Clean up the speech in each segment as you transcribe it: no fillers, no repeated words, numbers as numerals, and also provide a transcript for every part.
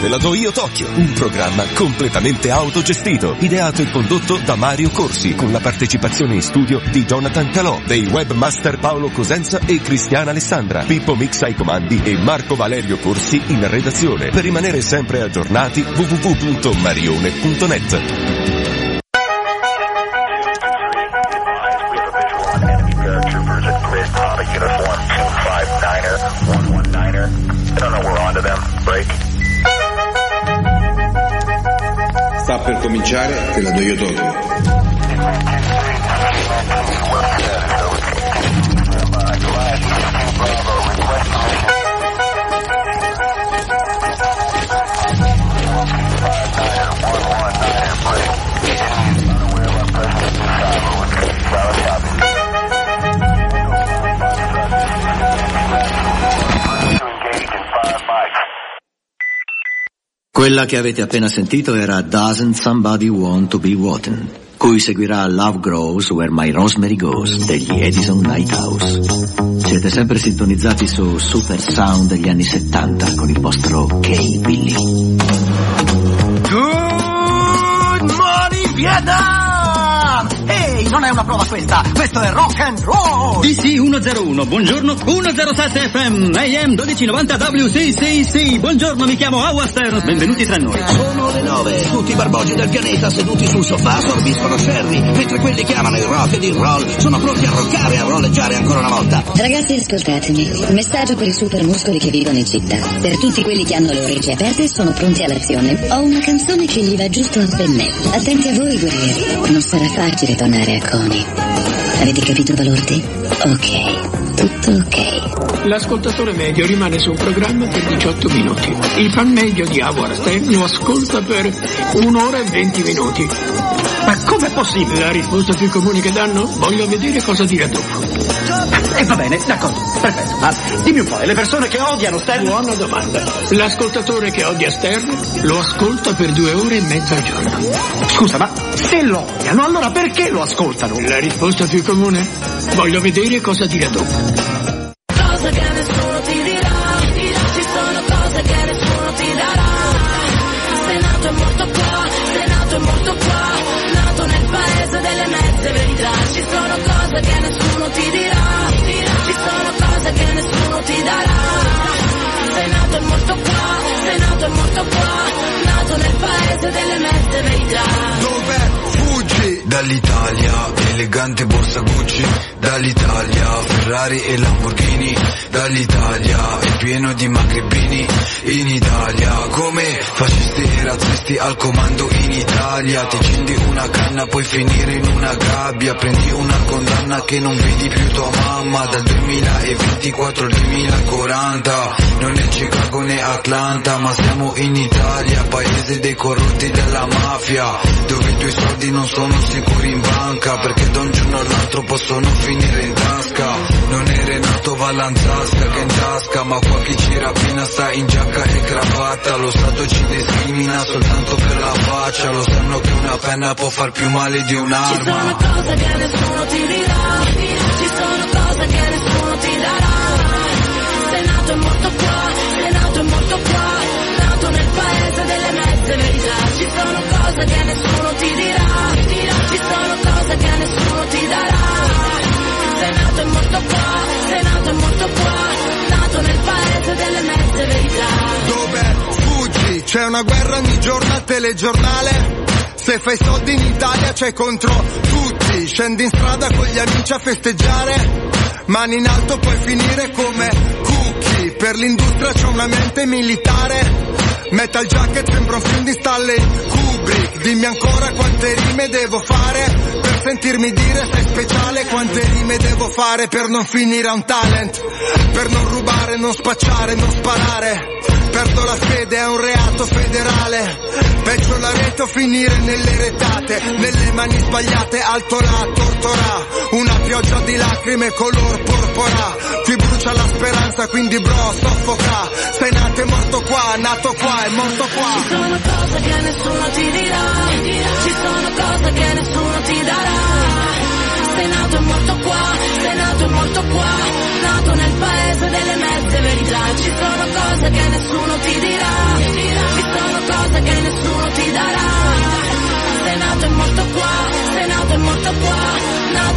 della Doio Tokyo, un programma completamente autogestito, ideato e condotto da Mario Corsi, con la partecipazione in studio di Jonathan Calò, dei webmaster Paolo Cosenza e Cristiana Alessandra, Pippo Mix ai comandi e Marco Valerio Corsi in redazione. Per rimanere sempre aggiornati, www.marione.net. Sta per cominciare la Doio Tokyo. Quella che avete appena sentito era Doesn't Somebody Want to Be Rotten, cui seguirà Love Grows Where My Rosemary Goes degli Edison Lighthouse. Siete sempre sintonizzati su Super Sound degli anni 70 con il vostro K-Billy. Good morning Vietnam! Ehi, non è una prova questa, questo è rock and roll! DC 101, buongiorno 107 FM, AM 1290 WCCC, buongiorno, mi chiamo Howard Stern, benvenuti tra noi. Sono le 9, tutti i barboggi del pianeta seduti sul sofà sorbiscono sherry, mentre quelli che amano il rock ed il roll sono pronti a roccare e a rolleggiare ancora una volta. Ragazzi, ascoltatemi, messaggio per i super muscoli che vivono in città. Per tutti quelli che hanno le orecchie aperte e sono pronti all'azione, ho una canzone che gli va giusto a pennello. Attenti a voi, guerrieri, non sarà facile tornare a Coney. Avete capito, balordi? Ok, tutto ok. L'ascoltatore medio rimane sul programma per 18 minuti. Il fan medio di Howard Stern lo ascolta per 1 ora e 20 minuti. Ma com'è possibile? La risposta più comune che danno? Voglio vedere cosa dirà dopo. Va bene, d'accordo, perfetto. Ma dimmi un po', e le persone che odiano Stern? Buona domanda. L'ascoltatore che odia Stern lo ascolta per 2 ore e mezza al giorno. Scusa, ma se lo odiano, allora perché lo ascoltano? La risposta più comune? Voglio vedere cosa dirà dopo. Cosa che nessuno ti dirà, ci sono cose che nessuno ti darà. Sei nato e morto qua, sei nato e morto qua, nato nel paese delle mezze verità. Ci sono cose che nessuno ti dirà, ci sono cose che nessuno ti darà. Sei nato e morto qua, sei nato e morto qua, nato nel paese delle mezze verità. Dov'è? Fuggi dall'Italia, elegante borsa Gucci, dall'Italia, Ferrari e Lamborghini, dall'Italia, è pieno di magrebini, in Italia, come fascisti e razzisti al comando in Italia, ti accendi una canna, puoi finire in una gabbia, prendi una condanna che non vedi più tua mamma, dal 2024 al 2040, non è Chicago né Atlanta, ma siamo in Italia, paese dei corrotti della mafia, dove i tuoi soldi non sono sicuri in banca, perché da un giorno all'altro possono finire in tasca. Non è Renato Vallanzasca che in tasca, ma qua chi ci rapina sta in giacca e cravatta. Lo Stato ci discrimina soltanto per la faccia, lo sanno che una penna può far più male di un'arma. Ci sono cose che nessuno ti dirà, ci sono cose che nessuno ti darà. Sei nato e morto qua, sei nato e morto qua, nato nel paese delle mezze verità. Ci sono cose che nessuno ti dirà, ci sono cose che nessuno ti darà. Sei nato e morto qua, sei nato e morto qua, nato nel paese delle mezze verità. Dov'è? Fuggi, c'è una guerra ogni giorno al telegiornale. Se fai soldi in Italia c'hai contro tutti. Scendi in strada con gli amici a festeggiare, mani in alto puoi finire come Cookie. Per l'industria c'ho una mente militare, Metal Jacket sembra un film di Stanley Kubrick. Dimmi ancora quante rime devo fare per sentirmi dire sei speciale, quante rime devo fare per non finire a un talent, per non rubare, non spacciare, non sparare. Perdo la fede, è un reato federale, peggio la rete o finire nelle retate, nelle mani sbagliate, alto la tortora, una pioggia di lacrime color porpora, ti brucia la speranza quindi bro soffoca, sei nato e morto qua, nato qua e morto qua. Ci sono cose che nessuno ti dirà, ci sono cose che nessuno ti darà. Sei nato e morto qua, sei nato e morto qua, nato nel paese delle mezze verità. Ci sono cose che nessuno ti dirà, ci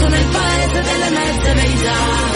nato nel paese delle mezze verità.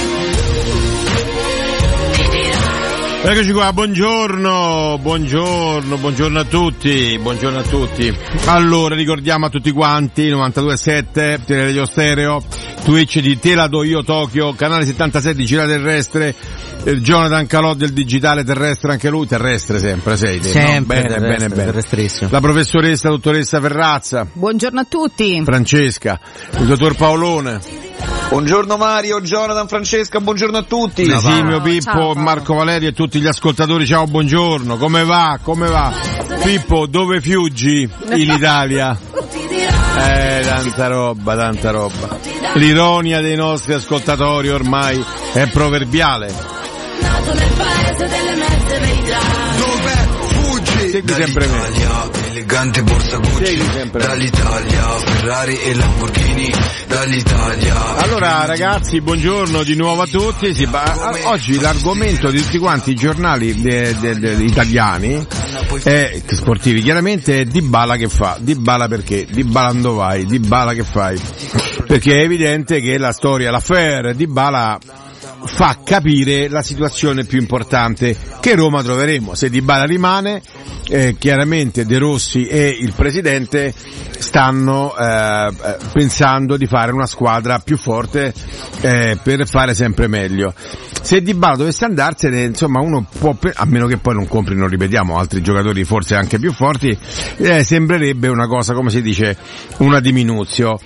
Eccoci qua, buongiorno a tutti, Allora, ricordiamo a tutti quanti, 92.7, Teleradio Stereo, Twitch di Te la do io Tokyo, canale 76 di Cira Terrestre, Jonathan Calò del digitale terrestre, anche lui terrestre sempre, sei te, sempre, no? Bene. Terrestrissimo. La professoressa, dottoressa Ferrazza. Buongiorno a tutti. Francesca, il dottor Paolone. Buongiorno Mario, Jonathan, Francesca, buongiorno a tutti. Esimio Pippo, Marco Valerio e tutti gli ascoltatori, ciao, buongiorno, come va? Pippo, dove fuggi in Italia? Tanta roba. L'ironia dei nostri ascoltatori ormai è proverbiale. Nato nel paese delle mezze verità. Dove fuggi? Segui sempre me. Elegante borsa Gucci, dall'Italia, Ferrari e Lamborghini, dall'Italia. Allora ragazzi, buongiorno di nuovo a tutti. Oggi l'argomento di tutti quanti i giornali italiani sportivi chiaramente è Dybala che fa. Dybala perché? Dybala dove vai? Dybala che fai? Perché è evidente che la storia, l'affaire Dybala fa capire la situazione più importante che Roma troveremo. Se Dybala rimane, chiaramente De Rossi e il presidente stanno pensando di fare una squadra più forte per fare sempre meglio. Se Dybala dovesse andarsene, insomma, uno può, a meno che poi non comprino, ripetiamo, altri giocatori forse anche più forti, sembrerebbe una cosa, come si dice, una diminuzione.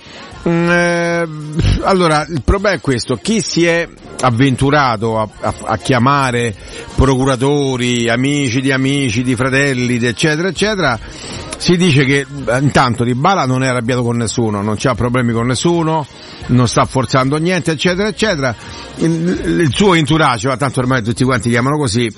Allora il problema è questo: chi si è avventurato a chiamare procuratori, amici, di fratelli, eccetera eccetera, si dice che intanto Dybala non è arrabbiato con nessuno, non c'ha problemi con nessuno, non sta forzando niente, eccetera eccetera. Il suo entourage, tanto ormai tutti quanti chiamano così,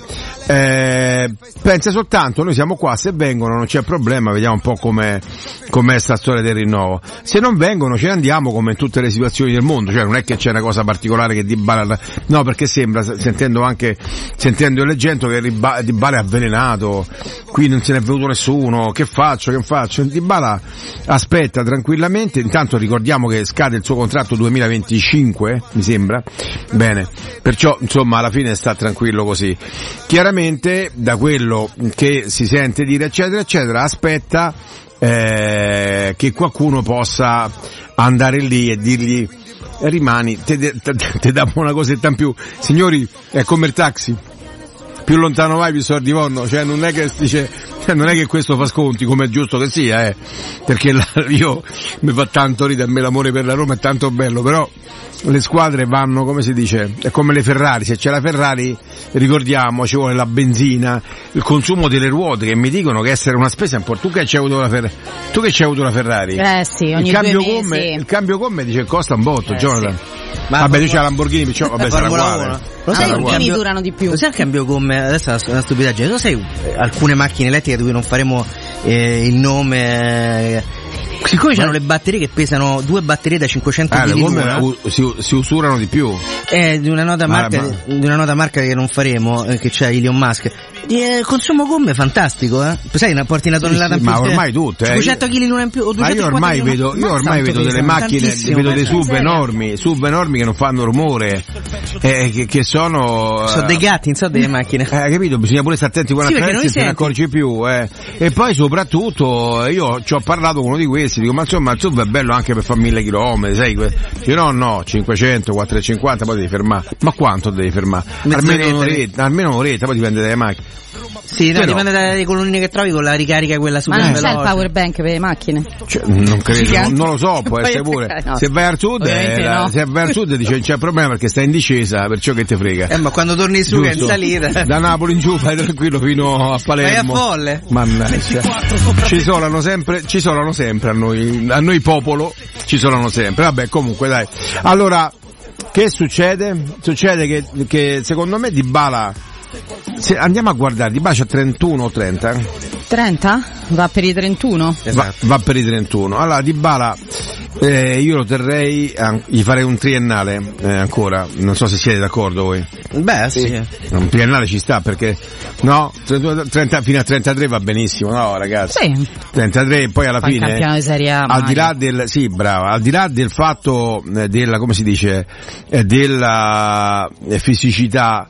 pensa soltanto: noi siamo qua, se vengono non c'è problema, vediamo un po' com'è sta storia del rinnovo, se non vengono ce ne andiamo, come in tutte le situazioni del mondo. Cioè non è che c'è una cosa particolare che Dybala, no, perché sembra, sentendo e leggendo, che Dybala è avvelenato, qui non se ne è venuto nessuno, che faccio? Dybala aspetta tranquillamente. Intanto ricordiamo che scade il suo contratto 2025, mi sembra, bene, perciò insomma alla fine sta tranquillo così. Chiaramente da quello che si sente dire eccetera eccetera, aspetta che qualcuno possa andare lì e dirgli: rimani, te diamo una cosetta in più. Signori, è come il taxi, più lontano vai più soldi vanno. Cioè non è che dice, non è che questo fa sconti, come è giusto che sia, perché io mi fa tanto ridere, a me l'amore per la Roma è tanto bello, però le squadre vanno, come si dice, è come le Ferrari. Se c'è la Ferrari, ricordiamo, ci vuole la benzina, il consumo delle ruote, che mi dicono che essere una spesa importante. Tu che c'hai avuto la Ferrari? Sì, ogni 2 mesi. Il cambio gomme dice costa un botto, Jonathan. Sì. Vabbè, tu c'hai la Lamborghini, perciò vabbè, sarà uguale. Lo sai, i Lamborghini durano di più. Lo sai il cambio gomme? Adesso è una stupidaggine. Lo sai, alcune macchine elettriche di cui non faremo il nome, siccome c'hanno le batterie che pesano 2 batterie da 500 kg l'una, si usurano di più. Di una nota marca che non faremo, che c'è Elon Musk. Consumo gomme fantastico, sai, porti una tonnellata in più. Ma ormai tutte, 500 kg l'una in più, o 200 io ormai vedo delle macchine, vedo dei SUV enormi che non fanno rumore, che sono dei gatti, non so, delle macchine. Capito? Bisogna pure stare attenti quando attraversi, se ne accorgi più, E poi soprattutto io ci ho parlato con uno di questi, dico: ma insomma il SUV è bello anche per fare 1000 km, sai? Io no, 500, 450, poi devi fermare. Ma quanto devi fermare? Almeno un'oretta, poi dipende dalle macchine. Sì, no, dipende dalle colonnine che trovi con la ricarica quella super veloce. Ma non c'è il power bank per le macchine? Cioè, non credo, non lo so, può essere pure. No. Se vai al sud dice non c'è problema perché stai in discesa, perciò che te frega. Ma quando torni su che è in salita. Da Napoli in giù fai tranquillo fino a Palermo. Vai a Folle. Mannaggia. Ci solano sempre a noi popolo, ci solano sempre. Vabbè, comunque dai. Allora, che succede? Succede che secondo me Dybala, se andiamo a guardare, Dybala c'ha 31 o 30? 30? Va per i 31? Esatto. Va per i 31. Allora Dybala Io lo terrei, gli farei un triennale ancora, non so se siete d'accordo voi. Beh, sì. Un triennale ci sta, perché no, 30, fino a 33 va benissimo, no ragazzi? Sì. 33 poi alla fine, campionato di Serie A, al di là del, sì brava, al di là del fatto della, come si dice, della fisicità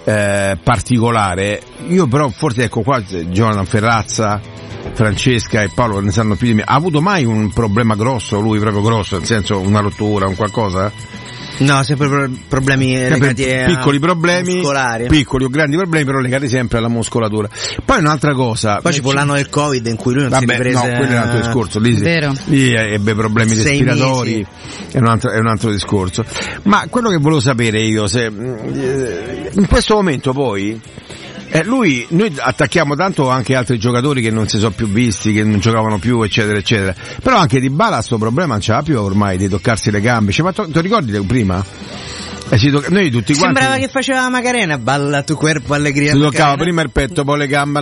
particolare, io però forse, ecco qua Jonathan Ferrazza, Francesca e Paolo ne sanno più di me. Ha avuto mai un problema grosso, lui proprio grosso, nel senso una rottura, un qualcosa? No, sempre problemi legati a piccoli problemi, muscolari. Piccoli o grandi problemi, però legati sempre alla muscolatura. Poi un'altra cosa. Poi ci fu l'anno del Covid in cui lui non si riprese. No, quello è un altro discorso. Lì ebbe problemi respiratori, è un altro discorso. Ma quello che volevo sapere io, se in questo momento poi noi attacchiamo tanto anche altri giocatori che non si sono più visti, che non giocavano più, eccetera eccetera, però anche Dybala sto problema non ce l'ha più ormai di toccarsi le gambe. Cioè, ma ti ricordi prima? Noi tutti quanti sembrava che faceva la Macarena, balla tu cuerpo allegria. Si toccava prima il petto, poi le gambe,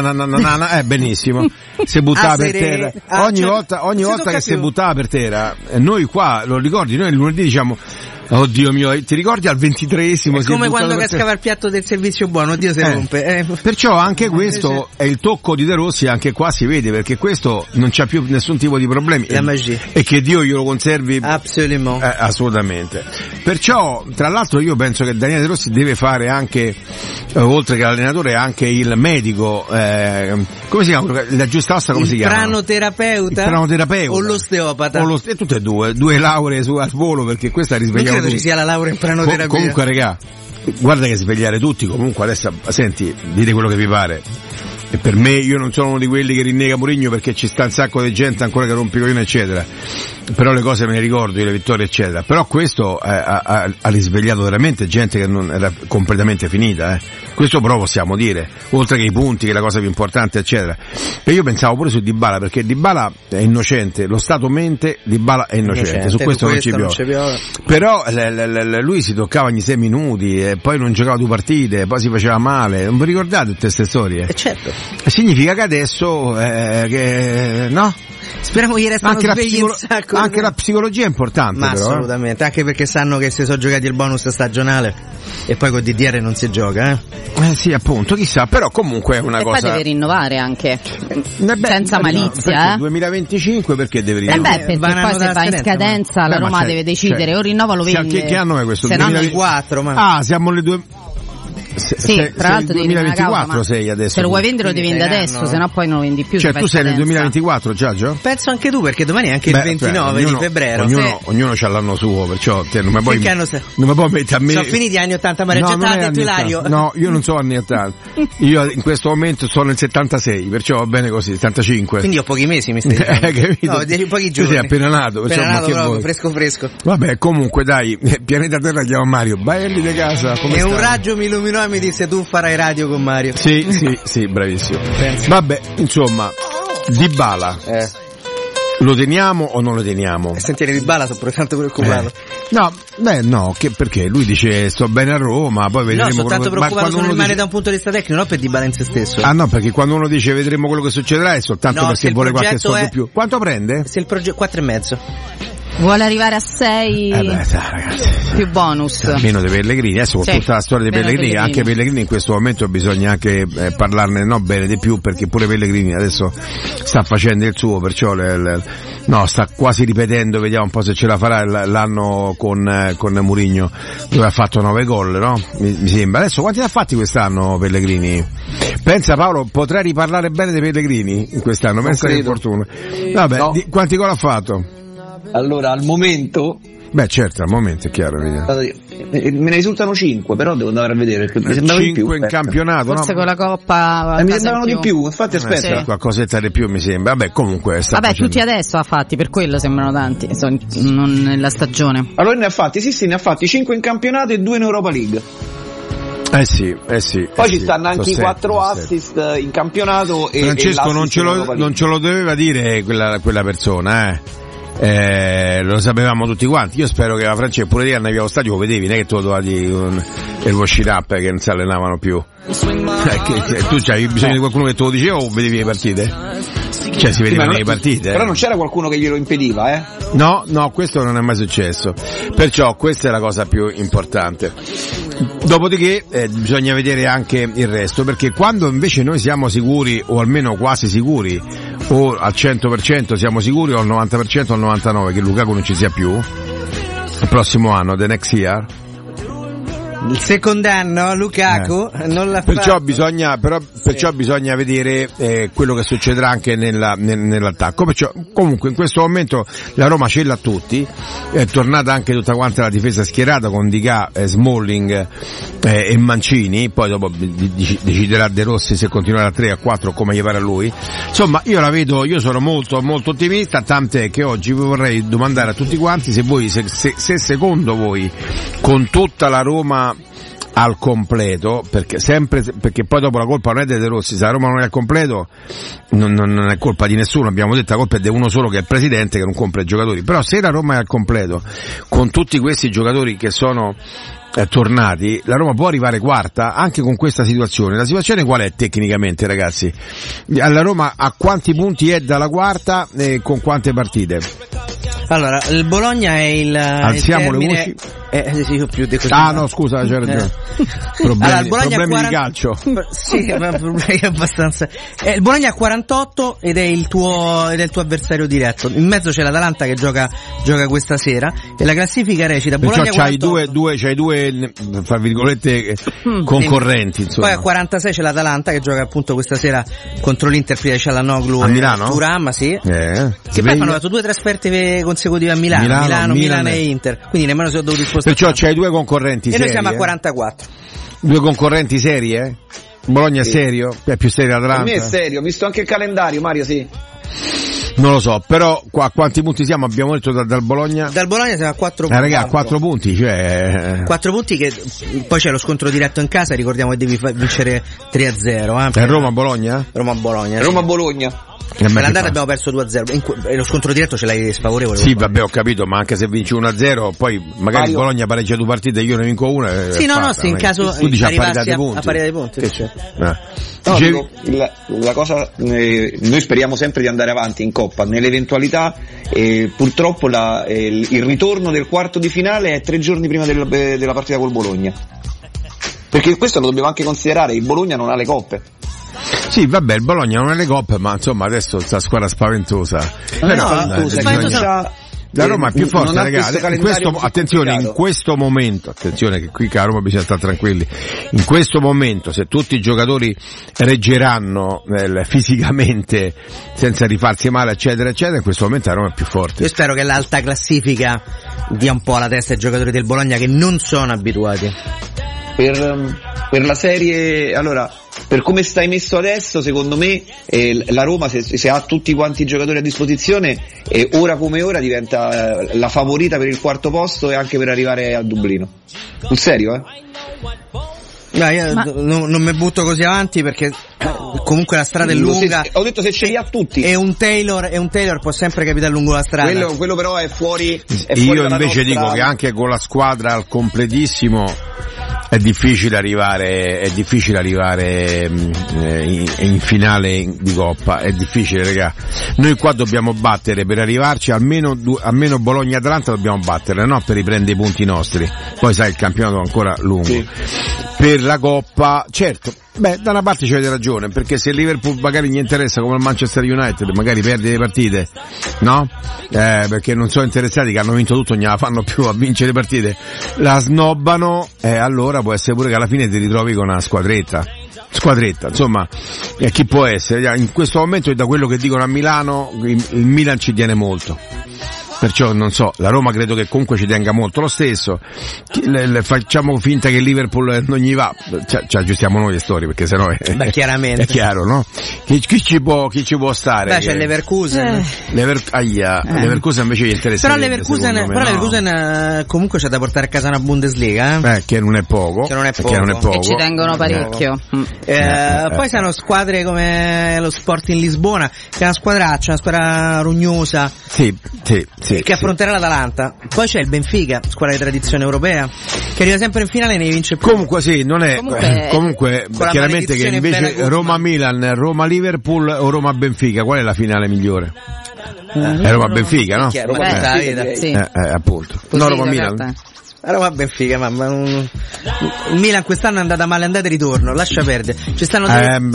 benissimo. Si buttava per terra. Ogni volta che si buttava per terra, noi qua, lo ricordi, noi il lunedì diciamo oddio mio, ti ricordi al 23esimo? È come quando cascava il piatto del servizio buono, oddio si rompe. Perciò anche questo è il tocco di De Rossi, anche qua si vede, perché questo non c'ha più nessun tipo di problemi. La magia. E che Dio glielo conservi. Assolutamente. Perciò, tra l'altro, io penso che Daniele De Rossi deve fare anche, oltre che l'allenatore, anche il medico, come si chiama? La giusta ossa, come si chiama? Pranoterapeuta? Il pranoterapeuta. O l'osteopata? Tutte e due lauree al volo, perché questa risvegliava. Non credo ci sia la laurea in pranoterapia. Comunque, regà, guarda che svegliare tutti, comunque adesso, senti, dite quello che vi pare. E per me, io non sono uno di quelli che rinnega Mourinho, perché ci sta un sacco di gente ancora che rompe i coglioni, eccetera. Però le cose me ne ricordo, le vittorie, eccetera. Però questo ha risvegliato veramente gente che non era completamente finita, Questo però possiamo dire, oltre che i punti, che è la cosa più importante, eccetera. E io pensavo pure su Dybala, perché Dybala è innocente, lo Stato mente, Dybala è innocente, su questo non ci piove. Però lui si toccava ogni 6 minuti, e poi non giocava 2 partite, poi si faceva male. Non vi ricordate tutte queste storie? Certo. Significa che adesso no? Speriamo gli restano svegli un sacco. Anche la psicologia è importante. Ma però, assolutamente, anche perché sanno che si sono giocati il bonus stagionale e poi con DDR non si gioca, sì, appunto, chissà, però comunque è una cosa. E poi deve rinnovare anche, senza malizia, no, 2025 perché deve rinnovare? Perché poi se va in scadenza la Roma deve decidere, o rinnova o lo vende. Che anno è questo? Se 2024, ma siamo le due. Sì, tra l'altro 2024 sei adesso. Se lo vuoi vendere lo devi vendere adesso, se no poi non lo vendi più. Cioè tu sei nel 2024 già? Penso anche tu, perché domani è anche il 29 di febbraio. Ognuno c'ha l'anno suo, perciò non mi puoi mettere a me. Sono finiti gli anni 80, Mario Gettato e tu Ilario. No, io non so anni 80. Io in questo momento sono nel 76, perciò va bene così, 75. Quindi ho pochi mesi, mi stai dicendo. No, pochi giorni. Tu sei appena nato, proprio fresco. Vabbè, comunque dai, pianeta Terra, chiamo Mario, belli di casa. E un raggio mi illuminò e mi disse tu farai radio con Mario. Sì, bravissimo. Vabbè, insomma, Dybala. Lo teniamo o non lo teniamo? Sentire Dybala sono tanto preoccupato. No, perché lui dice sto bene a Roma, poi vedremo. No, sono tanto preoccupato se rimane da un punto di vista tecnico, non per Dybala in se stesso. Ah no, perché quando uno dice vedremo quello che succederà è soltanto perché vuole qualche soldo più. Quanto prende? Se il progetto 4,5. Vuole arrivare a 6 ragazzi, più bonus. Meno dei Pellegrini, adesso con tutta la storia dei Pellegrini, anche Pellegrini in questo momento bisogna anche parlarne bene di più, perché pure Pellegrini adesso sta facendo il suo, perciò sta quasi ripetendo, vediamo un po' se ce la farà l'anno con Mourinho, dove ha fatto 9 gol, no? Mi sembra. Adesso quanti ne ha fatti quest'anno Pellegrini? Pensa Paolo, potrai riparlare bene dei Pellegrini in quest'anno, pensa che fortuna. Vabbè, no. Quanti gol ha fatto? Allora, al momento... Beh, certo, al momento è chiaro. Me ne risultano 5, però devo andare a vedere, perché mi sembrava 5 di più. In campionato, forse con la Coppa mi sembravano di più, infatti aspetta. Qualcosetta di più mi sembra. Vabbè, comunque tutti adesso ha fatti, per quello sembrano tanti, non nella stagione. Allora ne ha fatti, ne ha fatti 5 in campionato e 2 in Europa League. Sì. Poi ci stanno anche i 4 assist in campionato. Francesco non ce lo doveva dire quella persona, lo sapevamo tutti quanti. Io spero che la Francia pure lì andavi allo stadio, lo vedevi, non è che tu lo doveva dire il washed up che non si allenavano più. Tu c'avevi bisogno di qualcuno che te lo diceva o vedevi le partite? Cioè si vedeva nelle partite. Però non c'era qualcuno che glielo impediva, eh? No, questo non è mai successo. Perciò questa è la cosa più importante. Dopodiché bisogna vedere anche il resto, perché quando invece noi siamo sicuri, o almeno quasi sicuri, o al 100% siamo sicuri, o al 90% o al 99% che Lukaku non ci sia più il prossimo anno, the next year, il secondo anno Lukaku non l'ha perciò fatto. Bisogna vedere quello che succederà anche nell'attacco. Perciò comunque in questo momento la Roma ce l'ha tutti, è tornata anche tutta quanta la difesa schierata con Dica, Smalling e Mancini, poi dopo deciderà De Rossi se continuare a 3 a 4 come gli pare a lui. Insomma, io sono molto molto ottimista, tant'è che oggi vi vorrei domandare a tutti quanti se secondo voi, con tutta la Roma al completo, perché poi dopo la colpa non è dei De Rossi, se la Roma non è al completo non è colpa di nessuno, abbiamo detto la colpa è di uno solo che è il presidente che non compra i giocatori. Però se la Roma è al completo con tutti questi giocatori che sono tornati, la Roma può arrivare quarta anche con questa situazione. La situazione qual è tecnicamente, ragazzi? La Roma a quanti punti è dalla quarta e con quante partite? Allora, il Bologna è alziamo le voci. Sì, più di così. No, scusa, c'è ragione. Problemi di calcio. Sì, problemi abbastanza. Il Bologna ha 48 ed è il tuo avversario diretto. In mezzo c'è l'Atalanta che gioca questa sera e la classifica recita Bologna 48. C'hai due fra virgolette concorrenti, insomma. Poi a 46 c'è l'Atalanta che gioca appunto questa sera contro l'Inter, prima c'è Cialanoglu a Milano? Turam, sì. Che poi hanno fatto 2 trasferte consecutive a Milano e Inter. Quindi nemmeno si sono dovuti spostare. Perciò c'hai 2 concorrenti seri. E noi siamo a 44. 2 concorrenti seri, Bologna è serio? È più serio l'Atalanta? Per me è serio, visto anche il calendario, Mario, sì. Non lo so, però a quanti punti siamo? Abbiamo detto dal Bologna? Dal Bologna siamo a 4 punti. Raga, 4 punti, cioè 4 punti che poi c'è lo scontro diretto in casa, ricordiamo che devi vincere 3-0, È Roma-Bologna? Roma-Bologna. Roma-Bologna. L'andata abbiamo perso 2-0 e lo scontro diretto ce l'hai sfavorevole. Sì, vabbè, ho capito, ma anche se vinci 1-0 poi magari il Bologna pareggia 2 partite e io ne vinco una. Sì, se in caso tu dici a parità dei punti. Che c'è? No, dico, la cosa, noi speriamo sempre di andare avanti in Coppa, nell'eventualità purtroppo il ritorno del quarto di finale è 3 giorni prima della partita col Bologna, perché questo lo dobbiamo anche considerare, il Bologna non ha le coppe. Sì, vabbè, il Bologna non ha le coppe, ma insomma adesso sta squadra spaventosa. La Roma è più forte, ragazzi. In questo momento, attenzione che qui a Roma bisogna stare tranquilli. In questo momento, se tutti i giocatori reggeranno fisicamente senza rifarsi male, eccetera, eccetera, in questo momento la Roma è più forte. Io spero che l'alta classifica dia un po' alla testa ai giocatori del Bologna che non sono abituati. Per la serie, allora, per come stai messo adesso, secondo me la Roma se ha tutti quanti i giocatori a disposizione, ora come ora diventa la favorita per il quarto posto e anche per arrivare a Dublino. Sul serio, No, io non mi butto così avanti perché comunque la strada è lunga. Ho detto se ce li ha tutti. E un Taylor può sempre capitare lungo la strada. Quello però è fuori. Io invece dico che anche con la squadra al completissimo è difficile arrivare in finale di Coppa, è difficile, raga. Noi qua dobbiamo battere per arrivarci, almeno Bologna Atalanta dobbiamo battere, no? Per riprendere i punti nostri. Poi sai il campionato è ancora lungo. Sì. Per la Coppa, certo, da una parte c'avete ragione, perché se il Liverpool magari gli interessa come il Manchester United, magari perde le partite, no? Perché non sono interessati, che hanno vinto tutto, non gliela fanno più a vincere le partite, la snobbano, allora può essere pure che alla fine ti ritrovi con una squadretta, insomma, chi può essere? In questo momento, da quello che dicono a Milano, il Milan ci tiene molto. Perciò non so, la Roma credo che comunque ci tenga molto lo stesso. Facciamo finta che il Liverpool non gli va, ci aggiustiamo noi le storie, perché sennò chiaramente è chiaro, no? Chi ci può stare? C'è Leverkusen. Leverkusen invece gli interessa. Però Leverkusen comunque c'è da portare a casa una Bundesliga, che non è poco. E ci tengono parecchio. Poi sono squadre come lo Sporting Lisbona, che è una squadra rognosa. Sì, che affronterà l'Atalanta. Poi c'è il Benfica, squadra di tradizione europea, che arriva sempre in finale e ne vince più. Comunque sì, non è comunque chiaramente che invece Roma-Milan, Roma-Liverpool o Roma-Benfica, qual è la finale migliore? È Roma-Benfica, no? Appunto. No, Roma-Milan. Roma Benfica, mamma. Il Milan quest'anno è andata male, andata e ritorno, lascia perdere. Ci stanno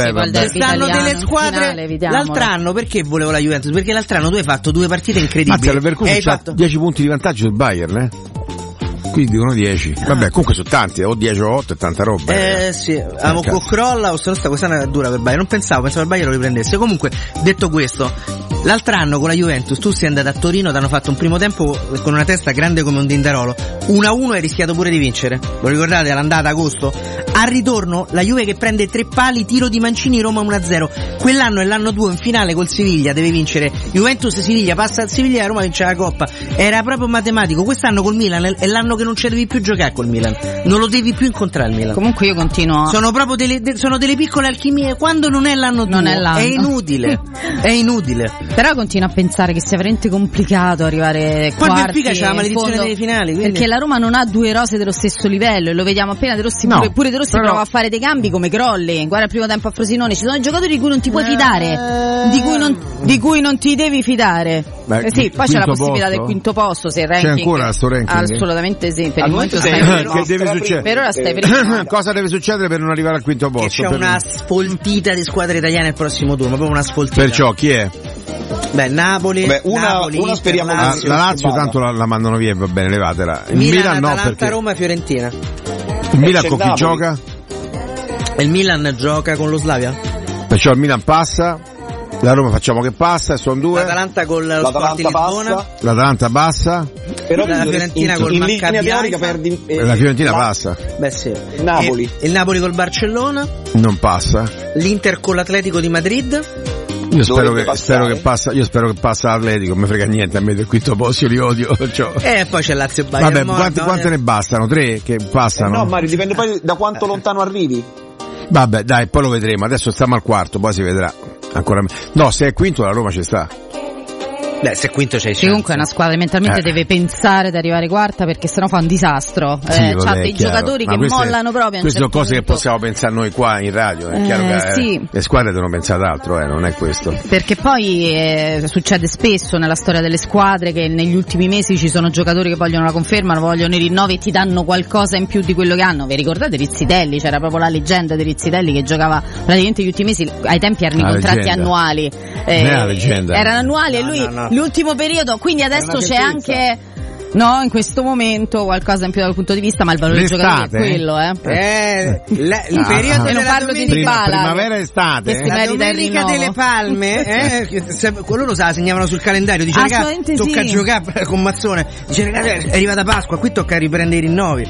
delle squadre. L'altro anno perché volevo la Juventus? Perché l'altro anno tu hai fatto 2 partite incredibili. Ma Leverkusen ha 10 punti di vantaggio sul Bayern, quindi dicono 10. Vabbè, comunque sono tanti, o 10 o 8 è tanta roba. Sì, crolla, o se no quest'anno è dura per Bayern. Non pensavo che il Bayern lo riprendesse. Comunque, detto questo, l'altro anno con la Juventus tu sei andato a Torino, ti hanno fatto un primo tempo con una testa grande come un dindarolo, 1-1 e hai rischiato pure di vincere. Lo ricordate all'andata agosto? Al ritorno la Juve che prende 3 pali, tiro di Mancini, Roma 1-0. Quell'anno è l'anno 2 in finale col Siviglia, deve vincere Juventus-Siviglia, passa al Siviglia e Roma vince la Coppa. Era proprio matematico. Quest'anno col Milan è l'anno che non ci devi più giocare col Milan, non lo devi più incontrare il Milan. Comunque io continuo. Sono proprio delle piccole alchimie. Quando non è l'anno tuo, è inutile. È inutile. Però continuo a pensare che sia veramente complicato arrivare poi quarti. Poi Benfica c'ha la maledizione delle finali, quindi. Perché la Roma non ha 2 rose dello stesso livello e lo vediamo appena De Rossi, pure De Rossi prova a fare dei cambi come crolli. Guarda il primo tempo a Frosinone, ci sono giocatori di cui non ti puoi fidare, di cui non ti devi fidare. Sì, poi c'è la possibilità del quinto posto, se il ranking. C'è ancora sto ranking? Assolutamente sì, per il momento che deve succedere? Per ora stai per cosa deve succedere per non arrivare al quinto posto? C'è una sfoltita di squadre italiane al prossimo turno, proprio una sfoltita. Perciò chi è? Napoli. Una speriamo la Lazio tanto la mandano via, va bene, levatela. Il Milan no, perché Roma, Fiorentina. Il Milan con chi gioca? Il Milan gioca con lo Slavia. Perciò il Milan passa. La Roma facciamo che passa, sono 2. L'Atalanta con lo Sporting Lisbona. L'Atalanta passa. Però la Fiorentina col Maccabi. La Fiorentina passa. Beh sì. Napoli. Il Napoli col Barcellona. Non passa. L'Inter con l'Atletico di Madrid. Io spero che passa l'Atletico, non mi frega niente a me del quinto posto, io li odio. E poi c'è Lazio Bayern. Vabbè, quante ne bastano? 3 che passano? No, Mario, dipende poi da quanto lontano arrivi. Vabbè, dai, poi lo vedremo. Adesso stiamo al quarto, poi si vedrà. Ancora. No, se è quinto la Roma ci sta. Beh, se quinto c'è comunque una squadra mentalmente deve pensare ad arrivare quarta, perché sennò fa un disastro. Sì, c'ha dei giocatori che mollano proprio. Queste sono cose che possiamo pensare noi qua in radio. È chiaro che sì. Le squadre devono pensare ad altro, non è questo. Perché poi succede spesso nella storia delle squadre che negli ultimi mesi ci sono giocatori che vogliono la conferma, vogliono i rinnovi e ti danno qualcosa in più di quello che hanno. Vi ricordate Rizzitelli? C'era proprio la leggenda di Rizzitelli che giocava praticamente gli ultimi mesi, ai tempi erano i contratti annuali. Erano annuali e lui l'ultimo periodo, quindi adesso c'è anche in questo momento qualcosa in più dal punto di vista, ma il valore del giocatore è quello, il periodo e non parlo di Dybala, primavera estate, che la domenica delle palme, quello lo sa, segnavano sul calendario, dice ragazzi tocca giocare con Mazzone, dice ragazzi è arrivata Pasqua, qui tocca riprendere i rinnovi.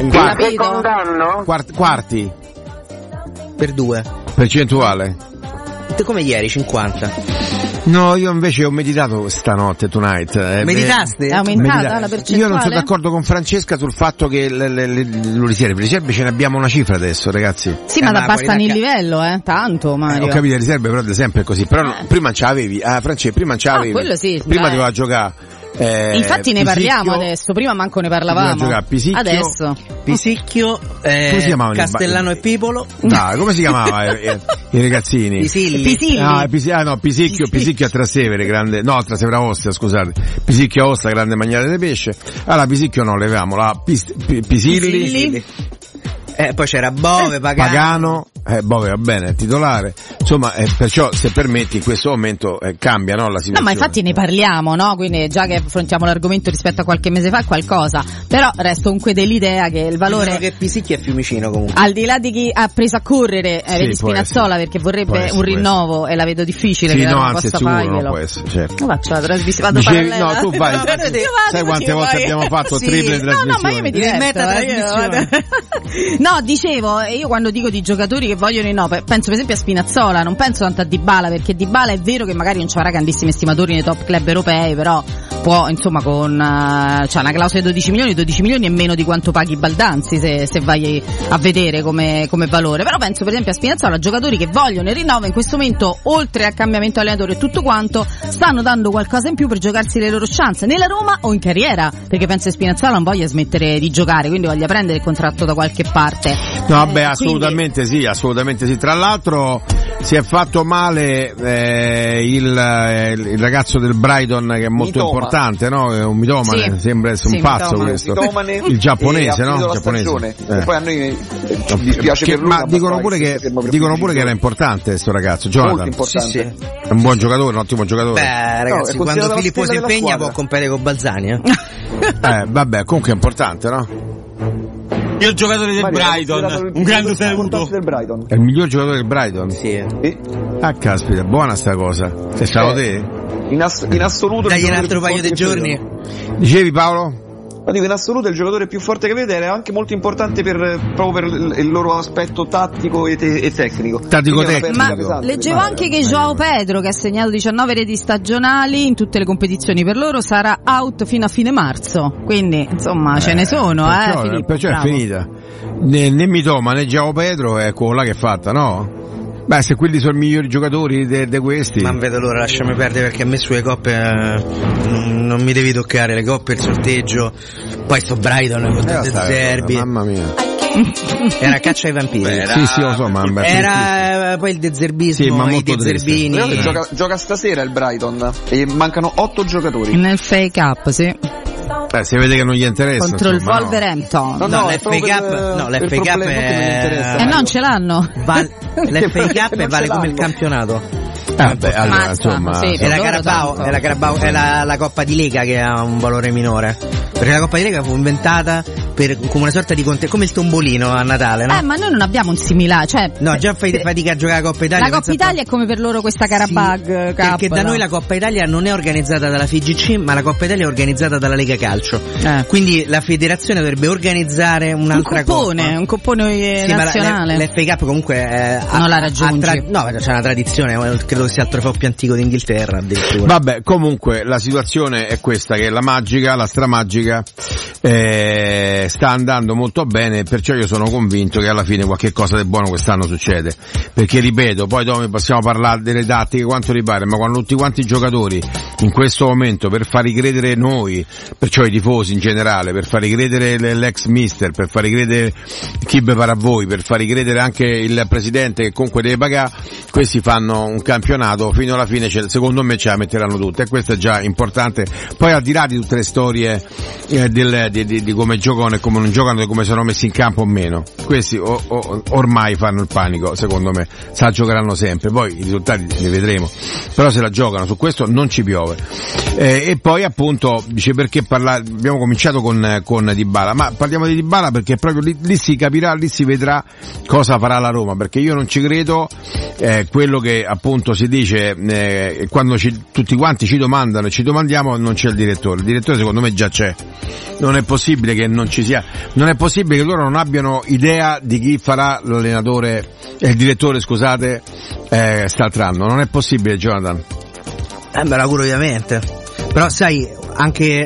Quarti per 2 percentuale come ieri 50. No, io invece ho meditato stanotte, tonight. Meditaste? È aumentata la percentuale? Io non sono d'accordo con Francesca sul fatto che le riserve ce ne abbiamo una cifra adesso, ragazzi. Sì, ma abbassano il livello, tanto, Mario. Ho capito, le riserve però è sempre così. Però prima ce l'avevi, Francesca, prima ce l'avevi. Quello sì. Prima doveva giocare. Infatti ne parliamo adesso, prima manco ne parlavamo. Adesso Pisicchio, Castellano e Pipolo. Come si chiamava i ragazzini? Pisilli. Pisicchio a Trastevere, grande. No, a Trastevere Ostia, scusate. Pisicchio a Ostia, grande mangiare di pesce. Allora Pisicchio no, leviamo la Pisilli. Poi c'era Bove, Pagano. Bove va bene, è titolare. Insomma, perciò se permetti in questo momento cambia, la situazione. No, ma infatti ne parliamo, quindi già che affrontiamo l'argomento rispetto a qualche mese fa è qualcosa. Però resto comunque dell'idea che il valore che Pisicchio è Fiumicino comunque. Al di là di chi ha preso a correre vedi Spinazzola perché vorrebbe un rinnovo e la vedo difficile che la possa farglielo. Può essere, certo. Faccio la trasmissione. No, tu vai. Sai quante volte abbiamo fatto triple trasmissioni? No, ma io mi diverto. No, dicevo, io quando dico di giocatori che vogliono penso per esempio a Spinazzola, non penso tanto a Dybala, perché Dybala è vero che magari non ci avrà grandissimi estimatori nei top club europei, però può, insomma, con c'ha una clausola di 12 milioni è meno di quanto paghi Baldanzi se vai a vedere come valore. Però penso per esempio a Spinazzola, giocatori che vogliono il rinnovo in questo momento, oltre al cambiamento allenatore e tutto quanto, stanno dando qualcosa in più per giocarsi le loro chance nella Roma o in carriera, perché penso che Spinazzola non voglia smettere di giocare, quindi voglia prendere il contratto da qualche parte. No, vabbè, assolutamente sì. Tra l'altro si è fatto male il ragazzo del Brighton, che è molto importante, no? È un mitomane, sembra essere un pazzo questo. Il giapponese, no? Giapponese. E poi a noi dispiace per lui. Ma dicono pure che era importante questo ragazzo, Jonathan. Sì. È un buon giocatore, un ottimo giocatore. Beh, ragazzi, quando Filippo si impegna può competere con Balzani. Vabbè, comunque è importante, no? Il giocatore del Brighton, un grande saluto. È il miglior giocatore del Brighton? Sì. Ah, caspita, buona sta cosa. Se stavo te? In assoluto. Dagli un altro paio di giorni. Dicevi, Paolo? Ma dico, in assoluto il giocatore più forte che avete, è anche molto importante proprio per il loro aspetto tattico e tecnico. Tattico-tecnico. Ma leggevo anche che Joao Pedro, che ha segnato 19 reti stagionali in tutte le competizioni per loro, sarà out fino a fine marzo. Quindi, insomma, ce ne sono, Filippo, perciò è finita. Né Mitoma né Joao Pedro è quello là che è fatta, no? Beh, se quelli sono i migliori giocatori di questi. Ma vedo l'ora, lasciami perdere, perché a me sulle coppe non mi devi toccare, le coppe, il sorteggio. Poi sto Brighton con De Zerbi. Mamma mia. Era caccia ai vampiri. Sì, lo so, ma era poi il dezerbismo, i dezerbini. Gioca stasera il Brighton e mancano 8 giocatori. Nel FA Cup, sì. Si vede che non gli interessa. Contro il Wolverhampton. No, l'FA Cup è... non ce l'hanno. L'FA Cup vale come il campionato. Allora, insomma, sì, è la Carabao, è la Coppa di Lega che ha un valore minore, perché la Coppa di Lega fu inventata come una sorta di come il tombolino a Natale, no? Ma noi non abbiamo un similare, cioè no, già fai fatica a giocare la Coppa Italia. La Coppa Italia è come per loro questa Carabao Cup, perché da noi la Coppa Italia non è organizzata dalla FIGC, ma la Coppa Italia è organizzata dalla Lega Calcio. Quindi la federazione dovrebbe organizzare un'altra un coppone nazionale. L'FA Cup comunque non la raggiunge. C'è una tradizione, credo sia il trofeo più antico d'Inghilterra addirittura. Vabbè, comunque la situazione è questa, che la stramagica sta andando molto bene, perciò io sono convinto che alla fine qualche cosa di buono quest'anno succede, perché ripeto, poi dopo possiamo parlare delle tattiche quanto ripare, ma quando tutti quanti i giocatori in questo momento, per far ricredere noi, perciò i tifosi in generale, per far ricredere l'ex mister, per far ricredere chi bevarà voi, per far ricredere anche il presidente che comunque deve pagare, questi fanno un campionato fino alla fine, secondo me ce la metteranno tutte, e questo è già importante. Poi al di là di tutte le storie di come giocano e come non giocano, e come sono messi in campo o meno, questi ormai fanno il panico, secondo me se la giocheranno sempre, poi i risultati li vedremo, però se la giocano, su questo non ci piove. E poi appunto dice, perché abbiamo cominciato con Dybala, ma parliamo di Dybala perché proprio lì si capirà, lì si vedrà cosa farà la Roma, perché io non ci credo quello che appunto si dice quando tutti quanti ci domandano e ci domandiamo, non c'è il direttore secondo me già c'è, non è possibile che non ci sia, non è possibile che loro non abbiano idea di chi farà l'allenatore, il direttore, scusate, quest'altro anno, non è possibile, Jonathan. Me lo auguro ovviamente, però sai, anche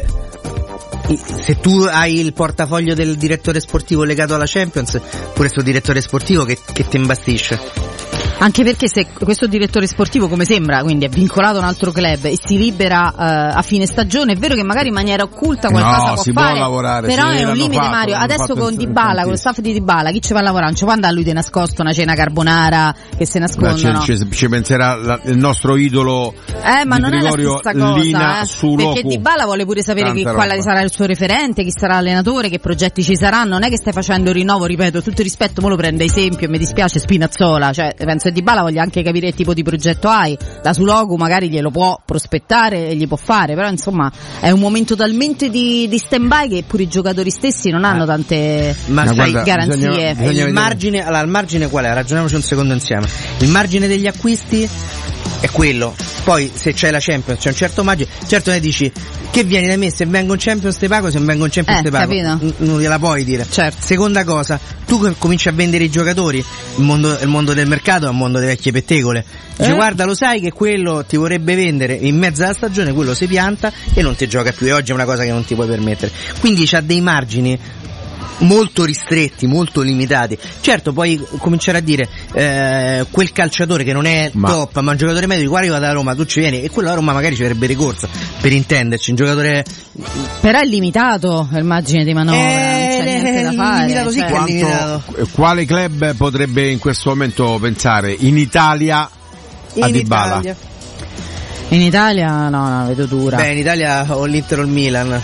se tu hai il portafoglio del direttore sportivo legato alla Champions, pure sto direttore sportivo che ti imbastisce. Anche perché se questo direttore sportivo, come sembra, quindi è vincolato a un altro club e si libera a fine stagione, è vero che magari in maniera occulta qualcosa può si fare, può lavorare, però è un limite, Mario. Adesso con Dybala, con lo staff di Dybala, chi ci va a lavorare? Non ci può andare lui di nascosto una cena carbonara che se nascondono. Ci penserà il nostro idolo ma non Gregorio, è la stessa cosa, perché Dybala vuole pure sapere quale sarà il suo referente, chi sarà l'allenatore, che progetti ci saranno. Non è che stai facendo rinnovo, ripeto, tutto il rispetto, mo lo prende esempio e mi dispiace Spinazzola, cioè penso che Dybala voglia anche capire che tipo di progetto hai, la Sulogu magari glielo può prospettare e gli può fare, però insomma è un momento talmente di stand by che pure i giocatori stessi non hanno tante garanzie. Il margine qual è? Ragioniamoci un secondo insieme. Il margine degli acquisti è quello, Poi se c'è la Champions c'è un certo margine. Certo ne dici che vieni da me, se vengo in Champions te pago, se vengo in Champions te pago. Non gliela puoi dire. Certo. Seconda cosa, tu cominci a vendere i giocatori, il mondo del mercato è un mondo delle vecchie pettegole. Dice, guarda, lo sai che quello ti vorrebbe vendere in mezzo alla stagione, quello si pianta e non ti gioca più, e oggi è una cosa che non ti puoi permettere. Quindi c'ha dei margini molto ristretti, molto limitati. Certo, puoi cominciare a dire quel calciatore che non è top, ma un giocatore medio, guarda, io vado da Roma, tu ci vieni, e quello a Roma magari ci avrebbe ricorso, per intenderci, un giocatore. Però è limitato il margine di manovra, non c'è niente da fare. Limitato, sì, che è limitato. Quale club potrebbe in questo momento pensare in Italia a Dybala? In Italia no, vedo dura. Beh, in Italia o l'Inter o il Milan.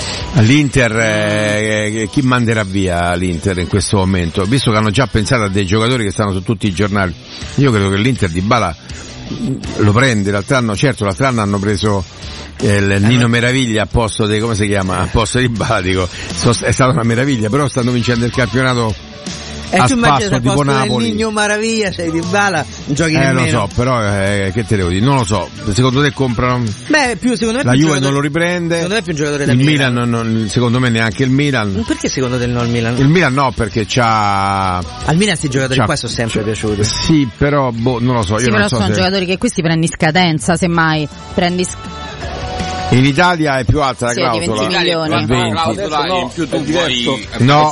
L'Inter, chi manderà via l'Inter in questo momento? Visto che hanno già pensato a dei giocatori che stanno su tutti i giornali, io credo che l'Inter Dybala lo prende. L'altro anno hanno preso il Nino Meraviglia a posto di, come si chiama? A posto di Dybala, dico, è stata una meraviglia, però stanno vincendo il campionato a spasso tipo Napoli. Nino Meraviglia, sei Dybala, giochi nemmeno. Lo so, però che te devo dire, non lo so. Secondo te comprano? Beh, secondo me la Juve non lo riprende. Secondo me è più un giocatore da il Milan secondo me neanche il Milan. Perché secondo te no il Milan? Il Milan no, perché c'ha. Al Milan questi giocatori qua sono sempre piaciuti. Sì, però non lo so. Sì, io però non so sono giocatori che questi prendi scadenza, semmai prendi. In Italia è più alta la clausola. 20 milioni. In più tu puoi.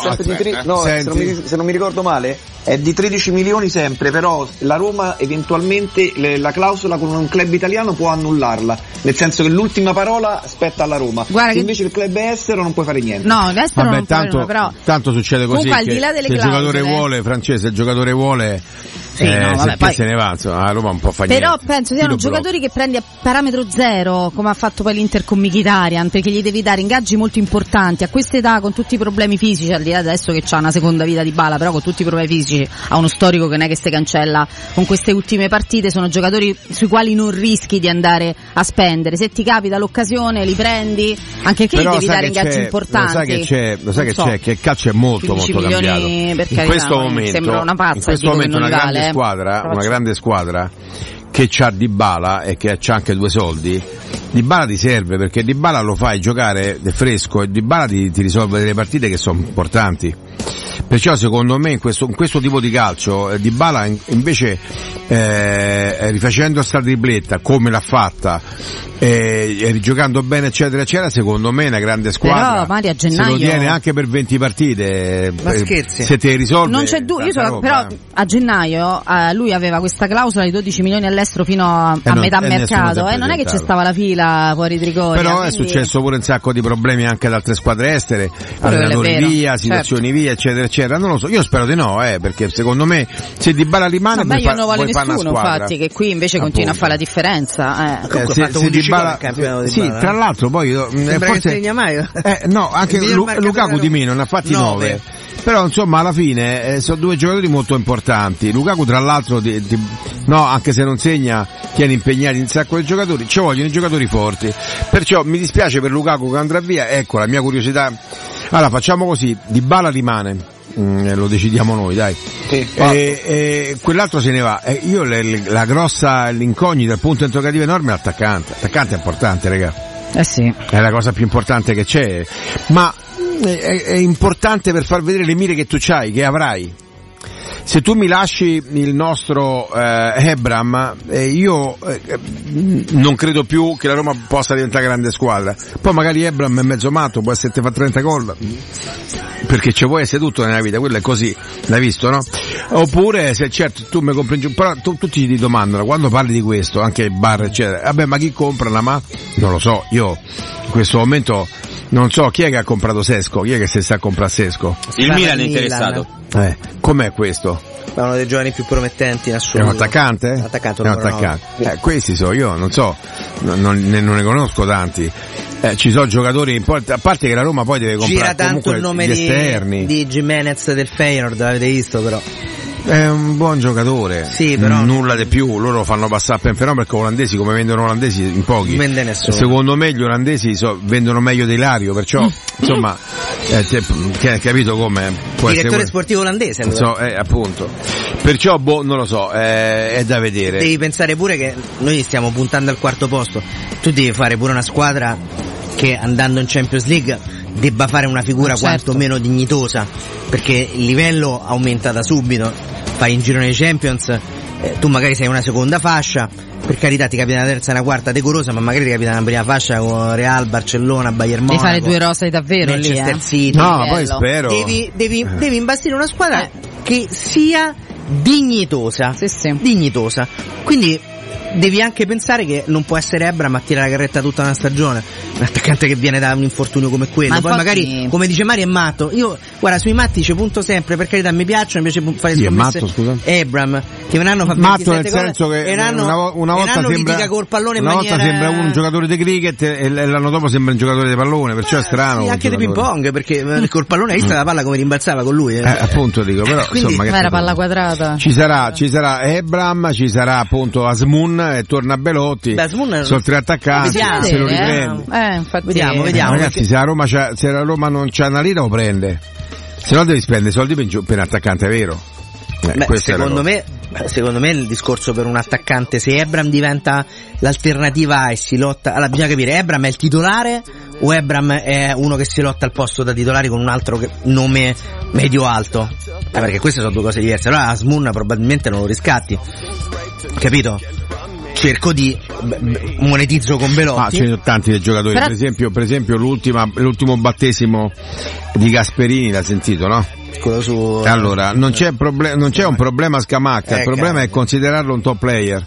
Se non mi ricordo male, è di 13 milioni sempre, però la Roma eventualmente la clausola con un club italiano può annullarla, nel senso che l'ultima parola spetta alla Roma. Se invece il club è estero non puoi fare niente. No, l'estero non puoi fare, però tanto succede così. Comunque, al di là delle se il giocatore vuole, Francese, il giocatore vuole. Sì, no, vabbè, poi se ne va, a Roma un po' fa però niente. penso siano giocatori che prendi a parametro zero, come ha fatto poi l'Inter con Mkhitaryan, perché gli devi dare ingaggi molto importanti a questa età, con tutti i problemi fisici, al di là adesso che c'ha una seconda vita di Dybala, però con tutti i problemi fisici ha uno storico che non è che si cancella con queste ultime partite. Sono giocatori sui quali non rischi di andare a spendere, se ti capita l'occasione li prendi, anche che gli devi dare ingaggi importanti. Lo sai che c'è, che il calcio è molto cambiato in questo momento. Sembra una pazza, in questo momento una grande squadra che c'ha Dybala e che c'ha anche due soldi. Dybala ti serve, perché Dybala lo fai giocare fresco e Dybala ti risolve delle partite che sono importanti. Perciò secondo me in questo tipo di calcio Dybala invece rifacendo sta tripletta come l'ha fatta e rigiocando bene eccetera eccetera, secondo me è una grande squadra. Però Mario, a gennaio se lo tiene anche per 20 partite, ma scherzi, se te risolve non c'è però a gennaio lui aveva questa clausola di 12 milioni all'estero fino a metà mercato, non è che c'è stava la fila fuori Trigoria, però quindi... è successo pure un sacco di problemi anche ad altre squadre estere, allenatori via, situazioni via eccetera eccetera. Non lo so, io spero di no, perché secondo me se Dybala rimane ma io non vale nessuno, squadra, infatti, che qui invece continua a fare la differenza. Comunque ha fatto 11 gol campionato. Sì, tra l'altro poi forse no, anche Lukaku di meno, ne ha fatti 9. Però insomma alla fine sono due giocatori molto importanti. Lukaku tra l'altro no, anche se non segna, tiene impegnati un sacco di giocatori, ci vogliono i giocatori forti. Perciò mi dispiace per Lukaku che andrà via. Ecco la mia curiosità. Allora facciamo così, Dybala rimane, lo decidiamo noi, dai. Sì, quell'altro se ne va. Io l'incognita, il punto interrogativo enorme è l'attaccante. L'attaccante è importante, raga. Sì. È la cosa più importante che c'è. Ma è importante per far vedere le mire che tu c'hai, che avrai. Se tu mi lasci il nostro Ebram, io non credo più che la Roma possa diventare grande squadra. Poi magari Ebram è mezzo matto, può essere che fa 30 gol, perché ci può essere tutto nella vita, quello è così, l'hai visto, no? Oppure se certo tu mi compri, però tutti ti domandano quando parli di questo, anche bar eccetera, vabbè, ma chi compra la non lo so, io in questo momento non so chi è che ha comprato Sesco, chi è che si sta a comprare Sesco? Il Milan è interessato. Com'è questo? È uno dei giovani più promettenti in assoluto. È un attaccante? È un attaccante. Questi so io, non so, non ne conosco tanti. Ci sono giocatori a parte che la Roma poi deve comprare gira tanto il nome gli esterni. di Jimenez del Feyenoord, l'avete visto però? È un buon giocatore, sì, però nulla di più. Loro lo fanno passare per fenomeno perché olandesi, come vendono olandesi, in pochi. Non vende nessuno. Secondo me gli olandesi vendono meglio di Ilario, perciò insomma, capito come può direttore essere sportivo olandese. Appunto. Perciò non lo so, è da vedere. Devi pensare pure che noi stiamo puntando al quarto posto. Tu devi fare pure una squadra che andando in Champions League debba fare una figura quantomeno dignitosa, perché il livello aumenta da subito. Fai in girone di Champions, tu magari sei una seconda fascia, per carità ti capita una terza e una quarta decorosa, ma magari ti capita una prima fascia con Real, Barcellona, Bayern Monaco. Devi fare due rose davvero Manchester lì, City. No, poi spero. Devi imbastire una squadra che sia dignitosa. Sì. Dignitosa. Quindi devi anche pensare che non può essere Ebram a tirare la carretta tutta una stagione, un attaccante che viene da un infortunio come quello. Poi magari, come dice Mario, è matto. Io guarda, sui matti ci punto sempre, per carità mi piacciono, mi piace fare scommesse. È matto, scusa? Ebram, che un anno fa matto nel senso che una volta litiga col pallone in maniera... volta sembra un giocatore di cricket e l'anno dopo sembra un giocatore di pallone, perciò è strano. Sì, anche di ping pong, perché col pallone hai visto la palla come rimbalzava con lui. Appunto dico, però quindi, insomma, era palla quadrata. Ci sarà Ebram, ci sarà appunto Asmun e torna Belotti. Sono tre attaccanti, se lo riprende. Infatti. Vediamo. Ragazzi, se la Roma non c'ha una lira lo prende. Se no devi spendere soldi per un attaccante vero. Secondo me il discorso per un attaccante, se Ebram diventa l'alternativa e si lotta, allora bisogna capire, Ebram è il titolare o Ebram è uno che si lotta al posto da titolare con un altro nome medio alto, perché queste sono due cose diverse. Allora Asmun probabilmente non lo riscatti, capito? Cerco di monetizzo con Belotti. Ce ne sono tanti dei giocatori. Per esempio l'ultimo battesimo di Gasperini, l'ha sentito, no? Allora, non c'è un problema Scamacca, il problema è considerarlo un top player.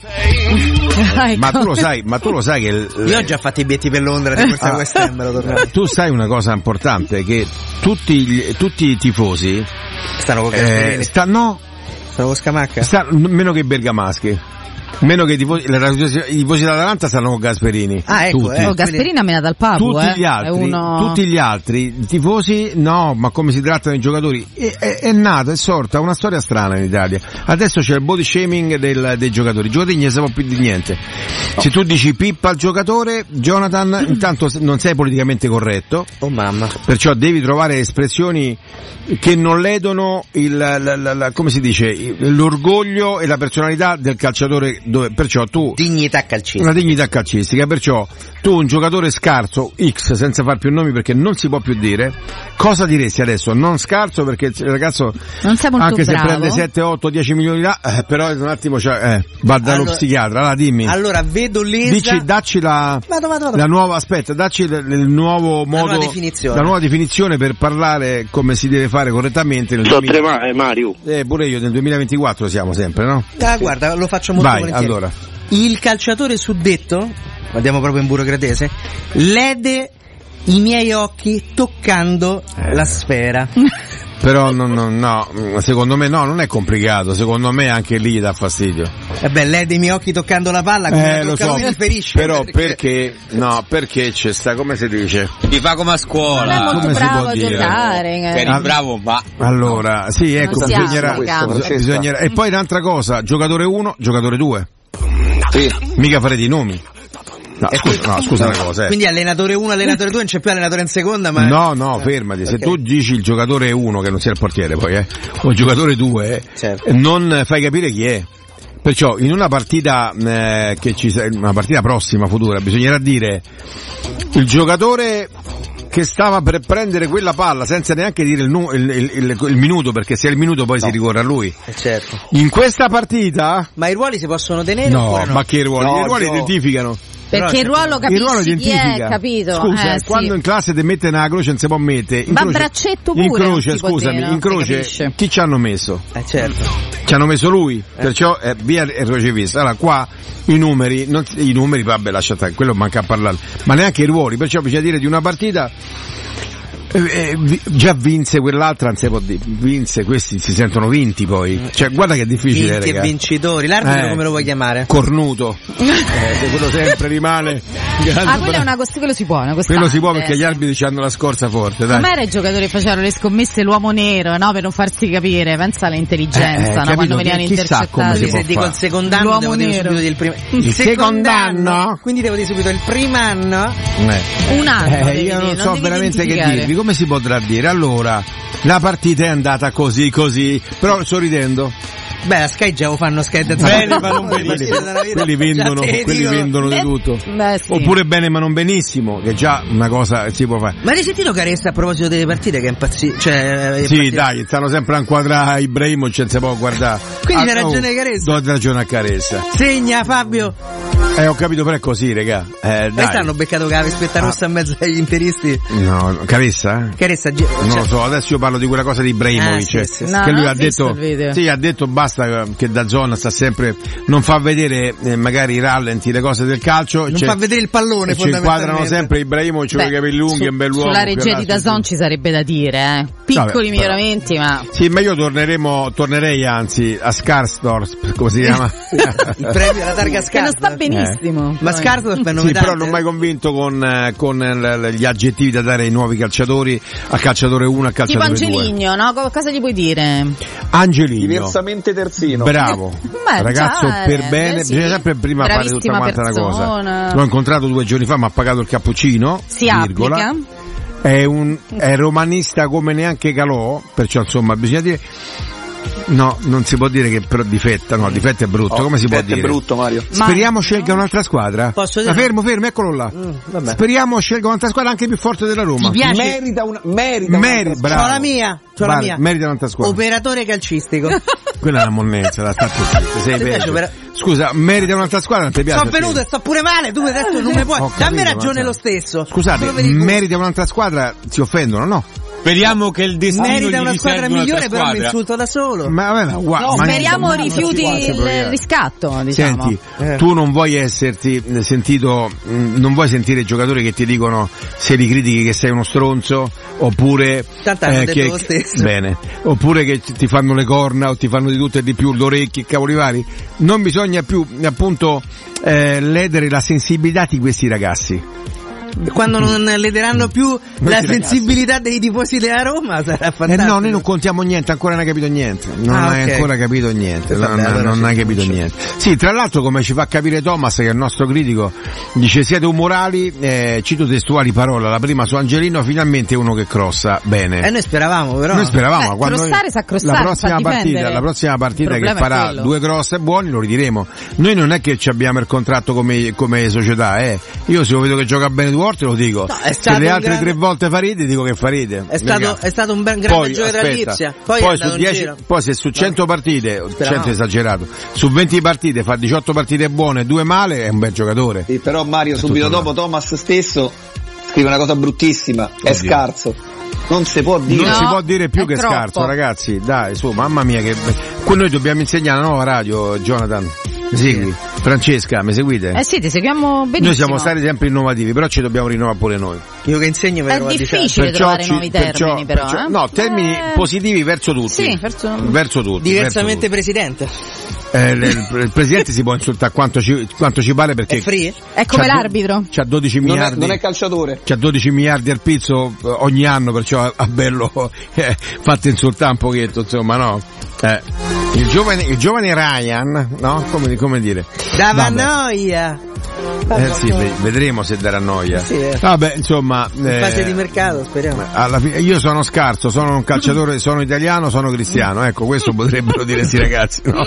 Ma tu lo sai che io ho già fatto i biglietti per Londra di questa West Ham. Tu sai una cosa importante, che tutti i tifosi stanno con Gasperini. Stanno con Scamacca. Meno che i bergamaschi. Meno che i tifosi dell'Atalanta stanno con Gasperini. Ecco, Gasperini ha menato al Papu. Tutti gli altri tifosi no, ma come si trattano i giocatori? È sorta una storia strana in Italia. Adesso c'è il body shaming dei giocatori. I giocatori non ne sanno più di niente. Se tu dici pippa al giocatore, Jonathan, intanto non sei politicamente corretto. Oh mamma. Perciò devi trovare espressioni che non ledono come si dice, l'orgoglio e la personalità del calciatore. Perciò tu dignità calcistica, una dignità calcistica, perciò tu un giocatore scarso X, senza far più nomi perché non si può più dire, cosa diresti adesso? Non scarso perché il ragazzo non sei molto anche bravo. Se prende 7, 8, 10 milioni là, però un attimo va dallo psichiatra. Allora dimmi, allora vedo l'esa, dacci la nuova, aspetta, dacci il nuovo modo, la nuova definizione per parlare come si deve fare correttamente nel Mario. Pure io nel 2024 siamo sempre, no? Guarda, lo faccio molto volentieri. Allora, il calciatore suddetto, andiamo proprio in burocratese, lede i miei occhi toccando la sfera. Però no, secondo me non è complicato, secondo me anche lì dà fastidio. Lede i miei occhi toccando la palla, come lo so, lui riferisce. Però perché c'è sta, come si dice? Ti fa come a scuola. Non è molto come bravo si può a giocare. Eri bravo, ma allora, sì, ecco, bisognerà. E poi un'altra cosa, giocatore 1, giocatore 2. Sì. Mica fare di nomi. Scusa una cosa. Quindi allenatore 1, allenatore 2, non c'è più allenatore in seconda, ma... No, fermati. Se tu dici il giocatore 1, che non sia il portiere poi, o il giocatore 2, non fai capire chi è. Perciò in una partita una partita prossima, futura, bisognerà dire il giocatore che stava per prendere quella palla senza neanche dire il minuto, perché se è il minuto poi si ricorre a lui. Certo. In questa partita... Ma i ruoli si possono tenere? No, no? Ma che ruoli? I ruoli identificano. Perché il ruolo capisci chi è, capito? Scusa, quando in classe ti mette una croce non si può mettere. Ma braccetto pure. In croce, chi ci hanno messo? Certo. Ci hanno messo lui, perciò via il crocifisso. Allora qua i numeri, vabbè, lascia stare, quello manca a parlare. Ma neanche i ruoli, perciò bisogna dire di una partita Già vinse quell'altra, non si può dire. Vinse, questi si sentono vinti poi. Cioè, guarda che è difficile. Vinti e vincitori. L'arbitro come lo vuoi chiamare? Cornuto. Se quello sempre rimane. Quella è una quello si può, quello si può perché gli arbitri hanno la scorza forte. Dai. Com'era i giocatori che facevano le scommesse l'uomo nero, no? Per non farsi capire, pensa all'intelligenza, no? Quando venivano intercettati. Se dico il secondo anno devo dire subito il primo. Il secondo anno? Quindi devo dire subito il primo anno? Un anno. Io non so veramente che dirvi. Come si potrà dire? Allora, la partita è andata così, però sorridendo. Beh, a Sky già lo fanno Sky bene ma non benissimo. Quelli vendono di tutto. Beh, sì. Oppure bene ma non benissimo, che è già una cosa si può fare. Ma hai sentito Caressa a proposito delle partite che è impazzito? Sì, dai, stanno sempre a inquadrare Ibrahimovic, non si può guardare. Quindi c'ha ragione Caressa. Do ragione a Caressa. Segna Fabio. Ho capito, però è così, regà. E stanno beccato che la rispetta rossa in mezzo agli interisti. No, Caressa? Caressa, non lo so, adesso io parlo di quella cosa di Ibrahimovic. Sì. Che lui ha detto. Sì, ha detto basta che da zona sta sempre, non fa vedere magari i rallenti, le cose del calcio, non fa vedere il pallone, ci inquadrano sempre Ibrahimovic con i capelli lunghi e un bell'uomo. Sulla regia di DAZN ci sarebbe da dire, piccoli miglioramenti, ma sì, ma io tornerei anzi a Skarsdorp, come si chiama? Il premio alla targa Skarsdorp, che non sta benissimo. Ma Skarsdorp è sì, però non ho mai convinto con gli aggettivi da dare ai nuovi calciatori, a calciatore 1, a calciatore 2. Tipo Angelino, no? Cosa gli puoi dire? Angelino diversamente terzino, bravo. Ragazzo per bene, sì. Bisogna sempre prima fare tutta quanta una cosa. L'ho incontrato 2 giorni fa, mi ha pagato il cappuccino, virgola. È romanista come neanche Calò, perciò insomma bisogna dire. No, non si può dire che però difetta, no, difetto è brutto, come si può dire? È brutto, Mario. Speriamo scelga un'altra squadra. Posso dire? Fermo, eccolo là. Speriamo scelga un'altra squadra anche più forte della Roma. Ti piace? Merita. Bravo. C'ho la mia. Merita un'altra squadra. Operatore calcistico. Quella è una monnezza, la sta Scusa, merita un'altra squadra, non ti piace? Sono venuto e sto pure male, tu adesso non mi puoi. Dammi ragione lo stesso. Scusate, merita un'altra squadra, si offendono, no? Speriamo che il destino merita una squadra migliore, però mi insulto da solo. Speriamo rifiuti il riscatto, diciamo. Senti, tu non vuoi esserti sentito, non vuoi sentire i giocatori che ti dicono se li critichi che sei uno stronzo, oppure detto lo stesso. Bene, oppure che ti fanno le corna o ti fanno di tutto e di più, le orecchie, cavoli vari. Non bisogna più appunto ledere la sensibilità di questi ragazzi. Quando non lederanno più la sensibilità dei tifosi della Roma sarà fantastico. No, noi non contiamo niente, ancora non hai capito niente. Non hai ancora capito niente. Non hai capito niente. Sì, tra l'altro, come ci fa capire Thomas, che è il nostro critico, dice siete umorali, cito testuali parole, la prima su Angelino, finalmente uno che crossa bene. E noi speravamo, però. Quando crossare sa crossare, la prossima partita che farà 2 cross e buoni lo ridiremo. Noi non è che abbiamo il contratto come società, Io se lo vedo che gioca bene 2 volte lo dico. No, se le altre 3 volte farete dico che farete. È stato un ben grande gioco tra Lipsia. Poi se su 100 partite, 100 esagerato, su 20 partite fa 18 partite buone e 2 male, è un bel giocatore. Sì, però Mario subito dopo Thomas stesso scrive una cosa bruttissima, è scarso. Non si può dire. Non si può dire più che scarso, ragazzi. Dai, su, mamma mia che noi dobbiamo insegnare una nuova radio, Jonathan. Mi segui? Francesca, mi seguite? Sì, ti seguiamo benissimo. Noi siamo stati sempre innovativi, però ci dobbiamo rinnovare pure noi. Io che insegno me è difficile trovare nuovi termini, però. No, termini positivi verso tutti. Sì, verso tutti. Diversamente presidente. Il presidente si può insultare quanto ci pare perché è free? È come l'arbitro. C'ha 12 miliardi. Non è calciatore. C'ha 12 miliardi al pizzo ogni anno, perciò a bello fate insultare un pochetto, insomma, no? Il giovane Ryan, no? Come dire? Dava noia. Sì, vedremo se darà noia. Sì, Vabbè, insomma. In fase di mercato, speriamo. Alla fine, io sono scarso, sono un calciatore, sono italiano, sono cristiano. Ecco, questo potrebbero dire sti ragazzi, no?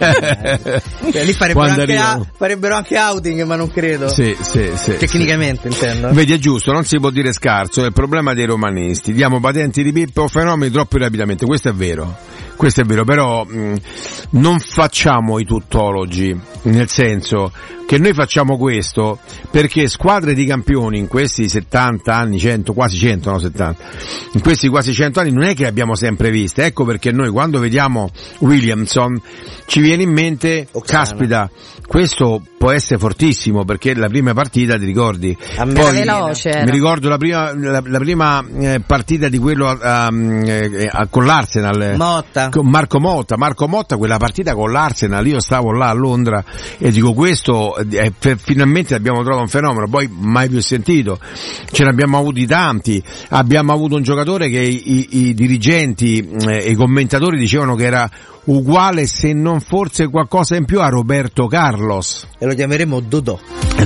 Lì farebbero anche outing, ma non credo. Sì. Tecnicamente intendo. Vedi, è giusto, non si può dire scarso, è il problema dei romanisti. Diamo patenti di pippe o fenomeni troppo rapidamente, questo è vero, però non facciamo i tuttologi, nel senso, che noi facciamo questo perché squadre di campioni in questi 70 anni, 100, quasi 100, no 70, in questi quasi 100 anni non è che le abbiamo sempre viste. Ecco perché noi quando vediamo Williamson ci viene in mente, caspita, questo può essere fortissimo, perché la prima partita, ti ricordi? Poi, mi ricordo la prima partita di quello con l'Arsenal, con Marco Motta, quella partita con l'Arsenal, io stavo là a Londra e dico questo finalmente abbiamo trovato un fenomeno, poi mai più sentito, ce ne abbiamo avuti tanti, abbiamo avuto un giocatore che i dirigenti e i commentatori dicevano che era uguale, se non forse qualcosa in più, a Roberto Carlos, e lo chiameremo Dodò,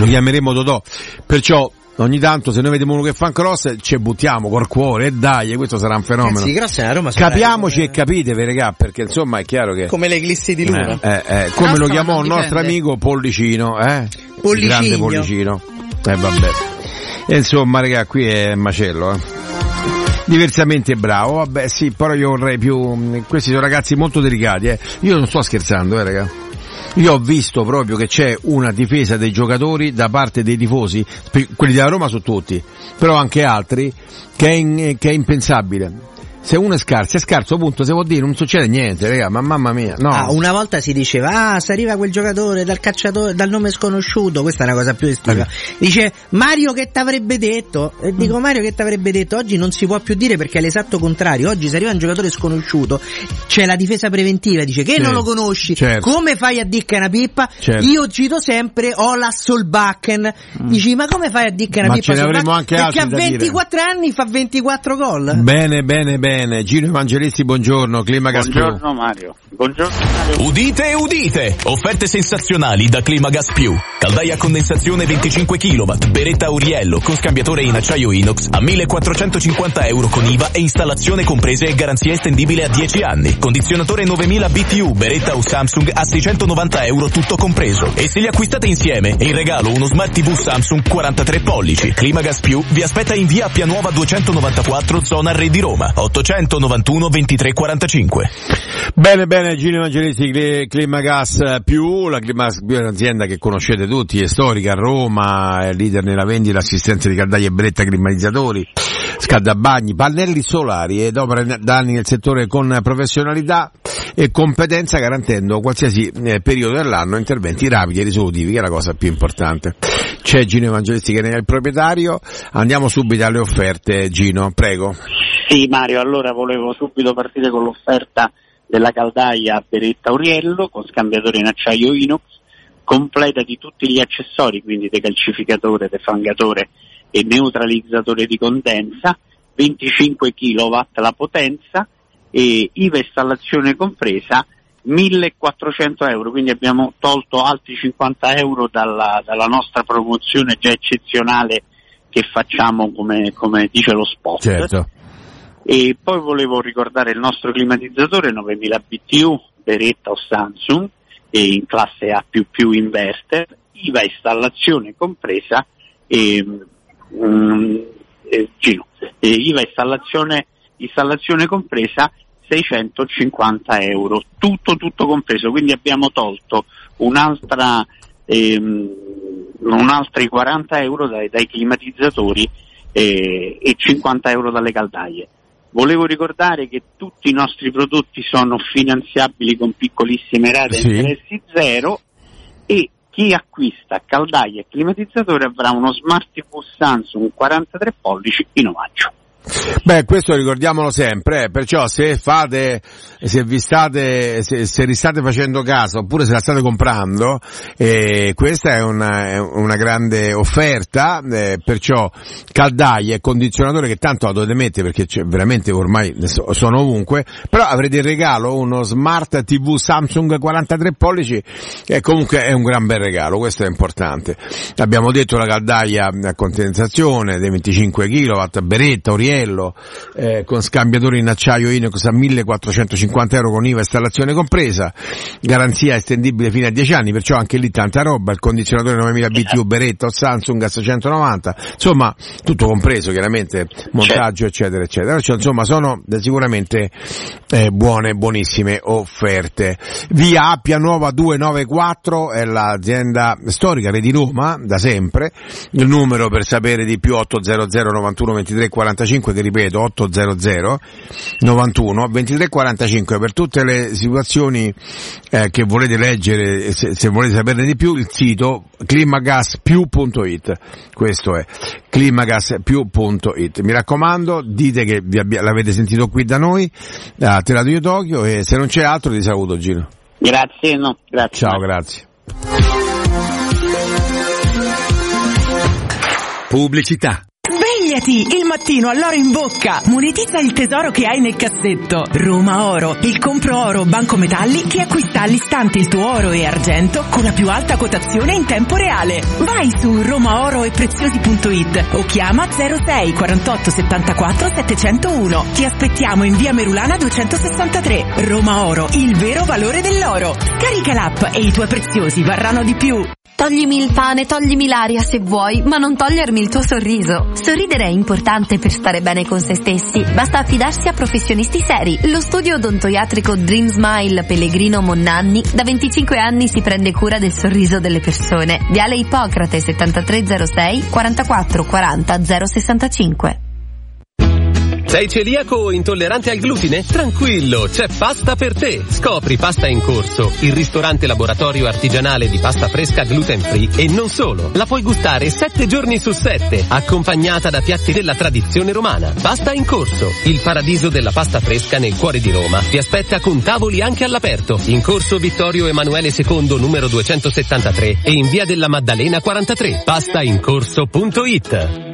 perciò ogni tanto se noi vediamo uno che fa un cross ci buttiamo col cuore e dai, questo sarà un fenomeno. Sì, cross è a Roma, capiamoci e capite, regà, perché insomma è chiaro che come le eclissi di luna, come lo chiamò il nostro amico Pollicino, grande Pollicino, vabbè, e insomma regà, qui è macello, diversamente bravo, vabbè sì, però io vorrei più, questi sono ragazzi molto delicati, io non sto scherzando, raga. Io ho visto proprio che c'è una difesa dei giocatori da parte dei tifosi, quelli della Roma su tutti, però anche altri, che è impensabile. Se uno è scarso, appunto, se vuol dire non succede niente, raga, ma mamma mia, no. Una volta si diceva, se arriva quel giocatore dal calciatore, dal nome sconosciuto, questa è una cosa più estiva. Dice, Mario che t'avrebbe detto? E dico, Mario che t'avrebbe detto? Oggi non si può più dire, perché è l'esatto contrario. Oggi se arriva un giocatore sconosciuto, c'è la difesa preventiva, dice che non lo conosci, come fai a dire che è una pippa? Io cito sempre Ola Solbakken, dici, ma come fai a dire che è una pippa? Ce ne avremo anche perché altri, a 24 anni fa 24 gol. Bene, Gino Evangelisti, buongiorno. Climagas Più. Buongiorno Mario. Buongiorno Mario. Udite, offerte sensazionali da Climagas Più. Caldaia a condensazione 25 kW, beretta Auriello con scambiatore in acciaio inox a €1.450 con IVA e installazione comprese e garanzia estendibile a 10 anni. Condizionatore 9000 BTU, beretta o Samsung a €690 tutto compreso. E se li acquistate insieme, in regalo uno Smart TV Samsung 43 pollici. Climagas Più vi aspetta in via Appia Nuova 294, zona Re di Roma. 891 23 45. Bene, Gino Evangelisti, Climagas Più. La Climagas Più è un'azienda che conoscete tutti, è storica a Roma, è leader nella vendita, assistenza di caldaie e beretta, climatizzatori, scaldabagni, pannelli solari ed opera da anni nel settore con professionalità e competenza, garantendo qualsiasi periodo dell'anno interventi rapidi e risolutivi, che è la cosa più importante. C'è Gino Evangelisti che ne è il proprietario. Andiamo subito alle offerte, Gino, prego. Sì Mario, allora volevo subito partire con l'offerta della caldaia a beretta Auriello con scambiatore in acciaio inox, completa di tutti gli accessori, quindi decalcificatore, defangatore e neutralizzatore di condensa, 25 kW la potenza e IVA installazione compresa, €1.400, quindi abbiamo tolto altri €50 dalla nostra promozione già eccezionale che facciamo come dice lo spot. Certo. E poi volevo ricordare il nostro climatizzatore 9000 BTU, beretta o Samsung, in classe A++ inverter, IVA installazione compresa, IVA installazione compresa €650, tutto compreso, quindi abbiamo tolto altri €40 dai climatizzatori e €50 dalle caldaie. Volevo ricordare che tutti i nostri prodotti sono finanziabili con piccolissime rate e interessi zero, e chi acquista caldaie e climatizzatore avrà uno Smart TV Samsung 43 pollici in omaggio. Beh, questo ricordiamolo sempre, perciò se vi state facendo caso, oppure se la state comprando, questa è una grande offerta, perciò caldaie e condizionatore, che tanto la dovete mettere perché veramente ormai sono ovunque, però avrete in regalo uno Smart TV Samsung 43 pollici, e comunque è un gran bel regalo, questo è importante. Abbiamo detto la caldaia a condensazione dei 25 kW, beretta Auriello, con scambiatore in acciaio inox a €1.450 con IVA installazione compresa, garanzia estendibile fino a 10 anni, perciò anche lì tanta roba, il condizionatore 9000 BTU beretta o Samsung a €690, insomma tutto compreso, chiaramente montaggio eccetera eccetera, cioè, insomma sono sicuramente buonissime offerte. Via Appia Nuova 294 è l'azienda storica di Roma da sempre. Il numero per sapere di più 800 91 23 45, che ripeto 800 91 23 45 per tutte le situazioni che volete leggere. Se volete saperne di più, il sito climagaspiù.it, questo è climagaspiù.it. Mi raccomando, dite che l'avete sentito qui da noi a Teleradio Tokyo, e se non c'è altro ti saluto, Gino. Grazie, no, grazie. Ciao, grazie. Pubblicità. Svegliati il mattino all'oro in bocca. Monetizza il tesoro che hai nel cassetto. Roma Oro, il compro oro banco metalli che acquista all'istante il tuo oro e argento con la più alta quotazione in tempo reale. Vai su romaoroepreziosi.it o chiama 06 48 74 701. Ti aspettiamo in via Merulana 263. Roma Oro, il vero valore dell'oro. Scarica l'app e i tuoi preziosi varranno di più. Toglimi il pane, toglimi l'aria se vuoi, ma non togliermi il tuo sorriso. Sorridere è importante per stare bene con se stessi. Basta affidarsi a professionisti seri. Lo studio odontoiatrico Dream Smile Pellegrino Monnanni da 25 anni si prende cura del sorriso delle persone. Viale Ippocrate 7306 44 40 065. Sei celiaco o intollerante al glutine? Tranquillo, c'è Pasta per te. Scopri Pasta in Corso, il ristorante laboratorio artigianale di pasta fresca gluten free, e non solo. La puoi gustare 7 giorni su 7, accompagnata da piatti della tradizione romana. Pasta in Corso, il paradiso della pasta fresca nel cuore di Roma. Ti aspetta con tavoli anche all'aperto. In Corso Vittorio Emanuele II numero 273 e in via della Maddalena 43. Pastaincorso.it.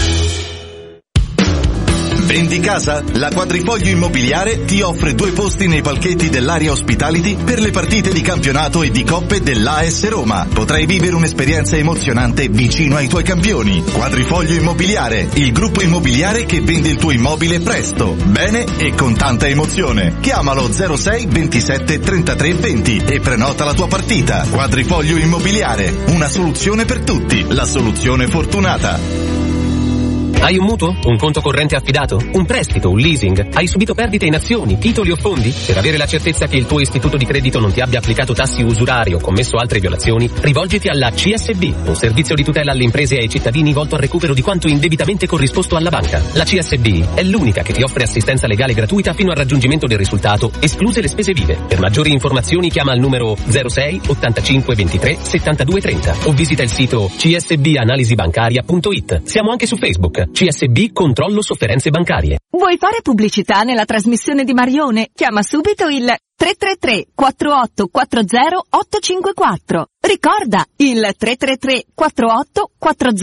Vendi casa? La Quadrifoglio Immobiliare ti offre 2 posti nei palchetti dell'area Hospitality per le partite di campionato e di coppe dell'AS Roma. Potrai vivere un'esperienza emozionante vicino ai tuoi campioni. Quadrifoglio Immobiliare, il gruppo immobiliare che vende il tuo immobile presto, bene e con tanta emozione. Chiamalo 06 27 33 20 e prenota la tua partita. Quadrifoglio Immobiliare, una soluzione per tutti, la soluzione fortunata. Hai un mutuo? Un conto corrente affidato? Un prestito? Un leasing? Hai subito perdite in azioni, titoli o fondi? Per avere la certezza che il tuo istituto di credito non ti abbia applicato tassi usurari o commesso altre violazioni, rivolgiti alla CSB, un servizio di tutela alle imprese e ai cittadini volto al recupero di quanto indebitamente corrisposto alla banca. La CSB è l'unica che ti offre assistenza legale gratuita fino al raggiungimento del risultato, escluse le spese vive. Per maggiori informazioni chiama al numero 06 85 23 72 30 o visita il sito csbanalisibancaria.it. Siamo anche su Facebook. CSB Controllo Sofferenze Bancarie. Vuoi fare pubblicità nella trasmissione di Marione? Chiama subito il 333 4840 854. Ricorda, il 333 4840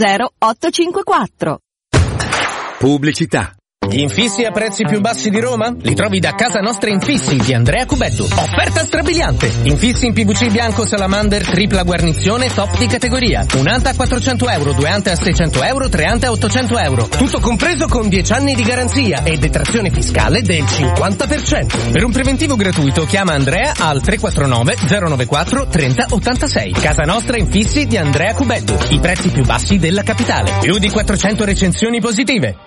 854. Pubblicità. Gli infissi a prezzi più bassi di Roma? Li trovi da Casa Nostra Infissi di Andrea Cubeddu. Offerta strabiliante! Infissi in PVC bianco Salamander tripla guarnizione top di categoria. Un ante a 400 euro, 2 ante a 600 euro, 3 ante a 800 euro. Tutto compreso con 10 anni di garanzia e detrazione fiscale del 50%. Per un preventivo gratuito chiama Andrea al 349 094 30 86. Casa Nostra Infissi di Andrea Cubeddu. I prezzi più bassi della capitale. Più di 400 recensioni positive.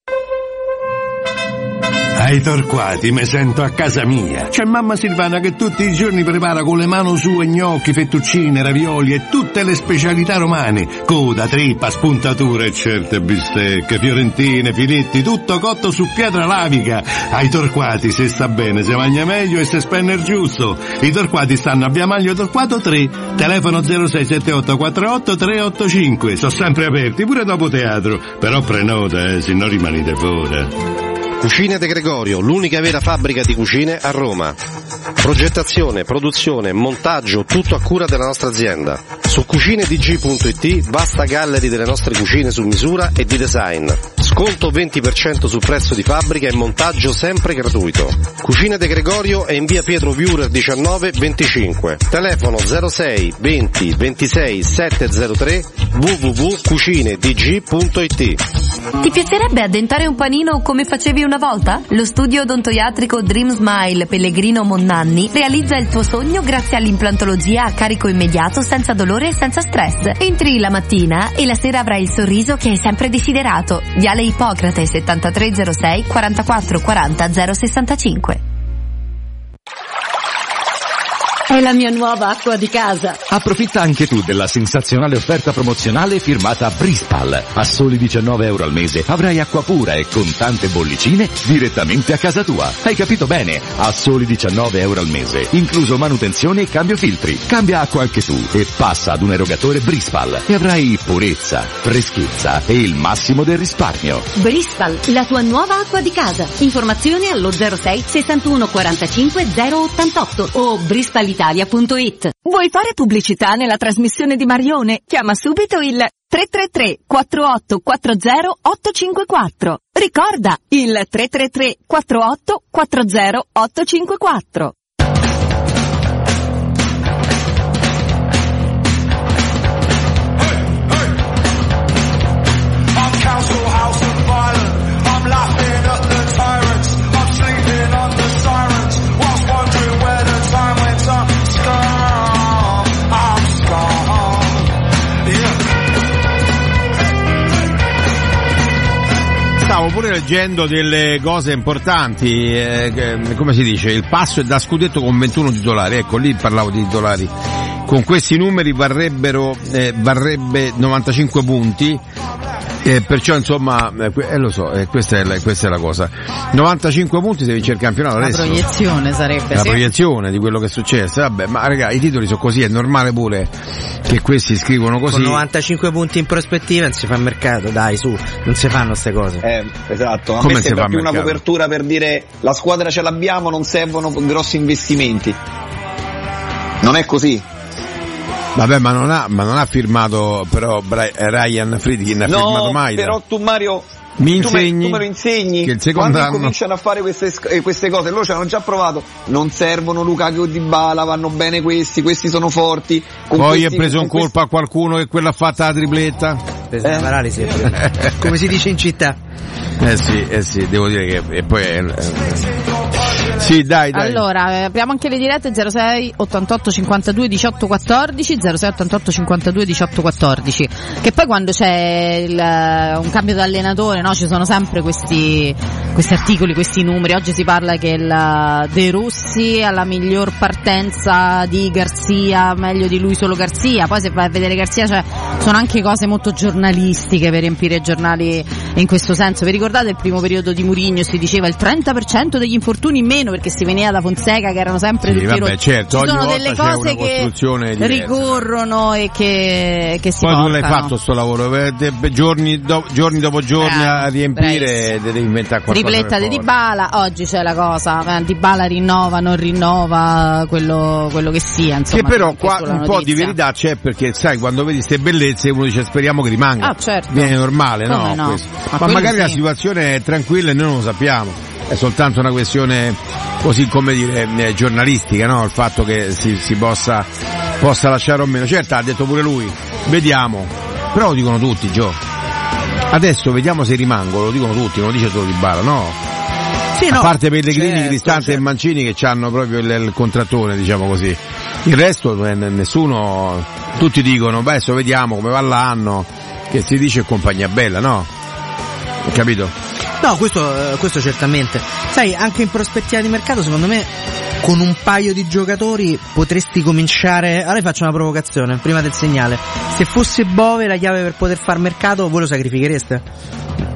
Ai Torquati mi sento a casa mia. C'è mamma Silvana che tutti i giorni prepara con le mani sue gnocchi, fettuccine, ravioli e tutte le specialità romane. Coda, trippa, spuntatura e certe bistecche, fiorentine, filetti, tutto cotto su pietra lavica. Ai Torquati si sta bene, si mangia meglio e si spende il giusto. I Torquati stanno a via Maglio Torquato 3, telefono 0678 48 385. Sono sempre aperti pure dopo teatro, però prenota, se no rimanete fuori. Cucine De Gregorio, l'unica vera fabbrica di cucine a Roma. Progettazione, produzione, montaggio, tutto a cura della nostra azienda. Su cucinedg.it vasta gallery delle nostre cucine su misura e di design. Sconto 20% sul prezzo di fabbrica e montaggio sempre gratuito. Cucine De Gregorio è in via Pietro Viurer 19 25. Telefono 06 20 26 703 www.cucinedg.it. Ti piacerebbe addentare un panino come facevi una volta? Lo studio odontoiatrico Dream Smile Pellegrino Monnanni realizza il tuo sogno grazie all'implantologia a carico immediato, senza dolore e senza stress. Entri la mattina e la sera avrai il sorriso che hai sempre desiderato. Viale Ippocrate 7306 44 40 065. È la mia nuova acqua di casa. Approfitta anche tu della sensazionale offerta promozionale firmata Brispal. A soli €19 al mese avrai acqua pura e con tante bollicine direttamente a casa tua. Hai capito bene? A soli €19 al mese, incluso manutenzione e cambio filtri. Cambia acqua anche tu e passa ad un erogatore Brispal e avrai purezza, freschezza e il massimo del risparmio. Brispal, la tua nuova acqua di casa. Informazioni allo 06 61 45 088 o brispalitalia.it. Vuoi fare pubblicità nella trasmissione di Marione? Chiama subito il 333 4840 854. Ricorda, il 333 4840 854. Stavo pure leggendo delle cose importanti, come si dice, il passo è da scudetto con 21 titolari, ecco lì parlavo di titolari, con questi numeri varrebbe 95 punti, perciò insomma, lo so, questa è la cosa, 95 punti se vince il campionato la adesso. Proiezione sarebbe, la sì. proiezione di quello che è successo, vabbè, ma raga, i titoli sono così, è normale pure che questi scrivono così. Con 95 punti in prospettiva non si fa mercato, dai, su, non si fanno queste cose. Esatto, a Come me si sembra fa più una mercato? copertura per dire la squadra ce l'abbiamo, non servono grossi investimenti. Non è così. Vabbè, ma non ha firmato però Ryan Friedkin, ha firmato mai. Però tu Mario mi tu me lo insegni che il secondo quando anno cominciano a fare queste cose, loro ci hanno già provato, non servono Lukaku o Dybala, vanno bene questi sono forti. Poi è preso in colpa a qualcuno che quello ha fatto la tripletta. Paralisi, come si dice in città. Sì, devo dire che e poi sì, dai. Allora, apriamo anche le dirette 06 88 52 18 14, 06 88 52 18 14. Che poi quando c'è un cambio d'allenatore, no, ci sono sempre questi articoli, questi numeri. Oggi si parla che De Rossi ha la miglior partenza di Garzia, meglio di lui solo Garzia. Poi se vai a vedere Garzia, cioè, sono anche cose molto giornalistiche per riempire i giornali in questo senso. Vi ricordate il primo periodo di Mourinho? Si diceva il 30% degli infortuni in meno perché si veniva da Fonseca che erano sempre sì, vabbè, certo, ci sono delle cose che ricorrono e che si poi portano. Tu l'hai fatto sto lavoro giorni dopo giorni a riempire, devi inventare qualcosa. Tripletta di Dybala, oggi c'è la cosa, Dybala rinnova, non rinnova, quello che sia, insomma. Che però qua un po' di verità c'è, perché sai, quando vedi ste bellezze uno dice speriamo che rimanga. Certo. Viene normale, no? Ma magari la situazione è tranquilla e noi non lo sappiamo. È soltanto una questione così, come dire, giornalistica, no? Il fatto che si possa lasciare o meno. Certo, ha detto pure lui, vediamo, però lo dicono tutti, Gio. Adesso vediamo se rimangono, lo dicono tutti, non lo dice solo Dybala, no? Sì, a parte Pellegrini, Cristante e Mancini che hanno proprio il contrattone, diciamo così. Il resto nessuno, tutti dicono, adesso vediamo come va l'anno, che si dice compagnia bella, no? Capito? No, questo certamente. Sai, anche in prospettiva di mercato, secondo me, con un paio di giocatori potresti cominciare. Allora faccio una provocazione prima del segnale. Se fosse Bove la chiave per poter far mercato, voi lo sacrifichereste?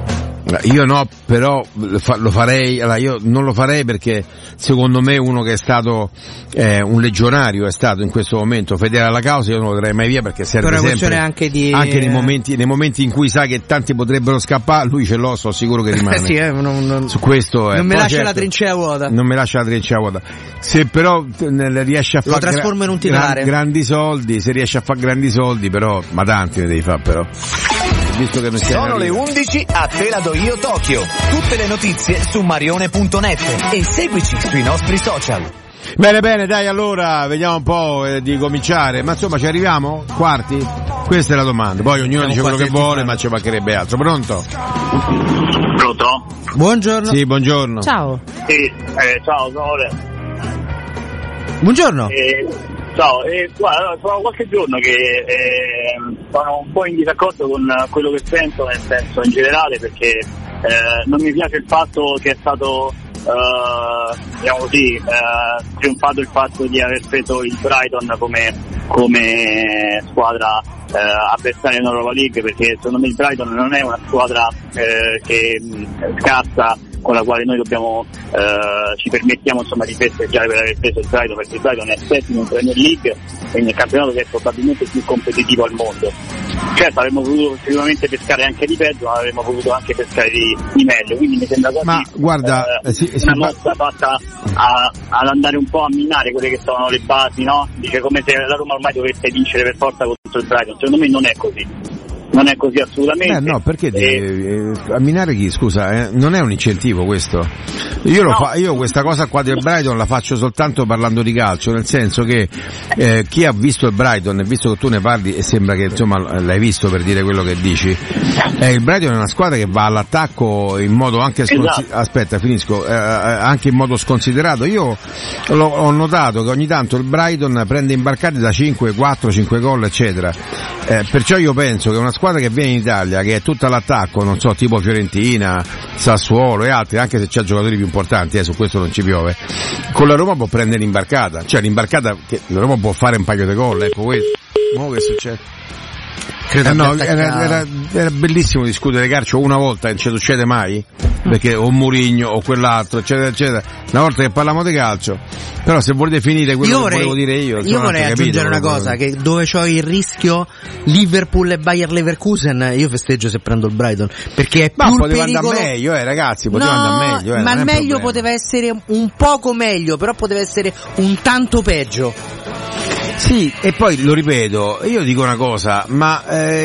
Io no, però lo farei. Allora, io non lo farei perché secondo me uno che è stato un legionario, è stato in questo momento fedele alla causa, io non lo darei mai via, perché serve però sempre anche nei momenti in cui sai che tanti potrebbero scappare, lui ce l'ho, sono sicuro che rimane. Sì, su questo non mi lascia certo, la trincea vuota. Non mi lascia la trincea vuota. Se però riesce a fare, lo trasformo in un titolare, grandi soldi, se riesce a fare grandi soldi, però, ma tanti ne devi fare, però. Visto che non sono le 11, a te la do io Tokyo. Tutte le notizie su marione.net e seguici sui nostri social. Bene, dai, allora vediamo un po' di cominciare, ma insomma ci arriviamo? Quarti? Questa è la domanda, poi ognuno dice quello che vuole, ma ci mancherebbe altro. Pronto? Pronto? Buongiorno. Sì, buongiorno. Ciao. Sì, ciao, sono buongiorno. Ciao, guarda, sono qualche giorno che sono un po' in disaccordo con quello che penso, nel senso in generale, perché non mi piace il fatto che è stato diciamo così, trionfato il fatto di aver preso il Brighton come squadra avversaria in Europa League, perché secondo me il Brighton non è una squadra che scarsa, con la quale noi dobbiamo ci permettiamo insomma di festeggiare per aver preso il Brighton, perché il Brighton è settimo in Premier League e nel campionato che è probabilmente più competitivo al mondo. Certo, avremmo potuto sicuramente pescare anche di peggio, ma avremmo potuto anche pescare di meglio, quindi mi sembra quasi una mossa fatta ad andare un po' a minare quelle che sono le basi, no? Dice come se la Roma ormai dovesse vincere per forza contro il Brighton. Secondo me non è così. Non è così assolutamente. No, perché a minare chi? Scusa, non è un incentivo questo. Io questa cosa qua del Brighton la faccio soltanto parlando di calcio, nel senso che chi ha visto il Brighton, e visto che tu ne parli e sembra che insomma l'hai visto per dire quello che dici, il Brighton è una squadra che va all'attacco in modo anche anche in modo sconsiderato. Io ho notato che ogni tanto il Brighton prende imbarcate da 4, 5 gol eccetera, perciò io penso che una squadra che viene in Italia, che è tutta all'attacco, non so, tipo Fiorentina, Sassuolo e altri, anche se c'ha giocatori più importanti, su questo non ci piove, con la Roma può prendere l'imbarcata, cioè l'imbarcata che la Roma può fare un paio di gol, ecco questo. Mo che succede? Era bellissimo discutere calcio una volta, non ci succede mai, perché o Mourinho o quell'altro eccetera eccetera, una volta che parliamo di calcio. Però se volete finire quello che volevo dire io vorrei aggiungere una cosa, che dove c'ho il rischio Liverpool e Bayer Leverkusen, io festeggio se prendo il Brighton, perché è più poteva andare meglio, ragazzi, poteva andare meglio, ma il meglio poteva essere un poco meglio, però poteva essere un tanto peggio. Sì, e poi lo ripeto, io dico una cosa, ma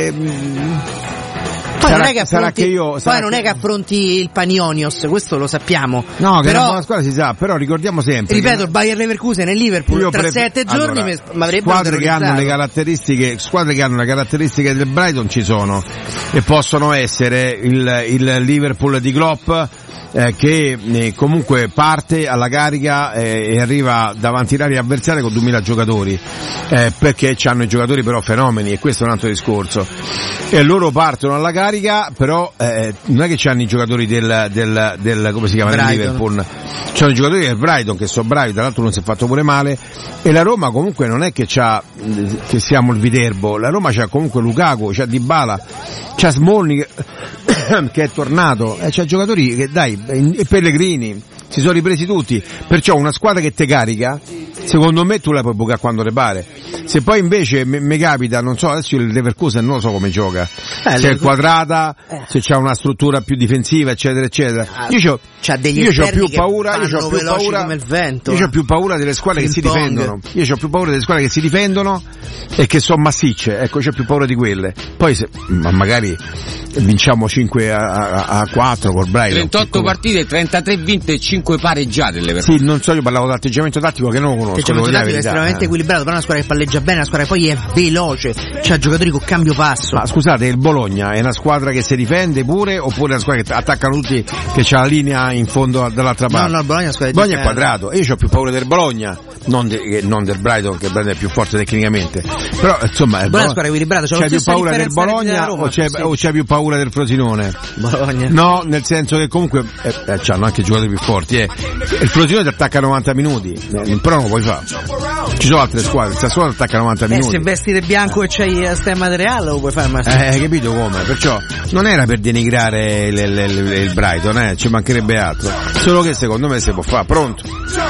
poi non è che affronti il Panionios, questo lo sappiamo. No, che però, è una buona squadra si sa, però ricordiamo sempre. Ripeto, il Bayer Leverkusen e il Liverpool tra 7 giorni mi avrebbero squadre che hanno le caratteristiche del Brighton ci sono, e possono essere il Liverpool di Klopp, che comunque parte alla carica e arriva davanti all'area avversaria con 2000 giocatori, perché hanno i giocatori però fenomeni, e questo è un altro discorso, e loro partono alla carica, però non è che c'hanno i giocatori del come si chiama, del Liverpool, c'hanno i giocatori del Brighton che sono bravi, tra l'altro non si è fatto pure male, e la Roma comunque non è che siamo il Viterbo, la Roma c'ha comunque Lukaku, c'ha Dybala, c'ha Smalling che è tornato, c'ha giocatori che e Pellegrini si sono ripresi tutti, perciò una squadra che te carica, secondo me tu la puoi bucare quando le pare. Se poi invece mi capita, non so, adesso il Leverkusen non lo so come gioca, se è quadrata, se c'ha una struttura più difensiva eccetera eccetera, io c'ho più paura delle squadre che si difendono, io c'ho più paura delle squadre che si difendono e che sono massicce, ecco, c'ho più paura di quelle. Poi magari vinciamo 5-4 col Brighton, 38 partite, 33 vinte e 5 pareggiate. Sì, non so, io parlavo di atteggiamento tattico che non lo conosco. L'atteggiamento tattico è estremamente equilibrato, però è una squadra che palleggia bene, una squadra che poi è veloce, c'ha giocatori con cambio passo. Ma scusate, il Bologna è una squadra che si difende pure, oppure è una squadra che attaccano tutti, che c'ha la linea in fondo dall'altra parte? No, il Bologna è una squadra Bologna è quadrato, e io ho più paura del Bologna, non del Brighton, che è più forte tecnicamente, però insomma il Bologna è una squadra equilibrata. C'è più paura del Bologna o c'è più paura del Frosinone? Bologna. No, nel senso che comunque c'hanno anche giocatori più forti, il Frosinone ti attacca 90 minuti, però non lo puoi fare. Ci sono altre squadre, il Sassuolo attacca 90 minuti. Se vesti di bianco e c'hai stemma di Real lo puoi fare, ma capito come? Perciò non era per denigrare il Brighton, ci mancherebbe altro. Solo che secondo me si può fare. Pronto?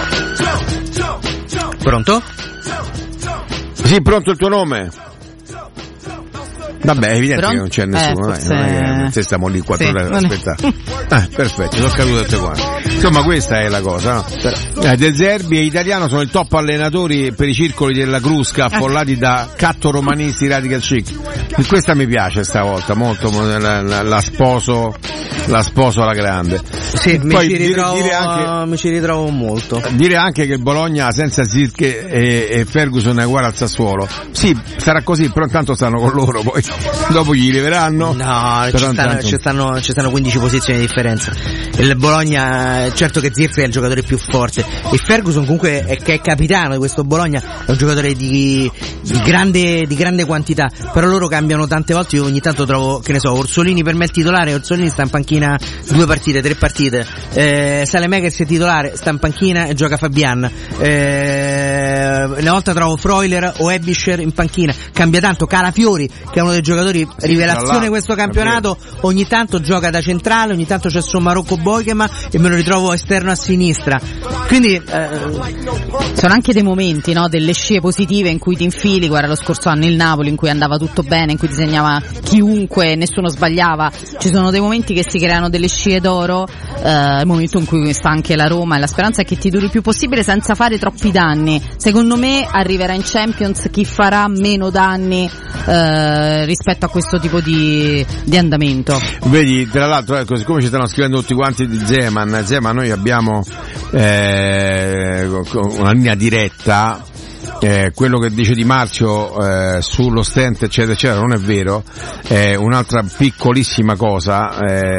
Sì, pronto il tuo nome? Vabbè, è evidente che non c'è nessuno, non è che stiamo lì 4 ore ad aspettare. Perfetto, l'ho caduto tutte quante. Insomma, questa è la cosa, no? De Zerbi e Italiano sono il top allenatori per i circoli della Crusca, affollati da catto romanisti radical chic. E questa mi piace stavolta, molto, la sposo alla grande. Sì, mi ci ritrovo molto. Dire anche che il Bologna senza Zirkzee e Ferguson è uguale al Sassuolo. Sì, sarà così, però intanto stanno con loro, poi dopo gli rileveranno. No, ci stanno 15 posizioni di differenza. Il Bologna, certo che Zirkzee è il giocatore più forte, e Ferguson comunque che è capitano di questo Bologna, è un giocatore di grande quantità, però loro cambiano tante volte. Io ogni tanto trovo, che ne so, Orsolini per me il titolare, Orsolini sta in panchina panchina 2 partite, 3 partite. Saelemaekers è titolare, sta in panchina e gioca Fabian. Una volta trovo Freuler o Ebischer in panchina, cambia tanto. Calafiori, che è uno dei giocatori rivelazione questo campionato, ogni tanto gioca da centrale, ogni tanto c'è Sommarocco Boikema e me lo ritrovo esterno a sinistra. Quindi sono anche dei momenti, no, delle scie positive in cui ti infili. Guarda lo scorso anno il Napoli, in cui andava tutto bene, in cui disegnava chiunque, nessuno sbagliava. Ci sono dei momenti che si creano delle scie d'oro, il momento in cui sta anche la Roma, e la speranza è che ti duri il più possibile senza fare troppi danni. Secondo me arriverà in Champions chi farà meno danni rispetto a questo tipo di andamento. Vedi, tra l'altro, ecco, siccome ci stanno scrivendo tutti quanti di Zeman, noi abbiamo una linea diretta. Quello che dice Di Marzio sullo stent eccetera eccetera non è vero. Un'altra piccolissima cosa,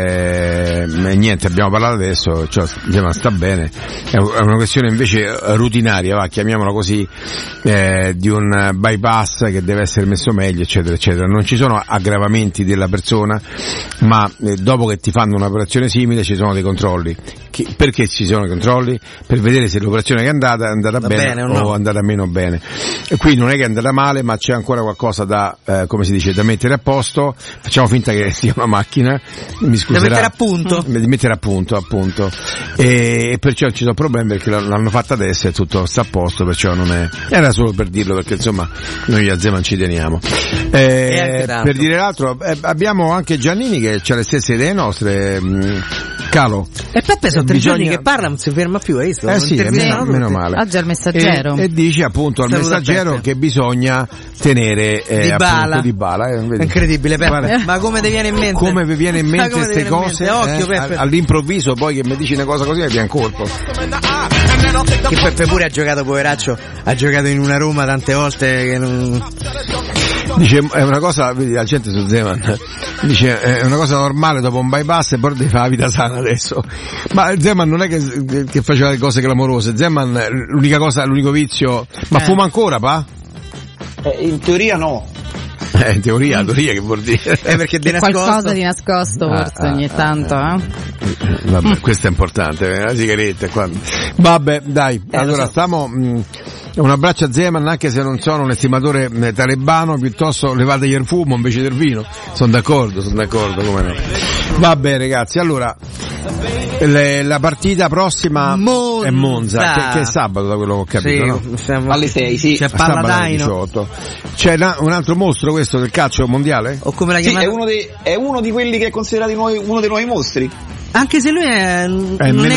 niente, abbiamo parlato adesso, cioè, ma sta bene, è una questione invece rutinaria, va, chiamiamola così, di un bypass che deve essere messo meglio eccetera eccetera. Non ci sono aggravamenti della persona, ma dopo che ti fanno un'operazione simile ci sono dei controlli. Perché ci sono i controlli? Per vedere se l'operazione che è andata bene o è andata meno bene. E qui non è che è andata male, ma c'è ancora qualcosa da, come si dice, da mettere a posto. Facciamo finta che sia una macchina, mi scuserà. Da mettere a punto? Di mettere a punto, appunto. E perciò ci sono problemi perché l'hanno fatta adesso e tutto sta a posto, perciò non è. Era solo per dirlo, perché insomma noi a Zeman ci teniamo. Per dire l'altro, abbiamo anche Giannini che ha le stesse idee nostre. Calo. E Peppe sono 3 giorni che parla, non si ferma più, hai visto? Sì, meno male. Oggi al Messaggero. E dice appunto al Messaggero che bisogna tenere Dybala. È incredibile, Peppe. Ma come ti viene in mente? Come vi viene in mente queste cose? Occhio, Peppe. All'improvviso poi che mi dici una cosa così mi viene colpo. Che Peppe pure ha giocato, poveraccio, ha giocato in una Roma tante volte che non... Dice, è una cosa, vedi la gente su Zeman, dice, è una cosa normale dopo un bypass e poi devi fare la vita sana adesso. Ma Zeman non è che faceva le cose clamorose, Zeman l'unico vizio, ma fuma ancora, pa? In teoria no. In teoria che vuol dire? Perché di nascosto. Qualcosa di nascosto forse ogni tanto, Vabbè, questo è importante, la sigaretta qua. Vabbè, dai, allora stiamo... Un abbraccio a Zeman, anche se non sono un estimatore talebano, piuttosto levategli il fumo invece del vino. Sono d'accordo, come no. Va bene ragazzi, allora la partita prossima è Monza, che è sabato da quello che ho capito, sì, no? Alle 6, sì. C'è Palladaino. 18. C'è un altro mostro questo del calcio mondiale? O come la chiamata? Sì, è uno di quelli che è considerato uno dei nuovi mostri. Anche se lui non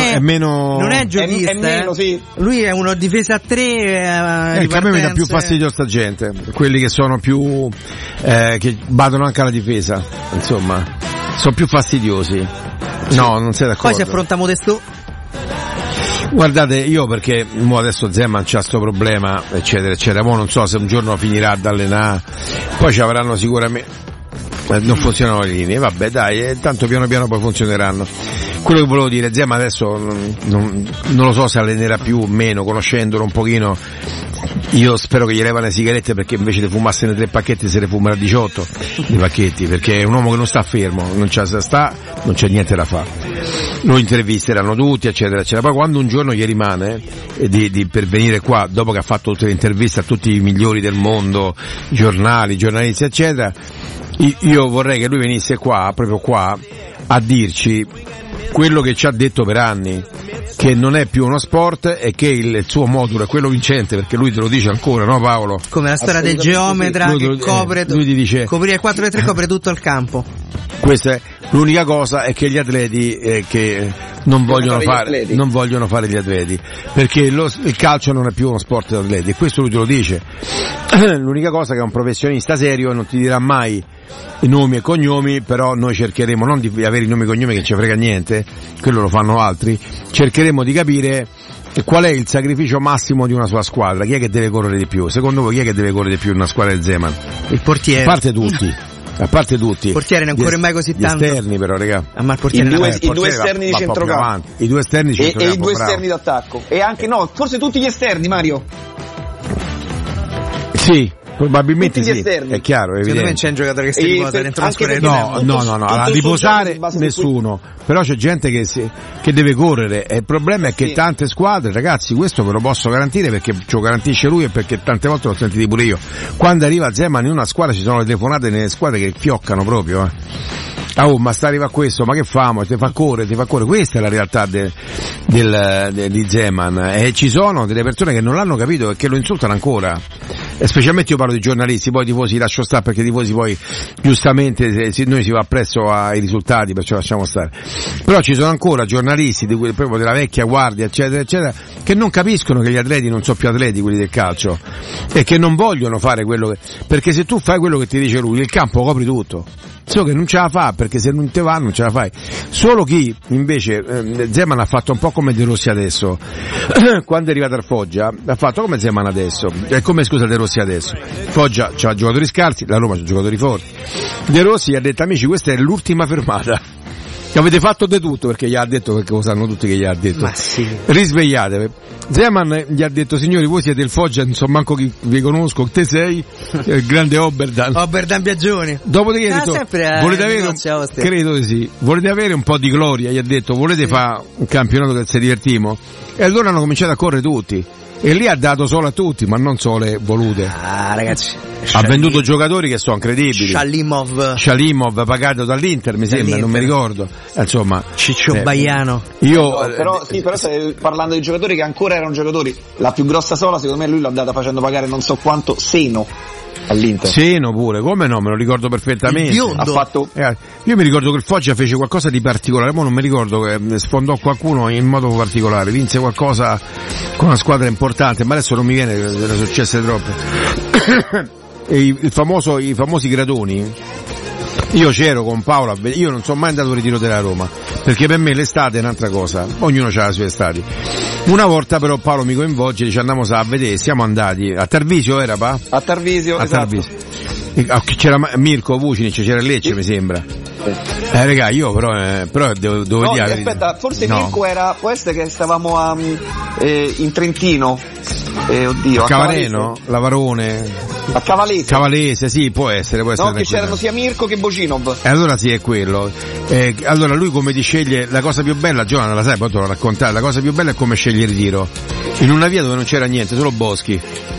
è giochista, è meno, sì. Lui è uno difesa a 3. A me mi dà più fastidio sta gente, quelli che sono più che battono anche alla difesa, insomma, sono più fastidiosi. No, non sei d'accordo. Poi si affronta Modesto. Guardate, io perché adesso Zeman c'ha sto problema, eccetera, eccetera. Mo non so se un giorno finirà ad allenare, poi ci avranno sicuramente. Non funzionano le linee, vabbè dai, tanto piano piano poi funzioneranno. Quello che volevo dire, Zeman adesso non lo so se allenerà più o meno, conoscendolo un pochino. Io spero che gli leva le sigarette, perché invece di fumarsene 3 pacchetti se ne fumerà 18 di pacchetti, perché è un uomo che non sta fermo, non c'è niente da fare. Lo intervisteranno tutti eccetera eccetera, poi quando un giorno gli rimane per venire qua dopo che ha fatto tutte le interviste a tutti i migliori del mondo, giornalisti eccetera, io vorrei che lui venisse qua, proprio qua, a dirci quello che ci ha detto per anni, che non è più uno sport e che il suo modulo è quello vincente, perché lui te lo dice ancora, no Paolo? Come la storia del geometra che copre, lui ti dice, coprire il 4-3 copre tutto il campo. Questa è l'unica cosa, è che gli atleti che non vogliono fare gli atleti, perché il calcio non è più uno sport di atleti, e questo lui te lo dice. L'unica cosa è che è un professionista serio e non ti dirà mai i nomi e cognomi, però noi cercheremo non di avere i nomi e cognomi, che ci frega niente, quello lo fanno altri, cercheremo di capire qual è il sacrificio massimo di una sua squadra, chi è che deve correre di più. Secondo voi chi è che deve correre di più in una squadra del Zeman? Il portiere. A parte tutti. Il portiere non corre mai così tanto. Gli esterni però, raga. Ma il portiere I due esterni di centrocampo. I due esterni di centrocampo. E i due esterni d'attacco. E anche forse tutti gli esterni, Mario. Sì. Probabilmente sì, esterni. è chiaro, è Secondo me evidente. c'è un giocatore che si riposa dentro una squadra. No, a riposare nessuno, però c'è gente che deve correre e il problema è che tante squadre, ragazzi, questo ve lo posso garantire perché ce lo garantisce lui e perché tante volte l'ho sentito pure io. Quando arriva Zeman in una squadra ci sono le telefonate nelle squadre che fioccano proprio, ma sta arriva questo, ma che famo? Ti fa correre, questa è la realtà di Zeman, e ci sono delle persone che non l'hanno capito e che lo insultano ancora, e specialmente io parlo di giornalisti, poi i tifosi lascio stare perché i tifosi poi giustamente noi si va appresso ai risultati, perciò lasciamo stare, però ci sono ancora giornalisti proprio della vecchia guardia eccetera eccetera che non capiscono che gli atleti non sono più atleti quelli del calcio e che non vogliono fare quello che, perché se tu fai quello che ti dice lui il campo copri tutto, solo che non ce la fa, perché se non te va non ce la fai. Solo chi invece Zeman ha fatto un po' come De Rossi adesso quando è arrivato al Foggia ha fatto come Zeman adesso, come scusa De Rossi adesso. Foggia c'ha giocatori scarsi, la Roma c'ha giocatori forti. De Rossi gli ha detto: amici, questa è l'ultima fermata, avete fatto di tutto, perché gli ha detto, perché lo sanno tutti che gli ha detto, ma sì, risvegliatevi. Zeman gli ha detto: signori, voi siete il Foggia, non so manco chi vi conosco, te sei il grande Oberdan Biagioni. Dopodiché ha detto: volete avere credo di sì, volete avere un po' di gloria, gli ha detto, volete fare un campionato che si divertimo? E allora hanno cominciato a correre tutti. E lì ha dato solo a tutti, ma non solo le volute. Ragazzi, ha venduto giocatori che sono incredibili. Shalimov pagato dall'Inter, mi sembra, non mi ricordo. Insomma, Ciccio Baiano. Però parlando di giocatori che ancora erano giocatori, la più grossa sola, secondo me lui l'ha data facendo pagare non so quanto Seno all'Inter. Seno pure, come no, me lo ricordo perfettamente. Ha fatto... io mi ricordo che il Foggia fece qualcosa di particolare, ma non mi ricordo che sfondò qualcuno in modo particolare, vinse qualcosa con una squadra importante, ma adesso non mi viene, ne successe troppe. E i famosi gradoni. Io c'ero con Paolo, io non sono mai andato al ritiro della Roma, perché per me l'estate è un'altra cosa, ognuno ha le sue estati. Una volta però Paolo mi coinvolge e dice: andiamo a vedere, siamo andati a Tarvisio, era pa? A Tarvisio, esatto. C'era Mirko Vucinic, c'era Lecce, mi sembra. Raga, io però devo dire. Aspetta, forse no. Mirko può essere che stavamo in Trentino. Oddio, a Cavareno, Lavarone, a Cavalese, sì, può essere. No, che c'erano sia Mirko che Bocinov. Allora sì, è quello. Allora lui come ti sceglie, la cosa più bella, Giovanna la sai, poi te l'ho raccontato, la cosa più bella è come sceglie il ritiro. In una via dove non c'era niente, solo boschi.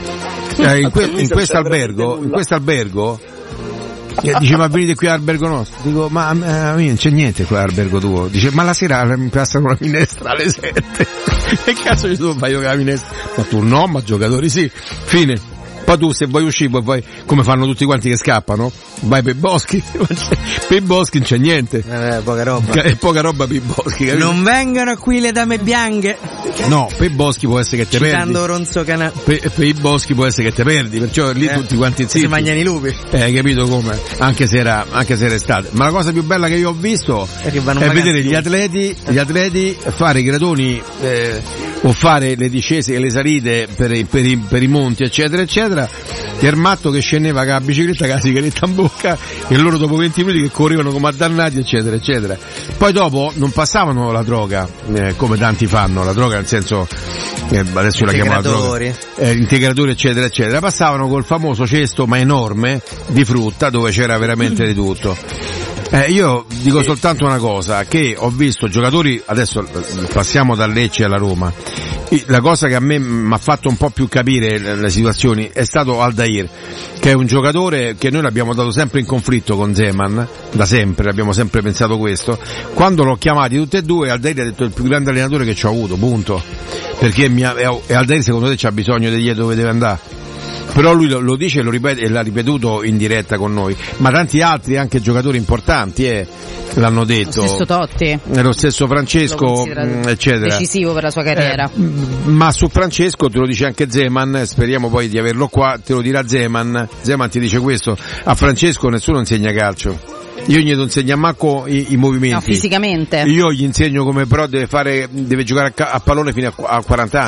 In questo albergo dice: ma venite qui all'albergo nostro? Dico: ma non c'è niente qui all'albergo tuo. Dice: ma la sera mi passano la minestra alle 7. Che cazzo ci sono, fai io con la minestra? Ma tu no, ma giocatori sì. Fine. Poi tu se vuoi uscire, poi come fanno tutti quanti che scappano, vai per i boschi. Per i boschi non c'è niente. Poca roba. È poca roba per i boschi, capito? Non vengono qui le dame bianche. No, per i boschi può essere che te perdi. Citando Ronzo Canà. Per i boschi può essere che te perdi, perciò lì tutti quanti zitti. Si mangiano i lupi. Capito come? Anche se era estate. Ma la cosa più bella che io ho visto è vedere gli atleti fare i gradoni o fare le discese e le salite per i monti, eccetera, eccetera. E il matto che scendeva con la bicicletta, con la sigaretta in bocca, e loro dopo 20 minuti che correvano come addannati, eccetera, eccetera. Poi dopo non passavano la droga, come tanti fanno, la droga nel senso, adesso la chiamano la droga, integratori, eccetera, eccetera. Passavano col famoso cesto, ma enorme, di frutta, dove c'era veramente di tutto. Io dico soltanto una cosa, che ho visto giocatori, adesso passiamo dal Lecce alla Roma, la cosa che a me mi ha fatto un po' più capire le situazioni è stato Aldair, che è un giocatore che noi l'abbiamo dato sempre in conflitto con Zeman, da sempre, abbiamo sempre pensato questo. Quando l'ho chiamati tutti e due, Aldair ha detto: il più grande allenatore che ci ho avuto, punto, perché Aldair secondo te c'ha bisogno di dire dove deve andare? Però lui lo dice e lo ripete, e l'ha ripetuto in diretta con noi, ma tanti altri anche giocatori importanti l'hanno detto, lo stesso Totti, lo stesso Francesco, eccetera, decisivo per la sua carriera. Ma su Francesco te lo dice anche Zeman, speriamo poi di averlo qua, te lo dirà Zeman ti dice questo: a Francesco nessuno insegna calcio, io gli insegno manco i movimenti, no, fisicamente io gli insegno come però deve giocare a pallone fino a 40 anni.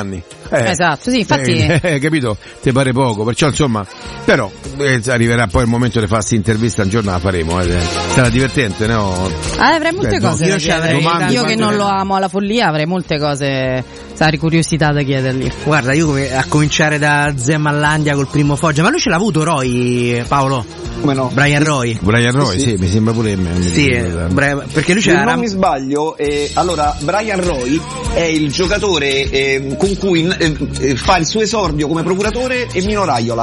Esatto, sì, infatti capito? Ti pare poco, perciò insomma, però arriverà poi il momento di farsi intervista, un giorno la faremo, sarà divertente, no? Avrei molte cose da chiedere. Io che non lo amo alla follia avrei molte cose, sarei curiosità da chiedergli. Guarda, io a cominciare da Zemallandia col primo Foggia, ma lui ce l'ha avuto Roy, Paolo? Come no? Brian Roy, sì, mi sembra pure me. Sì, perché lui c'era. Se non mi sbaglio, allora Brian Roy è il giocatore con cui fa il suo esordio come procuratore e Mino Raiola.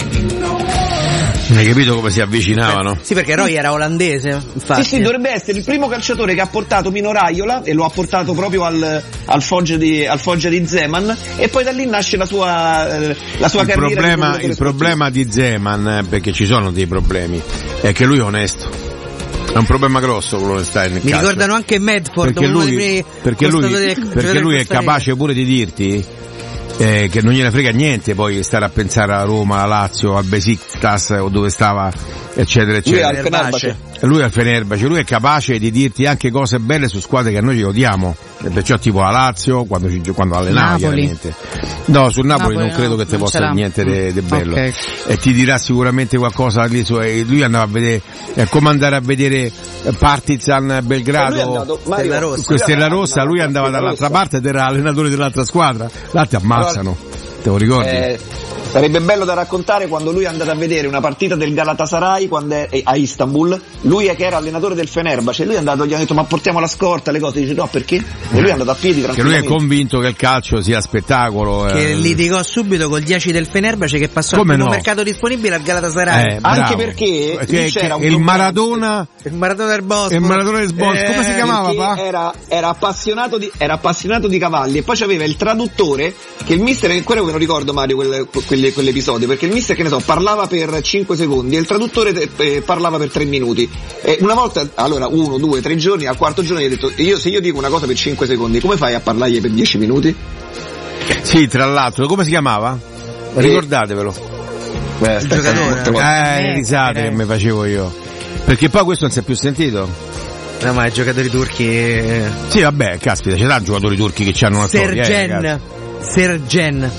Hai capito come si avvicinavano? Sì, perché Roy era olandese, infatti. Sì, dovrebbe essere il primo calciatore che ha portato Mino Raiola, e lo ha portato proprio al Foggia di Zeman, e poi da lì nasce la sua carriera. Il problema di Zeman, perché ci sono dei problemi, è che lui è onesto. È un problema grosso quello l'onestà nel calcio. Mi ricordano anche Medford, perché lui è capace pure di dirti che non gliene frega niente poi stare a pensare alla Roma, alla Lazio, al Besiktas o dove stava, eccetera eccetera. Lui al Fenerbahce, lui è capace di dirti anche cose belle su squadre che noi odiamo, perciò tipo la Lazio quando allenava, chiaramente. No, sul Napoli non credo che ti possa dire niente di bello, okay. E ti dirà sicuramente qualcosa lì. Lui andava a vedere, è come andare a vedere Partizan Belgrado, Stella Rossa, lui andava dall'altra parte ed era allenatore dell'altra squadra, là ti ammazzano, te lo ricordi? Sarebbe bello da raccontare quando lui è andato a vedere una partita del Galatasaray a Istanbul, lui che era allenatore del Fenerbahce, lui è andato, gli ha detto ma portiamo la scorta, le cose, dice no, perché? E lui è andato a piedi tranquillamente. Che lui è convinto che il calcio sia spettacolo. Che litigò subito col 10 del Fenerbahce che passò al primo mercato disponibile al Galatasaray. Anche perché c'era il Maradona del Bosco. Il Maradona del Bosco, come si chiamava? Era appassionato di cavalli, e poi c'aveva il traduttore che il mister, quello me lo ricordo Mario, quell'episodio, perché il mister, che ne so, parlava per 5 secondi e il traduttore parlava per 3 minuti. E una volta, allora 1, 2, 3 giorni, al quarto giorno gli ha detto se io dico una cosa per 5 secondi, come fai a parlargli per 10 minuti? Sì, tra l'altro, come si chiamava? Ricordatevelo. Il giocatore. Le risate che mi facevo io. Perché poi questo non si è più sentito. No, ma i giocatori turchi. Sì, vabbè, caspita, c'è tanti giocatori turchi che hanno una storia. Sergen.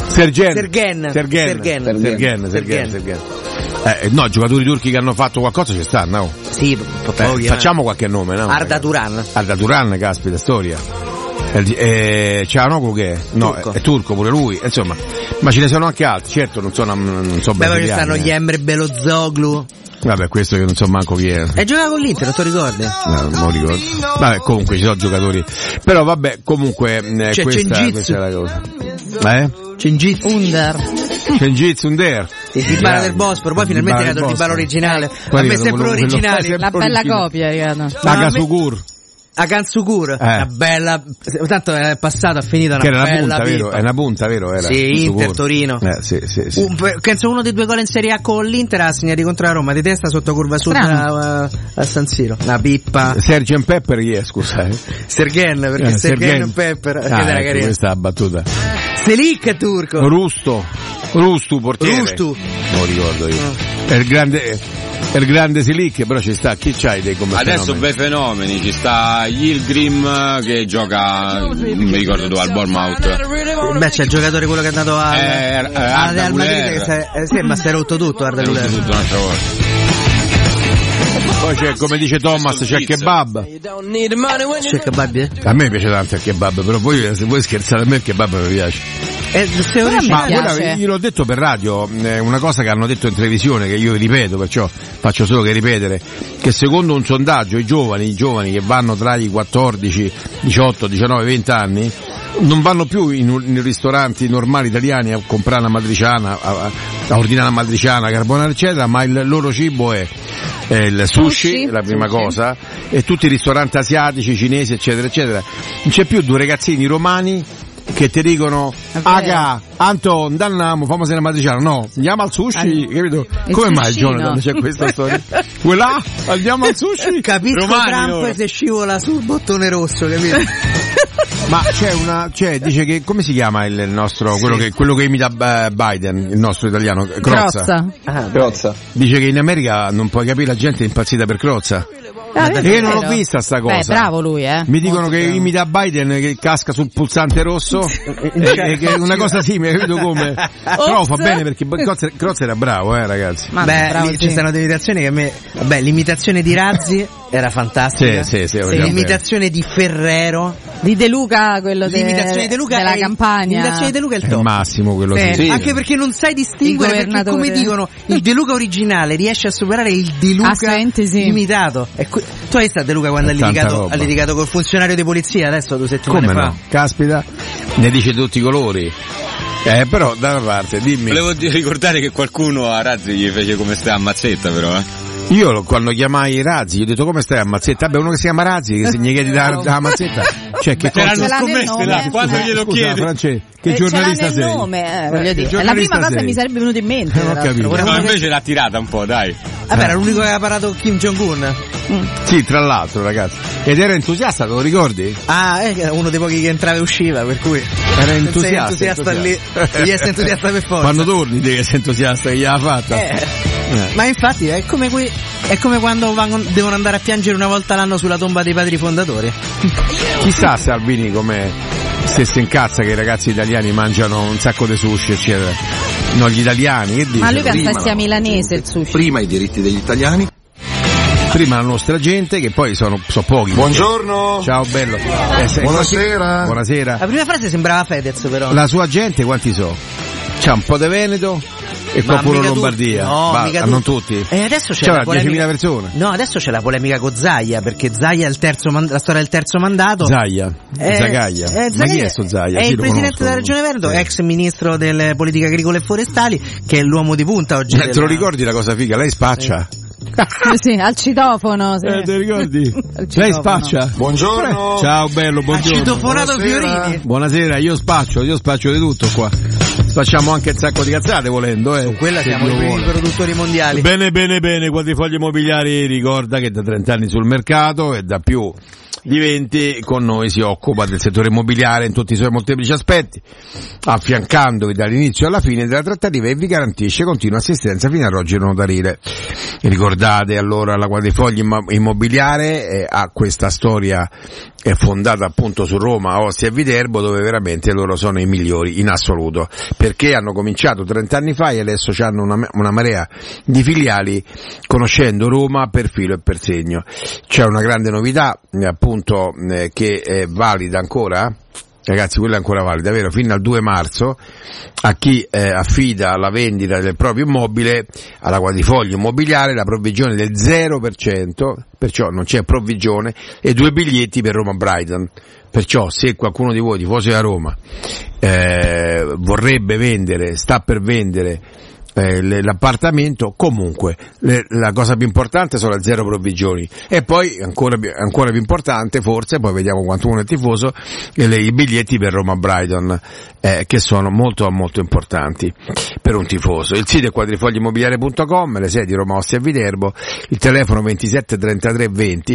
No, giocatori turchi che hanno fatto qualcosa ci stanno, no? Sì, facciamo qualche nome, no? Arda Turan, caspita, storia. Cianoglu che è? No, è turco pure lui, insomma. Ma ce ne sono anche altri, certo, non so beh, poi ci stanno gli Emre Belozoglu. Vabbè, questo che non so manco chi è. E giocava con l'Inter, non ti ricordi? No, non lo ricordo. Vabbè, comunque ci sono giocatori. Però vabbè, comunque questa è la cosa. Cengiz Under. Il Dybala del Bosforo, poi finalmente è nato il Dybala originale. A me sempre originali. La bella copia, ragazzi. Akan Sukur, una bella, tanto è passato, ha finito una bella punta, è una punta, vero? Era sì, Inter, Torino. Sì. Penso uno dei 2 gol in Serie A con l'Inter ha segnato contro la Roma, di testa sotto curva sud a San Siro. Una pippa. Sergen Pepper chi è, scusa? Sergen, perché Sergen Pepper. Ecco, questa è la battuta. Selic turco. Rustu, portiere. Rustu. Non lo ricordo io. È il grande Selic, però ci sta, chi c'hai dei come adesso bei fenomeni, ci sta Yilgrim che gioca, non mi ricordo dove, al Bournemouth. Beh, c'è il giocatore quello che è andato al Real Madrid che ma si è rotto tutto, Arda Güler. Un'altra volta. Poi c'è, come dice Thomas, c'è il kebab. C'è il kebab? A me piace tanto il kebab, però poi se vuoi scherzare a me il kebab mi piace. Ma io l'ho detto per radio, una cosa che hanno detto in televisione, che io ripeto, perciò faccio solo che ripetere, che secondo un sondaggio i giovani che vanno tra i 14, 18, 19, 20 anni non vanno più in ristoranti normali italiani a comprare una matriciana, a ordinare una matriciana, carbonara eccetera, ma il loro cibo è il sushi, la prima cosa, e tutti i ristoranti asiatici, cinesi eccetera eccetera. Non c'è più 2 ragazzini romani che ti dicono Aga, Anton, danniamo, fammi una matriciana, no, andiamo al sushi, capito? Come mai Jonathan c'è questa storia? Quella, andiamo al sushi? Capisco Trump se scivola sul bottone rosso, capito? Ma dice che, come si chiama il nostro, quello che imita Biden, il nostro italiano, Crozza. Crozza. Dice che in America non puoi capire, la gente è impazzita per Crozza. Io non l'ho vista sta cosa. Beh, bravo lui, Mi dicono che imita Biden, che casca sul pulsante rosso, e che è una cosa simile, capito come? Però fa bene perché Crozza era bravo, ragazzi. Ci stanno delle imitazioni che a me. Vabbè, l'imitazione di Razzi era fantastica. Sì. L'imitazione di Ferrero. Di De Luca, quello l'imitazione di De Luca della campagna. L'imitazione di De Luca è il top. È il massimo quello sì. Anche perché non sai distinguere, perché come dicono il De Luca originale riesce a superare il De Luca imitato. Tu hai visto De Luca quando ha litigato col funzionario di polizia adesso 2 settimane fa? No? Caspita, ne dice tutti i colori. Però da una parte, dimmi. Volevo ricordare che qualcuno a Razzi gli fece come stai a Mazzetta, però. Io quando chiamai Razzi gli ho detto come stai a Mazzetta? Vabbè, uno che si chiama Razzi che se gli chiedi da Mazzetta, cioè che c'erano scommesse là, quando glielo chiedi. Francesco, che giornalista sei? Nome, voglio dire. È la prima cosa che mi sarebbe venuta in mente. Non ho capito. No, invece l'ha tirata un po', dai. Vabbè, era l'unico che aveva parato Kim Jong-un. Sì, tra l'altro, ragazzi. Ed era entusiasta, te lo ricordi? Era uno dei pochi che entrava e usciva, per cui era entusiasta lì. Devi essere entusiasta per forza. Quando torni devi essere entusiasta che gliela fatta. Ma infatti è come quando devono andare a piangere una volta l'anno sulla tomba dei padri fondatori. Chissà Salvini come se si incazza che i ragazzi italiani mangiano un sacco di sushi eccetera. No, gli italiani, che dice? Ma lui pensa sia milanese il sushi. Prima i diritti degli italiani, prima la nostra gente, che poi sono pochi. Buongiorno. Ciao bello. Buonasera. Buonasera. La prima frase sembrava Fedez, però. La sua gente quanti so? C'ha un po' di Veneto e qualcuno in Lombardia. Non tutti. E adesso c'è la polemica. 10.000 persone. No, adesso c'è la polemica con Zaia, perché Zaia è la storia del terzo mandato. Zagaia. Ma chi è sto Zaia? È il presidente della Regione Veneto, ex ministro delle politiche agricole e forestali, che è l'uomo di punta oggi. Te lo ricordi la cosa figa? Lei spaccia. Sì, al citofono. Sì. Te ricordi? Lei spaccia. Buongiorno. Ciao bello, buongiorno. Ha citofonato Fiorini. Buonasera, io spaccio di tutto qua. Spacciamo anche un sacco di cazzate volendo, Su quella siamo i primi produttori mondiali. Bene, Quadrifoglie Immobiliari ricorda che da 30 anni sul mercato e da più di 20 con noi si occupa del settore immobiliare in tutti i suoi molteplici aspetti, affiancandovi dall'inizio alla fine della trattativa, e vi garantisce continua assistenza fino al rogero notarile. Ricordate allora, la Quadrifoglie Immobiliare ha questa storia è fondata appunto su Roma, Ostia e Viterbo, dove veramente loro sono i migliori in assoluto, perché hanno cominciato 30 anni fa e adesso hanno una marea di filiali, conoscendo Roma per filo e per segno. C'è una grande novità appunto che è valida ancora. Ragazzi, quella è ancora valida, vero? Fino al 2 marzo a chi affida la vendita del proprio immobile alla Quadrifoglie Immobiliare la provvigione del 0%, perciò non c'è provvigione, e 2 biglietti per Roma-Brighton. Perciò se qualcuno di voi, tifosi da Roma, vorrebbe vendere, sta per vendere l'appartamento, comunque la cosa più importante sono le 0 provvigioni, e poi ancora più importante, forse poi vediamo quanto uno è tifoso, i biglietti per Roma-Brighton, che sono molto molto importanti per un tifoso. Il sito è quadrifoglieimmobiliare.com, le sedi Roma, Ostia e Viterbo, il telefono 27 33 20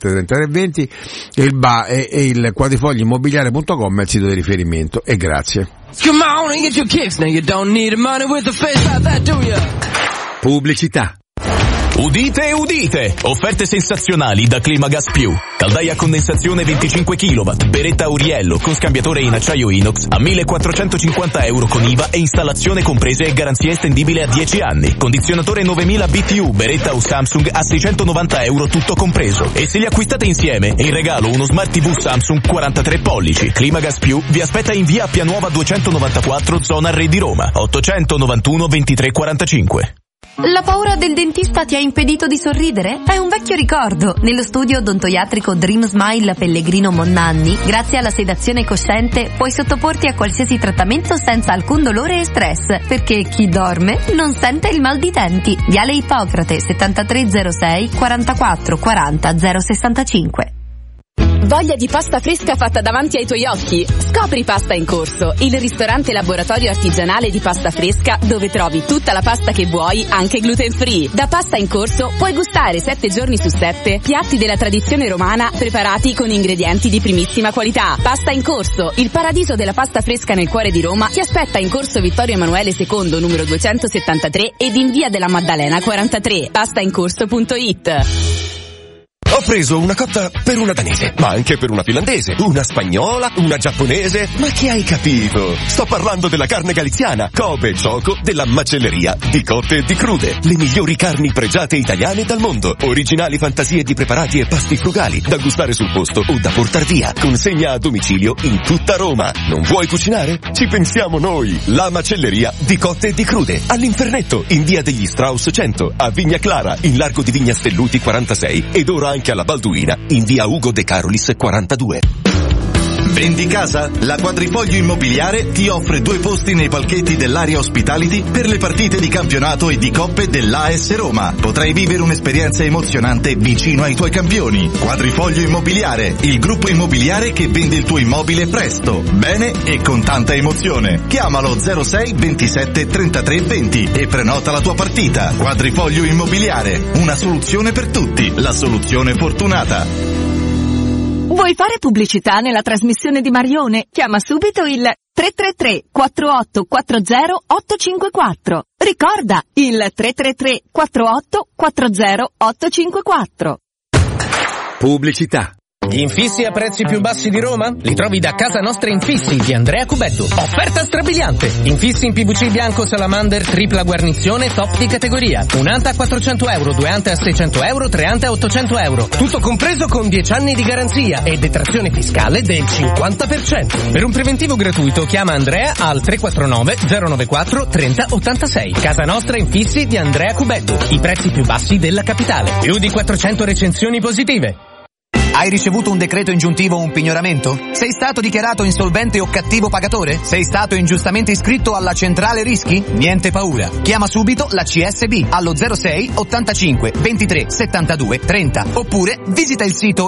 e il quadrifoglieimmobiliare.com è il sito di riferimento, e grazie. Come on and get your kicks, now you don't need money with a face like that, do ya? Pubblicità. Udite, udite! Offerte sensazionali da Climagas Più. Caldaia a condensazione 25 kW, beretta Auriello con scambiatore in acciaio inox a 1.450 euro con IVA e installazione comprese e garanzia estendibile a 10 anni. Condizionatore 9000 BTU, beretta o Samsung a 690 euro tutto compreso. E se li acquistate insieme, in regalo uno Smart TV Samsung 43 pollici. Climagas Più vi aspetta in via Appia Nuova 294, zona Re di Roma, 891 23 45. La paura del dentista ti ha impedito di sorridere? È un vecchio ricordo. Nello studio odontoiatrico Dream Smile Pellegrino Monnanni, grazie alla sedazione cosciente, puoi sottoporti a qualsiasi trattamento senza alcun dolore e stress, perché chi dorme non sente il mal di denti. Viale Ippocrate 7306 44 40 065. Voglia di pasta fresca fatta davanti ai tuoi occhi? Scopri Pasta in Corso, il ristorante laboratorio artigianale di pasta fresca dove trovi tutta la pasta che vuoi, anche gluten free. Da Pasta in Corso puoi gustare 7 giorni su 7 piatti della tradizione romana preparati con ingredienti di primissima qualità. Pasta in Corso, il paradiso della pasta fresca nel cuore di Roma, ti aspetta in Corso Vittorio Emanuele II, numero 273 ed in via della Maddalena 43. Pastaincorso.it. Ho preso una cotta per una danese, ma anche per una finlandese, una spagnola, una giapponese. Ma che hai capito? Sto parlando della carne galiziana, Kobe Choco della macelleria di cotte e di crude. Le migliori carni pregiate italiane dal mondo. Originali fantasie di preparati e pasti frugali, da gustare sul posto o da portar via. Consegna a domicilio in tutta Roma. Non vuoi cucinare? Ci pensiamo noi. La macelleria di cotte e di crude. All'Infernetto, in via degli Strauss 100, a Vigna Clara, in largo di Vigna Stelluti 46 ed ora anche alla Balduina, in via Ugo De Carolis 42. Vendi casa? La Quadrifoglio Immobiliare ti offre 2 posti nei palchetti dell'area Hospitality per le partite di campionato e di coppe dell'AS Roma. Potrai vivere un'esperienza emozionante vicino ai tuoi campioni. Quadrifoglio Immobiliare, il gruppo immobiliare che vende il tuo immobile presto, bene e con tanta emozione. Chiamalo 06 27 33 20 e prenota la tua partita. Quadrifoglio Immobiliare, una soluzione per tutti, la soluzione fortunata. Vuoi fare pubblicità nella trasmissione di Marione? Chiama subito il 333 4840 854. Ricorda, il 333 4840 854. Pubblicità. Gli infissi a prezzi più bassi di Roma? Li trovi da Casa Nostra Infissi di Andrea Cubeddu. Offerta strabiliante. Infissi in PVC bianco Salamander, tripla guarnizione, top di categoria. Un'anta a 400 euro, 2 ante a 600 euro, 3 ante a 800 euro. Tutto compreso con 10 anni di garanzia e detrazione fiscale del 50%. Per un preventivo gratuito chiama Andrea al 349 094 30 86. Casa Nostra Infissi di Andrea Cubeddu. I prezzi più bassi della capitale. Più di 400 recensioni positive. Hai ricevuto un decreto ingiuntivo o un pignoramento? Sei stato dichiarato insolvente o cattivo pagatore? Sei stato ingiustamente iscritto alla centrale rischi? Niente paura. Chiama subito la CSB allo 06 85 23 72 30 oppure visita il sito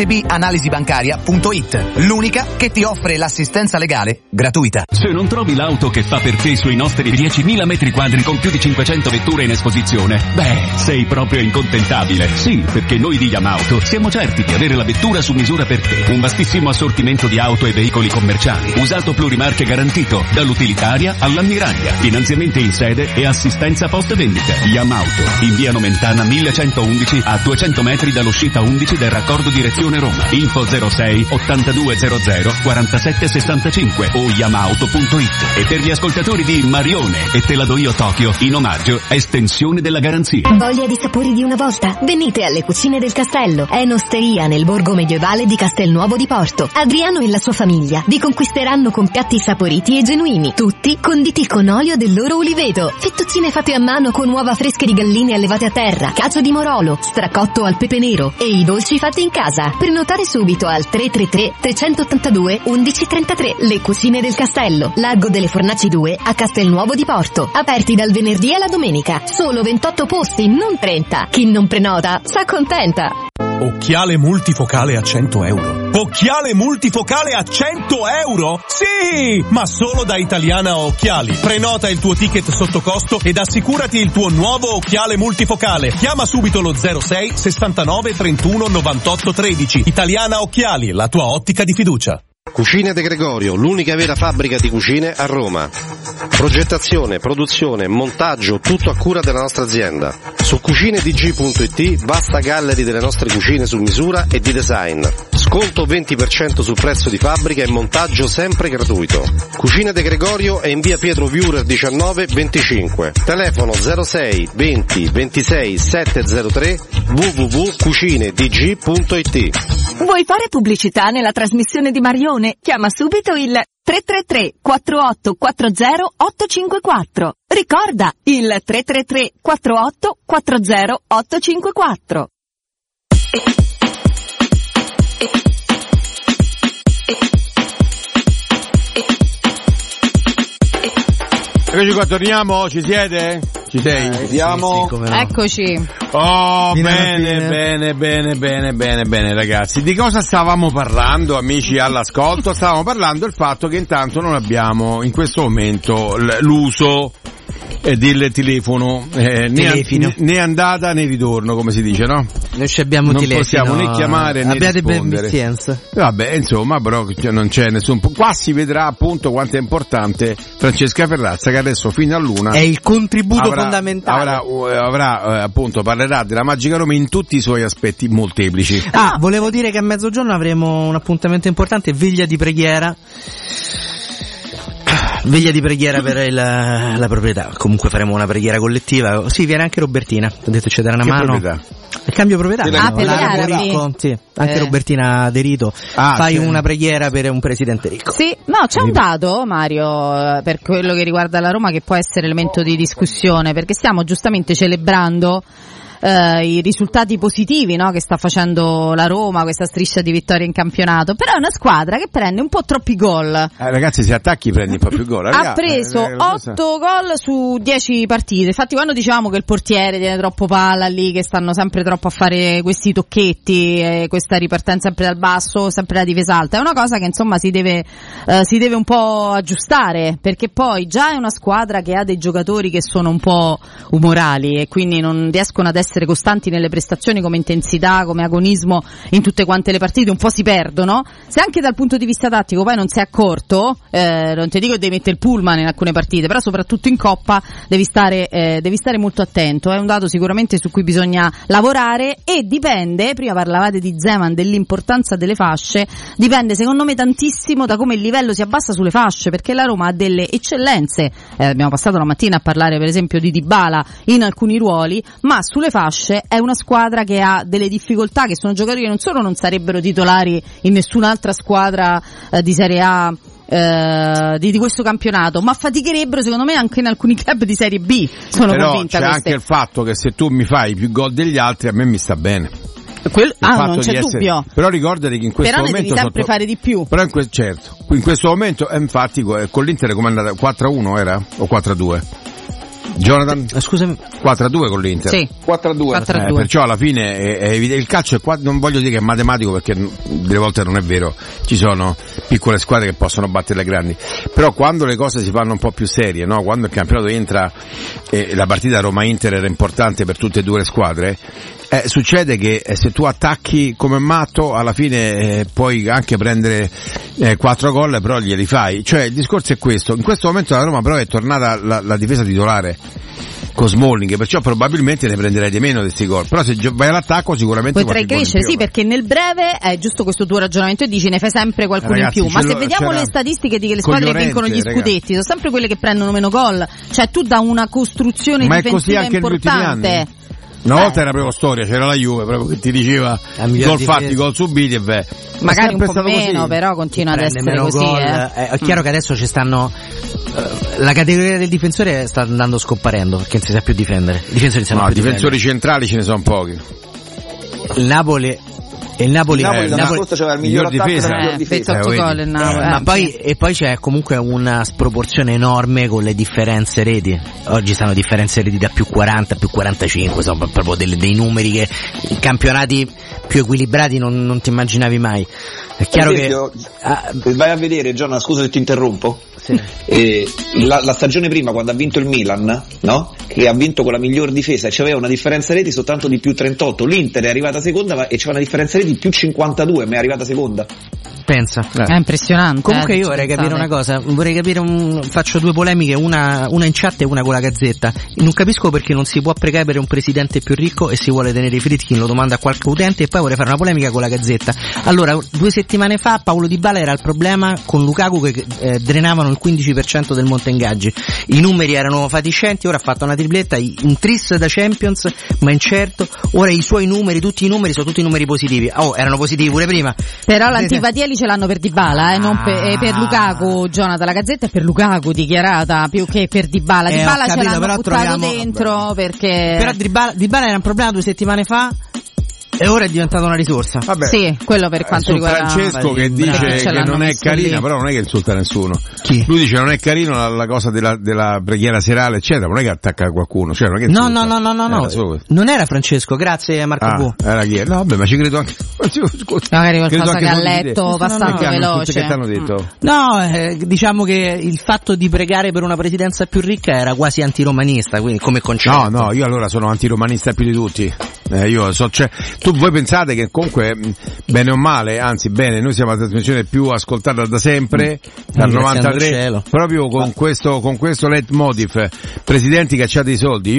csbanalisibancaria.it, l'unica che ti offre l'assistenza legale gratuita. Se non trovi l'auto che fa per te sui nostri 10.000 metri quadri con più di 500 vetture in esposizione, sei proprio incontentabile. Sì, perché noi di Yamauto siamo certi di avere la vettura su misura per te. Un vastissimo assortimento di auto e veicoli commerciali, usato plurimarche garantito, dall'utilitaria all'ammiraglia, finanziamenti in sede e assistenza post vendita. Yamauto, in via Nomentana 1111 a 200 metri dall'uscita 11 del raccordo direzione Roma. Info 06 8200 47 65 o yamauto.it. E per gli ascoltatori di Marione e Te la do io Tokyo, in omaggio, estensione della garanzia. Voglia di sapori di una volta? Venite alle Cucine del Castello. È un'osteria nel borgo medievale di Castelnuovo di Porto. Adriano e la sua famiglia vi conquisteranno con piatti saporiti e genuini, tutti conditi con olio del loro uliveto, fettuccine fatte a mano con uova fresche di galline allevate a terra, cacio di morolo, stracotto al pepe nero e i dolci fatti in casa. Prenotare subito al 333 382 1133. Le Cucine del Castello, Largo delle Fornaci 2 a Castelnuovo di Porto. Aperti dal venerdì alla domenica. Solo 28 posti, non 30. Chi non prenota s'accontenta. Occhiale multifocale a 100 euro. Occhiale multifocale a 100 euro? Sì! Ma solo da Italiana Occhiali. Prenota il tuo ticket sotto costo ed assicurati il tuo nuovo occhiale multifocale. Chiama subito lo 06 69 31 98 13. Italiana Occhiali, la tua ottica di fiducia. Cucine De Gregorio, l'unica vera fabbrica di cucine a Roma. Progettazione, produzione, montaggio, tutto a cura della nostra azienda. Su cucinedg.it, vasta gallery delle nostre cucine su misura e di design. Sconto 20% sul prezzo di fabbrica e montaggio sempre gratuito. Cucine De Gregorio è in via Pietro Viurer 19 25. Telefono 06 20 26 703 www.cucinedg.it. Vuoi fare pubblicità nella trasmissione di Marione? Chiama subito il 333 4840 854. Ricorda, il 333 4840 854. Eccoci qua, torniamo, ci siete? Ci sei? Siamo? Sì, no. Eccoci. Oh, bene ragazzi. Di cosa stavamo parlando, amici all'ascolto? Stavamo parlando del fatto che intanto non abbiamo in questo momento l'uso del telefono, né andata né ritorno, come si dice, no? Noi ci abbiamo non telefono, possiamo né chiamare né rispondere. Vabbè, insomma, però non c'è nessun. Qua si vedrà appunto quanto è importante Francesca Ferrazza, che adesso fino all'una è il contributo fondamentale. Avrà appunto, parlerà della Magica Roma in tutti i suoi aspetti molteplici. Volevo dire che a mezzogiorno avremo un appuntamento importante, veglia di preghiera per la proprietà. Comunque faremo una preghiera collettiva. Sì, viene anche Robertina, ho detto ci darà una mano. Proprietà? Il cambio proprietà. Per le arabi. Sì, anche Robertina De Rito. Fai una preghiera per un presidente ricco. Sì, no, c'è un dato, Mario, per quello che riguarda la Roma, che può essere elemento di discussione, perché stiamo giustamente celebrando i risultati positivi, no, che sta facendo la Roma, questa striscia di vittorie in campionato, però è una squadra che prende un po' troppi gol. Ragazzi, se attacchi prendi un po' più gol. Ha preso 8 gol su 10 partite. Infatti quando dicevamo che il portiere tiene troppo palla lì, che stanno sempre troppo a fare questi tocchetti, questa ripartenza sempre dal basso, sempre la difesa alta, è una cosa che insomma si deve un po' aggiustare, perché poi già è una squadra che ha dei giocatori che sono un po' umorali e quindi non riescono ad essere costanti nelle prestazioni, come intensità, come agonismo in tutte quante le partite, un po' si perdono. Se anche dal punto di vista tattico poi non sei accorto, non ti dico che devi mettere il pullman in alcune partite, però soprattutto in Coppa devi stare molto attento. È un dato sicuramente su cui bisogna lavorare, e dipende, prima parlavate di Zeman, dell'importanza delle fasce, dipende secondo me tantissimo da come il livello si abbassa sulle fasce, perché la Roma ha delle eccellenze, abbiamo passato la mattina a parlare per esempio di Dybala in alcuni ruoli, ma sulle fasce è una squadra che ha delle difficoltà, che sono giocatori che non solo non sarebbero titolari in nessun'altra squadra di Serie A di questo campionato, ma faticherebbero secondo me anche in alcuni club di Serie B. Sono però convinta. C'è anche il fatto che se tu mi fai più gol degli altri, a me mi sta bene. Non c'è dubbio. Però ricordati che in questo però momento devi sempre fare di più. Però certo, in questo momento infatti con l'Inter com'è andata? 4-1 era? O 4-2? Jonathan? Scusami, 4-2 con l'Inter. Sì. 4-2. Perciò alla fine è evidente. Il calcio è non voglio dire che è matematico, perché delle volte non è vero, ci sono piccole squadre che possono battere le grandi, però quando le cose si fanno un po' più serie, no? Quando il campionato entra, la partita Roma-Inter era importante per tutte e due le squadre, succede che se tu attacchi come matto, alla fine puoi anche prendere 4 gol, però glieli fai. Cioè il discorso è questo: in questo momento la Roma però è tornata la difesa titolare con Smalling, perciò probabilmente ne prenderai di meno di questi gol, però se vai all'attacco sicuramente potrai crescere, sì, perché nel breve è giusto questo tuo ragionamento e dici ne fai sempre qualcuno in più, ma se vediamo le statistiche di che le squadre che vincono gli scudetti sono sempre quelle che prendono meno gol, cioè tu da una costruzione difensiva importante. Una volta era proprio storia, c'era la Juve proprio che ti diceva gol fatti, gol subiti, e magari un po' meno così. Però continua ad essere così. È chiaro che adesso ci stanno la categoria del difensore sta andando scomparendo, perché non si sa più difendere. I difensori centrali ce ne sono pochi. Il Napoli l'anno scorso c'era il miglior difesa, ma poi c'è comunque una sproporzione enorme con le differenze reti. Oggi stanno differenze reti da più 40 più 45, sono proprio dei numeri che in campionati più equilibrati non ti immaginavi mai. È chiaro che vai a vedere, Giorno, scusa se ti interrompo. Sì. La stagione prima, quando ha vinto il Milan, no? Che ha vinto con la miglior difesa e c'aveva una differenza reti soltanto di più 38, l'Inter è arrivata seconda e c'era una differenza reti di più 52, ma è arrivata seconda. Pensa. È impressionante. Comunque io vorrei capire una cosa, faccio due polemiche, una in chat e una con la Gazzetta. Non capisco perché non si può pregare per un presidente più ricco e si vuole tenere i Friedkin, lo domanda a qualche utente, e poi vorrei fare una polemica con la Gazzetta. Allora, 2 settimane fa Paolo Dybala era il problema con Lukaku che drenavano il 15% del monte ingaggi. I numeri erano fatiscenti, ora ha fatto una tripletta, un tris da Champions, ma incerto. Ora i suoi numeri, tutti i numeri sono tutti numeri positivi. Erano positivi pure prima. Però l'antipatia ce l'hanno per Dybala, non per Lukaku. Jonathan, la Gazzetta è per Lukaku dichiarata più che per Dybala. Dybala ce l'hanno buttato dentro perché. Però Dybala era un problema 2 settimane fa e ora è diventata una risorsa. Vabbè. Sì, quello per quanto riguarda Francesco che dice che non è carina, però non è che insulta nessuno. Chi? Lui dice non è carino la cosa della preghiera serale, eccetera, non è che attacca qualcuno, cioè non è che no. Non era Francesco, grazie Marco V. Era chi? No, vabbè, ma ci credo anche. Magari qualcosa che ha letto abbastanza veloce. Che ti hanno detto? No, diciamo che il fatto di pregare per una presidenza più ricca era quasi antiromanista, quindi come concetto. No, io allora sono antiromanista più di tutti. Voi pensate che comunque, bene o male, anzi bene, noi siamo la trasmissione più ascoltata da sempre, dal 93, proprio con questo leitmotiv, presidenti cacciati i soldi.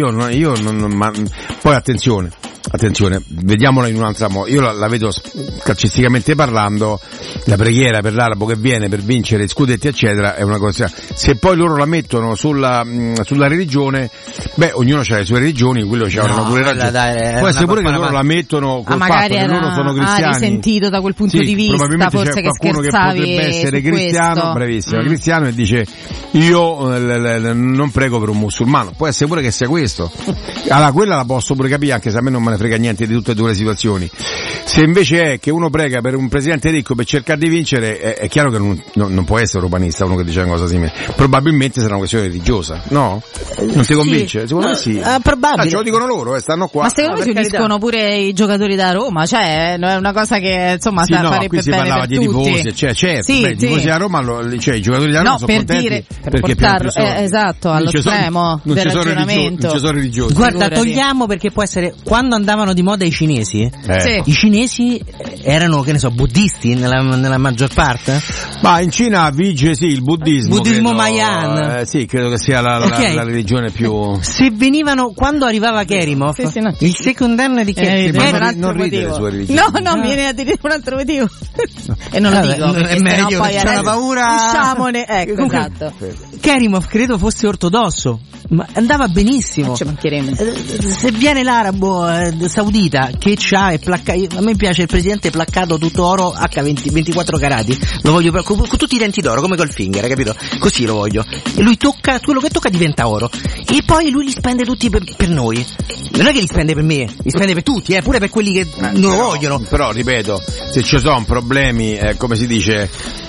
Poi attenzione, vediamola in un'altra modo. Io la vedo calcisticamente parlando, la preghiera per l'Arabo che viene per vincere scudetti eccetera è una cosa. Se poi loro la mettono sulla religione, ognuno ha le sue religioni, quello c'hanno pure ragione. Può essere pure che loro la mettono col fatto che loro sono cristiani. Risentito da quel punto di vista, probabilmente forse c'è qualcuno che potrebbe essere cristiano, bravissimo, cristiano, e dice io non prego per un musulmano. Può essere pure che sia questo. Allora quella la posso pure capire, anche se a me non me ne frega niente di tutte e due le situazioni. Se invece è che uno prega per un presidente ricco per cercare di vincere, è chiaro che non può essere urbanista uno che dice una cosa simile. Probabilmente sarà una questione religiosa, no? Non ti convince? Secondo me sì. Probabile. Ce lo dicono loro, stanno qua. Ma secondo me si uniscono pure i giocatori da Roma, cioè è una cosa che insomma farebbe qui si bene parlava per di tutti. tifosi, certo, sì, i tifosi da Roma, i giocatori da Roma sono contenti per portarlo, esatto, allo stremo del ragionamento. Non ci sono religiosi. Guarda, togliamo, perché può essere, quando andavano di moda i cinesi, i cinesi erano, che ne so, buddisti nella maggior parte? Ma in Cina vige il buddismo Mayan. Sì, credo che sia la religione più. Se venivano, quando arrivava Kerimov, il secondo anno di Kerimov, non ridere le sue religioni. No, viene a dire un altro motivo. E non lo dico, è meglio, poi c'è una paura. Usciamone, ecco, esatto. Kerimov credo fosse ortodosso, ma andava benissimo. Ci mancheremo. Se viene l'arabo saudita che c'ha a me piace il presidente placcato tutto oro H24 carati, lo voglio con tutti i denti d'oro come Goldfinger, capito? Così lo voglio. E lui tocca, quello che tocca diventa oro, e poi lui li spende tutti per noi. Non è che li spende per me, li spende per tutti, pure per quelli che non lo vogliono. Però ripeto, se ci sono problemi, come si dice,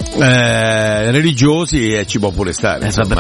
religiosi, ci può pure stare. Sono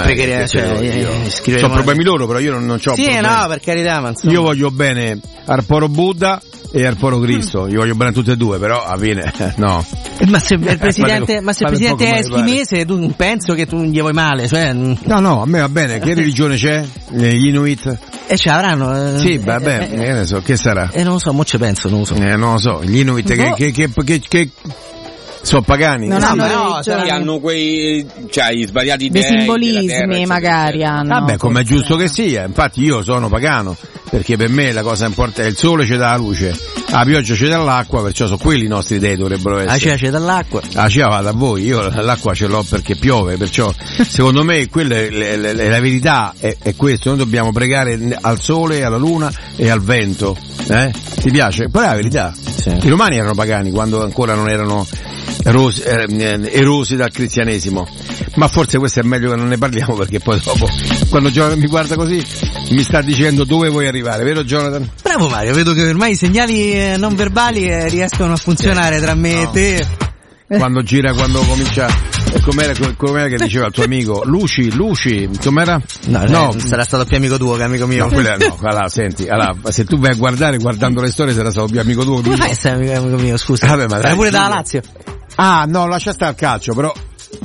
problemi loro, però io non c'ho problemi. No, per carità, ma insomma. Io voglio bene al Poro Buddha e al Poro Cristo, io voglio bene a tutte e due, però alla fine no. Ma se il presidente è eschimese, tu penso che tu gli vuoi male, cioè. No, a me va bene. Che religione c'è? Gli Inuit? E ce l'avranno. Sì, vabbè, che ne so, che sarà? Non lo so, mo ci penso, non lo so. Non lo so, gli Inuit che sono pagani. Non hanno quei, gli svariati dei simbolismi, magari hanno. Vabbè, come è giusto che sia. Infatti io sono pagano, perché per me la cosa importante è il sole, c'è dà la luce, la pioggia c'è dall'acqua, perciò sono quelli i nostri dei dovrebbero essere. La cea c'è dall'acqua. La cea va da voi, io l'acqua ce l'ho perché piove, perciò secondo me quella è la verità, è questo. Noi dobbiamo pregare al sole, alla luna e al vento. Ti piace? Poi è la verità. Sì. I romani erano pagani quando ancora non erano erosi dal cristianesimo, ma forse questo è meglio che non ne parliamo, perché poi dopo, quando Jonathan mi guarda così, mi sta dicendo dove vuoi arrivare, vero Jonathan? Bravo Mario, vedo che ormai i segnali non verbali riescono a funzionare tra me e te. Quando comincia, com'era che diceva il tuo amico Luci, com'era? No, sarà stato più amico tuo che amico mio. Allora, senti, se tu vai a guardare, guardando le storie, sarà stato più amico tuo. Come fai a essere amico mio, scusa? Vabbè, ma dai, pure dalla Lazio. No, lascia stare il calcio, però.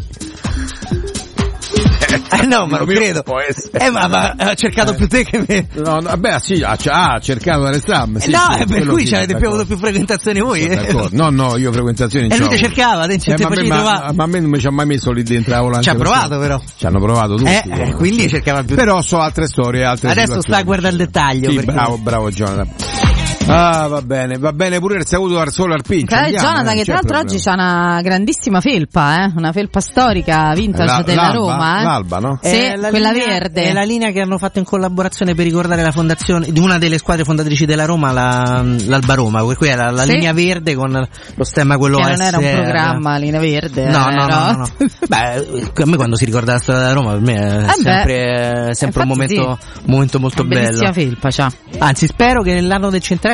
No, ma non credo. Ma ha cercato più te che me. No, vabbè, sì, ha cercato Alessandro. Sì, no, per cui ci avete avuto più frequentazioni voi. No, io frequentazioni. E lui ti cercava, ma a me non mi ci ha mai messo lì dentro la volante. Ci ha provato, però. Ci hanno provato tutti. Quindi cercava più. Però so altre storie, adesso sta a guardare il dettaglio. Sì, bravo Jonathan. Va bene pure il saluto al sole al pincio. Jonathan, che tra l'altro oggi c'ha una grandissima felpa, una felpa storica vintage della Roma. L'Alba, no? Sì, quella verde. È la linea che hanno fatto in collaborazione per ricordare la fondazione di una delle squadre fondatrici della Roma, l'Alba Roma. Per cui era la linea verde con lo stemma quello che non era un programma, linea verde. No. Beh, a me quando si ricorda la storia della Roma, per me è sempre un momento molto bello. Bellissima felpa c'ha. Anzi, spero che nell'anno del centenario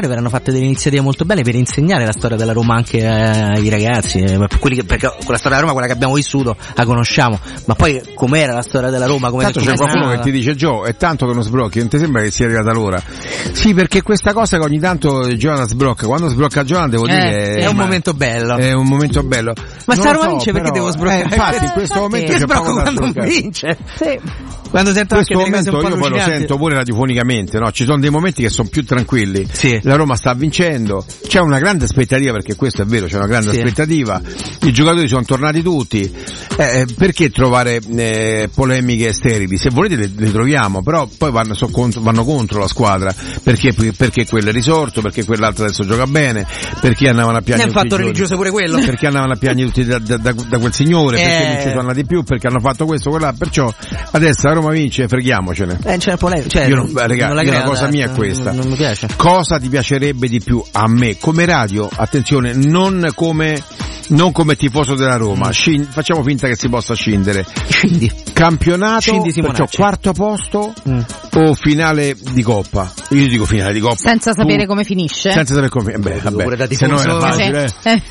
Nazionale verranno fatte delle iniziative molto belle per insegnare la storia della Roma anche ai ragazzi, quelli che, perché quella storia della Roma, quella che abbiamo vissuto, la conosciamo, ma poi com'era la storia della Roma? Tanto c'è qualcuno che ti dice: Gio, è tanto che non sbrocchi, non ti sembra che sia arrivata l'ora? Sì, perché questa cosa che ogni tanto Giovanna sbrocca, quando sbrocca Giovanna devo dire è un momento bello. È un momento bello. Ma sta Roma vince, perché devo sbroccare? Infatti in questo momento io sbrocco quando vince. Sì. Quando sento questo momento io poi lo sento pure radiofonicamente, no? Ci sono dei momenti che sono più tranquilli. Sì. La Roma sta vincendo, c'è una grande aspettativa, perché questo è vero, c'è una grande aspettativa. I giocatori sono tornati tutti. Perché trovare polemiche sterili? Se volete le troviamo, però poi vanno contro la squadra, perché quello è risorto, perché quell'altro adesso gioca bene, perché andavano a piangere. È un fatto religioso pure quello. Perché andavano a piangere tutti da quel signore, perché non ci sono andati più, perché hanno fatto questo, quella, perciò adesso la Roma vince, freghiamocene. C'è polemica. Io la cosa mia è questa. Non mi piace. Cosa ti piacerebbe di più a me come radio? Attenzione, non come tifoso della Roma. Facciamo finta che si possa scindere. Scindi. Campionato, perciò quarto posto o finale di Coppa? Io dico finale di Coppa. Senza sapere come finisce. Senza sapere come finisce. Vabbè, se no era facile.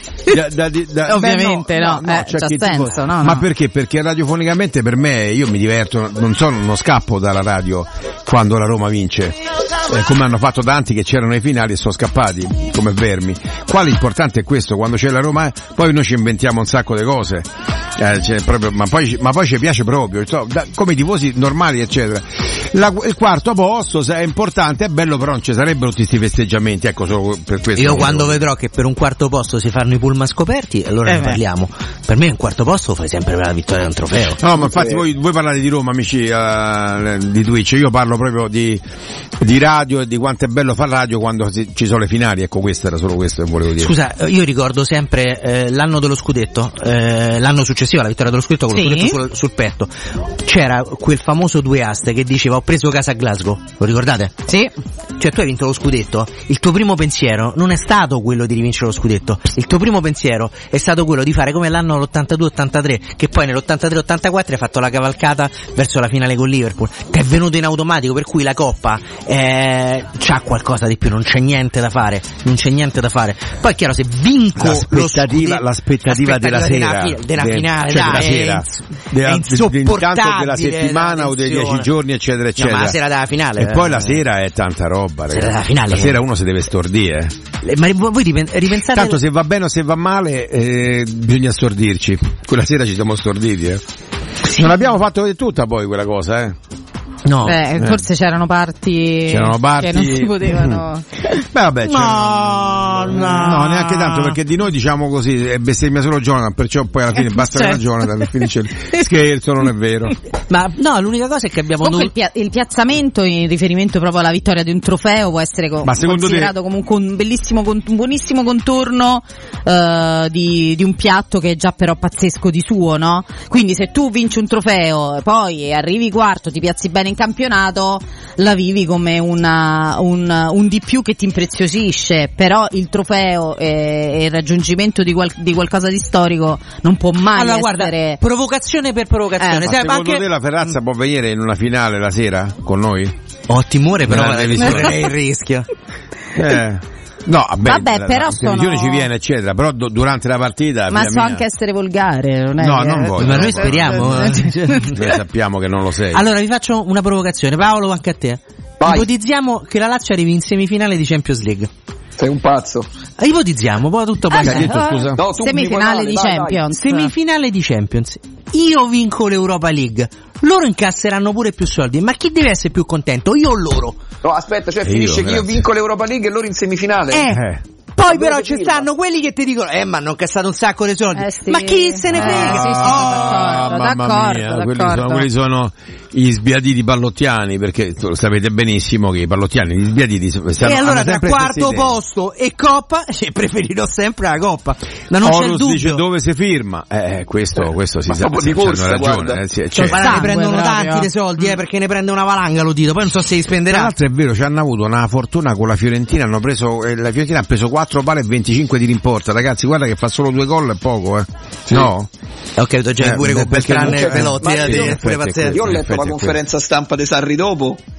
Ovviamente no, c'ha senso, no? Ma perché? Perché radiofonicamente per me, io mi diverto, non scappo dalla radio quando la Roma vince, come hanno fatto tanti che c'erano ai finali e sono scappati come vermi. Qua l'importante è questo: quando c'è la Roma, poi noi ci inventiamo un sacco di cose, ma poi ci piace proprio, come i tifosi normali eccetera. Il quarto posto è importante, è bello, però non ci sarebbero tutti questi festeggiamenti, ecco, solo per questo. Io quando vedrò che per un quarto posto si fanno i pullman scoperti, allora ne parliamo. Per me un quarto posto fai sempre per la vittoria di un trofeo. No, ma infatti voi parlate di Roma, amici di Twitch, io parlo proprio di radio e di quanto è bello far radio quando ci sono le finali, ecco, questo era solo questo che volevo dire. Scusa, io ricordo sempre l'anno dello scudetto, l'anno successivo alla vittoria dello scudetto, con lo scudetto sul petto, c'era quel famoso 2 aste che diceva: ho preso casa a Glasgow, lo ricordate? Sì. Cioè tu hai vinto lo scudetto, il tuo primo pensiero non è stato quello di rivincere lo scudetto, il tuo primo pensiero è stato quello di fare come l'anno l'82-83, che poi nell'83-84 hai fatto la cavalcata verso la finale con Liverpool, che è venuto in automatico, per cui la Coppa c'ha qualcosa di più, non c'è niente da fare. Poi è chiaro, se vinco l'aspettativa della sera, della finale, cioè della sera, è insopportabile, intanto della settimana o dei 10 giorni eccetera eccetera. No, ma la sera della finale, e poi la sera è tanta roba, ragazzi. La sera uno si deve stordire. Ma voi ripensate, tanto se va bene o se va male bisogna stordirci. Quella sera ci siamo storditi, sì. Non abbiamo fatto vedere tutta poi quella cosa, No. Forse c'erano parti che non si potevano. Beh, vabbè, no, neanche tanto, perché di noi, diciamo così, bestemmia solo Jonathan, perciò poi alla fine basta una Jonathan e finisce scherzo, non è vero. Ma no, l'unica cosa è che abbiamo il piazzamento in riferimento proprio alla vittoria di un trofeo può essere considerato comunque un buonissimo contorno di un piatto che è già però pazzesco di suo, no? Quindi se tu vinci un trofeo poi arrivi quarto, ti piazzi bene in campionato, la vivi come un di più che ti impreziosisce, però il trofeo e il raggiungimento di qualcosa di storico non può mai essere. Guarda, provocazione per provocazione. Secondo te la Ferrazza può venire in una finale la sera con noi? Ho timore, però la televisione è il rischio. No, vabbè, però la televisione ci viene eccetera, però durante la partita ma so anche essere volgare, non è non voglio, ma noi speriamo noi sappiamo che non lo sei. Allora vi faccio una provocazione, Paolo, anche a te. Ipotizziamo che la Lazio arrivi in semifinale di Champions League. Sei un pazzo. Ipotizziamo, poi tutto poi scusa. No, semifinale di Champions. Semifinale di Champions. Io vinco l'Europa League. Loro incasseranno pure più soldi, ma chi deve essere più contento? Io o loro? No, aspetta, cioè finisce che io vinco l'Europa League e loro in semifinale? Poi però ci stanno quelli che ti dicono ma hanno cassato un sacco di soldi. Sì. Ma chi se ne frega? D'accordo. Quelli sono gli sbiaditi ballottiani, perché lo sapete benissimo che i ballottiani, gli sbiaditi e allora tra quarto posto e Coppa preferirò sempre la Coppa, ma non c'è dubbio. Dice dove si firma, questo si sa, hanno ragione, ne prendono tanti dei soldi, perché ne prende una valanga lo Tito, poi non so se li spenderà. Tra l'altro è vero, ci hanno avuto una fortuna con la Fiorentina, la Fiorentina ha preso 4 pale e 25 di rimporta, ragazzi, guarda che fa solo 2 gol e poco, Sì. No? Ho capito, già pure con Beltrán e Velotti, io ho letto la conferenza stampa dei Sarri dopo.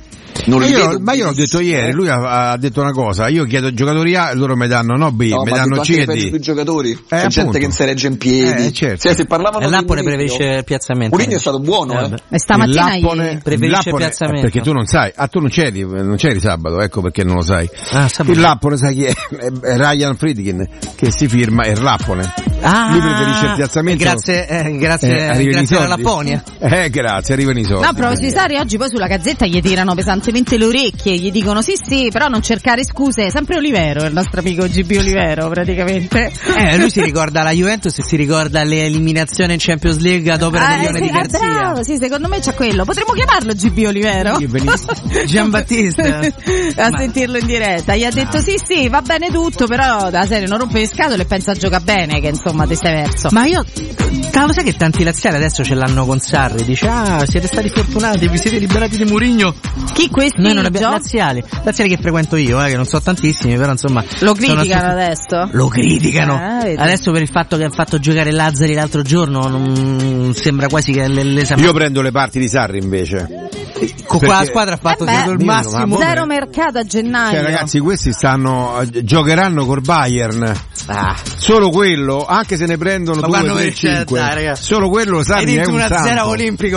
Non li vedo. Ma io l'ho detto ieri, lui ha detto una cosa, io chiedo ai giocatori A e loro mi danno no B, mi danno C e D. I giocatori, c'è appunto. gente che non si regge in piedi. Certo. Se parlavano e Lappone preferisce il piazzamento. Mourinho è stato buono, E stamattina preferisce il piazzamento. Perché tu non sai, tu non c'eri sabato, ecco perché non lo sai. Il Lappone sai chi è? È Ryan Friedkin che si firma il Lappone. Lui preferisce il piazzamento. Grazie alla Lapponia. Grazie, arrivano i soldi. No, però sui Sarri oggi poi sulla Gazzetta gli tirano pesantemente le orecchie, gli dicono sì, però non cercare scuse, sempre Olivero, il nostro amico GB Olivero praticamente. Lui si ricorda la Juventus e si ricorda l'eliminazione in Champions League ad opera di Leone di Garzia. Bravo, sì, secondo me c'è quello. Potremmo chiamarlo GB Olivero? Giambattista. Sentirlo in diretta. Gli ha detto sì, va bene tutto, però da serie non rompe le scatole e pensa a gioca bene, che insomma ti stai verso. Ma io, lo sai che tanti laziali adesso ce l'hanno con Sarri, dice siete stati fortunati, vi siete liberati di Mourinho. Chi questi? Noi non abbiamo laziali che frequento io, che non so tantissimi, però insomma lo criticano adesso? Lo criticano adesso per il fatto che ha fatto giocare Lazzari l'altro giorno, non sembra quasi che l'esame. Io prendo le parti di Sarri invece. Qua la squadra ha fatto il massimo. Zero mercato a gennaio. Ragazzi, questi giocheranno col Bayern. Solo quello, anche se ne prendono 2, 3, 5. Solo quello Sarri è un santo. olimpico.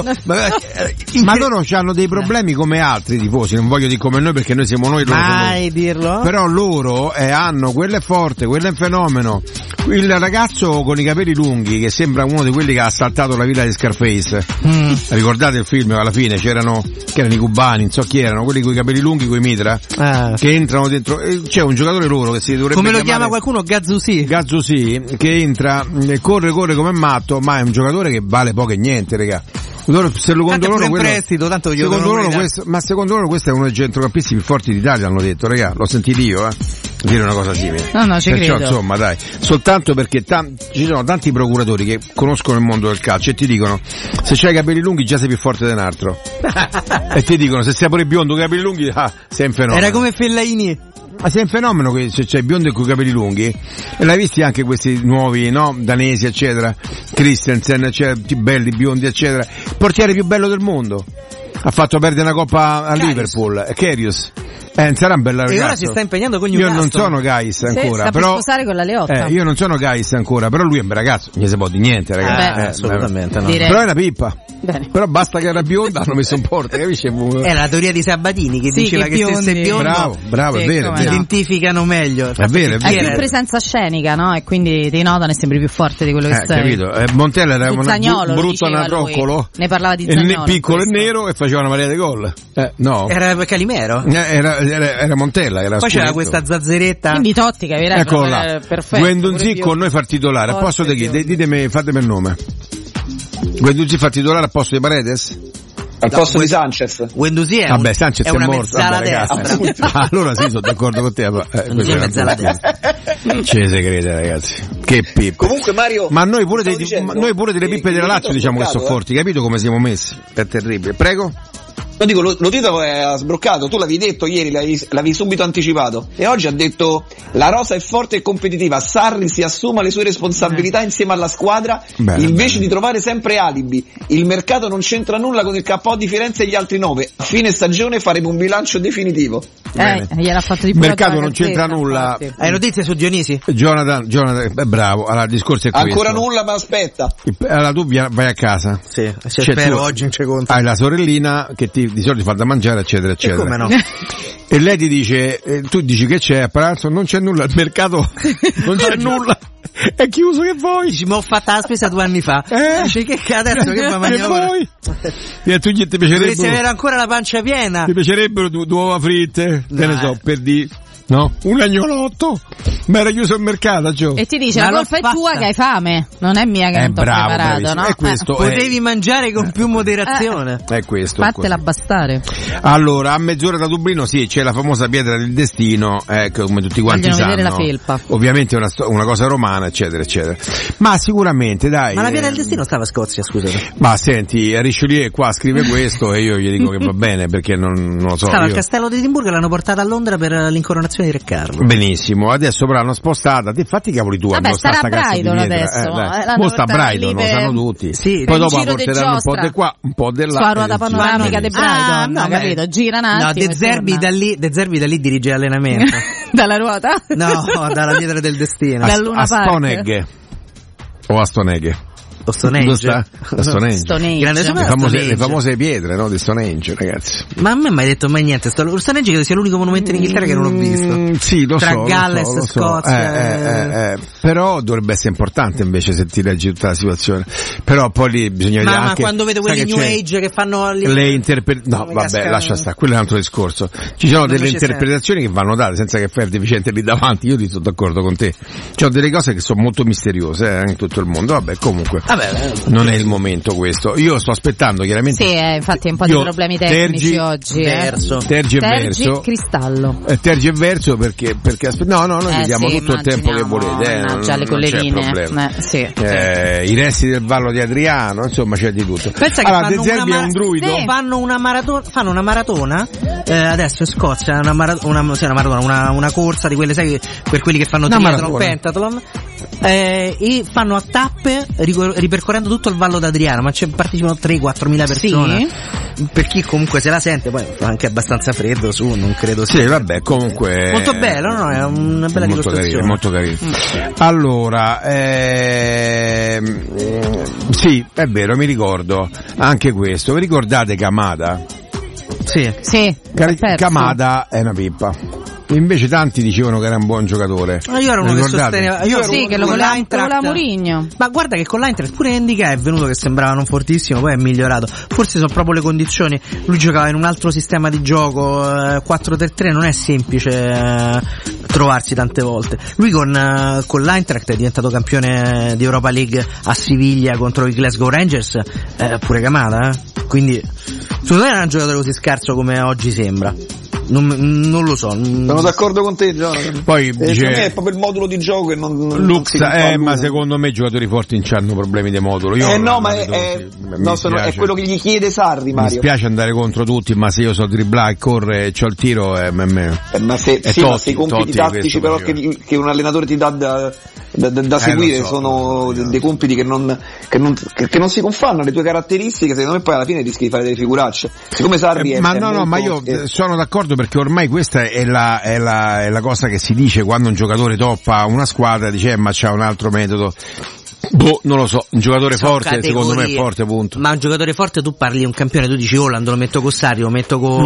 Ma loro hanno dei problemi come altri tifosi, non voglio dire come noi perché noi siamo noi. Mai dirlo. Però loro hanno, quello è forte, quello è un fenomeno. Il ragazzo con i capelli lunghi che sembra uno di quelli che ha assaltato la villa di Scarface. Ricordate il film? Alla fine c'erano i cubani, non so chi erano, quelli con i capelli lunghi, coi mitra, che entrano dentro. C'è un giocatore loro che si dovrebbe come lo chiama qualcuno? Gazzusi, che entra, corre come matto, ma è un giocatore che vale poco e niente, regà. Secondo loro prestito, tanto secondo loro questo è uno dei centrocampisti più forti d'Italia, hanno detto, regà, l'ho sentito io, dire una cosa simile. No, ci credo. Insomma, dai, soltanto perché ci sono tanti procuratori che conoscono il mondo del calcio e ti dicono se c'hai i capelli lunghi già sei più forte di un altro. E ti dicono se sei pure biondo con i capelli lunghi sei un fenomeno. Era come Fellaini. Ma sei un fenomeno che se c'è biondo e con i capelli lunghi, e l'hai visti anche questi nuovi, no? Danesi, eccetera, Christensen, eccetera, belli, biondi, eccetera. Il portiere più bello del mondo. Ha fatto perdere una coppa a Liverpool, Karius. Sarà un bel ragazzo. E ora si sta impegnando con Newcastle. Io non sono Gais ancora, sta però per sposare con la Leotta. Io non sono Gais ancora, però lui è un bel ragazzo, non gli si può di niente, ragazzi. Assolutamente no. Però è una pippa. Bene. Però basta che era bionda, hanno messo un porte, capisci? È la teoria di Sabatini che diceva che se sei biondo bravo, è vero, ti identificano meglio. È vero. Hai più presenza scenica, no? E quindi ti notano e sembri più forte di quello che sei. Capito? Montella era un brutto anatroccolo. Ne parlava di Zaniolo. Piccolo e nero e faceva una marea di gol. No. Era Calimero? Era Montella. Poi c'era questa zazzeretta. Quindi Totti capirai. Eccola. Perfetto. Guendouzi con noi fa titolare. A posto di chi? Ditemi, fatemi il nome. Guendouzi fa titolare a posto di Paredes? Al posto di Sanchez. Guendouzi è vabbè, Sanchez è una morto. Mezzala destra. Allora sì, sono d'accordo con te. Guendouzi è mezzala destra. Ce ne crede, ragazzi. Che pippa. Comunque Mario, ma noi pure delle pippe della Lazio diciamo che sono forti, capito come siamo messi? È terribile. Prego. No, dico, lo Tito ha sbroccato, tu l'avevi detto ieri, l'avevi subito anticipato, e oggi ha detto la rosa è forte e competitiva, Sarri si assuma le sue responsabilità insieme alla squadra, invece di trovare sempre alibi, il mercato non c'entra nulla con il KO di Firenze e gli altri 9, a fine stagione faremo un bilancio definitivo. Gliel'ha fatto di il mercato non c'entra nulla. Hai notizie su Dionisi? Jonathan, bravo, allora il discorso è questo. Ancora nulla, ma aspetta. Allora tu vai a casa. Sì, spero oggi non c'è conto. Hai la sorellina che di solito fa da mangiare, eccetera, eccetera. E come no? E lei ti dice, tu dici che c'è a pranzo, non c'è nulla, il mercato non c'è nulla, è chiuso, che vuoi? Dici, ma ho fatto la spesa 2 anni fa. Dici, che adesso che va che vuoi? E tu ti piacerebbe? Dovresti avere ancora la pancia piena. Ti piacerebbero due uova fritte? Che ne so, per di... No? Un agnolotto? Ma era chiuso il mercato, Gio. E ti dice, la colpa è tua che hai fame, non è mia che non t'ho preparato, no? È questo, potevi mangiare con più moderazione. È questo. Fatela bastare. Allora, a mezz'ora da Dublino, sì, c'è la famosa pietra del destino, come tutti quanti sanno. Vedere la felpa. Ovviamente è una cosa romana, eccetera, eccetera. Ma sicuramente, dai. Ma la pietra del destino stava a Scozia, scusate. Ma senti, Richelieu qua scrive questo e io gli dico che va bene, perché non lo so. Stava al castello di Edimburgo e l'hanno portata a Londra per l'incoronazione formazione di Riccardo. Benissimo, adesso però l'hanno spostata, infatti cavoli tu. Vabbè, starà a Brighton adesso. Mo sta a Brighton, lo sanno tutti. Sì, poi dopo porteranno un po' di qua, un po' di là. Sulla ruota panoramica di Brighton, no, capito? Gira un attimo. No, De Zerbi da lì dirige l'allenamento. Dalla ruota? No, dalla pietra del destino. Da Luna Park. Stonegge. O a Stonegge. Stonehenge. Le famose pietre, no? Di Stonehenge, ragazzi. Ma a me mai detto mai niente. Stonehenge credo sia l'unico monumento in Inghilterra che non ho visto. Sì, lo tra so. Galles e Scozia. Però dovrebbe essere importante invece se ti leggi tutta la situazione. Però poi lì bisogna vedere anche. Ma quando vedo quelli New Age che fanno le interpretazioni. No, vabbè, lascia stare, quello è un altro discorso. Ci sono delle interpretazioni che vanno date senza che fai il deficiente lì davanti. Io ti sono d'accordo con te. Ci sono delle cose che sono molto misteriose in tutto il mondo. Vabbè, comunque. Non è il momento questo. Io sto aspettando chiaramente. Sì, infatti un po' di problemi tecnici oggi. Tergi e Verso. Cristallo. Tergi e Verso perché noi vediamo tutto il tempo che volete. Già le collegine. I resti del Vallo di Adriano, insomma c'è di tutto. Pensa che De Zerbi è un druido. Fanno una maratona adesso in Scozia, una corsa di quelle, sai, per quelli che fanno triathlon, pentathlon. E fanno a tappe ripercorrendo tutto il Vallo d'Adriano, ma partecipano 3-4 mila persone. Sì? Per chi comunque se la sente, poi fa anche abbastanza freddo su, non credo sia. Sì, vabbè, comunque molto bello, no? È una bella ricostruzione. Molto carino. Allora, sì, è vero, mi ricordo anche questo. Vi ricordate Kamada? Sì. Kamada è una pippa. Invece tanti dicevano che era un buon giocatore. Ma io ero uno che sosteneva. Che lo voleva Mourinho. Ma guarda che con l'Eintracht pure Indica è venuto che sembrava non fortissimo, poi è migliorato. Forse sono proprio le condizioni. Lui giocava in un altro sistema di gioco, 4-3-3, non è semplice trovarsi tante volte. Lui con l'Eintracht è diventato campione di Europa League a Siviglia contro i Glasgow Rangers, pure Kamada, quindi secondo me era un giocatore così scarso come oggi sembra. Non lo so. Sono d'accordo con te, Jonathan. Poi dice, per me è proprio il modulo di gioco che non Lux, ma secondo me i giocatori forti non hanno problemi di modulo. È quello che gli chiede Sarri, Mario. Mi spiace andare contro tutti, ma se io so dribblare, corre e c'ho il tiro, ma se i compiti tattici però che un allenatore ti dà da seguire sono dei compiti che non si confanno alle tue caratteristiche, secondo me poi alla fine rischi di fare delle figuracce. Siccome Sarri ma io sono d'accordo, perché ormai questa è la cosa che si dice quando un giocatore toppa una squadra, dice ma c'ha un altro metodo. Non lo so, un giocatore forte secondo me è forte, punto. Ma un giocatore forte, tu parli di un campione, tu dici Holland, lo metto con Sarri, lo metto con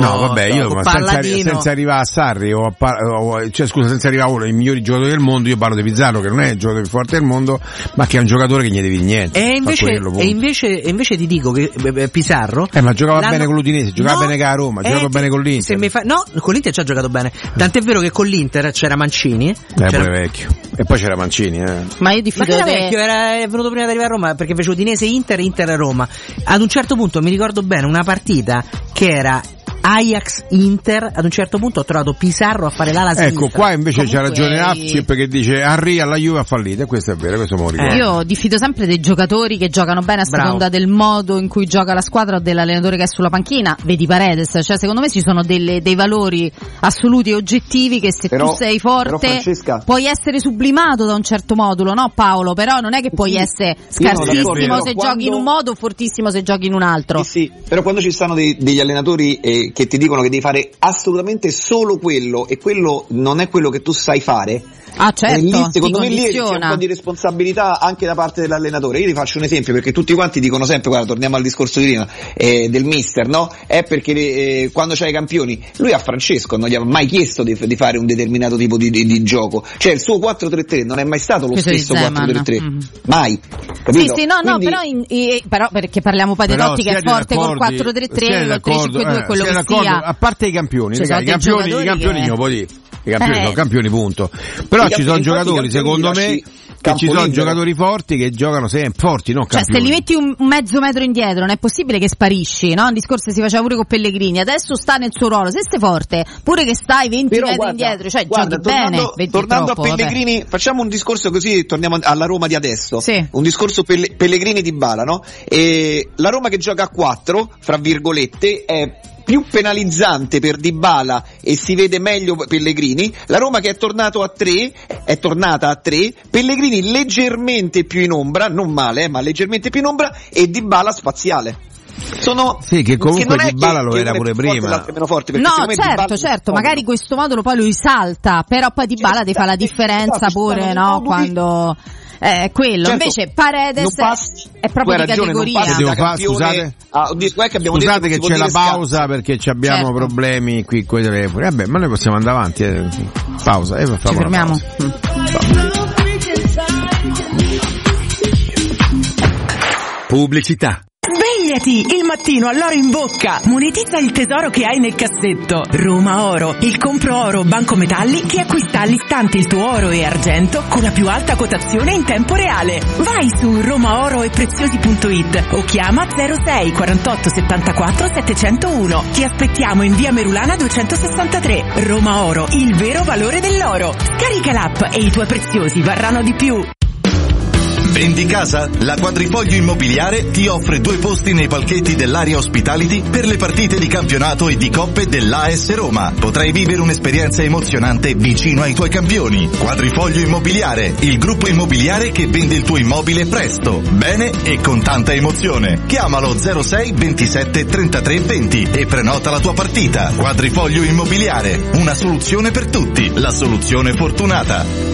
senza arrivare a Sarri senza arrivare a uno dei migliori giocatori del mondo, io parlo di Pizarro che non è il giocatore più forte del mondo, ma che è un giocatore che gli devi niente. E invece ti dico che Pizarro ma giocava bene con l'Udinese, giocava bene con la Roma, giocava bene con l'Inter. Con l'Inter ci ha giocato bene. Tant'è vero che con l'Inter c'era Mancini, pure vecchio. E poi c'era Mancini, Ma io diffido è venuto prima di arrivare a Roma perché fece Udinese Inter Roma. Ad un certo punto mi ricordo bene una partita che era Ajax Inter, ad un certo punto ho trovato Pizarro a fare l'ala sinistra. Ecco, qua invece c'ha ragione Afcip che dice Henry alla Juve ha fallito, e questo è vero, questo me lo ricordo. Io diffido sempre dei giocatori che giocano bene a seconda del modo in cui gioca la squadra o dell'allenatore che è sulla panchina. Vedi Paredes, cioè secondo me ci sono dei valori assoluti e oggettivi che se tu sei forte puoi essere sublimato da un certo modulo, no Paolo? Però non è che puoi essere scarsissimo se giochi in un modo o fortissimo se giochi in un altro. Sì, però quando ci stanno degli allenatori che ti dicono che devi fare assolutamente solo quello e quello non è quello che tu sai fare, certo, lì, secondo me lì c'è un po' di responsabilità anche da parte dell'allenatore. Io ti faccio un esempio, perché tutti quanti dicono sempre, guarda, torniamo al discorso di prima del mister, no? È perché quando c'hai i campioni, lui a Francesco non gli ha mai chiesto di fare un determinato tipo di gioco, cioè il suo 4-3-3 non è mai stato lo stesso 4-3-3, mai, capito? Sì, quindi... però perché parliamo poi Delotti che è forte col 4-3-3, il 3-5-2, quello che sia. A parte i campioni, i campioni non può dire. I campioni sono campioni, punto. Però ci sono giocatori, secondo me, che ci sono giocatori forti che giocano sempre forti, non campioni. Cioè, se li metti un mezzo metro indietro, non è possibile che sparisci, no? Un discorso si faceva pure con Pellegrini, adesso sta nel suo ruolo. Se stai forte, pure che stai 20 metri indietro, cioè giochi bene. Tornando a Pellegrini, facciamo un discorso così, torniamo alla Roma di adesso. Sì. Un discorso Pellegrini di Bala, no? E la Roma che gioca a 4, fra virgolette, è più penalizzante per Dybala e si vede meglio Pellegrini, la Roma che è tornata a 3, Pellegrini leggermente più in ombra, non male, ma leggermente più in ombra, e Dybala spaziale. Sì, che comunque Dybala lo era pure prima. Forte, no, certo, magari questo modulo poi lo risalta, però poi Dybala ti fa la differenza pure, no? Quando quello, certo, invece Paredes è proprio di categoria. Scusate che c'è la pausa perché abbiamo problemi qui con i telefoni. Vabbè, ma noi possiamo andare avanti. Pausa, ci fermiamo. Pubblicità. Svegliati il mattino all'oro in bocca, monetizza il tesoro che hai nel cassetto. Roma Oro, il compro oro banco metalli che acquista all'istante il tuo oro e argento con la più alta quotazione in tempo reale. Vai su romaoroepreziosi.it o chiama 06 48 74 701. Ti aspettiamo in via Merulana 263. Roma Oro, il vero valore dell'oro. Scarica l'app e i tuoi preziosi varranno di più. Vendi casa? La Quadrifoglio Immobiliare ti offre 2 posti nei palchetti dell'area Hospitality per le partite di campionato e di coppe dell'AS Roma. Potrai vivere un'esperienza emozionante vicino ai tuoi campioni. Quadrifoglio Immobiliare, il gruppo immobiliare che vende il tuo immobile presto, bene e con tanta emozione. Chiamalo 06 27 33 20 e prenota la tua partita. Quadrifoglio Immobiliare, una soluzione per tutti, la soluzione fortunata.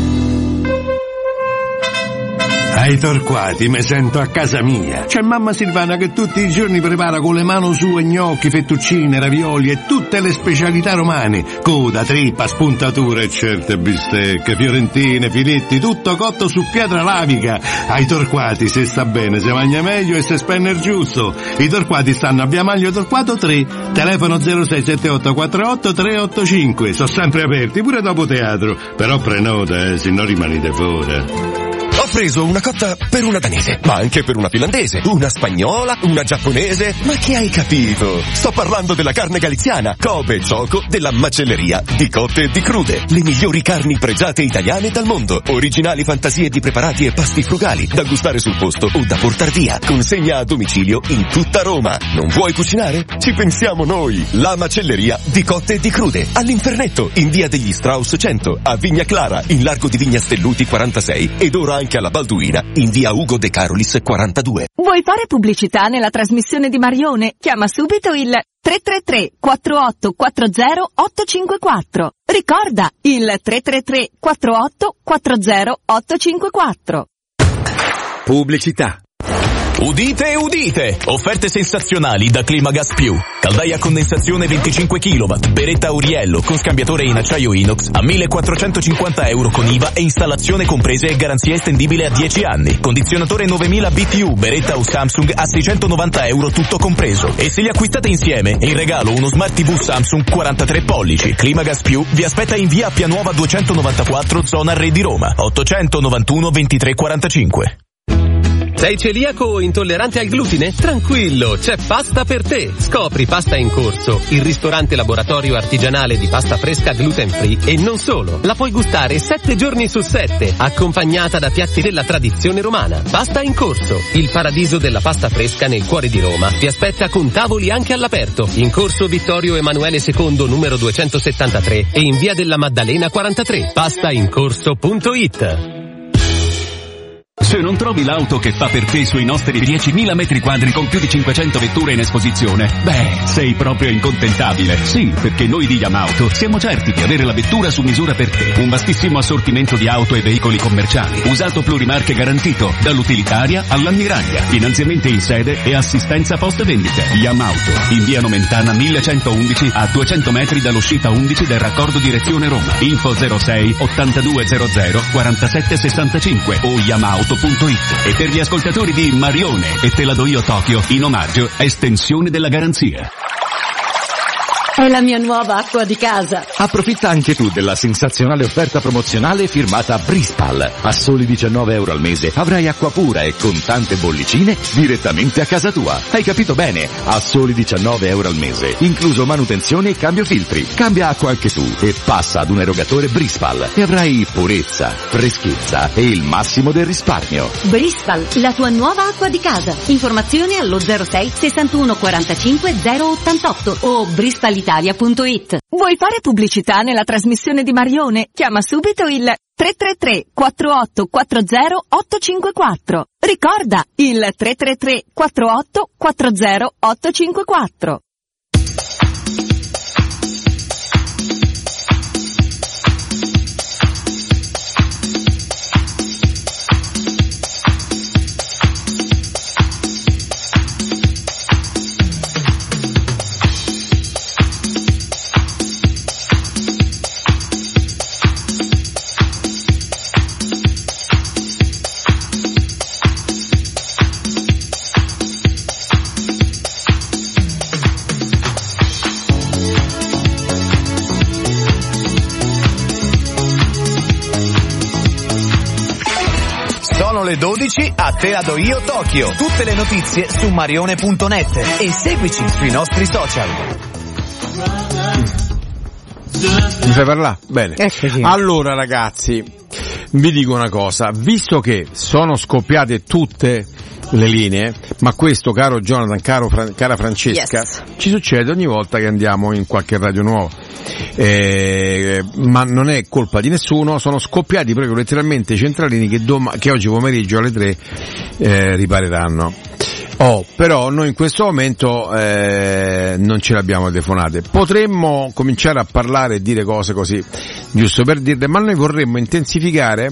Ai Torquati mi sento a casa mia. C'è mamma Silvana che tutti i giorni prepara con le mani sue gnocchi, fettuccine, ravioli e tutte le specialità romane. Coda, trippa, spuntatura e certe bistecche, fiorentine, filetti, tutto cotto su pietra lavica. Ai Torquati se sta bene, se mangia meglio e se spende il giusto. I Torquati stanno a Via Maglio Torquato 3, telefono 0678 48 385. Sono sempre aperti, pure dopo teatro. Però prenota, se no rimanete fuori. Ho preso una cotta per una danese, ma anche per una finlandese, una spagnola, una giapponese. Ma che hai capito? Sto parlando della carne galiziana, Kobe Choco della macelleria di cotte e di crude. Le migliori carni pregiate italiane dal mondo. Originali fantasie di preparati e pasti frugali, da gustare sul posto o da portar via. Consegna a domicilio in tutta Roma. Non vuoi cucinare? Ci pensiamo noi. La macelleria di cotte e di crude. All'Infernetto, in via degli Strauss 100, a Vigna Clara, in largo di Vigna Stelluti 46 ed ora anche alla Balduina in via Ugo De Carolis 42. Vuoi fare pubblicità nella trasmissione di Marione? Chiama subito il 333 4840 854. Ricorda il 333 4840 854. Pubblicità. Udite, udite! Offerte sensazionali da Climagas Più. Caldaia a condensazione 25 kW, beretta Auriello con scambiatore in acciaio inox a 1.450 euro con IVA e installazione comprese e garanzia estendibile a 10 anni. Condizionatore 9000 BTU, beretta o Samsung a 690 euro tutto compreso. E se li acquistate insieme, in regalo uno Smart TV Samsung 43 pollici. Climagas Più vi aspetta in via Appia Nuova 294, zona Re di Roma, 891 23 45. Sei celiaco o intollerante al glutine? Tranquillo, c'è Pasta per te. Scopri Pasta in Corso, il ristorante laboratorio artigianale di pasta fresca gluten free e non solo. La puoi gustare 7 giorni su 7, accompagnata da piatti della tradizione romana. Pasta in Corso, il paradiso della pasta fresca nel cuore di Roma. Vi aspetta con tavoli anche all'aperto, in Corso Vittorio Emanuele II numero 273 e in via della Maddalena 43. pastaincorso.it. Se non trovi l'auto che fa per te sui nostri 10.000 metri quadri con più di 500 vetture in esposizione, sei proprio incontentabile. Sì, perché noi di Yamauto siamo certi di avere la vettura su misura per te. Un vastissimo assortimento di auto e veicoli commerciali, usato plurimarche garantito, dall'utilitaria all'ammiraglia, finanziamenti in sede e assistenza post vendita. Yamauto, in via Nomentana 1111 a 200 metri dall'uscita 11 del raccordo direzione Roma. Info 06 8200 47 65 o Yamauto.it. E per gli ascoltatori di Marione e Te la do io Tokyo, in omaggio, estensione della garanzia. È la mia nuova acqua di casa. Approfitta anche tu della sensazionale offerta promozionale firmata Brispal. A soli 19 euro al mese avrai acqua pura e con tante bollicine direttamente a casa tua. Hai capito bene? A soli 19 euro al mese, incluso manutenzione e cambio filtri. Cambia acqua anche tu e passa ad un erogatore Brispal e avrai purezza, freschezza e il massimo del risparmio. Brispal, la tua nuova acqua di casa. Informazioni allo 06 61 45 088 o brispalitalia.it. Vuoi fare pubblicità nella trasmissione di Marione? Chiama subito il 333 4840 854. Ricorda il 333 4840 854. Le 12 a Te la do io Tokyo. Tutte le notizie su marione.net e seguici sui nostri social. Mi fai parlare? Bene. Allora ragazzi, vi dico una cosa, visto che sono scoppiate tutte le linee, ma questo, caro Jonathan, cara Francesca, ci succede ogni volta che andiamo in qualche radio nuova. Ma non è colpa di nessuno, sono scoppiati proprio letteralmente i centralini che oggi pomeriggio alle 3 ripareranno. Però noi in questo momento non ce l'abbiamo telefonate. Potremmo cominciare a parlare e dire cose così, giusto per dirle, ma noi vorremmo intensificare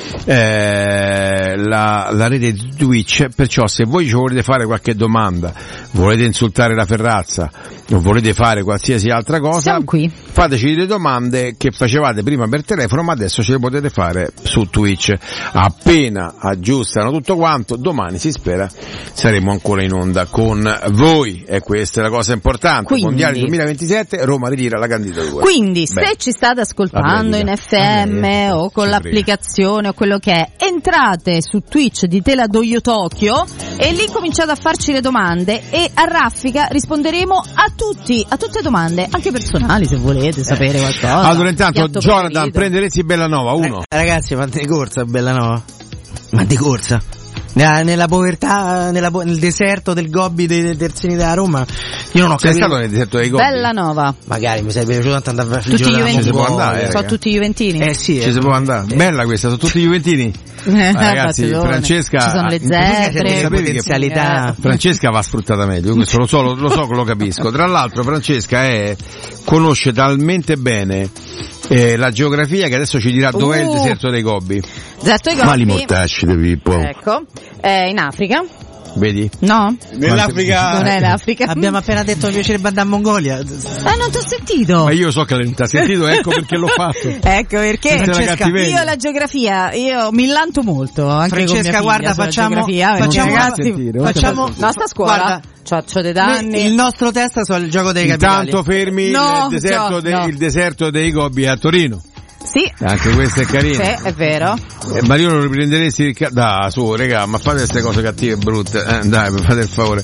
la rete di Twitch, perciò se voi ci volete fare qualche domanda, volete insultare la Ferrazza o volete fare qualsiasi altra cosa, fateci le domande che facevate prima per telefono, ma adesso ce le potete fare su Twitch. Appena aggiustano tutto quanto, domani si spera saremo ancora in onda con voi, e questa è la cosa importante. Quindi, Mondiali 2027, Roma ritira la candidatura. Quindi se ci state ascoltando in FM o con l'applicazione o quello che è, entrate su Twitch di Te la do io Tokyo e lì cominciate a farci le domande e a raffica risponderemo a tutte domande, anche personali, se volete sapere qualcosa. Allora intanto Jonathan, prenderesti Bellanova, uno. Ragazzi, ma di corsa Bellanova? Ma di corsa? Nella povertà, nel deserto del Gobbi dei terzini della Roma, io non ho capito. Sei stato nel deserto dei Gobbi? Bellanova. Magari mi sarebbe piaciuto tanto andare a fare tutti Juventini. Ci si può andare, sono tutti Juventini. Sì, ci si può andare. Bella questa, sono tutti Juventini. Ragazzi, Francesca, ci sono le zebre, potenzialità. Francesca va sfruttata meglio, questo lo so, lo capisco. Tra l'altro Francesca conosce talmente bene la geografia che adesso ci dirà dov'è il deserto dei Gobbi. Quali mortacci devi Ecco, in Africa. Vedi? No? Nell'Africa. Non è l'Africa. Abbiamo appena detto che mi piacerebbe andare in Mongolia. Non ti ho sentito. Ma io so che non ti ha sentito, ecco perché l'ho fatto. Ecco perché Francesca, io la geografia, io mi illanto molto. Anche Francesca, guarda, facciamo no, sta a scuola. C'ho dei danni. Il nostro test sul gioco dei capitali. Intanto fermi, il deserto dei Gobbi è a Torino. Sì. Anche questo è carino. Sì, è vero. Ma io non riprenderesti il dai, su, regà, ma fate queste cose cattive e brutte. Dai, fate il favore.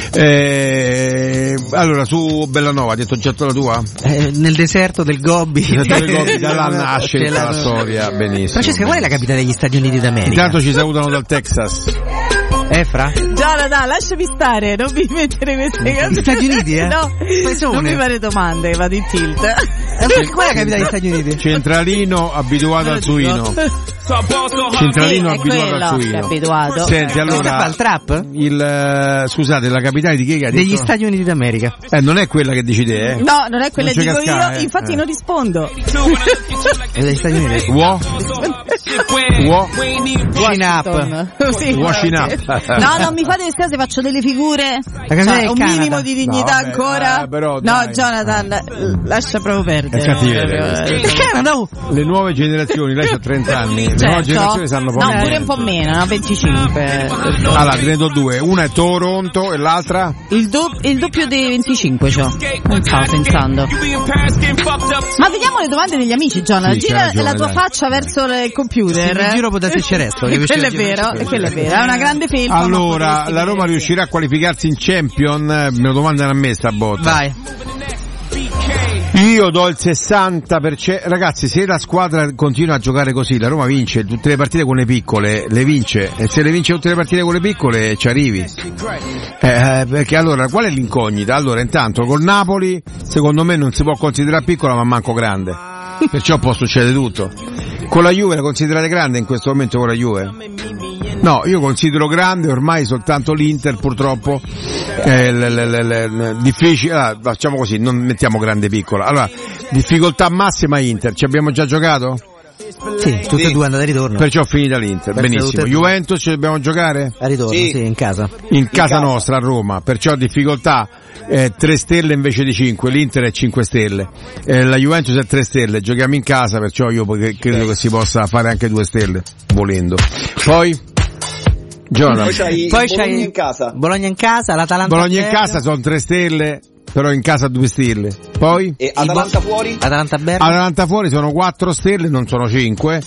Allora, su Bellanova, hai detto già la tua? Nel deserto del Gobbi. Da là nasce la storia, benissimo. Francesca, qual è la capitale degli Stati Uniti d'America? Intanto ci salutano dal Texas. Fra? Jonathan, lasciami stare, non mi mettere queste cose. Stati Uniti, No, non mi fare domande, vado in tilt. Qual è la capitale degli Stati Uniti? Centralino abituato al suino. Centralino abituato. Senti, allora fa il trap? Scusate, la capitale di che hai detto? Degli Stati Uniti d'America. Non è quella che dici te, No, non è quella che dico io, infatti non rispondo. Degli Stati Uniti. Washing up. Sì, Washing up. No, non mi fate queste cose, faccio delle figure. Cioè, un minimo di dignità ancora. Però, no, dai. Jonathan, lascia proprio perdere. È cattiveria. Il Canada. Le nuove generazioni, lei ha 30 anni, le nuove generazioni sanno poco. No, pure un po' meno, no? 25. Allora, te ne do due. Una è Toronto e l'altra? Il doppio dei 25 c'ho. Non stavo pensando. Ma vediamo le domande degli amici, Jonathan. Sì, Gira ragione, la tua dai. faccia verso il computer. Sì, il giro potesse c'è resto. Quello è vero, è una grande felpa. Allora, la Roma riuscirà a qualificarsi in Champion? Me lo domandano a me sta botta. Vai. Io do il 60%. Ragazzi, se la squadra continua a giocare così, la Roma vince tutte le partite con le piccole, le vince, e se le vince tutte le partite con le piccole ci arrivi. Perché allora qual è l'incognita? Allora, intanto col Napoli secondo me non si può considerare piccola ma manco grande, perciò può succedere tutto. Con la Juve la considerate grande in questo momento? Con la Juve? No, io considero grande ormai soltanto l'Inter, purtroppo. Difficile. Allora, facciamo così, non mettiamo grande piccola. Allora, difficoltà massima Inter, ci abbiamo già giocato? Sì, tutte e due andate e ritorno. Perciò finita l'Inter, benissimo. Juventus ci dobbiamo giocare? A ritorno, sì, in casa. In casa nostra a Roma, perciò difficoltà 3 stelle invece di 5, l'Inter è 5 stelle, la Juventus è 3 stelle, giochiamo in casa, perciò io credo che si possa fare anche 2 stelle, volendo. Poi Poi c'hai in casa. Bologna in casa, l'Atalanta. Bologna in casa sono 3 stelle, però in casa 2 stelle. Poi? E Atalanta fuori? Atalanta fuori sono 4 stelle, non sono 5.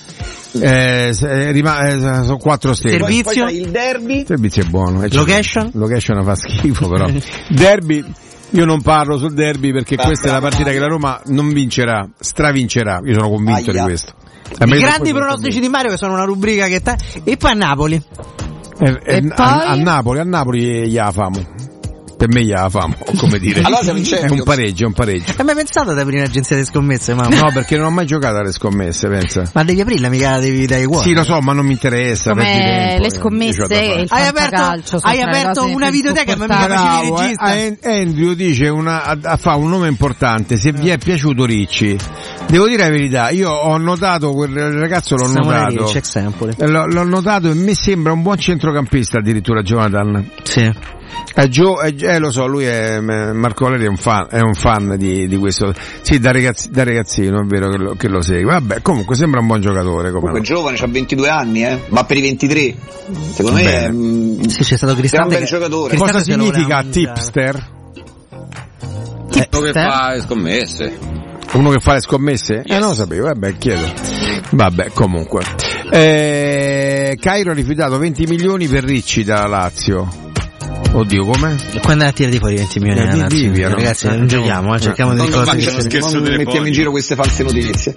Sono 4 stelle. Servizio? Poi il derby? Il servizio è buono. Location? Location fa schifo però. Derby, io non parlo sul derby perché questa è la partita che la Roma non vincerà, stravincerà. Io sono convinto di questo. I grandi pronostici di Mario, che sono una rubrica che e poi a Napoli. A Napoli gliela famo. Per me gliela famo, come dire. Allora siamo in è un pareggio. Hai mai pensato ad aprire un'agenzia di scommesse, mamma? No, perché non ho mai giocato alle scommesse, pensa. Ma devi aprirla, mica devi dare cuore. Sì, lo so, ma non mi interessa. Come le scommesse e il fantacalcio. Hai aperto una videoteca, ma mica facevi il regista. Andrew dice fa un nome importante, se vi è piaciuto Ricci. Devo dire la verità, io ho notato quel ragazzo, l'ho notato e mi sembra un buon centrocampista addirittura, Jonathan. Sì. Lo so, lui Marco Valeri è un fan di questo. Sì, da ragazzino è vero che lo segue. Vabbè, comunque sembra un buon giocatore. Comunque è giovane, ha 22 anni, va per i 23. Secondo me sì, c'è stato Cristante, è un bel giocatore. Cosa significa tipster? Uno che fa le scommesse. Uno che fa le scommesse? Non lo sapevo, vabbè, chiedo. Vabbè, comunque. Cairo ha rifiutato 20 milioni per Ricci da Lazio. Oddio, come? Quando la tirati fuori 20 milioni da Lazio? Ragazzi, non giochiamo, cerchiamo di non mettiamo in giro queste false notizie.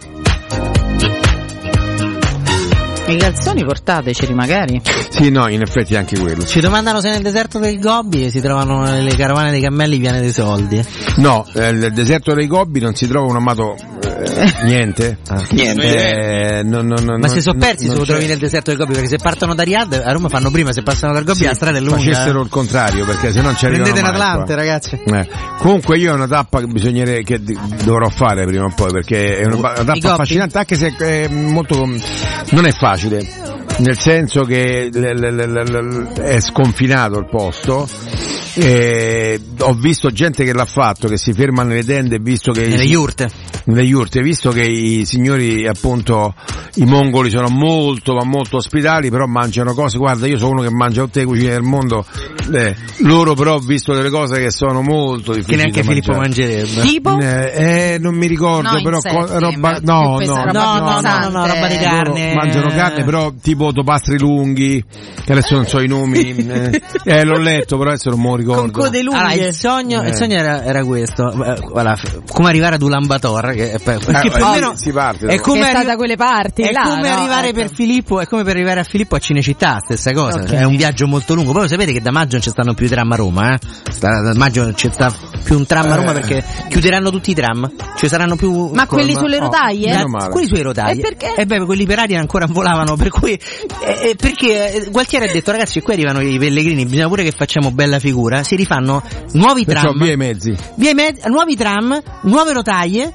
I calzoni portateceli magari. Sì, no, in effetti anche quello. Ci domandano se nel deserto del Gobi si trovano le carovane dei cammelli piene di soldi. No, nel deserto dei Gobi non si trova un amato niente. Niente. Ma si sono persi se lo trovi nel deserto del Gobi, perché se partono da Riyadh a Roma fanno prima, se passano dal Gobi la strada è lunga. Facessero il contrario, perché se no ci arrivano. Prendete in Atlante, ragazzi. Comunque io è una tappa che dovrò fare prima o poi, perché è una tappa affascinante, anche se è molto non è facile. Nel senso che è sconfinato il posto, ho visto gente che l'ha fatto, che si ferma nelle tende, visto che nelle yurte, visto che i signori, appunto, i mongoli sono molto ma molto ospitali, però mangiano cose, guarda, io sono uno che mangia tutte le cucine del mondo, loro però ho visto delle cose che sono molto difficili, che neanche Filippo mangerebbe, tipo? Non mi ricordo, però roba roba di carne, mangiano carne, però tipo topastri lunghi, che adesso non so i nomi, l'ho letto, però adesso non me lo ricordo. Con code lunghe. Allora, il sogno era questo, come arrivare ad Ulan Bator, che più o meno si parte, è come da quelle parti, è come arrivare per Filippo, è come per arrivare a Filippo a Cinecittà, stessa cosa, è un viaggio molto lungo. Poi lo sapete che da maggio non ci stanno più i tram a Roma, da maggio ci sta più un tram a Roma, perché chiuderanno tutti i tram, ci saranno più. Ma quelli sulle rotaie? Quelli sulle rotaie. E perché? Quelli per aria ancora volavano, per cui perché Gualtieri ha detto, ragazzi, qui arrivano i pellegrini, bisogna pure che facciamo bella figura. Si rifanno nuovi tram, via i mezzi, nuovi tram, nuove rotaie,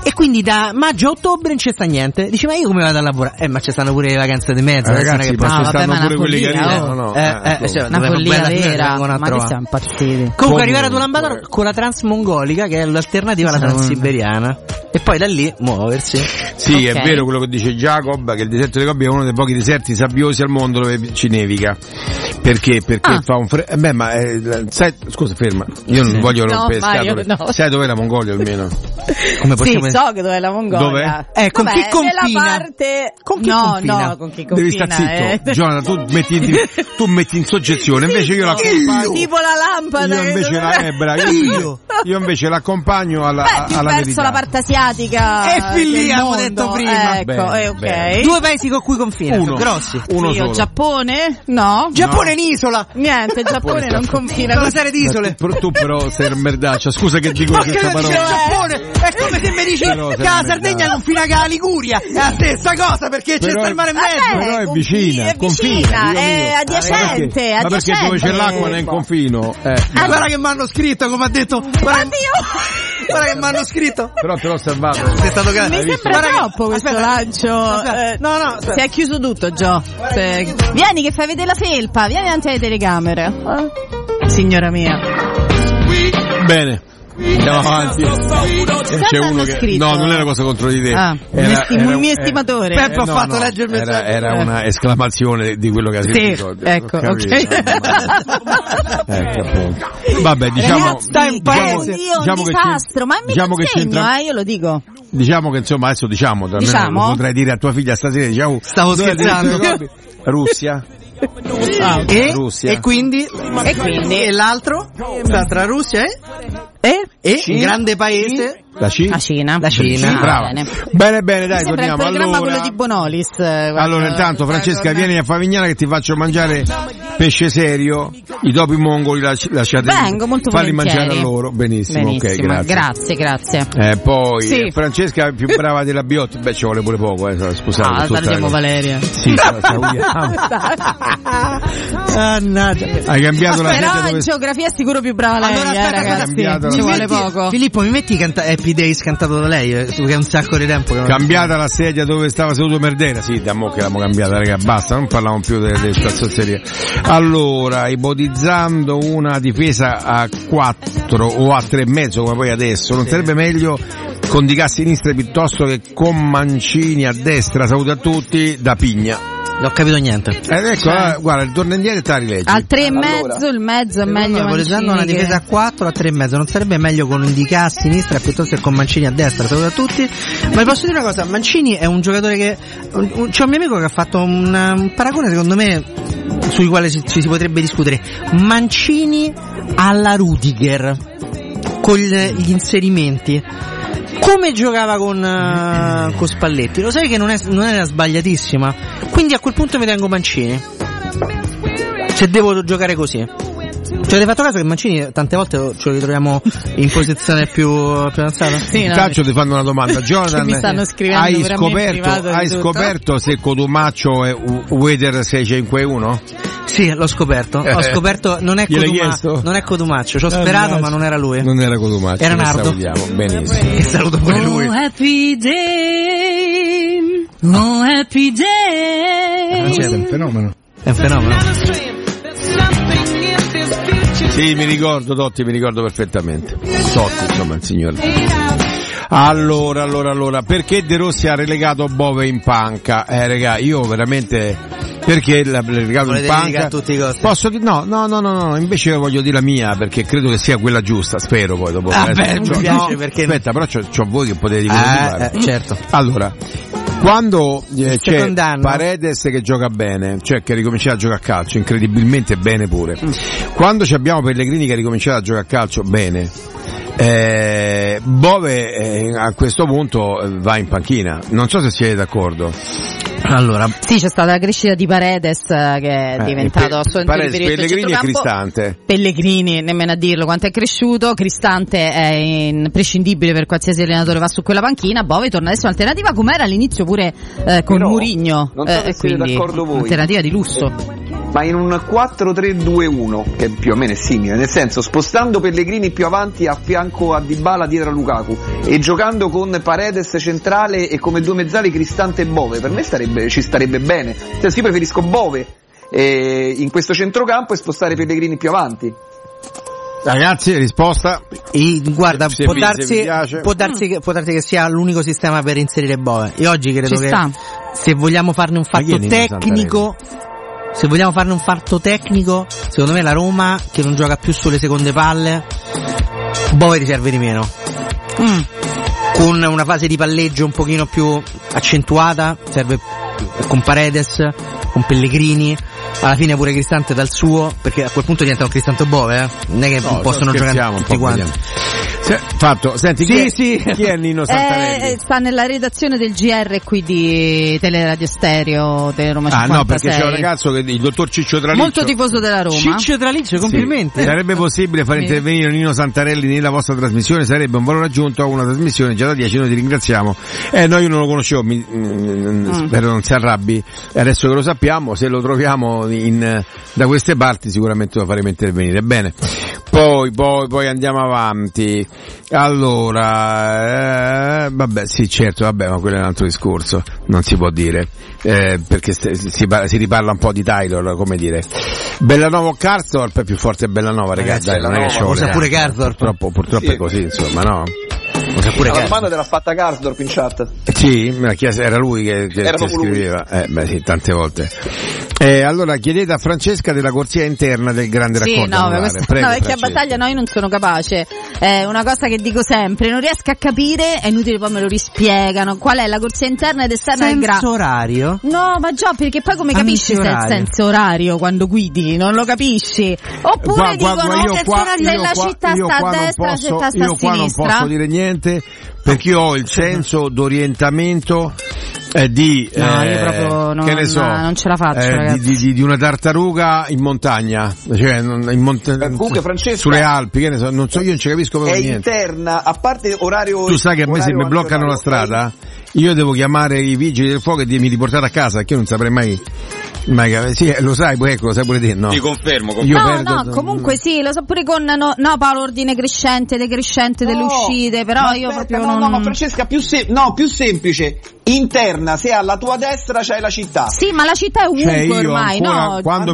e quindi da maggio a ottobre non c'è sta niente. Dice, ma io come vado a lavorare? Ma ci stanno pure le vacanze di mezzo, ragazzi, che ma ci stanno pure quelli che arrivano, una follia vera, ma che siamo impazziti. Comunque arrivare ad Ulaanbaatar con la transmongolica, che è l'alternativa alla transiberiana, e poi da lì muoversi. Sì, è vero quello che dice Jacob, che il deserto dei Gobi è uno dei pochi deserti sabbiosi al mondo dove ci nevica. Perché fa un freddo. Scusa, ferma. Io non voglio rompere scatole. No. Sai dov'è la Mongolia almeno? Come possiamo so che dov'è la Mongolia. Dov'è? Con chi confina? Nella parte... Con chi confina? No, con chi confina. Devi stare zitto. Jonathan, tu metti in soggezione, invece io l'accompagno. Tipo la lampada. Io invece l'accompagno alla verso verità. la parte asiatica. E fin lì abbiamo detto prima. Ecco, ok. 2 paesi con cui confina, uno grossi. Uno solo. Giappone? No. Giappone è un'isola. Niente, il Giappone non confina. Una serie di isole. Tu però sei un merdaccia. Scusa che dico questa parola. Giappone è come se mi dici che la Sardegna confina con la Liguria. È la stessa cosa, perché c'è il mare in mezzo. Però è vicina, confina. È adiacente. Ma perché dove c'è l'acqua non è in confino? Guarda che mi hanno scritto, come ha detto. Guarda che mi hanno scritto. Però te l'ho salvato. Sei stato grande. Mi sembra troppo questo lancio. No. Si è chiuso tutto, Gio. Vieni che fai vedere la felpa. Vieni davanti alle telecamere. Signora mia. Bene. Andiamo avanti. C'è uno che scritto? No, non era cosa contro di te. Un mio estimatore. Peppo ha fatto leggere il messaggio. Era una esclamazione di quello che ha sentito. Ecco, ok. Ecco, appunto. Vabbè, diciamo un disastro, ma mi consegno, io lo dico. Diciamo che insomma adesso lo potrai dire a tua figlia stasera, diciamo, stavo scherzando. Russia. Russia. E quindi e l'altro tra Russia e un grande paese, la Cina. Brava. Bene, dai, torniamo. Il programma quello di Bonolis. Allora, intanto, Francesca, vieni a Favignana che ti faccio mangiare pesce serio. I topi mongoli lasciate. Vengo molto falli volentieri. mangiare a loro. Benissimo. Ok, grazie. Poi sì. Francesca è più brava della Biotti. Beh, ci vuole pure poco, scusate. Salutiamo Valeria. Sì, salutiamo. Hai cambiato la però sede in geografia è sicuro più brava lei, allora, ragazzi. Ci vuole poco. Filippo, mi metti Happy Days cantato da lei? Tu che è un sacco di tempo che non... Cambiata la sedia dove stava seduto Merdera. Sì, da mo' che l'abbiamo cambiata, raga, basta, non parliamo più delle stazzozzerie. Allora, ipotizzando una difesa a 4 o a 3,5 come poi adesso, non sarebbe meglio con Di Ca a sinistra piuttosto che con Mancini a destra? Saluto a tutti da Pigna. Non ho capito niente. Ecco, guarda, ritorna indietro e te la rileggi. Al 3,5 il mezzo è meglio Mancini. Una difesa a 4 a 3,5. Non sarebbe meglio con Di Ca a sinistra piuttosto che con Mancini a destra? Saluto a tutti. Ma vi posso dire una cosa, Mancini è un giocatore che c'è un mio amico che ha fatto un paragone secondo me sul quale ci si potrebbe discutere. Mancini alla Rudiger con gli inserimenti. Come giocava con Spalletti? Lo sai che non era sbagliatissima. Quindi a quel punto mi tengo Mancini, se devo giocare così. Ci avete fatto caso che Mancini tante volte ce lo ritroviamo in posizione più avanzata? Sì, in calcio ti fanno una domanda, Jonathan. Mi stanno scrivendo hai scoperto se Cotumaccio è Weder 651? Sì, l'ho scoperto. Ho scoperto, non è Cotumaccio. Ci ho sperato, ma non era lui. Non era Cotumaccio. Era Nardo. Benissimo. E saluto pure lui. Oh happy day. Oh happy day. È un fenomeno. È un fenomeno. Sì, mi ricordo perfettamente. Totti, insomma, il signore. Allora, perché De Rossi ha relegato Bove in panca? Raga, io veramente... Perché l'ha relegato in panca? A tutti i costi. Posso dire? No, invece io voglio dire la mia, perché credo che sia quella giusta, spero poi dopo. Mi piace perché... Aspetta, però c'ho voi che potete dire. Certo. Allora, quando c'è Paredes che gioca bene, cioè che ha ricominciato a giocare a calcio, incredibilmente bene pure. Quando abbiamo Pellegrini che ha ricominciato a giocare a calcio bene, Bove a questo punto va in panchina. Non so se siete d'accordo. Allora, sì, c'è stata la crescita di Paredes che è diventato assolutamente Pellegrini e Cristante. Pellegrini, nemmeno a dirlo quanto è cresciuto. Cristante è imprescindibile per qualsiasi allenatore va su quella panchina. Bove torna adesso un'alternativa come era all'inizio pure con Mourinho, non so se siete d'accordo voi. Alternativa di lusso. ma in un 4-3-2-1, che più o meno è simile, nel senso spostando Pellegrini più avanti a fianco a Dybala dietro a Lukaku e giocando con Paredes centrale e come due mezzali Cristante e Bove, per me ci starebbe bene. Cioè, io preferisco Bove in questo centrocampo e spostare Pellegrini più avanti. Ragazzi, risposta? Guarda, può darsi che sia l'unico sistema per inserire Bove. Io oggi credo che se vogliamo farne un fatto tecnico, secondo me la Roma, che non gioca più sulle seconde palle, Bove ti serve di meno. Con una fase di palleggio un pochino più accentuata, serve con Paredes, con Pellegrini, alla fine pure Cristante dal suo, perché a quel punto diventa un Cristante Bove, non è che possono giocare tutti quanti. Fatto, senti, chi è Nino Santarelli? Sta nella redazione del GR qui di Teleradio Stereo di Roma 56. No, perché c'è un ragazzo che il dottor Ciccio Traliccio, molto tifoso della Roma. Ciccio Traliccio, complimenti. Sarebbe possibile far intervenire Nino Santarelli nella vostra trasmissione? Sarebbe un valore aggiunto a una trasmissione già da 10, noi ti ringraziamo. No, io non lo conoscevo, spero non si arrabbi, adesso che lo sappiamo, se lo troviamo da queste parti sicuramente lo faremo intervenire. Bene, poi andiamo avanti. Allora, vabbè, sì, certo, vabbè, ma quello è un altro discorso, non si può dire, perché si riparla un po' di Taylor, come dire. Bellanova o Karsdorp, è più forte Bellanova, ragazzi, dai, non è che ci vuole. Pure Karsdorp. Purtroppo è così, insomma, no? La domanda te l'ha fatta Karsdorp in chat. Sì, era lui che scriveva. Sì, tante volte. Allora chiedete a Francesca della corsia interna del grande raccordo anulare. Prego, perché a battaglia io non sono capace. È una cosa che dico sempre, non riesco a capire, è inutile, poi me lo rispiegano. Qual è la corsia interna ed esterna del senso orario? No, ma già, perché poi come capisci se è il senso orario quando guidi? Non lo capisci. Oppure dicono che se la città sta a destra, la città sta a sinistra. Io qua non posso dire niente, perché io ho il senso d'orientamento io proprio che ne so, non ce la faccio, ragazzi. Di una tartaruga in montagna, cioè comunque Francesca, sulle Alpi, che ne so, non so, io non ci capisco proprio niente. È interna, a parte orario. Tu sai che a me se mi bloccano la strada, io devo chiamare i vigili del fuoco e dirmi di portare a casa, perché io non saprei mai. Sì, lo sai, ecco, lo sai pure te, no? Ti confermo. Comunque sì, lo so pure con Paolo, ordine crescente, decrescente delle uscite, però io proprio no, ma Francesca, più semplice. Interna, se alla tua destra c'hai la città. Sì, ma la città è ovunque ormai, no? Quando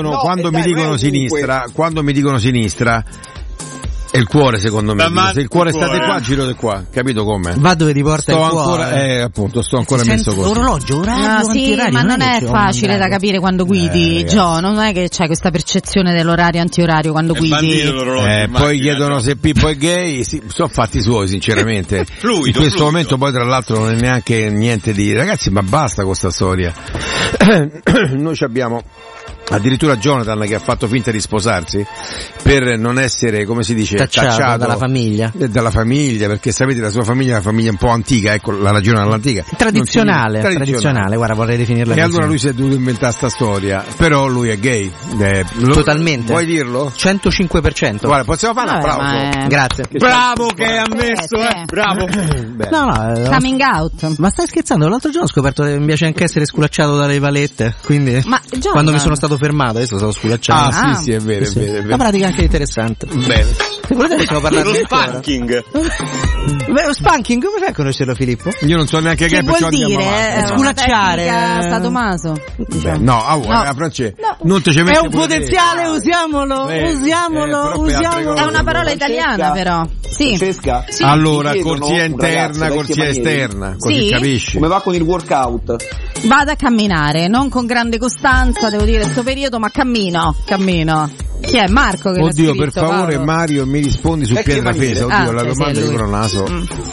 mi dicono sinistra è il cuore, secondo me. Se il cuore sta di qua, giro di qua, capito come? Va dove ti porta il cuore. Appunto, sto ancora messo così. Orologio, orario, antiorario. Ma non è facile da capire quando guidi, Gio, non è che c'hai questa percezione dell'orario antiorario quando guidi. Poi chiedono se Pippo è gay, sì, sono fatti suoi, sinceramente. In questo momento poi tra l'altro non è neanche niente di ragazzi, ma basta con sta storia. Noi abbiamo addirittura Jonathan che ha fatto finta di sposarsi per non essere, come si dice, tacciato dalla famiglia, perché sapete la sua famiglia è una famiglia un po' antica, ecco la ragione all'antica, tradizionale, guarda, vorrei definirla così. Allora lui si è dovuto inventare sta storia, però lui è gay, totalmente. Vuoi dirlo? 105%. Guarda, possiamo fare un applauso? Grazie. Bravo che hai ammesso, bravo. No, coming out. Ma stai scherzando? L'altro giorno ho scoperto che mi piace anche essere sculacciato dalle valette, quindi quando mi sono stato fermato, adesso stavo sculacciando. Sì, è vero. La pratica è anche interessante. Bene. Se volete possiamo parlare lo spanking. Lo spanking, come fai a conoscerlo, Filippo? Io non so neanche che vuol dire, sculacciare. Stato Maso. Francesco, non te ci metti. È un potenziale, usiamolo. È una parola italiana, però. Sì. Francesca? Sì. Allora, corsia interna, corsia esterna, così capisci? Come va con il workout? Vado a camminare, non con grande costanza, devo dire, sto periodo, ma cammino. Chi è? Marco che l'ha scritto, per favore, Paolo. Mario, mi rispondi su Pietrafesa. La domanda di Pronaso.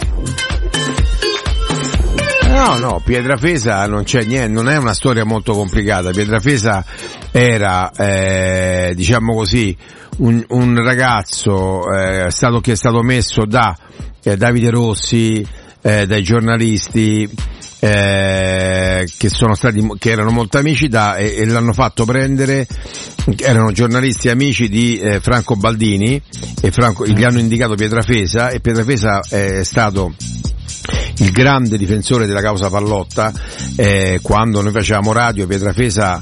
No, Pietrafesa non c'è niente, non è una storia molto complicata. Pietrafesa era, diciamo così, un ragazzo che è stato messo da Davide Rossi, dai giornalisti, che erano molto amici e l'hanno fatto prendere. Erano giornalisti amici di Franco Baldini e gli hanno indicato Pietrafesa, e Pietrafesa è stato il grande difensore della causa Pallotta. Quando noi facevamo radio, Pietrafesa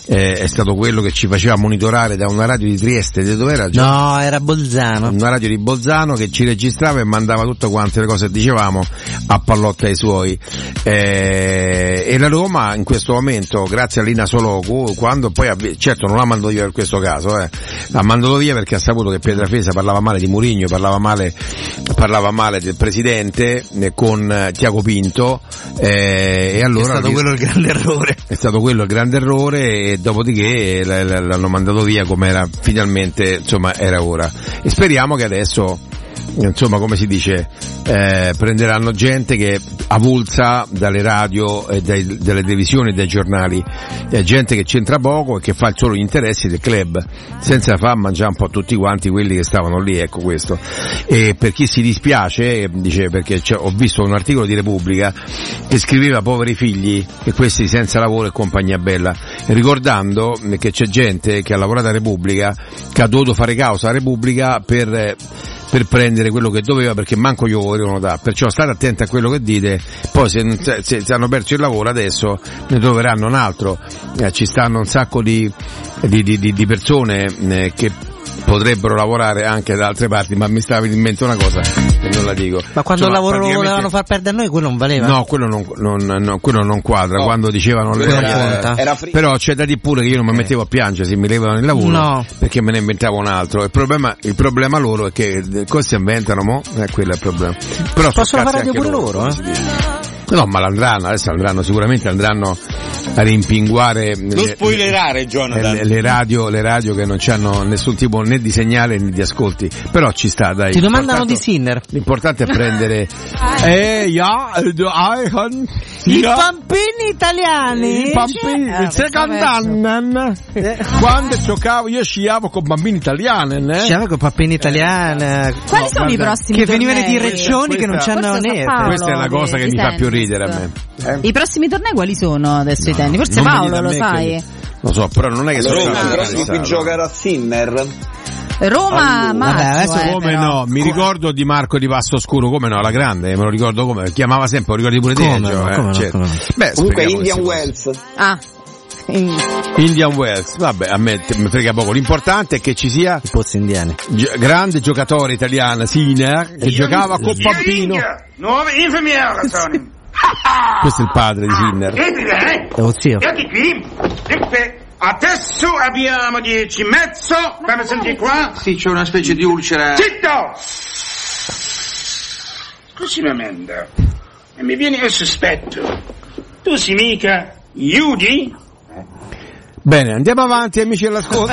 è stato quello che ci faceva monitorare da una radio di Trieste, dove era? No, era Bolzano. Una radio di Bolzano che ci registrava e mandava tutte quante le cose che dicevamo a Pallotta ai suoi. E la Roma in questo momento, grazie a Lina Soloku, quando poi certo non l'ha mandato via per questo caso, l'ha mandato via perché ha saputo che Pietrafesa parlava male di Mourinho, parlava male del presidente con Tiago Pinto, e allora è stato quello il grande errore. È stato quello il grande errore, e dopodiché l'hanno mandato via come era finalmente, insomma, era ora. E speriamo che adesso, insomma, come si dice, prenderanno gente che avulsa dalle radio e dalle televisioni e dai giornali, gente che c'entra poco e che fa solo gli interessi del club, senza far mangiare un po' tutti quanti quelli che stavano lì, ecco questo. E per chi si dispiace, dice, perché ho visto un articolo di Repubblica che scriveva poveri figli e questi senza lavoro e compagnia bella, ricordando che c'è gente che ha lavorato a Repubblica, che ha dovuto fare causa a Repubblica per prendere quello che doveva, perché manco io volevano dare. Perciò state attenti a quello che dite, poi se hanno perso il lavoro adesso ne troveranno un altro. Ci stanno un sacco di persone che potrebbero lavorare anche da altre parti, ma mi stava in mente una cosa e non la dico. Ma quando il lavoro lo volevano far perdere a noi, quello non valeva? No, quello non quadra, quando dicevano però c'è da dire pure che io non mi mettevo a piangere se mi levano il lavoro, perché me ne inventavo un altro. Il problema loro è che cosa si inventano, quello è il problema. Però possono fare radio pure loro, No, ma adesso sicuramente andranno a rimpinguare non spoilerare, Jonathan, le radio che non hanno nessun tipo né di segnale né di ascolti, però ci sta, dai. Ti domandano di Sinner. L'importante è prendere i pampini italiani, il second anno, quando giocavo io sciavo con bambini italiani, sciavo con pampini italiani. Quali sono i prossimi che venivano di Reccioni che non c'hanno neve? Questa è la cosa che mi fa più ridere a me. I prossimi tornei quali sono adesso, i tenni? Forse Paolo lo sai. Lo so, però non è che sono i prossimi qui giocare a Sinner. Roma, come no? Mi ricordo di Marco di Passo Oscuro, come no? La grande, me lo ricordo come chiamava sempre, lo ricordi pure te? Beh, comunque Indian Wells. Indian Wells, vabbè, a me mi frega poco, l'importante è che ci sia i pozzi indiani. Grande giocatore italiano, Sinner, che giocava con Pampino. Nuove infermiere sono. Questo è il padre di Sinner. Guardi qui. Adesso abbiamo 10 e mezzo. Fammi sentire qua. Sì, c'è una specie di ulcera. Zitto! Scusi, Amanda, e mi viene il sospetto. Tu sei mica Judy? Bene, andiamo avanti, amici all'ascolto.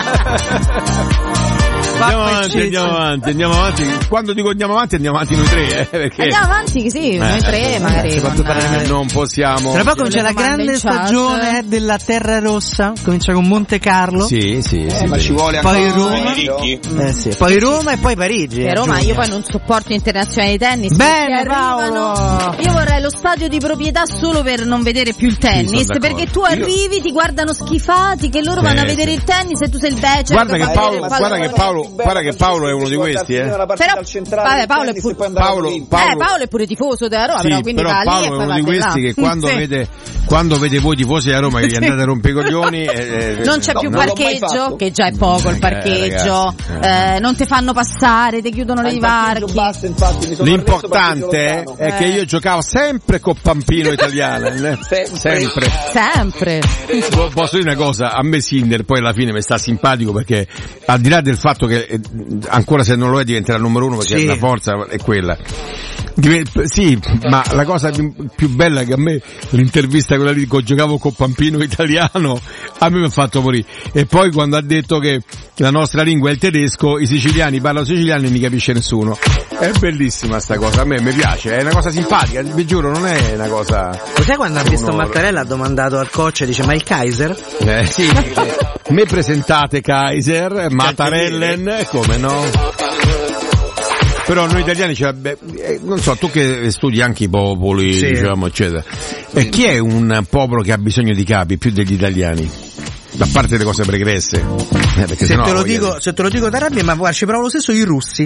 Andiamo avanti. Quando dico andiamo avanti noi tre, perché andiamo avanti, sì, noi tre magari. Non possiamo. Tra poco c'è la grande stagione della Terra Rossa, comincia con Monte Carlo. Sì. Ma ci vuole poi Roma. Poi Roma e poi Parigi. Per Roma io poi non sopporto internazionali di tennis. Bene, Paolo. Io vorrei lo stadio di proprietà solo per non vedere più il tennis, perché tu arrivi, ti guardano schifati, che loro vanno a vedere il tennis e tu sei il becero. Guarda che Paolo è uno di questi, Però Paolo è pure tifoso della Roma, però quindi va lì Paolo e poi è uno di questi che quando vede voi tifosi della Roma che gli andate a rompere i coglioni non c'è più parcheggio, che già è poco il parcheggio, non ti fanno passare, ti chiudono le varchi. L'importante è che io giocavo sempre con Pampino italiano, sempre. Posso dire una cosa, a me Sinner poi alla fine mi sta simpatico, perché al di là del fatto che ancora se non lo è diventerà il numero uno, perché la forza è quella. Sì, ma la cosa più bella è che a me l'intervista quella lì che giocavo con Pampino italiano a me mi ha fatto morire. E poi quando ha detto che la nostra lingua è il tedesco, i siciliani parlano siciliano e non capisce nessuno. È bellissima sta cosa, a me mi piace, è una cosa simpatica, vi giuro, non è una cosa. Cos'è quando ha visto Mattarella ha domandato al coach e dice ma il Kaiser? Sì, me presentate Kaiser, Mattarellen, come no? Però noi italiani, non so, tu che studi anche i popoli, diciamo, eccetera, e chi è un popolo che ha bisogno di capi più degli italiani? A parte le cose pregresse. Se te lo dico da rabbia, ma guarda, ci provo lo stesso i russi.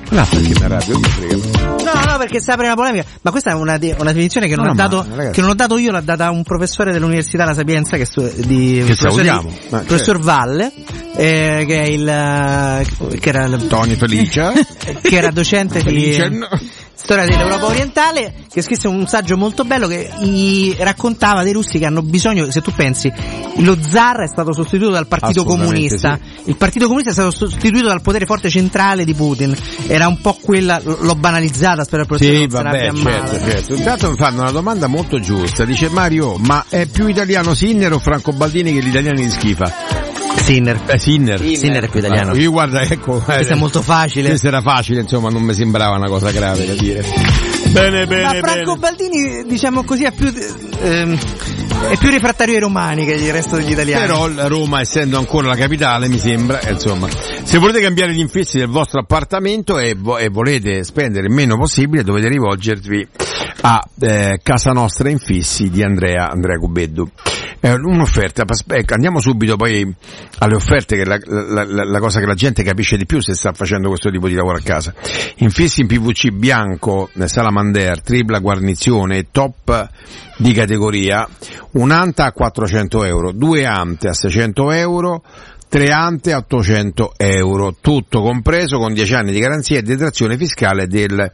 No, perché mi arrabbio, No, perché si apre una polemica. Ma questa è una definizione che non ho dato io, l'ha data un professore dell'Università La Sapienza, professor Valle, che era Tony Felicia, che era docente di storia dell'Europa orientale, che scrisse un saggio molto bello che raccontava dei russi che hanno bisogno, se tu pensi, lo zar è stato sostituito dal Partito Comunista, sì. Il Partito Comunista è stato sostituito dal potere forte centrale di Putin, era un po' quella, l'ho banalizzata, spero il professore non se ne abbia male. Certo. Intanto mi fanno una domanda molto giusta, dice Mario, ma è più italiano Sinner o Franco Baldini che gli italiani di Schifa? Sinner è più italiano. Io guarda, ecco, questo è molto facile. Questo era facile, insomma, non mi sembrava una cosa grave da dire. Bene. Ma Franco Baldini, diciamo così, è più refrattario ai romani che il resto degli italiani. Però Roma, essendo ancora la capitale, mi sembra, insomma, se volete cambiare gli infissi del vostro appartamento e volete spendere il meno possibile, dovete rivolgervi a Casa Nostra Infissi di Andrea Cubeddu. Un'offerta, andiamo subito poi alle offerte, che è la cosa che la gente capisce di più se sta facendo questo tipo di lavoro a casa. Infissi in PVC bianco, Salamander, tripla guarnizione e top di categoria, un'anta a 400 euro, 2 ante a 600 euro, 3 ante a 800 euro, tutto compreso con 10 anni di garanzia e detrazione fiscale del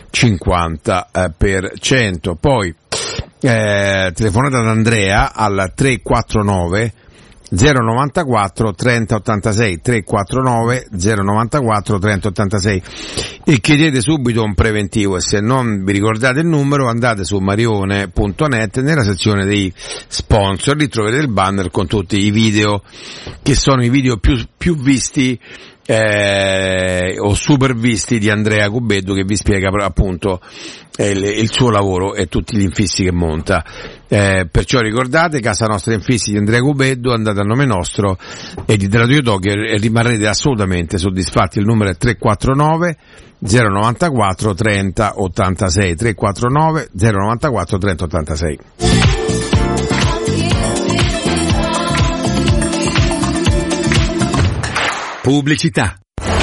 50%. Poi telefonata ad Andrea al 349 094 3086 349 094 3086 e chiedete subito un preventivo, e se non vi ricordate il numero andate su marione.net nella sezione dei sponsor, lì troverete il banner con tutti i video che sono i video più visti o super visti di Andrea Cubeddu, che vi spiega appunto il suo lavoro e tutti gli infissi che monta. Perciò ricordate, Casa Nostra Infissi di Andrea Cubeddu, andate a nome nostro e di Radio Tokyo e rimarrete assolutamente soddisfatti. Il numero è 349 094 30 86 349 094 30 86. Pubblicità.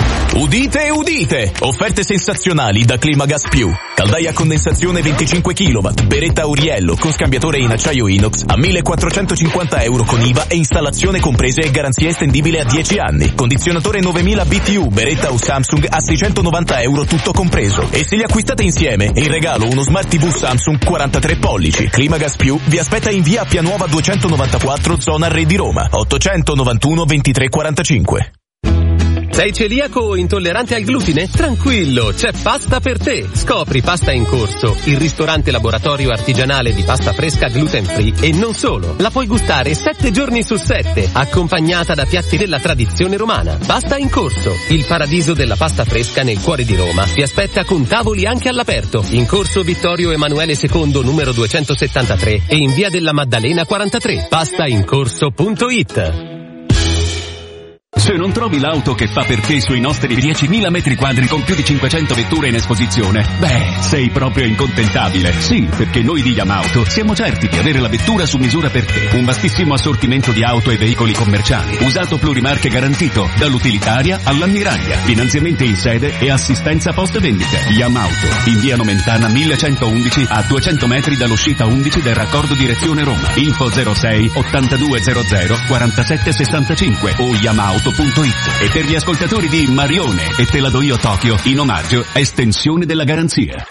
Udite! Offerte sensazionali da Climagas Più. Caldaia a condensazione 25 kW, beretta Auriello con scambiatore in acciaio inox a 1.450 euro con IVA e installazione comprese e garanzia estendibile a 10 anni. Condizionatore 9000 BTU, beretta o Samsung a 690 euro tutto compreso. E se li acquistate insieme, in regalo uno Smart TV Samsung 43 pollici. Climagas Più vi aspetta in via Appia Nuova 294, zona Re di Roma, 891 23 45. Sei celiaco o intollerante al glutine? Tranquillo, c'è Pasta per te. Scopri Pasta in Corso, il ristorante laboratorio artigianale di pasta fresca gluten free e non solo. La puoi gustare 7 giorni su 7, accompagnata da piatti della tradizione romana. Pasta in Corso, il paradiso della pasta fresca nel cuore di Roma. Vi aspetta con tavoli anche all'aperto, in Corso Vittorio Emanuele II numero 273 e in via della Maddalena 43. Pastaincorso.it. Se non trovi l'auto che fa per te sui nostri 10.000 metri quadri con più di 500 vetture in esposizione, sei proprio incontentabile. Sì, perché noi di Yamauto siamo certi di avere la vettura su misura per te. Un vastissimo assortimento di auto e veicoli commerciali, usato plurimarche garantito, dall'utilitaria all'ammiraglia, finanziamenti in sede e assistenza post vendita. Yamauto, in via Nomentana 1111 a 200 metri dall'uscita 11 del raccordo direzione Roma. Info 06 8200 4765 o Yamauto.it. E per gli ascoltatori di Marione e Te la do io Tokyo, in omaggio, estensione della garanzia.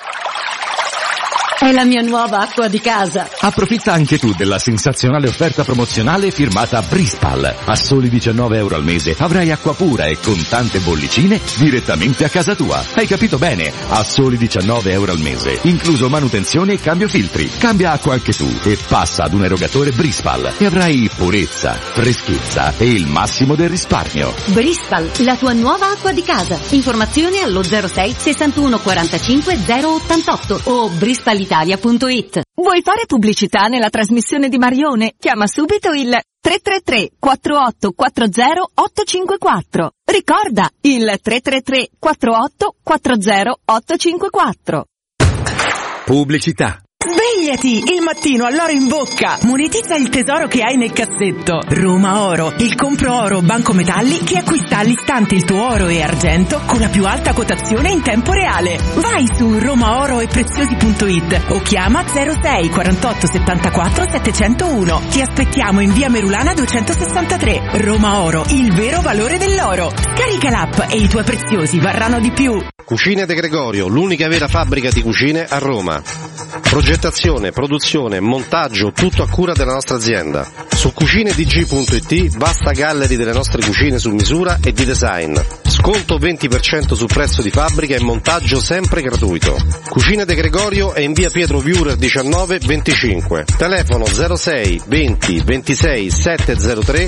È la mia nuova acqua di casa. Approfitta anche tu della sensazionale offerta promozionale firmata Brispal. A soli 19 euro al mese avrai acqua pura e con tante bollicine direttamente a casa tua. Hai capito bene? A soli 19 euro al mese, incluso manutenzione e cambio filtri. Cambia acqua anche tu e passa ad un erogatore Brispal e avrai purezza, freschezza e il massimo del risparmio. Brispal, la tua nuova acqua di casa. Informazioni allo 06 61 45 088 o brispalitalia.it. Vuoi fare pubblicità nella trasmissione di Marione? Chiama subito il 333 4840 854. Ricorda, il 333 4840 854. Pubblicità. Svegliati! Il mattino all'oro in bocca! Monetizza il tesoro che hai nel cassetto. Roma Oro, il compro oro banco metalli che acquista all'istante il tuo oro e argento con la più alta quotazione in tempo reale. Vai su romaoroepreziosi.it o chiama 06 48 74 701. Ti aspettiamo in via Merulana 263. Roma Oro, il vero valore dell'oro. Scarica l'app e i tuoi preziosi varranno di più. Cucine De Gregorio, l'unica vera fabbrica di cucine a Roma. Progettazione, produzione, montaggio, tutto a cura della nostra azienda. Su cucinedg.it vasta gallery delle nostre cucine su misura e di design. Sconto 20% sul prezzo di fabbrica e montaggio sempre gratuito. Cucine De Gregorio è in via Pietro Viurer 19 25. Telefono 06 20 26 703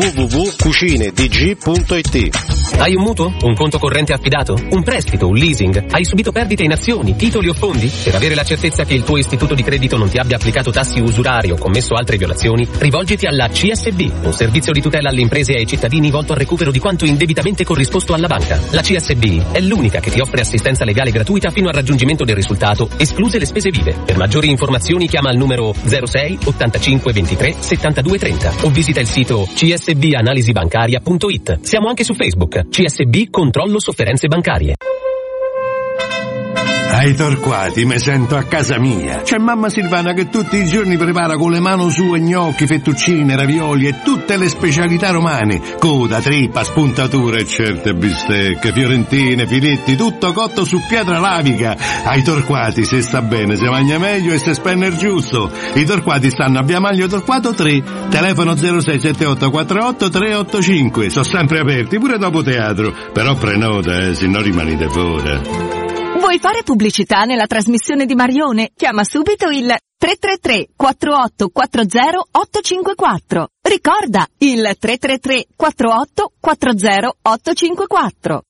www.cucinedg.it. Hai un mutuo? Un conto corrente affidato? Un prestito? Un leasing? Hai subito perdite in azioni, titoli o fondi? Per avere la certezza che il tuo istituto di credito non ti abbia applicato tassi usurari o commesso altre violazioni, rivolgiti alla CSB, un servizio di tutela alle imprese e ai cittadini volto al recupero di quanto indebitamente corrisposto alla banca. La CSB è l'unica che ti offre assistenza legale gratuita fino al raggiungimento del risultato, escluse le spese vive. Per maggiori informazioni chiama al numero 06 85 23 72 30 o visita il sito csbanalisibancaria.it. Siamo anche su Facebook. CSB Controllo Sofferenze Bancarie. Ai Torquati mi sento a casa mia. C'è mamma Silvana che tutti i giorni prepara con le mani sue gnocchi, fettuccine, ravioli e tutte le specialità romane. Coda, trippa, spuntatura e certe bistecche, fiorentine, filetti, tutto cotto su pietra lavica. Ai Torquati se sta bene, se mangia meglio e se spende il giusto. I Torquati stanno a Via Maglio Torquato 3, telefono 0678 48 385. Sono sempre aperti, pure dopo teatro. Però prenota, se no rimanete fuori. Vuoi fare pubblicità nella trasmissione di Marione? Chiama subito il 333 4840 854. Ricorda, il 333 48 40 854.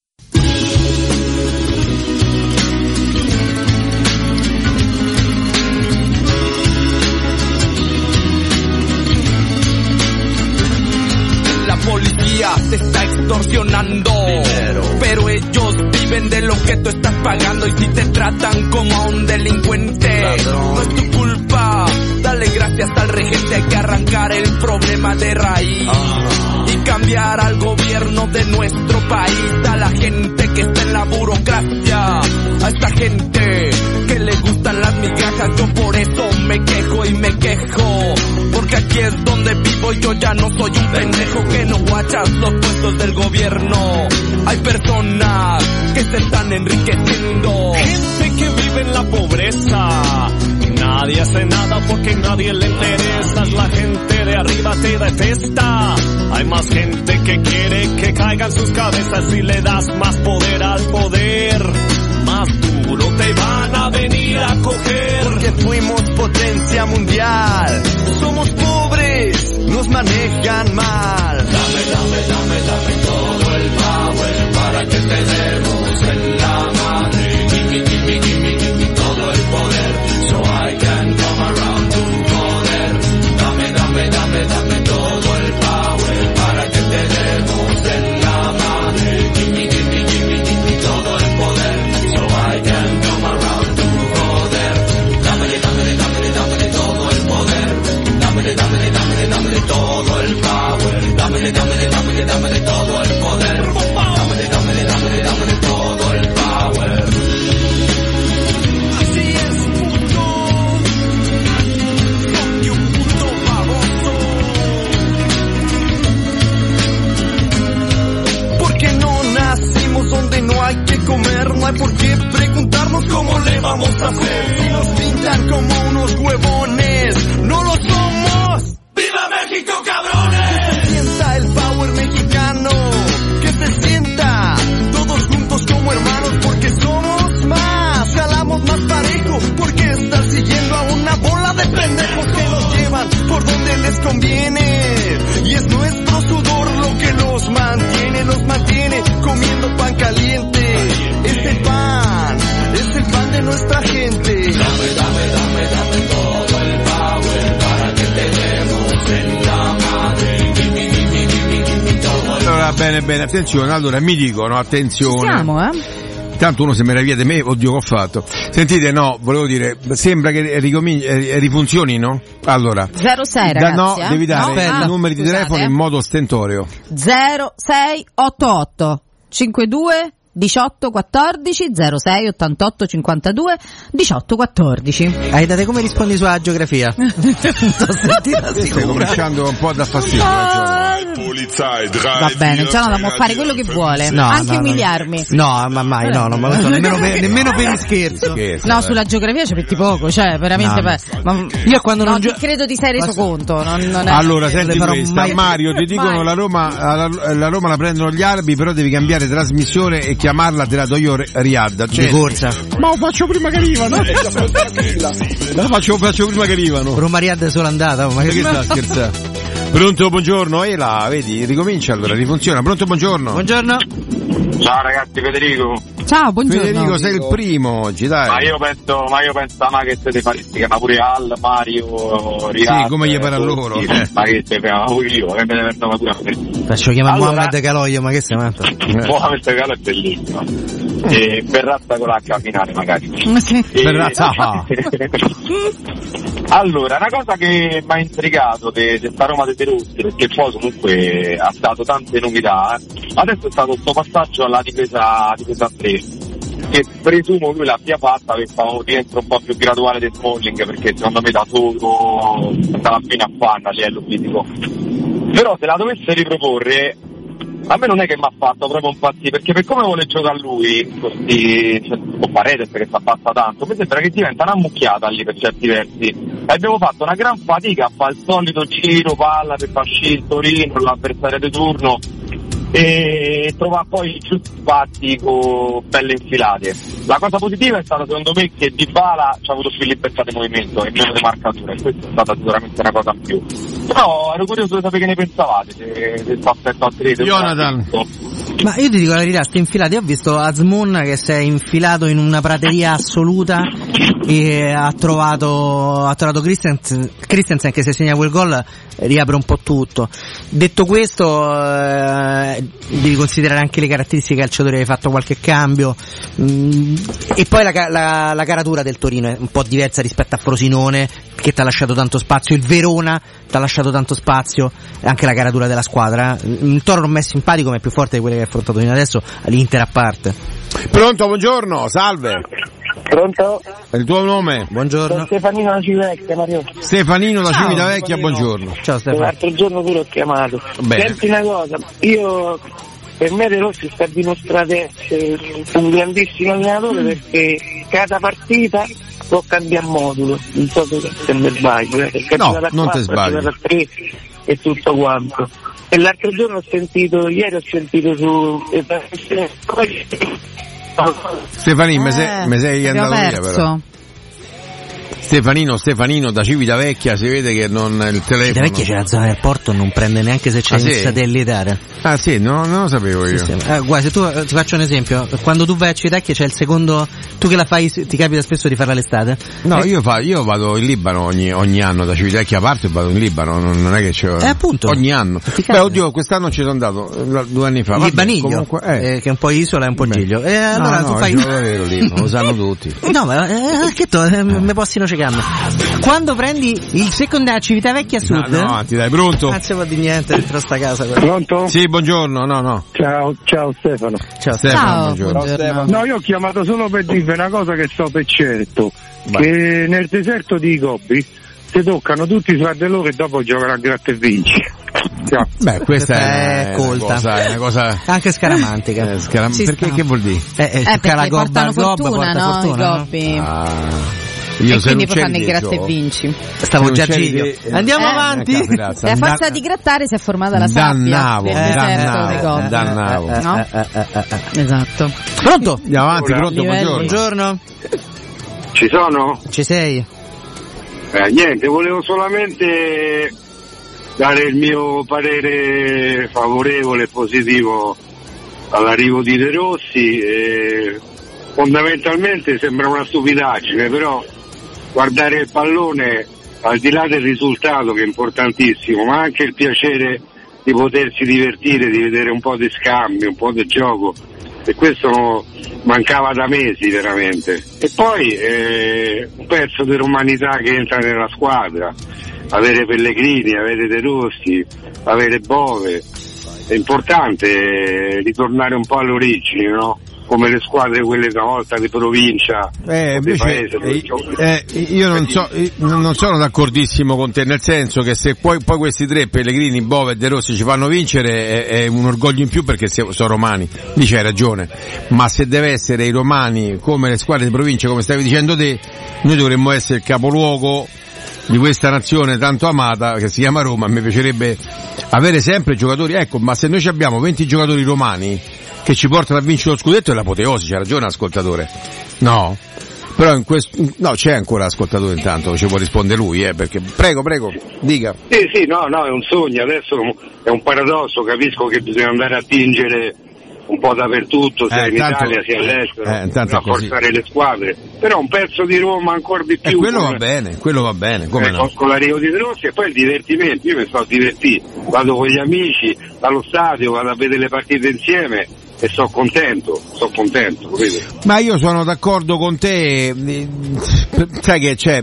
La policía te está extorsionando, pero ellos viven de lo que tú estás pagando y si te tratan como a un delincuente, no es tu culpa. Dale gracias al regente, hay que arrancar el problema de raíz y cambiar al gobierno de nuestro país, a la gente que está en la burocracia, a esta gente que le gustan las migajas. Yo por eso me quejo y me quejo, porque aquí es donde vivo y yo ya no soy un pendejo que no guachas los puestos del gobierno. Hay personas que se están enriqueciendo, gente que vive en la pobreza. Nadie hace nada porque nadie le interesa. La gente de arriba te detesta. Hay más gente que quiere que caigan sus cabezas. Si le das más poder al poder, más duro te van a venir a coger. Porque fuimos potencia mundial, somos pobres, nos manejan mal. Dame, dame, dame, dame todo el power para que te demos en la madre. Gimme, gimme, gimme, gimme todo el poder, so I can come around to poder. Dame, dame, dame, dame todo el power para que te demos en la madre. Gimme, gimme, gimme, gimme todo el poder, so I can come around to poder. Dame, dame, dame, dame todo el poder. Dame, dame, dame, dame todo el power. Dame, dame, dame, dame todo el poder. Dame, dame, dame, dame todo el power. Así es, puto. Fuck you, puto baboso. Porque no nacimos donde no hay que comer, no hay por qué preguntarnos cómo le vamos a hacer. Si nos pintan como unos huevones, no lo somos. ¡Viva México, cabrones! Que se sienta el power mexicano, que se sienta todos juntos como hermanos, porque somos más, jalamos más parejo, porque están siguiendo a una bola de pendejos que los llevan por donde les conviene. Y es nuestro sudor lo que los mantiene comiendo pan caliente. Es el pan de nuestra gente. Dame, dame, dame, dame todo el power para que te demos en la madre. Gimme, gimme, gimme, gimme todo el. Allora, bene, attenzione, allora mi dicono, attenzione. Siamo, Tanto uno si meraviglia di me, oddio che ho fatto. Sentite, no, volevo dire, sembra che rifunzioni, no? Allora 06 ragazzi, no, devi dare i numeri di telefono in modo stentoreo. 0688 52 18 14 06 88 52 18 14. Date come rispondi sulla geografia? Stai cominciando un po' da fastidio. Va bene, Jonathan può fare quello che vuole, anche umiliarmi. No, ma mai, no, ma nemmeno per scherzo. No, sulla geografia ci metti poco, cioè veramente. Io quando non credo ti sei reso conto. Non è allora, senti questa, Mario, ti dicono la Roma la prendono gli arabi, però devi cambiare trasmissione e chiamarla te la do io Riyadh, di corsa. Ma lo faccio prima che arrivano. La faccio prima che arrivano. Roma Riyadh è solo andata, ma che sta scherzando? Pronto, buongiorno, e là, vedi, ricomincia allora, rifunziona. Pronto, buongiorno. Buongiorno. Ciao ragazzi, Federico. Ciao, buongiorno. Federico, sei il primo oggi, dai. Ma io penso che siete faristi, ma pure Al, Mario, Riyadh. Sì, come gli pare a loro. Ma che te pure io, che me ne verno matura. Faccio chiamare Mohamed Caloio, ma che sei matto? Mohamed Caloio è bellissimo. E Berrazza con l'H a finale magari. Berrazza. Allora, una cosa che mi ha intrigato di sta Roma De Rossi, perché poi comunque ha dato tante novità, adesso è stato questo passaggio alla difesa 3, che presumo lui l'abbia fatta per fare un rientro un po' più graduale del Smalling, perché secondo me da solo stava fino a fanna a livello fisico. Però se la dovesse riproporre, a me non è che mi ha fatto proprio impazzire, perché per come vuole giocare lui, o Paredes che si abbassa tanto, mi sembra che diventa una mucchiata lì per certi versi. E abbiamo fatto una gran fatica a fare il solito giro, palla per far uscire il Torino, l'avversario di turno, e trovare poi i giusti spazi con belle infilate. La cosa positiva è stata secondo me che Dybala ci ha avuto più libertà di movimento e meno di marcatura, e questa è stata sicuramente una cosa in più. Però ero curioso di sapere che ne pensavate, se sto aspetto a tre. Jonathan. Ma io ti dico la verità, ste infilate, io ho visto Azmoun che si è infilato in una prateria assoluta e ha trovato Christensen che se segna quel gol riapre un po' tutto. Detto questo, devi considerare anche le caratteristiche del calciatore, hai fatto qualche cambio, e poi la caratura del Torino è un po' diversa rispetto a Frosinone, che ti ha lasciato tanto spazio, il Verona ti ha lasciato tanto spazio, anche la caratura della squadra. Il Toro non è simpatico, ma è più forte di quelle che hai affrontato fino adesso, l'Inter a parte. Pronto, buongiorno, salve. Pronto? Il tuo nome? Buongiorno. Sono Stefanino da Civitavecchia, Mario. Stefanino da Civitavecchia, buongiorno. Ciao Stefano. L'altro giorno pure ho chiamato. Bene. Senti una cosa, per me De Rossi sta dimostrando essere un grandissimo allenatore, perché cada partita può cambiare modulo, non so se mi sbaglio, perché no, non ti sbagli, da 3 e tutto quanto. E l'altro giorno ieri ho sentito su Stefanino, mi sei andato via però. Stefanino da Civitavecchia, si vede che non il telefono. Civitavecchia c'è la zona del porto, non prende neanche se c'è il satellitare. Ah sì, non lo sapevo io. Sì. Guarda, se tu ti faccio un esempio, quando tu vai a Civitavecchia c'è il secondo, tu che la fai, ti capita spesso di farla l'estate? No, io vado in Libano ogni anno, da Civitavecchia parto e vado in Libano, non è che c'è appunto ogni anno. Beh, oddio, quest'anno ci sono andato 2 anni fa. Il Libaniglio, comunque, che è un po' isola e un po' giglio. E allora tu fai vero lì, lo sanno tutti. No, ma che me possino ciecarmi. Quando prendi il secondo a Civitavecchia Sud, no, ti dai pronto? Non si può di niente dentro sta casa. Pronto? Sì, buongiorno, no. Ciao Stefano. Ciao Stefano. Ciao Stefano. No, io ho chiamato solo per dirvi una cosa che so per certo. Che nel deserto di Gobi si toccano tutti tra di loro e dopo giocano a gratta e vinci. Beh, questa è colta, è una cosa anche scaramantica. Perché che vuol dire? Perché la portano fortuna, no? Fortuna, i Gobbi. Io e quindi poi fanno i gratta e vinci. Stavo già Giglio. Andiamo avanti. E a forza di grattare si è formata la sabbia del deserto dei Gobbi. No? Esatto. Pronto? Andiamo avanti, pronto, buongiorno. Ci sono? Ci sei? Niente, volevo solamente dare il mio parere favorevole e positivo all'arrivo di De Rossi. Fondamentalmente sembra una stupidaggine, però guardare il pallone, al di là del risultato che è importantissimo, ma anche il piacere di potersi divertire, di vedere un po' di scambio, un po' di gioco, e questo mancava da mesi veramente. E poi un pezzo di romanità che entra nella squadra, avere Pellegrini, avere De Rossi, avere Bove, è importante ritornare un po' alle no? Come le squadre quelle una volta di provincia, di paese. Io non sono d'accordissimo con te, nel senso che se poi questi tre, Pellegrini, Bove e De Rossi, ci fanno vincere è un orgoglio in più perché sono romani, lì c'hai ragione, ma se deve essere i romani come le squadre di provincia, come stavi dicendo te, noi dovremmo essere il capoluogo di questa nazione tanto amata che si chiama Roma. Mi piacerebbe avere sempre giocatori, ecco, ma se noi abbiamo 20 giocatori romani che ci portano a vincere lo scudetto è l'apoteosi, c'ha ragione l'ascoltatore. No? Però no, c'è ancora l'ascoltatore, intanto ci può rispondere lui, perché prego, dica. Sì, no, è un sogno, adesso è un paradosso, capisco che bisogna andare a tingere un po' dappertutto, sia in Italia sia all'estero, rafforzare le squadre, però un pezzo di Roma ancora di più. Quello va bene, come no? Con l'arrivo di De Rossi e poi il divertimento, io mi sto a divertire, vado con gli amici allo stadio, vado a vedere le partite insieme e sono contento, capito? Ma io sono d'accordo con te, sai che c'è,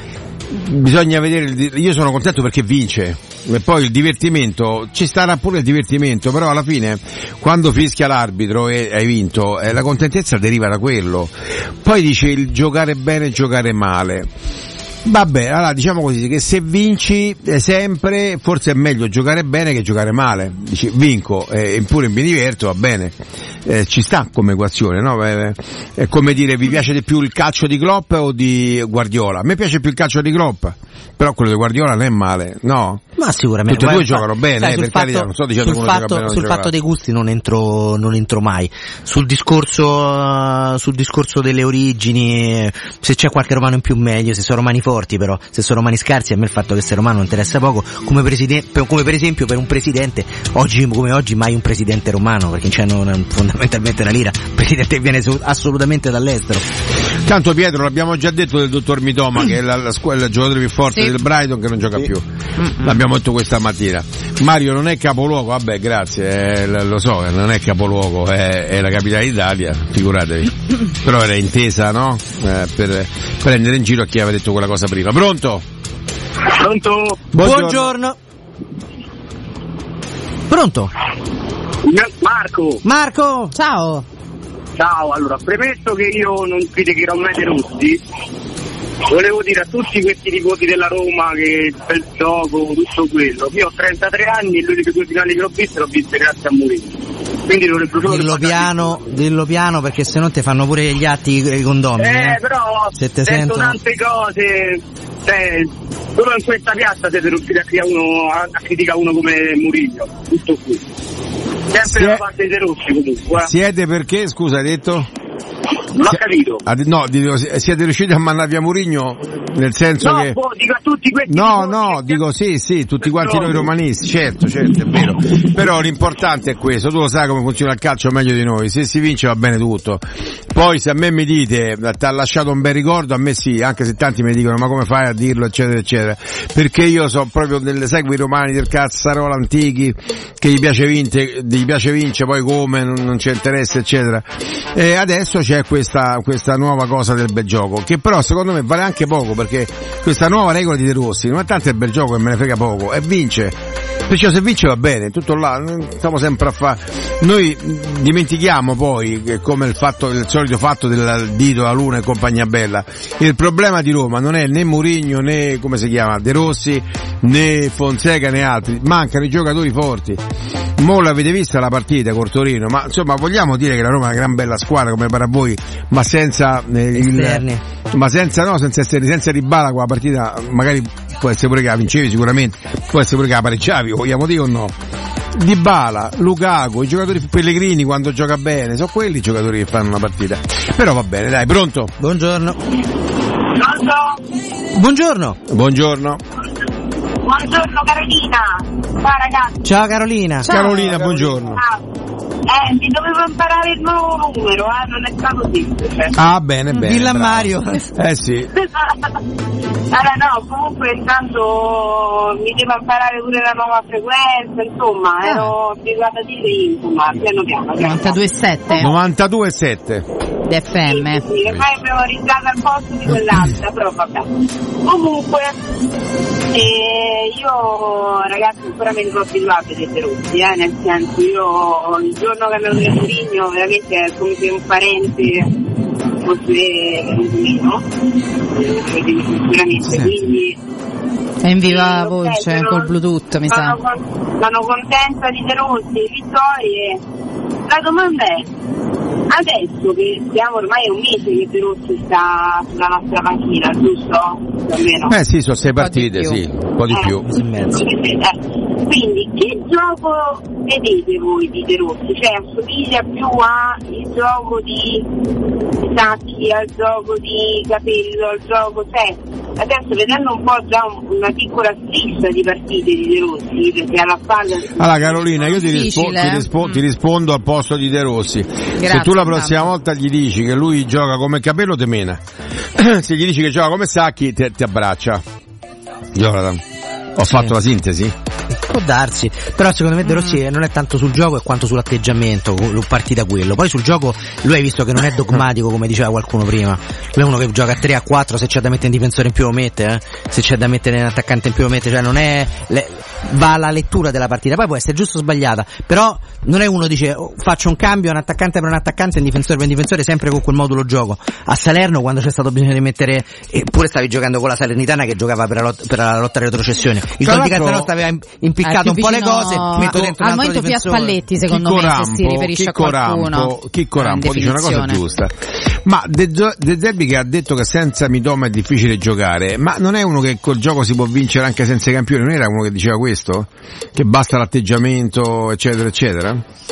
bisogna vedere, io sono contento perché vince, e poi il divertimento, ci starà pure il divertimento, però alla fine quando fischia l'arbitro e hai vinto, la contentezza deriva da quello. Poi dice il giocare bene e giocare male. Vabbè, allora diciamo così, che se vinci sempre forse è meglio giocare bene che giocare male. Dici vinco eppure mi diverto, va bene, ci sta come equazione, no? È come dire, vi piace di più il calcio di Klopp o di Guardiola? A me piace più il calcio di Klopp, però quello di Guardiola non è male, no? Ma sicuramente tutti e due giocano bene, per carità, non sto dicendo che uno gioca bene. Sul fatto dei gusti non entro mai. Sul discorso delle origini, se c'è qualche romano in più meglio, se sono romani forti, però se sono romani scarsi a me il fatto che sia romano interessa poco, come per esempio per un presidente, oggi come oggi mai un presidente romano, perché c'è fondamentalmente la lira, il presidente viene assolutamente dall'estero. Tanto Pietro, l'abbiamo già detto del dottor Mitoma, che è il giocatore più forte del Brighton, che non gioca più. L'abbiamo detto questa mattina. Mario non è capoluogo, vabbè grazie, lo so, non è capoluogo, è la capitale d'Italia, figuratevi. Però era intesa, no? Per prendere in giro a chi aveva detto quella cosa prima. Pronto? Buongiorno. Pronto? Marco, ciao, allora, premesso che io non criticherò mai De Rossi, volevo dire a tutti questi tifosi della Roma che bel gioco, tutto quello, io ho 33 anni e le uniche 2 finali che l'ho viste grazie a Mourinho. Quindi dillo piano perché se no ti fanno pure gli atti i condomini. Però sento tante cose, solo in questa piazza siete riusciti a criticare uno come Mourinho, tutto qui. Sempre da parte di De Rossi comunque. Siete perché, scusa, hai detto? Non ho capito. No, siete riusciti a mandare via Mourinho? Nel senso che... dico a tutti questi... dico sì, tutti quanti noi romanisti, certo, è vero. Però l'importante è questo, tu lo sai come funziona il calcio meglio di noi, se si vince va bene tutto. Poi se a me mi dite, ti ha lasciato un bel ricordo, a me sì, anche se tanti mi dicono ma come fai a dirlo, eccetera, eccetera. Perché io so proprio segui i romani del Cazzarola antichi, che gli piace vincere, poi come, non c'è interesse, eccetera. E adesso c'è questa nuova cosa del bel gioco, che però secondo me vale anche poco, perché questa nuova regola di De Rossi non è tanto il bel gioco che me ne frega poco, e vince, perciò se vince va bene, tutto là, stiamo sempre a fare. Noi dimentichiamo poi che come il solito fatto del dito, la luna e compagnia bella, il problema di Roma non è né Mourinho né come si chiama De Rossi né Fonseca né altri, mancano i giocatori forti. Mo l'avete vista la partita col Torino, ma insomma vogliamo dire che la Roma è una gran bella squadra come per voi, ma senza senza Dybala quella partita magari può essere pure che la vincevi, sicuramente può essere pure che la pareggiavi, vogliamo dire o no? Dybala, Lukaku, i giocatori Pellegrini quando gioca bene, sono quelli i giocatori che fanno una partita. Però va bene, dai, pronto? Buongiorno. Buongiorno Carolina. Ciao ragazzi. Ciao Carolina. Ciao. Carolina, buongiorno. Mi dovevo imparare il nuovo numero, non è stato semplice. Ah, bene. Villa Mario. Sì. Allora no, comunque intanto mi devo imparare pure la nuova frequenza, insomma, ero abituata a dire insomma, piano piano. 92,7. 92,7. d'FM. Sì, che mai memorizzata al posto di quell'altra, però vabbè. Comunque, io ragazzi ancora me ne sono abituata a De Rossi, nel senso, io il giorno che avevo preso Mourinho veramente è come se un parente fosse venuto, sicuramente, quindi è in viva voce col Bluetooth, mi sa. Sono contenta di De Rossi, vittorie. La domanda è, adesso che siamo ormai un mese che De Rossi sta sulla nostra panchina, giusto? Almeno. Sì, sono 6 partite, sì, un po' di più. Quindi che gioco vedete voi di De Rossi? Cioè assomiglia più al gioco di Sacchi, al gioco di Capello, al gioco, adesso vedendo un po' già una piccola striscia di partite di De Rossi, perché alla spalla. Allora Carolina, io ti rispondo al posto di De Rossi. Grazie, se tu la prossima volta gli dici che lui gioca come Capello, te mena. Se gli dici che gioca come Sacchi, ti abbraccia. Jonathan, ho fatto la sintesi? Può darsi, però secondo me De Rossi non è tanto sul gioco quanto sull'atteggiamento, partita quello. Poi sul gioco lui hai visto che non è dogmatico come diceva qualcuno prima, lui è uno che gioca a 3 a 4, se c'è da mettere un difensore in più lo mette, se c'è da mettere un attaccante in più lo mette, cioè non è va alla lettura della partita, poi può essere giusto o sbagliata, però non è uno dice faccio un cambio, un attaccante per un attaccante, un difensore per un difensore, sempre con quel modulo gioco. A Salerno quando c'è stato bisogno di mettere, eppure stavi giocando con la Salernitana che giocava per la lotta alla retrocessione, il gol di Cantarotta aveva impiccato un po' le cose, metto dentro al momento più a Spalletti secondo me, se si riferisce a qualcuno. Chicco Rampo dice una cosa giusta, ma De Zerbi che ha detto che senza Mitoma è difficile giocare, ma non è uno che col gioco si può vincere anche senza i campioni? Non era uno che diceva questo? Che basta l'atteggiamento eccetera eccetera?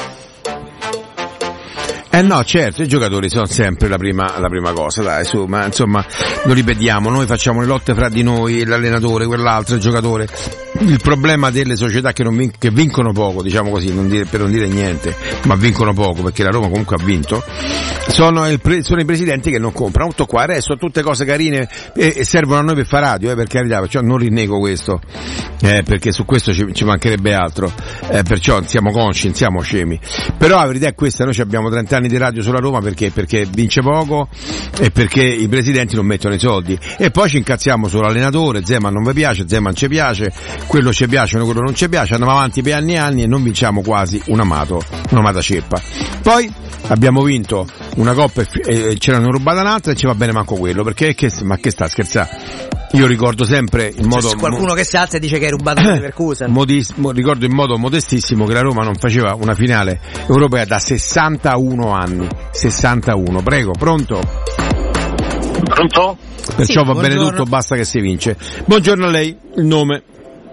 No, certo, i giocatori sono sempre la prima cosa, dai, su, ma insomma, lo ripetiamo, noi facciamo le lotte fra di noi, l'allenatore, quell'altro, il giocatore. Il problema delle società che vincono poco, diciamo così, per non dire niente, ma vincono poco, perché la Roma comunque ha vinto, sono i presidenti che non comprano. Tutto qua, adesso tutte cose carine e servono a noi per fare radio, per carità, cioè non rinnego questo, perché su questo ci mancherebbe altro, perciò siamo consci, non siamo scemi. Però la verità è questa, noi abbiamo 30 anni di radio sulla Roma perché vince poco e perché i presidenti non mettono i soldi, e poi ci incazziamo sull'allenatore, Zeman non vi piace, Zeman ci piace, quello ci piace, quello non ci piace, andiamo avanti per anni e anni e non vinciamo quasi un'amata ceppa. Poi abbiamo vinto una coppa e ce l'hanno rubata un'altra e ci va bene manco quello, perché ma che sta scherzando? Io ricordo sempre in modo qualcuno che si alza e dice che hai rubato il Leverkusen. Ricordo in modo modestissimo che la Roma non faceva una finale europea da 61 anni. 61, prego, pronto? Pronto? Perciò sì, va bene tutto, basta che si vince. Buongiorno a lei, il nome?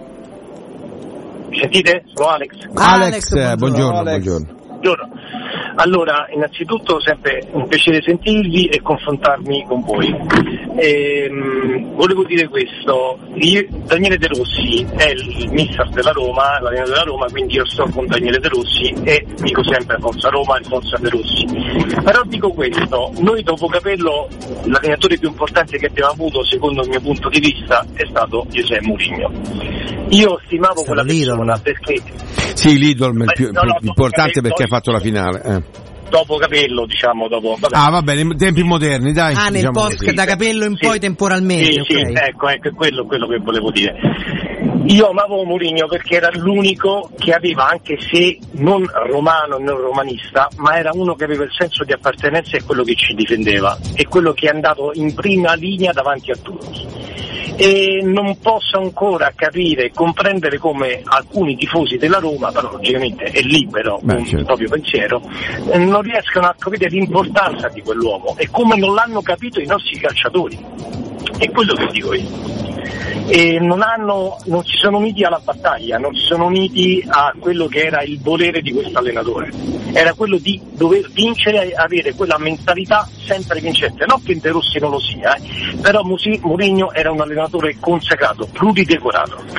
Mi sentite? Sono Alex. Alex, buongiorno. Buongiorno. Allora, innanzitutto sempre un piacere sentirvi e confrontarmi con voi. Volevo dire questo, Daniele De Rossi è il mister della Roma, l'allenatore della Roma, quindi io sto con Daniele De Rossi e dico sempre Forza Roma e Forza De Rossi. Però dico questo, noi dopo Capello l'allenatore più importante che abbiamo avuto, secondo il mio punto di vista, è stato José Mourinho. Io stimavo quella persona perché... Sì, l'idol più importante perché ha fatto la finale. Dopo Capello, diciamo, dopo... Vabbè. Ah, va bene, tempi moderni, dai. Nel diciamo post da Capello in poi temporalmente. Sì, okay. Ecco, quello che volevo dire. Io amavo Mourinho perché era l'unico che aveva, anche se non romano, non romanista, ma era uno che aveva il senso di appartenenza e quello che ci difendeva, e quello che è andato in prima linea davanti a tutti. E non posso ancora capire e comprendere come alcuni tifosi della Roma, però logicamente è libero il proprio pensiero, non riescono a capire l'importanza di quell'uomo e come non l'hanno capito i nostri calciatori. È quello che dico io. E non si sono uniti alla battaglia, non si sono uniti a quello che era il volere di questo allenatore. Era quello di dover vincere e avere quella mentalità sempre vincente. Non che De Rossi non lo sia, però Mourinho era un allenatore consacrato, pluridecorato.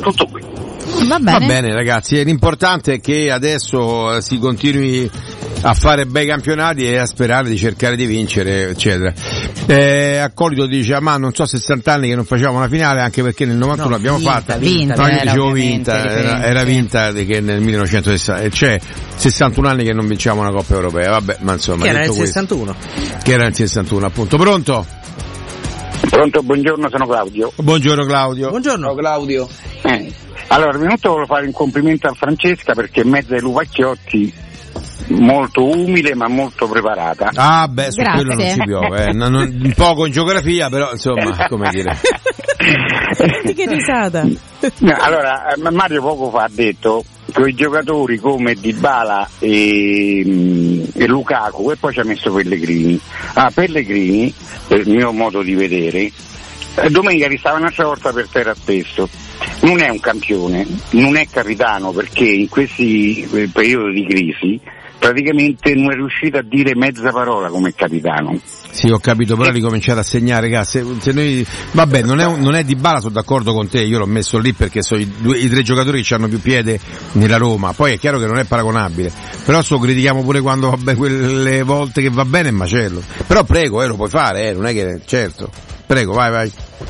tutto qui. Va bene ragazzi, l'importante è che adesso si continui a fare bei campionati e a sperare di cercare di vincere, eccetera. Accolito dice: ma non so, 60 anni che non facciamo una finale, anche perché nel 91 l'abbiamo fatta. Vinta, io dicevo era vinta che nel 1960, cioè 61 anni che non vinciamo una Coppa Europea, vabbè, ma insomma. Che era nel 61. Che era nel 61, appunto. Pronto? Pronto, buongiorno, sono Claudio. Buongiorno Claudio. Buongiorno Claudio. Allora, venuto volevo fare un complimento a Francesca perché in mezzo ai lupacchiotti molto umile ma molto preparata. Ah beh, su quello non si piove, un poco in geografia, però insomma, come dire. Che risata. Allora, Mario poco fa ha detto quei giocatori come Dybala e Lukaku, e poi ci ha messo Pellegrini. Pellegrini, per il mio modo di vedere, domenica ristava una sorta per terra spesso. Non è un campione, non è capitano, perché in questi periodi di crisi praticamente non è riuscito a dire mezza parola come capitano. Sì, ho capito, però ricominciare a segnare, se noi, vabbè, non è Dybala, sono d'accordo con te, io l'ho messo lì perché sono i tre giocatori che hanno più piede nella Roma, poi è chiaro che non è paragonabile, però lo critichiamo pure quando va bene, quelle volte che va bene è macello, però prego, lo puoi fare, non è che, certo, prego, vai.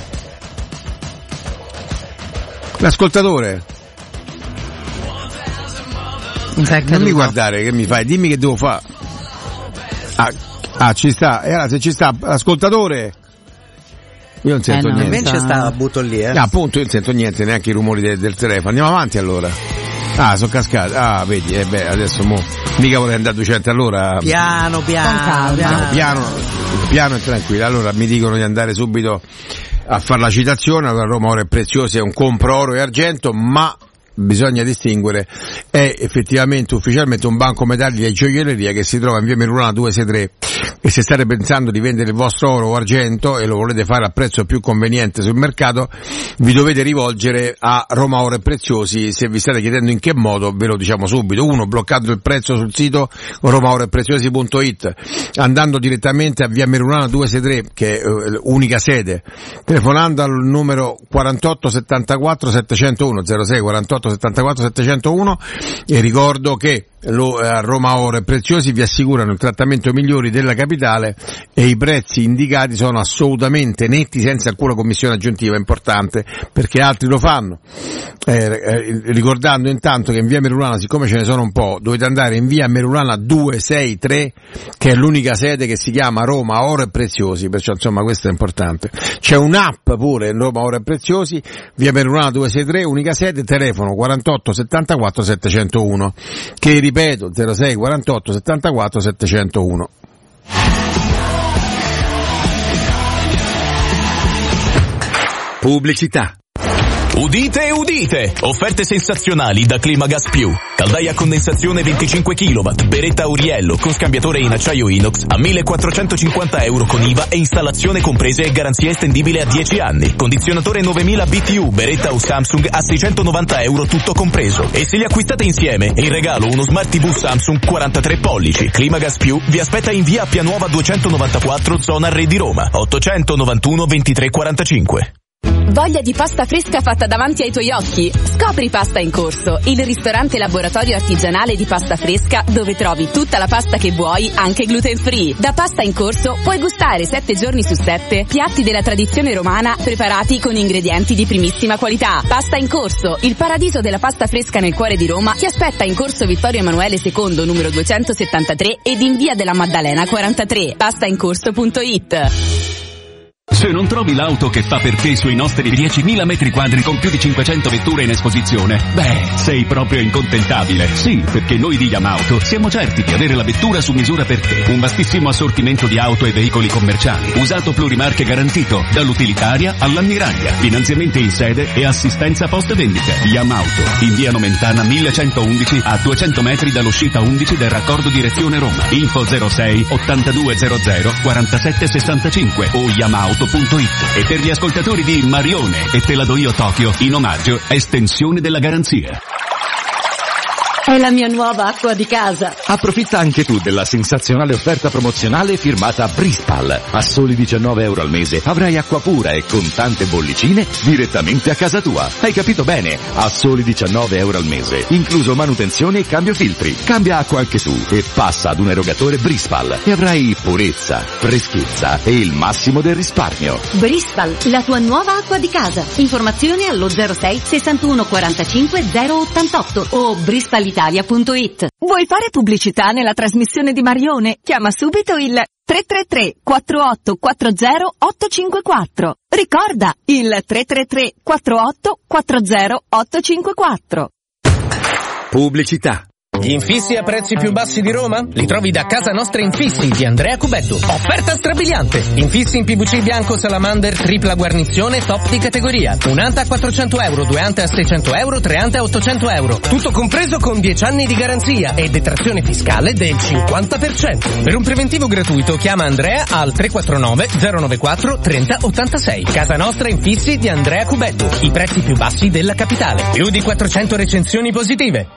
L'ascoltatore. Non mi guardare, che mi fai? Dimmi che devo fare. Ci sta. E allora se ci sta, ascoltatore. Io non sento niente. Invece sta, butto lì, appunto, io non sento niente, neanche i rumori del telefono. Andiamo avanti allora. Sono cascati. Vedi, adesso mica vorrei andare a 200 all'ora. Piano e tranquillo. Allora mi dicono di andare subito a fare la citazione. Allora, Roma Oro e Preziosi è un compro oro e argento, ma bisogna distinguere, è effettivamente ufficialmente un banco metalli e gioielleria che si trova in via Merulana 263, e se state pensando di vendere il vostro oro o argento e lo volete fare a prezzo più conveniente sul mercato, vi dovete rivolgere a Roma Oro e Preziosi. Se vi state chiedendo in che modo, ve lo diciamo subito: 1, bloccando il prezzo sul sito romaoroepreziosi.it, andando direttamente a via Merulana 263, che è l'unica sede, telefonando al numero 48 74 701 06 48 74 701, e ricordo che a Roma Oro e Preziosi vi assicurano il trattamento migliore della capitale e i prezzi indicati sono assolutamente netti, senza alcuna commissione aggiuntiva. Importante, perché altri lo fanno. Ricordando intanto che in via Merulana, siccome ce ne sono un po', dovete andare in via Merulana 263, che è l'unica sede che si chiama Roma Oro e Preziosi, perciò insomma questo è importante. C'è un'app pure in Roma Oro e Preziosi, via Merulana 263, unica sede, telefono 48 74 701, che ripeto 06 48 74 701. Pubblicità. Udite, udite! Offerte sensazionali da Climagas Più. Caldaia a condensazione 25 kW, beretta Auriello con scambiatore in acciaio inox a 1.450 euro con IVA e installazione comprese e garanzia estendibile a 10 anni. Condizionatore 9000 BTU, beretta o Samsung a 690 euro tutto compreso. E se li acquistate insieme, in regalo uno Smart TV Samsung 43 pollici. Climagas Più vi aspetta in via Appia Nuova 294, zona Re di Roma, 891 23 45. Voglia di pasta fresca fatta davanti ai tuoi occhi? Scopri Pasta in Corso, il ristorante laboratorio artigianale di pasta fresca dove trovi tutta la pasta che vuoi, anche gluten free. Da Pasta in Corso puoi gustare 7 giorni su 7 piatti della tradizione romana preparati con ingredienti di primissima qualità. Pasta in Corso, il paradiso della pasta fresca nel cuore di Roma, ti aspetta in Corso Vittorio Emanuele II, numero 273 ed in via della Maddalena 43. Pastaincorso.it. Se non trovi l'auto che fa per te sui nostri 10.000 metri quadri con più di 500 vetture in esposizione, sei proprio incontentabile. Sì, perché noi di Yamauto siamo certi di avere la vettura su misura per te. Un vastissimo assortimento di auto e veicoli commerciali, usato plurimarche garantito, dall'utilitaria all'ammiraglia, finanziamenti in sede e assistenza post vendita. Yamauto, in via Nomentana 1111, a 200 metri dall'uscita 11 del raccordo direzione Roma. Info 06 8200 47 65 o Yamauto.it. E per gli ascoltatori di Marione e Te la do io Tokyo, in omaggio, estensione della garanzia. È la mia nuova acqua di casa. Approfitta anche tu della sensazionale offerta promozionale firmata Brispal. A soli 19 euro al mese avrai acqua pura e con tante bollicine direttamente a casa tua. Hai capito bene? A soli 19 euro al mese, incluso manutenzione e cambio filtri. Cambia acqua anche tu e passa ad un erogatore Brispal e avrai purezza, freschezza e il massimo del risparmio. Brispal, la tua nuova acqua di casa. Informazioni allo 06 61 45 088 o brispalitalia.it. Vuoi fare pubblicità nella trasmissione di Marione? Chiama subito il 333 4840 854. Ricorda il 333 4840 854. Pubblicità. Gli infissi a prezzi più bassi di Roma? Li trovi da Casa Nostra Infissi di Andrea Cubeddu. Offerta strabiliante. Infissi in PVC bianco Salamander tripla guarnizione top di categoria. Un anta a 400 euro, 2 ante a 600 euro, 3 ante a 800 euro. Tutto compreso con 10 anni di garanzia e detrazione fiscale del 50%. Per un preventivo gratuito chiama Andrea al 349 094 30 86. Casa Nostra Infissi di Andrea Cubeddu. I prezzi più bassi della capitale. Più di 400 recensioni positive.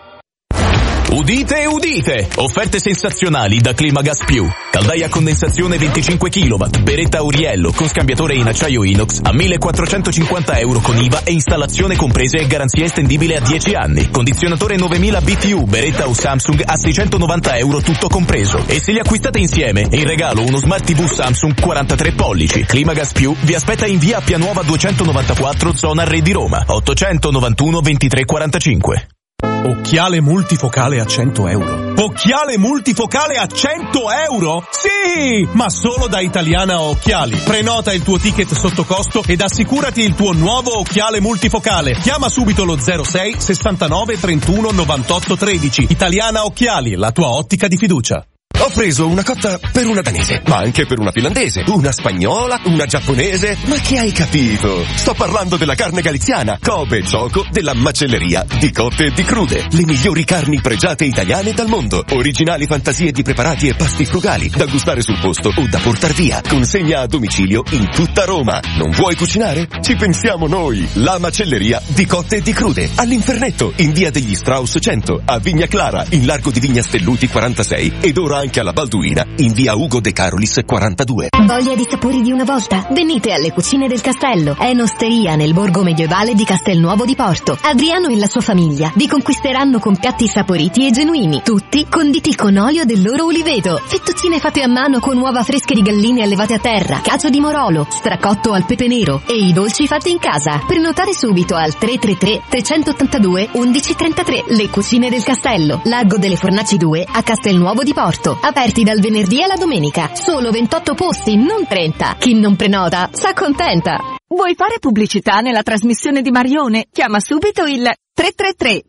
Udite, udite! Offerte sensazionali da Climagas Più. Caldaia a condensazione 25 kW, beretta Auriello con scambiatore in acciaio inox a 1.450 euro con IVA e installazione comprese e garanzia estendibile a 10 anni. Condizionatore 9000 BTU, beretta o Samsung a 690 euro tutto compreso. E se li acquistate insieme, in regalo uno Smart TV Samsung 43 pollici. Climagas Più vi aspetta in via Appia Nuova 294, zona Re di Roma, 891 23 45. Occhiale multifocale a 100 euro. Occhiale multifocale a 100 euro? Sì! Ma solo da Italiana Occhiali. Prenota il tuo ticket sotto costo ed assicurati il tuo nuovo occhiale multifocale. Chiama subito lo 06 69 31 98 13. Italiana Occhiali, la tua ottica di fiducia. Ho preso una cotta per una danese, ma anche per una finlandese, una spagnola, una giapponese. Ma che hai capito? Sto parlando della carne galiziana, Kobe e Choco della macelleria di cotte e di crude. Le migliori carni pregiate italiane dal mondo. Originali fantasie di preparati e pasti frugali, da gustare sul posto o da portar via. Consegna a domicilio in tutta Roma. Non vuoi cucinare? Ci pensiamo noi. La macelleria di cotte e di crude. All'Infernetto, in via degli Strauss 100, a Vigna Clara, in largo di Vigna Stelluti 46 ed ora anche alla Balduina in via Ugo De Carolis 42. Voglia di sapori di una volta? Venite alle Cucine del Castello. È un'osteria nel borgo medievale di Castelnuovo di Porto. Adriano e la sua famiglia vi conquisteranno con piatti saporiti e genuini, tutti conditi con olio del loro uliveto, fettuccine fatte a mano con uova fresche di galline allevate a terra, cacio di morolo, stracotto al pepe nero e i dolci fatti in casa. Prenotare subito al 333 382 1133. Le Cucine del Castello, Largo delle Fornaci 2 a Castelnuovo di Porto. Aperti dal venerdì alla domenica. Solo 28 posti, non 30. Chi non prenota s'accontenta. Vuoi fare pubblicità nella trasmissione di Marione? Chiama subito il 333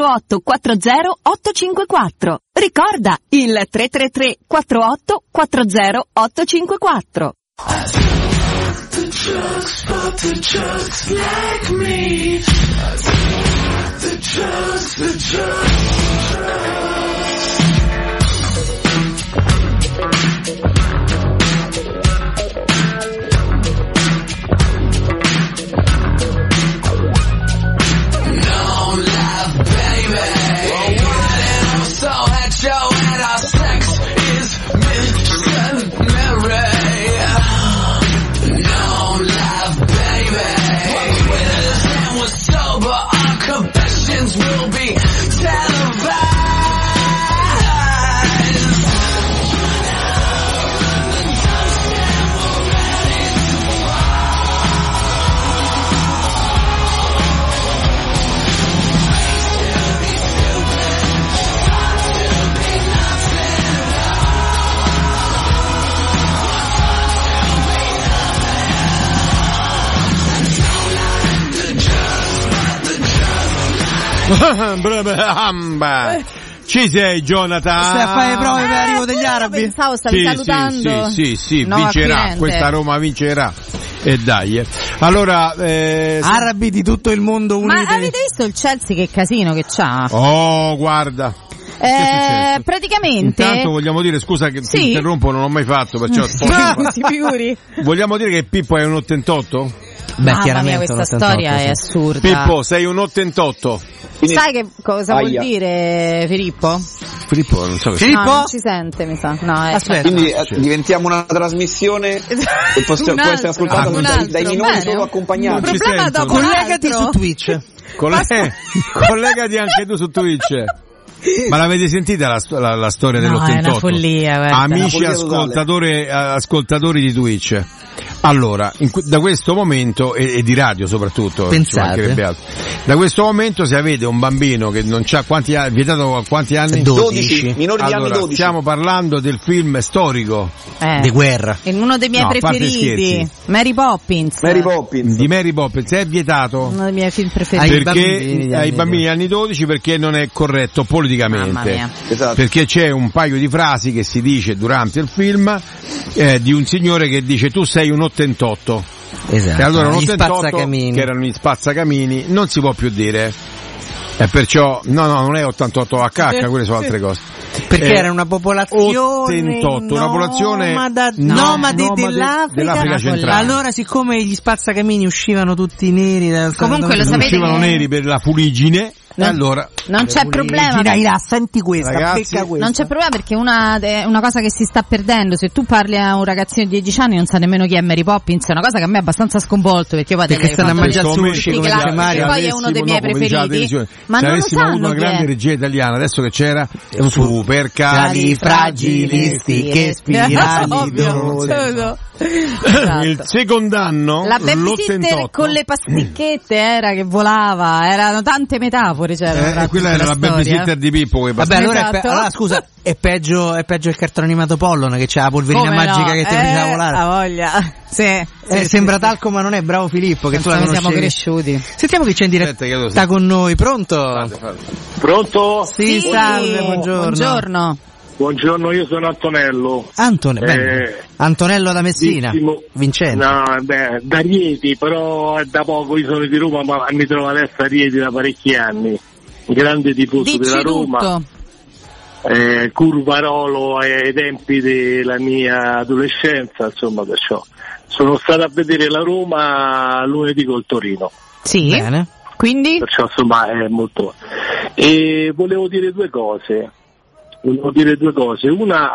4840 854. Ricorda il 333 4840 854. Will be televised. Ci sei, Jonathan? Stai a fare prove per l'arrivo degli arabi? Pensavo stavi salutando. Sì, vincerà, questa Roma vincerà. E dai. Allora, arabi di tutto il mondo uniti. Ma avete visto il Chelsea che casino che c'ha? Oh, guarda. Praticamente. Intanto vogliamo dire, scusa che ti interrompo, non l'ho mai fatto, perciò si figuri. Vogliamo dire che Pippo è un 88? Mamma mia, questa storia è assurda. Pippo, sei un 88. Sai che cosa vuol dire Filippo? Filippo non so che Filippo? No, non ci sente, mi sa. No, aspetta. Quindi diventiamo una trasmissione che può essere ascoltata dai minori solo accompagnati. Collegati su Twitch. Collegati anche tu su Twitch. Ma l'avete sentita la storia dell'88? È una follia, guarda. Amici ascoltatori di Twitch. Allora, da questo momento, e di radio soprattutto, da questo momento, se avete un bambino che non c'ha vietato a quanti anni? 12, minori di anni 12. Stiamo parlando del film storico di guerra. È uno dei miei preferiti, Mary Poppins. Di Mary Poppins è vietato. Uno dei miei film preferiti. Ai bambini anni 12 perché non è corretto politicamente. Esatto. Perché c'è un paio di frasi che si dice durante il film di un signore che dice tu sei un 88. Esatto. E allora un 88 che erano gli spazzacamini non si può più dire. E perciò non è 88 a cacca, quelle sono altre cose. Perché era una popolazione 88, una popolazione nomade dell'Africa centrale. Allora, siccome gli spazzacamini uscivano tutti neri, comunque lo sapete, uscivano neri per la fuligine. Allora non c'è problema. Senti questa, ragazzi, non c'è problema perché una cosa che si sta perdendo. Se tu parli a un ragazzino di 10 anni non sa nemmeno chi è Mary Poppins, è una cosa che a me è abbastanza sconvolto perché poi stanno a mangiare sushi come dice Mario. Poi è uno dei miei preferiti. Ma se non avessimo lo sanno avuto una grande regia italiana, adesso che c'era super cali fragilisti che spirali il secondo anno la babysitter con le pasticchette era che volava, erano tante metafore, quella era la babysitter di Pippo. Vabbè, allora scusa, è peggio il cartone animato Pollon che c'ha la polverina magica che ti faceva volare. La voglia. Sì, sembra talco ma non è, bravo Filippo, che tu la conoscevi. Siamo cresciuti. Sentiamo chi c'è in diretta con noi. Pronto? Pronto? Sì, salve, buongiorno. Buongiorno, io sono Antonello. Antonello da Messina. Vincente. No, da Rieti, però è da poco, io sono di Roma, ma mi trovo adesso a Rieti da parecchi anni. Grande tifoso della Roma. Curvarolo ai tempi della mia adolescenza, insomma, perciò sono stato a vedere la Roma lunedì col Torino. Sì. Bene. Quindi? Perciò insomma è molto. E volevo dire due cose. Una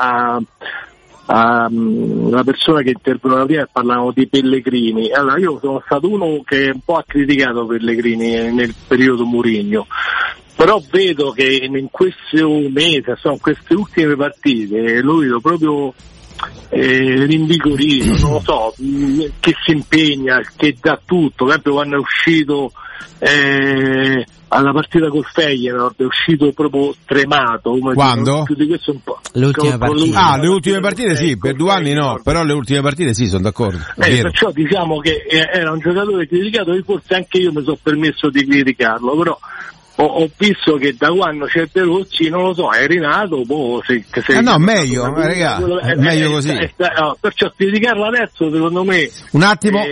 a una persona che interveneva prima e parlavano di Pellegrini. Allora, io sono stato uno che un po' ha criticato Pellegrini nel periodo Mourinho, però vedo che in questo mese, in queste ultime partite, lo vedo proprio rinvigorito, non lo so, che si impegna, che dà tutto. Per esempio quando è uscito alla partita col Feyenoord è uscito proprio tremato. Quando? Più di questo un po'. Le ultime partite. Le ultime partite sì, per 2 anni no, però le ultime partite sì, sono d'accordo. Perciò diciamo che era un giocatore criticato e forse anche io mi sono permesso di criticarlo, però ho visto che da quando c'è De Rossi, non lo so, è rinato, meglio, ragazzi, è meglio così. Perciò criticarlo adesso, secondo me. Un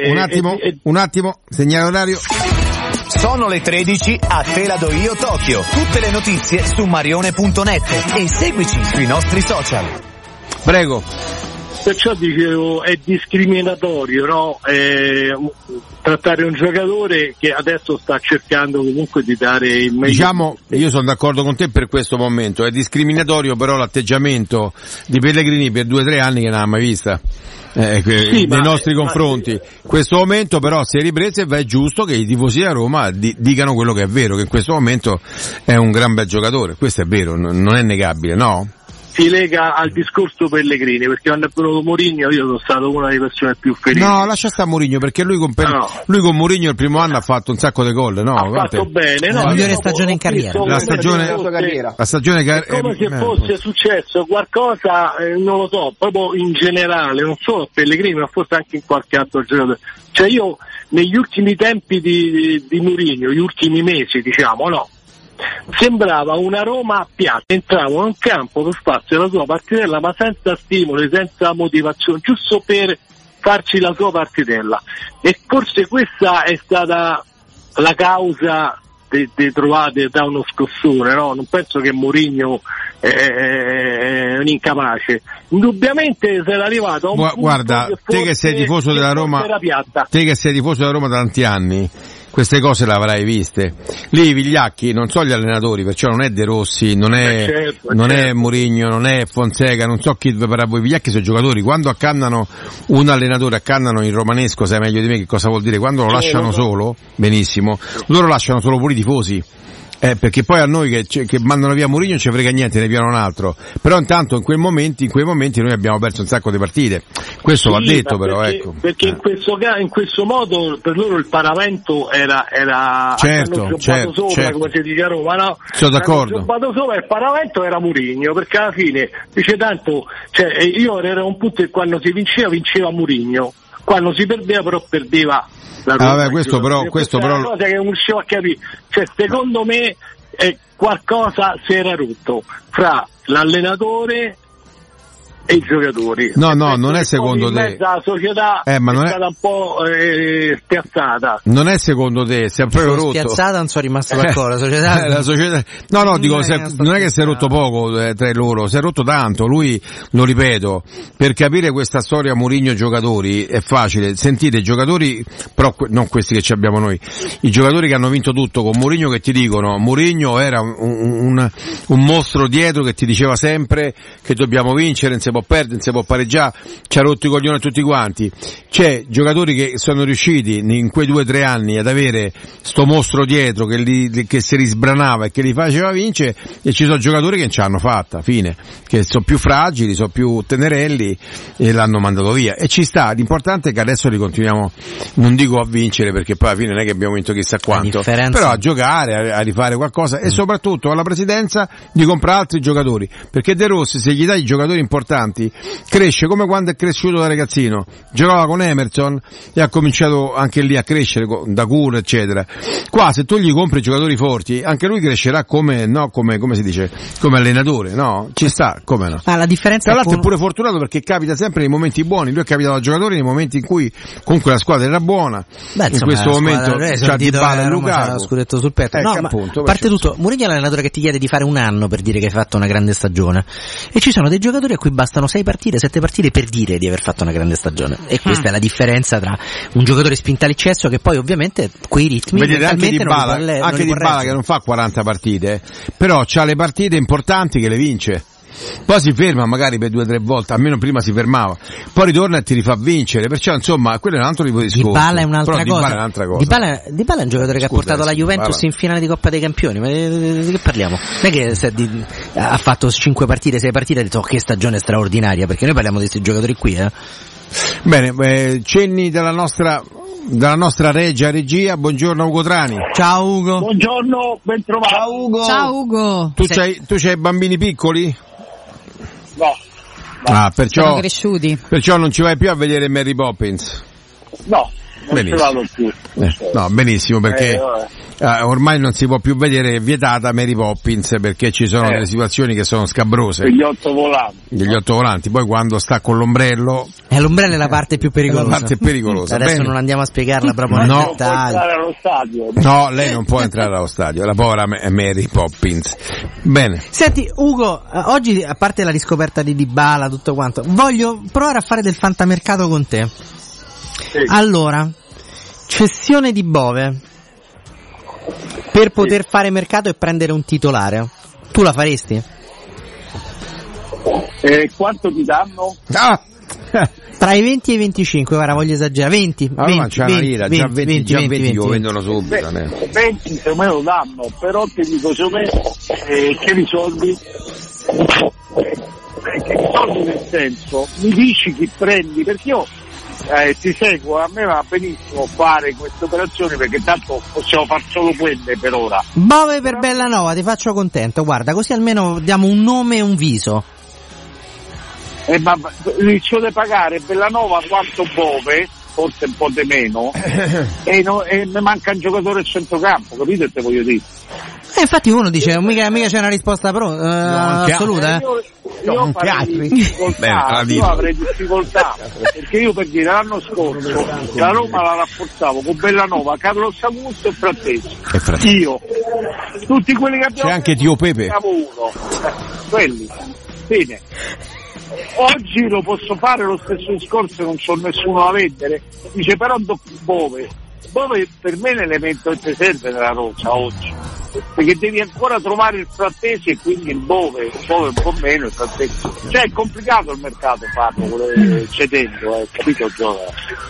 attimo, segnale orario. Sono le 13, a te la do io Tokyo. Tutte le notizie su marione.net e seguici sui nostri social. Prego. Perciò dicevo, è discriminatorio, no? Trattare un giocatore che adesso sta cercando comunque di dare il meglio. Diciamo, io sono d'accordo con te per questo momento, è discriminatorio però l'atteggiamento di Pellegrini per 2 o 3 anni che non ha mai vista. Nei nostri confronti. In questo momento però si è ripreso e è giusto che i tifosi da Roma dicano quello che è vero, che in questo momento è un gran bel giocatore, questo è vero, non è negabile, no? Si lega al discorso Pellegrini, perché quando è venuto Mourinho io sono stato una delle persone più felici. No, lascia stare Mourinho, perché lui con Mourinho il primo anno ha fatto un sacco di gol, no? Ha fatto bene, no? La migliore stagione in carriera. La stagione come se fosse successo qualcosa, non lo so, proprio in generale, non solo Pellegrini, ma forse anche in qualche altro giocatore. Cioè io negli ultimi tempi di Mourinho, gli ultimi mesi, diciamo, no? Sembrava una Roma piatta, entravano in campo per farsi la sua partitella ma senza stimoli, senza motivazione, giusto per farci la sua partitella, e forse questa è stata la causa te trovate da uno scossone, no? Non penso che Mourinho è un incapace. Indubbiamente se era arrivato a un guarda, te che sei tifoso della Roma, te che sei tifoso della Roma da tanti anni, queste cose le avrai viste. Lì i vigliacchi non so gli allenatori, perciò non è De Rossi, non è Mourinho, non è Fonseca, non so chi per voi. I vigliacchi sono i giocatori. Quando accannano un allenatore, accannano in romanesco, sai meglio di me che cosa vuol dire. Quando lo lasciano solo, benissimo, loro lasciano solo pure i tifosi. Perché poi a noi che mandano via Mourinho non ci frega niente, ne piano un altro. Però intanto in quei momenti noi abbiamo perso un sacco di partite. Questo va detto, però ecco. Perché in questo modo per loro il paravento era certo, sopra, come si dice a Roma, no? Sono d'accordo. Hanno sopra, il paravento era Mourinho, perché alla fine dice tanto, io ero un punto che quando si vinceva Mourinho, quando si perdeva però perdeva. Vabbè, questo però è una cosa che non riuscivo a capire, secondo me qualcosa si era rotto fra l'allenatore e i giocatori. No, non è secondo te. La società è stata un po' spiazzata. Non è secondo te, si è proprio rotto. Spiazzata, non sono rimasto d'accordo. La società. No, dico, non è che si è rotto poco tra loro, si è rotto tanto. Lui, lo ripeto, per capire questa storia Mourinho giocatori è facile. Sentite i giocatori, però non questi che ci abbiamo noi, i giocatori che hanno vinto tutto con Mourinho, che ti dicono Mourinho era un mostro dietro che ti diceva sempre che dobbiamo vincere, non si può perdere, non si può pareggiare, ci ha rotto i coglioni a tutti quanti. C'è giocatori che sono riusciti in quei 2 o 3 anni ad avere sto mostro dietro che si risbranava e che li faceva vincere, e ci sono giocatori che non ce l'hanno fatta, fine, che sono più fragili, sono più tenerelli e l'hanno mandato via, e ci sta. L'importante è che adesso li continuiamo, non dico a vincere perché poi alla fine non è che abbiamo vinto chissà quanto, però a giocare, a rifare qualcosa, e soprattutto alla presidenza di comprare altri giocatori, perché De Rossi, se gli dai i giocatori importanti, cresce come quando è cresciuto da ragazzino. Giocava con Emerson e ha cominciato anche lì a crescere, da cura eccetera. Qua se tu gli compri giocatori forti, anche lui crescerà come si dice, come allenatore, no? Ci sta, come no? La differenza tra l'altro è pure fortunato, perché capita sempre nei momenti buoni. Lui è capitato da giocatori nei momenti in cui comunque la squadra era buona. In questo momento c'ha Dybala e Lukaku, scudetto sul petto. No, ma appunto, a parte tutto, Mourinho è l'allenatore che ti chiede di fare un anno per dire che hai fatto una grande stagione, e ci sono dei giocatori a cui bastano 6 partite, 7 partite per dire di aver fatto una grande stagione, e questa è la differenza tra un giocatore spinta all'eccesso che poi ovviamente quei ritmi anche Dybala che non fa 40 partite, però c'ha le partite importanti che le vince. Poi si ferma magari per 2 o 3 volte, almeno prima si fermava, poi ritorna e ti rifà vincere, perciò insomma quello è un altro tipo di discorso. Dybala è un'altra cosa. Dybala è un giocatore che ha portato la Juventus in finale di Coppa dei Campioni, ma di che parliamo? Non è che ha fatto 5 partite, 6 partite e ha detto che stagione straordinaria, perché noi parliamo di questi giocatori qui. Bene, cenni dalla nostra regia. Buongiorno Ugo Trani. Ciao Ugo. Buongiorno, ben trovato. Ciao Ugo. Tu c'hai bambini piccoli? No. Perciò sono cresciuti. Perciò non ci vai più a vedere Mary Poppins? No, non ci vado più. No, benissimo, perché ormai non si può più vedere, è vietata Mary Poppins, perché ci sono delle situazioni che sono scabrose. Degli 8 volanti. Poi quando sta con l'ombrello, l'ombrello è la parte più pericolosa. Adesso non andiamo a spiegarla proprio nel dettaglio. Non può entrare allo stadio. No, lei non può entrare allo stadio, la povera Mary Poppins. Bene. Senti Ugo, oggi, a parte la riscoperta di Dybala, tutto quanto, voglio provare a fare del fantamercato con te. Sì. Allora, cessione di Bove per poter fare mercato e prendere un titolare, tu la faresti? Quanto ti danno? Tra i 20 e i 25, guarda, voglio esagerare, 20, ma c'è una lira, già 20 lo vendono subito. 20 secondo me lo danno, però ti dico, secondo me che risolvi? Che risolvi nel senso, mi dici chi prendi, perché io ti seguo, a me va benissimo fare queste operazioni, perché tanto possiamo far solo quelle per ora. Bove per Bellanova, ti faccio contento, guarda, così almeno diamo un nome e un viso. Ma inizio di pagare Bellanova quanto Bove, forse un po' di meno, e mi manca un giocatore a centrocampo, capito che te voglio dire? Infatti uno dice, mica c'è una risposta assoluta. io avrei difficoltà perché io, per dire, l'anno scorso la Roma la rafforzavo con Bellanova, Carlo Samusso e Frattesi. Io tutti quelli che abbiamo, c'è anche Tio Pepe, uno quelli, bene. Oggi lo posso fare lo stesso discorso, non c'ho nessuno da vendere. Dice però Bove per me è l'elemento che ti serve nella rosa oggi, perché devi ancora trovare il Frattesi e quindi il Bove un po' meno il Frattesi. Cioè è complicato il mercato farlo cedendo, capito Giova?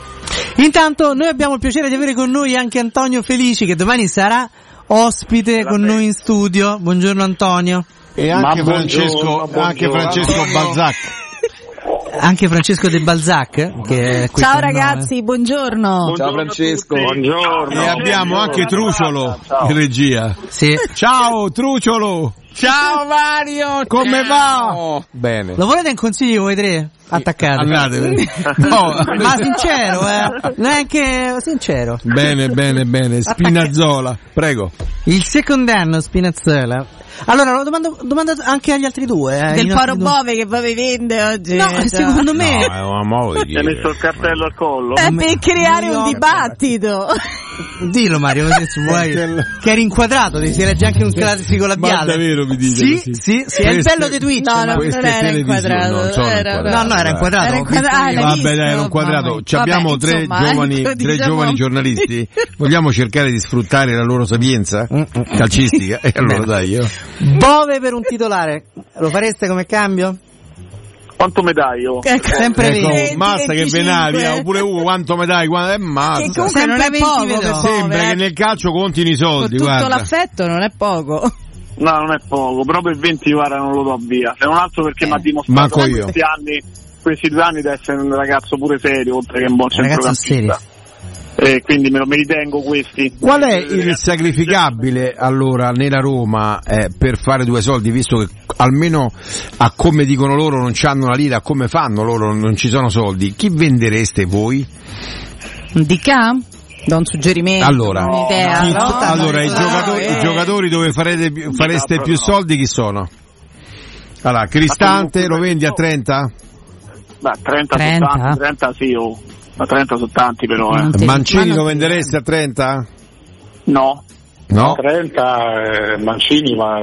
Intanto noi abbiamo il piacere di avere con noi anche Antonio Felici, che domani sarà ospite con noi in studio. Buongiorno Antonio. E anche Francesco Balzac. Anche Francesco De Balzac, che è qui. Ciao ragazzi, buongiorno. Ciao Francesco. Buongiorno. E abbiamo anche Truciolo in regia. Sì. Ciao Truciolo. Ciao Mario. Come va? Bene. Lo volete in consiglio voi tre? Attaccate. Andate. No. Ma sincero, neanche sincero. Bene. Spinazzola, prego. Il secondo anno Spinazzola. Allora lo domando anche agli altri due. Del Poro Bove che poi vende oggi. No, secondo me. No, è una moda di hai messo il cartello al collo. Per creare un dibattito. Dillo Mario, se vuoi. Che eri inquadrato, ti si legge anche un classico labiale. Ma davvero mi dite? Sì, è il bello di Twitch. No, non era inquadrato. No, era inquadrato. Vabbè, dai, era inquadrato. Abbiamo tre giovani giornalisti. Vogliamo cercare di sfruttare la loro sapienza calcistica? E allora dai, io. Bove per un titolare, lo fareste come cambio? Quanto me dai io? Sempre 20, Mazza 25. Che venavia, oppure Ugo quanto me dai? Che comunque non è poco per sembra che nel calcio contini i soldi. Con tutto guarda. L'affetto non è poco. No, non è poco, però per 20 guarda non lo do via. Se non altro perché mi ha dimostrato questi 2 anni di essere un ragazzo pure serio, oltre che un buon centrocampista. Quindi me li tengo questi. Qual è il sacrificabile allora nella Roma per fare 2 soldi, visto che almeno a come dicono loro non c'hanno una lira, a come fanno loro non ci sono soldi? Chi vendereste voi? Dica? Da un suggerimento, allora, un'idea. Allora i giocatori dove fareste più soldi chi sono? Allora, Cristante lo vendi a 30? Beh, 30 sì, ma 30 sono tanti però. Mancini lo venderesti a 30? No. 30 Mancini, ma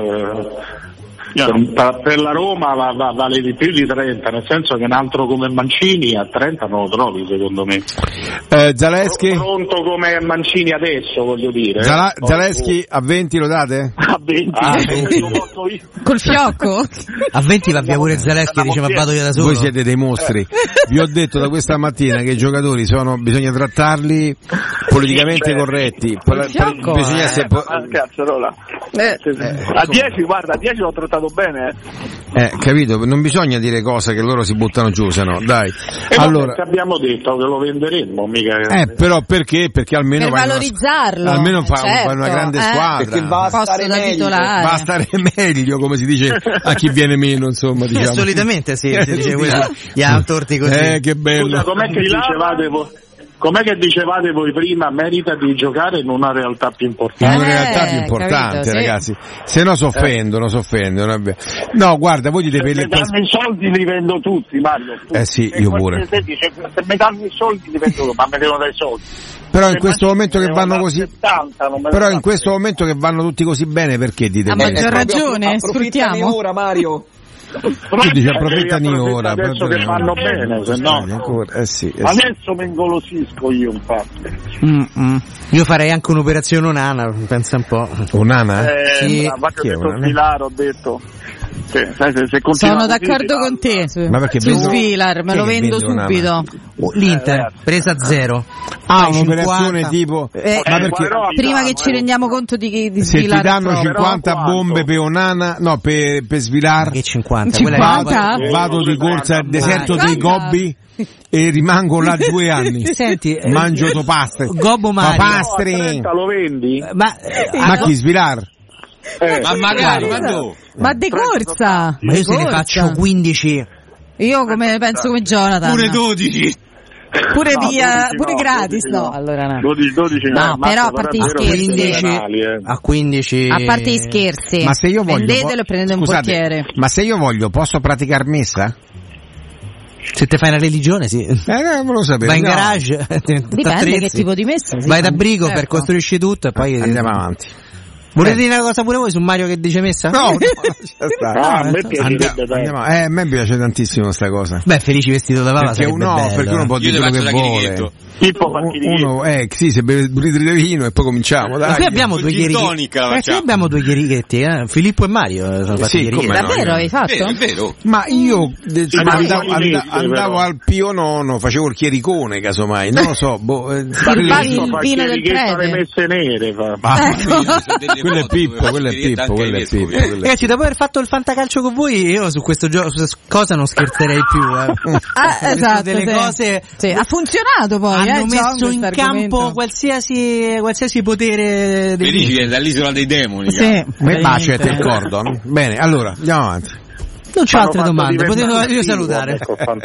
per la Roma vale di più di 30, nel senso che un altro come Mancini a 30 non lo trovi secondo me. Zaleschi? Pronto come Mancini adesso, voglio dire. Zaleschi a 20 lo date? A 20 lo posso io. Col fiocco? A 20 va via pure Zaleschi, diceva vado io da solo. Voi siete dei mostri. Vi ho detto da questa mattina che i giocatori bisogna trattarli politicamente corretti. Bisogna essere cazzarola. A 10 guarda, a 10 l'ho trattato bene. Capito? Non bisogna dire cose che loro si buttano giù, se no, dai. Allora abbiamo detto che lo venderemmo, mica. Però perché? Perché almeno per valorizzarlo. Almeno fa una grande squadra. Perché va a stare meglio. Va a stare meglio, come si dice a chi viene meno, insomma, diciamo. Solitamente si dice questo. Gli autorti così. Che bello. Scusa, com'è che dicevate voi prima, merita di giocare in una realtà più importante? In una realtà più importante, capito, ragazzi. Se no s'offendono. No, guarda, voi dite per i soldi li vendo tutti, Mario. Sì, io pure. Se mi danno i soldi li vendo, ma mi devono dare i soldi. Però in questo momento che vanno così, però in questo momento che vanno tutti così bene, perché dite? Ha maggior ragione, sfruttiamo ora, Mario. Tu dici approfittani ora adesso che fanno bene, se no sì. Adesso mi ingolosisco io infatti. Io farei anche un'operazione Onana, pensa un po'. Onana? Sì. Ho detto se sono d'accordo con te su Svilar, me lo vendo subito. L'Inter presa 0. Un'operazione tipo ma perché prima che ci rendiamo conto di se Svilar, ti danno 50 bombe per Onana, no, per Svilar, che 50? Vado di corsa al deserto dei Gobbi e rimango là 2 anni. Senti, mangio topastre. Gobbo Mario. Papastri. Lo vendi? Ma chi Svilar? Ma magari, ma di corsa. Ma io se ne faccio 15. Io penso come Jonathan. Pure 12. pure gratis, no. Allora no. 12 no, però a parte gli scherzi, a 15 a parte gli scherzi, ma se io voglio, vendetelo e prendete un portiere. Ma se io voglio, posso praticare messa? Se te fai una religione, sì. Non lo sapevo. Vai in garage. Dipende che tipo di messa. Vai da brigo per costruirci tutto e poi andiamo avanti. Volete dire una cosa pure voi su Mario che dice messa? No, a me piacerebbe a me piace tantissimo sta cosa. Beh, Felici vestito da papa perché uno può dire quello che vuole. Sì, se beve 2 litri di vino e poi cominciamo. Dai. Ma qui abbiamo due chierichetti, Filippo e Mario sono fatti chierichetti. Davvero hai fatto? È vero. Ma io andavo al Pio Nono, facevo il chiericone casomai, non lo so. Il vino del prete. Le messe nere quello è Pippo. Ragazzi, dopo aver fatto il fantacalcio con voi, io su questo gioco, su questa cosa non scherzerei più. Esatto, delle cose ha funzionato poi. Hanno messo in campo qualsiasi potere. Felici viene dall'isola dei demoni. Sì, bacete il cordon. Bene, allora andiamo avanti. Non c'ho altre domande, potete io salutare.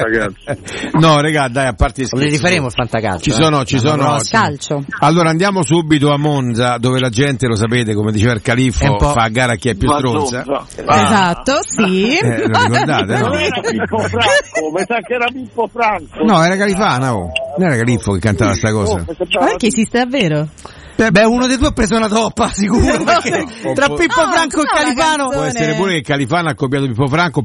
No, regà, dai, a parte le rifaremo il fantacalcio. Ci sono calcio. Allora andiamo subito a Monza, dove la gente, lo sapete, come diceva il Califfo, fa a gara chi è più stronza. Esatto, sì. Lo ricordate, no? Non era Pippo Franco, mi sa che era Pippo Franco. No, era Califano. Non era Califfo che cantava sta cosa. Ma che esiste davvero? Beh, uno dei due ha preso una toppa, sicuro, perché tra Pippo Franco e Califano può essere pure che Califano ha copiato Pippo Franco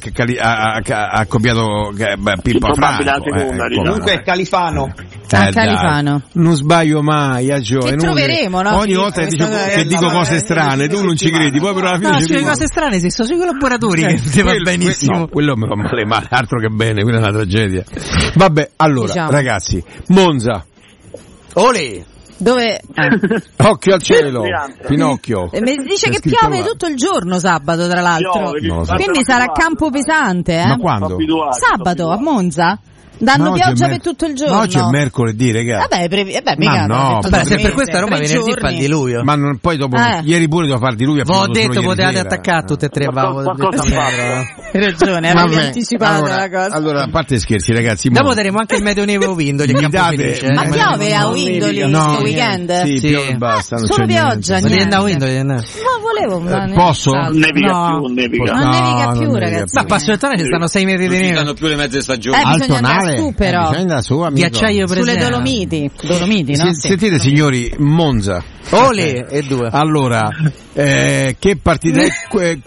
ha copiato Pippo Franco. Comunque è Califano. Califano. Non sbaglio mai, a Gio. Che troveremo, no? Ogni volta che dico cose strane, tu non ci credi, poi però alla fine le cose strane esistono sui collaboratori che ti va benissimo. No, quello mi fa male, altro che bene, quella è una tragedia. Vabbè, allora, ragazzi, Monza. Olè! Dove? Occhio al cielo, Pinocchio. Mi dice che piove tutto il giorno sabato, tra l'altro. Quindi sarà campo pesante, Ma quando? Sabato a Monza? Danno pioggia per tutto il giorno. No, c'è mercoledì, raga. Mica. No, se per questo a Roma venerdì fa il diluvio. Ma poi dopo ieri pure devo fare diluvio. Ho detto potevate attaccare tutte e tre. Hai ragione, avevi anticipato la cosa. Allora, a parte scherzi, ragazzi. Dopo daremo anche il meteo neve a Windoli. Ma piove a Windoli questo weekend? Sì, piove e basta. Solo pioggia. Ma devi andare a Windoli? Ma volevo. Posso? Non nevica più, ragazzi. Ma a Passoltane ci stanno 6 metri di neve. Non stanno più le mezze stagioni. Bisogna su però ghiacciaio sulle Dolomiti, no? Sentite signori, Monza. Ole e 2. Allora, che partita è?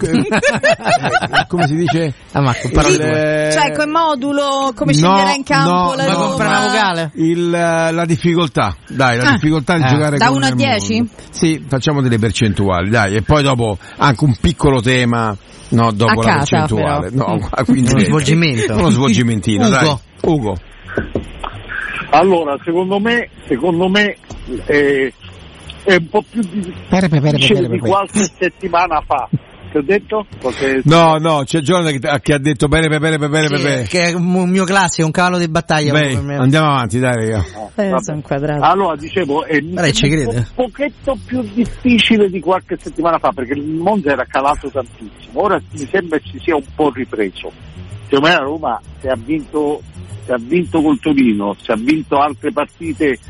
Come si dice? Cioè, quel modulo, come sceglierà in campo la Roma? Compra una vocale. La difficoltà, dai, la difficoltà di giocare da con 1 a 10? Sì, facciamo delle percentuali, dai, e poi dopo anche un piccolo tema, no, dopo la percentuale. Però. No, quindi uno svolgimentino, dai. Ugo. Allora, secondo me è un po' più difficile di qualche settimana fa. Che ho detto? No, c'è Jonathan che ha detto bene, che è un mio classico, un cavallo di battaglia. Andiamo avanti, dai, raga. Sono inquadrato. Allora, dicevo, è un pochetto più difficile di qualche settimana fa, perché il Monza era calato tantissimo. Ora mi sembra ci sia un po' ripreso. Secondo me la Roma se ha vinto col Torino, se ha vinto altre partite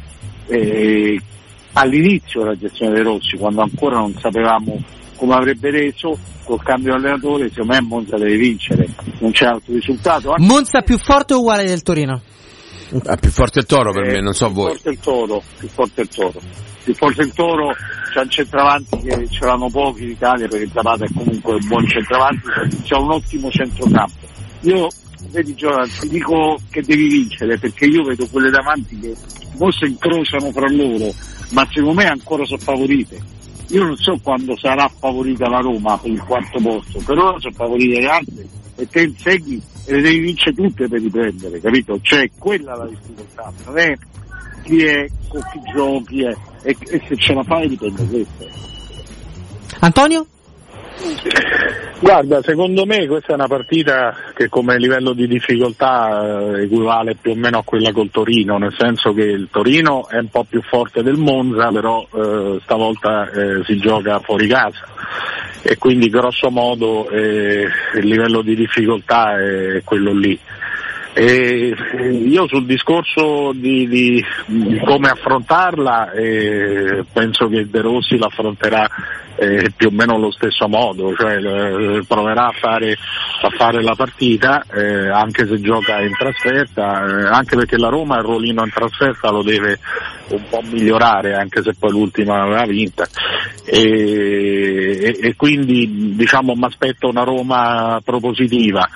all'inizio della gestione dei Rossi, quando ancora non sapevamo come avrebbe reso, col cambio di allenatore, secondo me Monza deve vincere, non c'è altro risultato. Monza più forte o uguale del Torino? Più forte il Toro per me, non so voi. Più forte il Toro, c'è un centravanti che ce l'hanno pochi in Italia, perché Zapata è comunque un buon centravanti, c'è un ottimo centrocampo. Io, vedi Giovanni, ti dico che devi vincere, perché io vedo quelle davanti che forse incrociano fra loro, ma secondo me ancora sono favorite. Io non so quando sarà favorita la Roma per il quarto posto, per ora sono favorite le altre e te insegui e le devi vincere tutte per riprendere, capito? Cioè quella è la difficoltà, non è chi è, con chi giochi e se ce la fai dipende questo. Antonio? Guarda, secondo me questa è una partita che come livello di difficoltà equivale più o meno a quella col Torino, nel senso che il Torino è un po' più forte del Monza, però stavolta si gioca fuori casa e quindi grosso modo il livello di difficoltà è quello lì. Io sul discorso di come affrontarla penso che De Rossi l'affronterà più o meno allo stesso modo, cioè proverà a fare la partita anche se gioca in trasferta, anche perché la Roma il ruolino in trasferta lo deve un po' migliorare, anche se poi l'ultima aveva vinta, e quindi diciamo mi aspetto una Roma propositiva,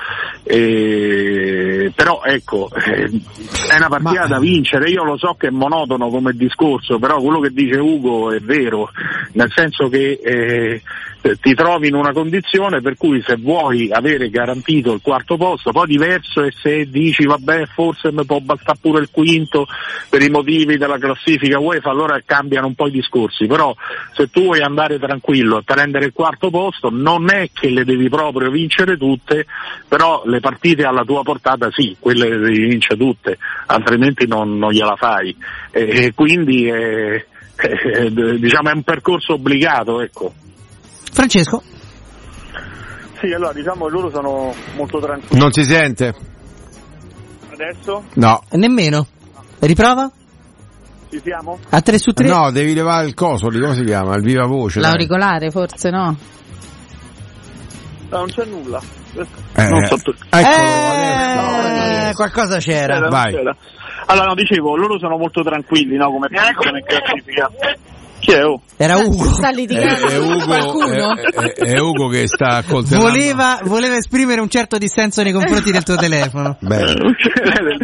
però ecco, è una partita da vincere. Io lo so che è monotono come discorso, però quello che dice Ugo è vero, nel senso che ti trovi in una condizione per cui se vuoi avere garantito il quarto posto, poi diverso è se dici vabbè forse mi può bastare pure il quinto per i motivi della classifica UEFA, allora cambiano un po' i discorsi, però se tu vuoi andare tranquillo a prendere il quarto posto non è che le devi proprio vincere tutte, però le partite alla tua portata sì, quelle le devi vincere tutte, altrimenti non gliela fai, e quindi diciamo è un percorso obbligato, ecco. Francesco? Sì, allora diciamo che loro sono molto tranquilli. Non si sente? Adesso? No. Nemmeno. Riprova? Ci siamo? A 3 su 3? No, devi levare il coso, come si chiama? Il viva voce. L'auricolare forse, no? No, non c'è nulla. Non so qualcosa c'era. Vai. Allora, no, dicevo, loro sono molto tranquilli, no? Come posizione in classifica. Chi è? Era Ugo. Sta litigando con qualcuno? È Ugo che sta voleva esprimere un certo dissenso nei confronti del tuo telefono. Del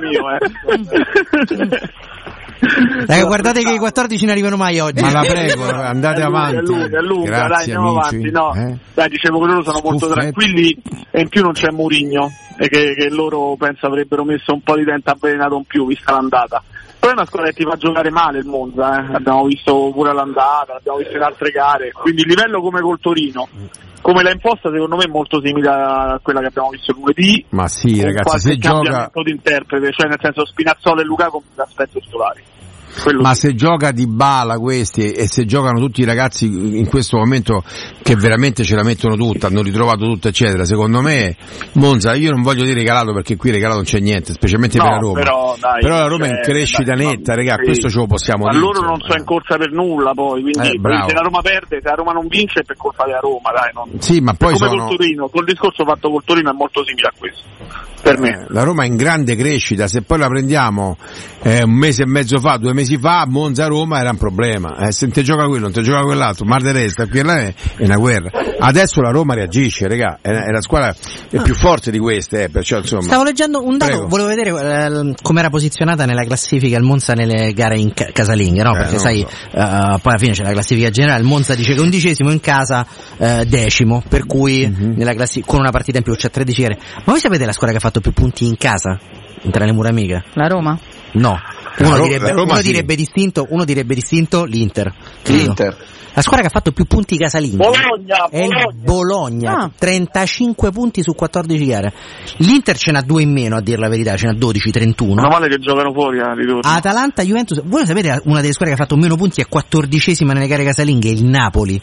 mio, guardate che i 14 non arrivano mai oggi. Ma la prego, andate avanti. È lunga, grazie, dai, andiamo avanti. No. Dai, dicevo che loro sono molto tranquilli e in più non c'è Mourinho e che loro penso avrebbero messo un po' di tempo avvelenato in più vista l'andata. Poi è una squadra che ti fa giocare male il Monza, l'abbiamo visto pure all'andata, l'abbiamo visto in altre gare, quindi il livello come col Torino, come l'ha imposta secondo me è molto simile a quella che abbiamo visto lunedì. Ma sì ragazzi, se gioca di interprete, cioè nel senso Spinazzola e Lukaku l'aspetto Solari. Ma se gioca Dybala questi e se giocano tutti i ragazzi in questo momento che veramente ce la mettono tutta, hanno ritrovato tutto eccetera, secondo me Monza, io non voglio dire regalato perché qui regalato non c'è niente, specialmente per la Roma, però la Roma è in crescita netta, raga, sì. Questo ce lo possiamo dire. Ma loro non sono in corsa per nulla poi, quindi se la Roma perde, se la Roma non vince è per colpa della Roma, dai, non... Sì, ma poi come col Torino, col discorso fatto col Torino è molto simile a questo. Per me. La Roma è in grande crescita, se poi la prendiamo un mese e mezzo fa, 2 mesi fa, Monza-Roma era un problema, se non te gioca quello, non te gioca quell'altro, mar de resta, qui è una guerra. Adesso la Roma reagisce, regà, è la squadra più forte di queste, perciò insomma. Stavo leggendo un dato, volevo vedere come era posizionata nella classifica il Monza nelle gare in casalinghe, no? Perché sai, poi alla fine c'è la classifica generale, il Monza dice che 11° in casa, 10°, per cui nella con una partita in più c'è 13 gare. Ma voi sapete la squadra che ha fatto più punti in casa tra le mura amiche? La Roma? No. Uno direbbe distinto l'Inter. La squadra che ha fatto più punti casalinghi è il Bologna, 35 punti su 14 gare. L'Inter ce n'ha 2 in meno, a dir la verità, ce n'ha 12, 31. Meno male che giocano fuori, Atalanta, Juventus. Voi sapete una delle squadre che ha fatto meno punti, è 14ª nelle gare casalinghe, il Napoli.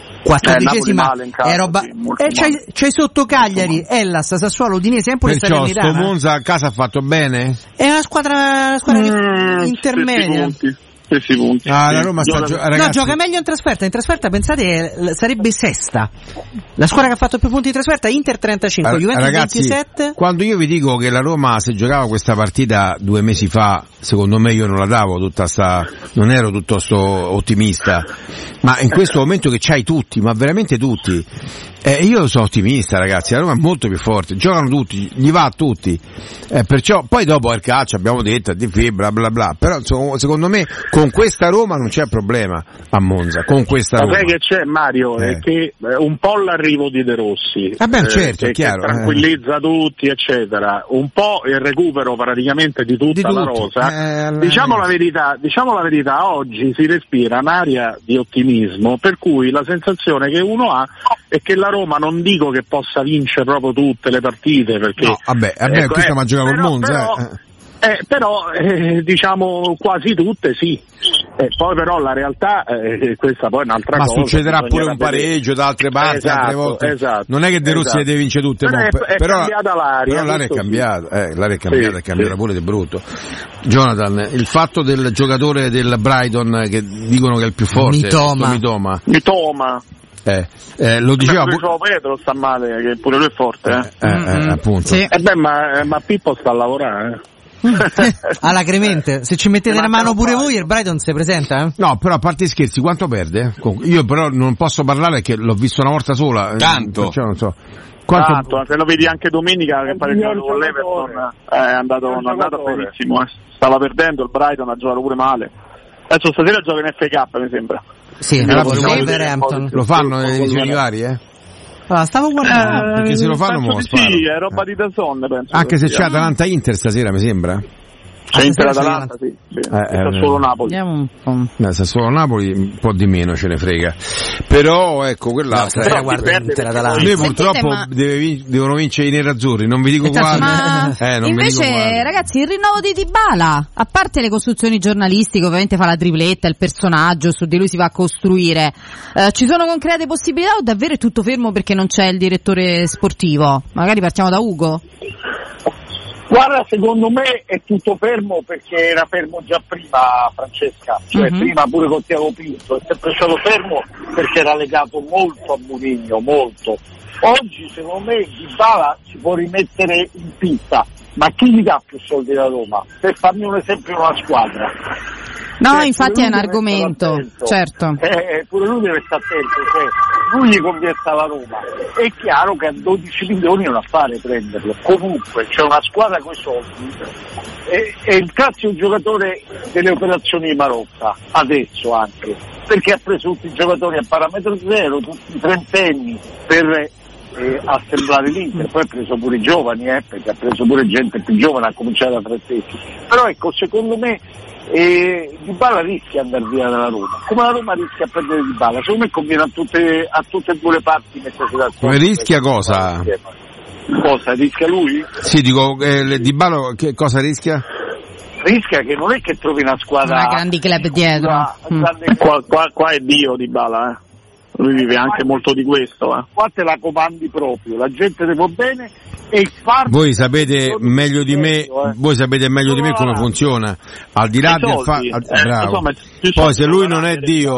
14ª è roba, c'hai sotto Cagliari, Hellas, Sassuolo, Udinese, Empoli e Salernitana. Perciò sto Monza a casa ha fatto bene? È una squadra intermedia. Punti. La Roma ragazzi... gioca meglio in trasferta. In trasferta pensate sarebbe sesta. La squadra che ha fatto più punti in trasferta, Inter 35, Juventus ragazzi, 27. Quando io vi dico che la Roma se giocava questa partita 2 mesi fa, secondo me io non la davo non ero tutto sto ottimista, ma in questo momento che c'hai tutti, ma veramente tutti, io sono ottimista ragazzi, la Roma è molto più forte, giocano tutti, gli va a tutti, perciò poi dopo il calcio abbiamo detto bla bla bla, però secondo me con questa Roma non c'è problema a Monza, con questa Roma. Sai che c'è Mario, è che un po' l'arrivo di De Rossi, certo, è chiaro, che tranquillizza tutti eccetera, un po' il recupero praticamente di tutta la rosa, diciamo la verità, oggi si respira un'aria di ottimismo, per cui la sensazione che uno ha è che la Roma, non dico che possa vincere proprio tutte le partite, perché qui stiamo a giocare col Monza, però diciamo quasi tutte sì. Poi però la realtà, questa poi è un'altra cosa. Ma succederà pure un pareggio da altre parti, altre volte. Esatto, non è che De Rossi le deve vincere tutte, però cambiata l'aria. Però l'aria è cambiata, l'aria è cambiata, è cambiata pure di brutto. Jonathan, il fatto del giocatore del Brighton che dicono che è il più forte, Mitoma. Lo diceva Pedro sta male, che pure lui è forte, appunto. Sì. Ma Pippo sta a lavorare, alla Cremente, se ci mettete la mano pure voi il Brighton si presenta? No, però a parte i scherzi, quanto perde? Io però non posso parlare perché l'ho visto una volta sola. Tanto. Perciò non so. Tanto, se lo vedi anche domenica che pareggiato con l'Everton è andato benissimo, stava perdendo il Brighton, ha giocato pure male. Adesso stasera gioca in FA Cup, mi sembra. Sì, lo fanno nelle divisioni varie, Allora, stavo guardando perché se lo fanno sì, è roba di DAZN, penso. Anche se c'è Atalanta-Inter stasera, mi sembra. C'è Inter-Atalanta, sì. Sassuolo Napoli. Sassuolo Napoli un po' di meno ce ne frega. Però ecco quella. Noi purtroppo devono vincere i nerazzurri, non vi dico quale. Invece, ragazzi, il rinnovo di Dybala, a parte le costruzioni giornalistiche, ovviamente fa la tripletta, il personaggio, su di lui si va a costruire. Ci sono concrete possibilità o davvero è tutto fermo perché non c'è il direttore sportivo? Magari partiamo da Ugo. Guarda, secondo me è tutto fermo perché era fermo già prima, Francesca, cioè prima pure con Tiago Pinto, è sempre stato fermo perché era legato molto a Mourinho, molto. Oggi secondo me Dybala si può rimettere in pista, ma chi gli dà più soldi da Roma? Per farmi un esempio una squadra. No, infatti è un argomento, certo. Pure lui deve stare attento, cioè, lui gli conviene alla Roma. È chiaro che a 12 milioni è un affare prenderlo. Comunque c'è una squadra con i soldi. È il classico giocatore delle operazioni di Marocca, adesso anche, perché ha preso tutti i giocatori a parametro zero, tutti i trentenni per assemblare l'Inter, poi ha preso pure i giovani, perché ha preso pure gente più giovane, ha cominciato da Frattesi. Però ecco, secondo me Dybala rischia di andare via dalla Roma, come la Roma rischia a perdere Dybala. Secondo me conviene a tutte e due le parti mettersi d'accordo. Come rischia cosa? Cosa rischia lui? Sì, dico Dybala che cosa rischia? Rischia che non è che trovi una squadra, una grandi club dietro. Qua è Dio Dybala, lui vive anche molto di questo. Qua te la comandi proprio, la gente ne va bene. Voi sapete meglio di me, come funziona, al di là del bravo. Poi se lui non è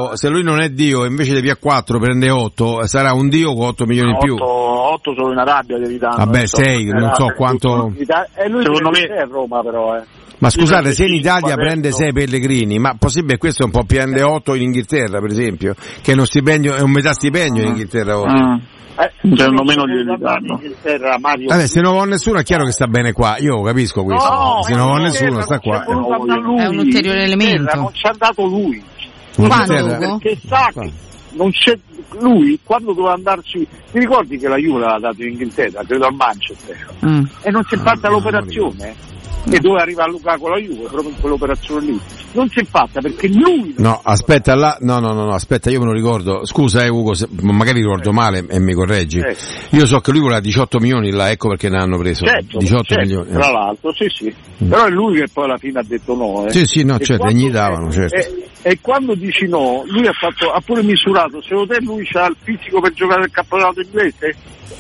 Dio, invece di via 4 prende 8, sarà un Dio con 8 milioni in più. 8 solo in Arabia devi dare. Vabbè, 6, non so quanto. Secondo me è Roma però, Ma scusate, se in Italia prende 6 Pellegrini, ma possibile questo è un po' prende 8 in Inghilterra, per esempio, che è uno stipendio, è un metà stipendio in Inghilterra. Secondo me non gli danno. Vabbè, se non va nessuno è chiaro che sta bene qua, io capisco questo. No, se non va nessuno sta qua. È un ulteriore elemento. Non ci ha dato lui. Quando? Perché sa che non c'è lui quando doveva andarci. Ti ricordi che la Juve l'ha dato in Inghilterra, credo al Manchester, e non si è fatta l'operazione? E dove arriva Luca con la Juve, proprio in quell'operazione lì non si è fatta perché lui aspetta aspetta, io me lo ricordo, scusa Ugo, magari ricordo male e mi correggi, io so che lui voleva 18 milioni là, ecco perché ne hanno preso 18 milioni tra l'altro, sì, però è lui che poi alla fine ha detto no, certo, e gli davano, certo. E quando dici no, lui ha pure misurato, secondo te lui c'ha il fisico per giocare il campionato inglese?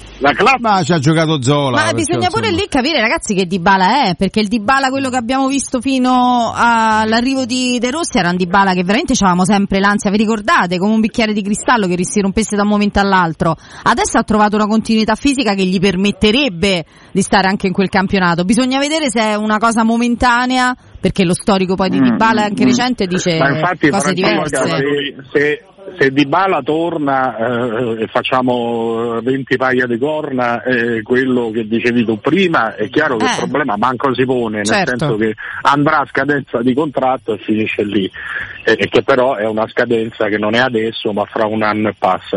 Ma ci ha giocato Zola. Ma bisogna pure lì capire, ragazzi, che Dybala è, perché il Dybala, quello che abbiamo visto fino all'arrivo di De Rossi, era un Dybala che veramente c'avevamo sempre l'ansia, vi ricordate? Come un bicchiere di cristallo che si rompesse da un momento all'altro. Adesso ha trovato una continuità fisica che gli permetterebbe di stare anche in quel campionato. Bisogna vedere se è una cosa momentanea, perché lo storico poi di Dybala anche recente dice cose diverse. Se Dybala torna e facciamo 20 paia di corna, quello che dicevi tu prima, è chiaro che il problema manco si pone, nel senso che andrà a scadenza di contratto e finisce lì, e che però è una scadenza che non è adesso ma fra un anno e passa.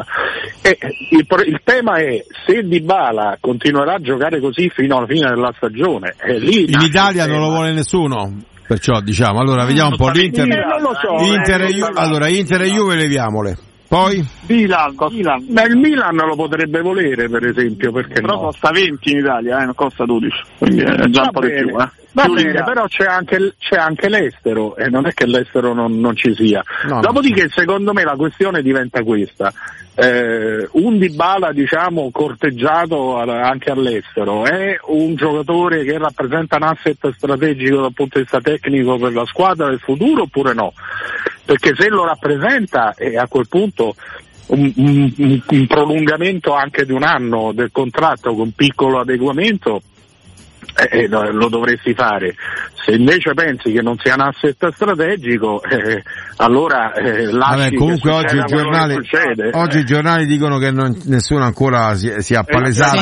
Il tema è se Dybala continuerà a giocare così fino alla fine della stagione, lì in Italia non lo vuole nessuno. Perciò diciamo, allora vediamo un po' l'Inter. Inter e Juve leviamole. Poi? Milan. Ma il Milan lo potrebbe volere, per esempio, perché però no? costa 20 in Italia, non costa 12, quindi è già un po' di più. Va bene, però c'è anche l'estero, e non è che l'estero non ci sia. No, Dopodiché, secondo me, la questione diventa questa. Un Dybala, diciamo, corteggiato anche all'estero, è un giocatore che rappresenta un asset strategico dal punto di vista tecnico per la squadra del futuro oppure no? Perché se lo rappresenta, a quel punto un prolungamento anche di un anno del contratto con piccolo adeguamento lo dovresti fare. Se invece pensi che non sia un asset strategico, allora lasci. Comunque oggi i giornali dicono che nessuno ancora si è appalesato.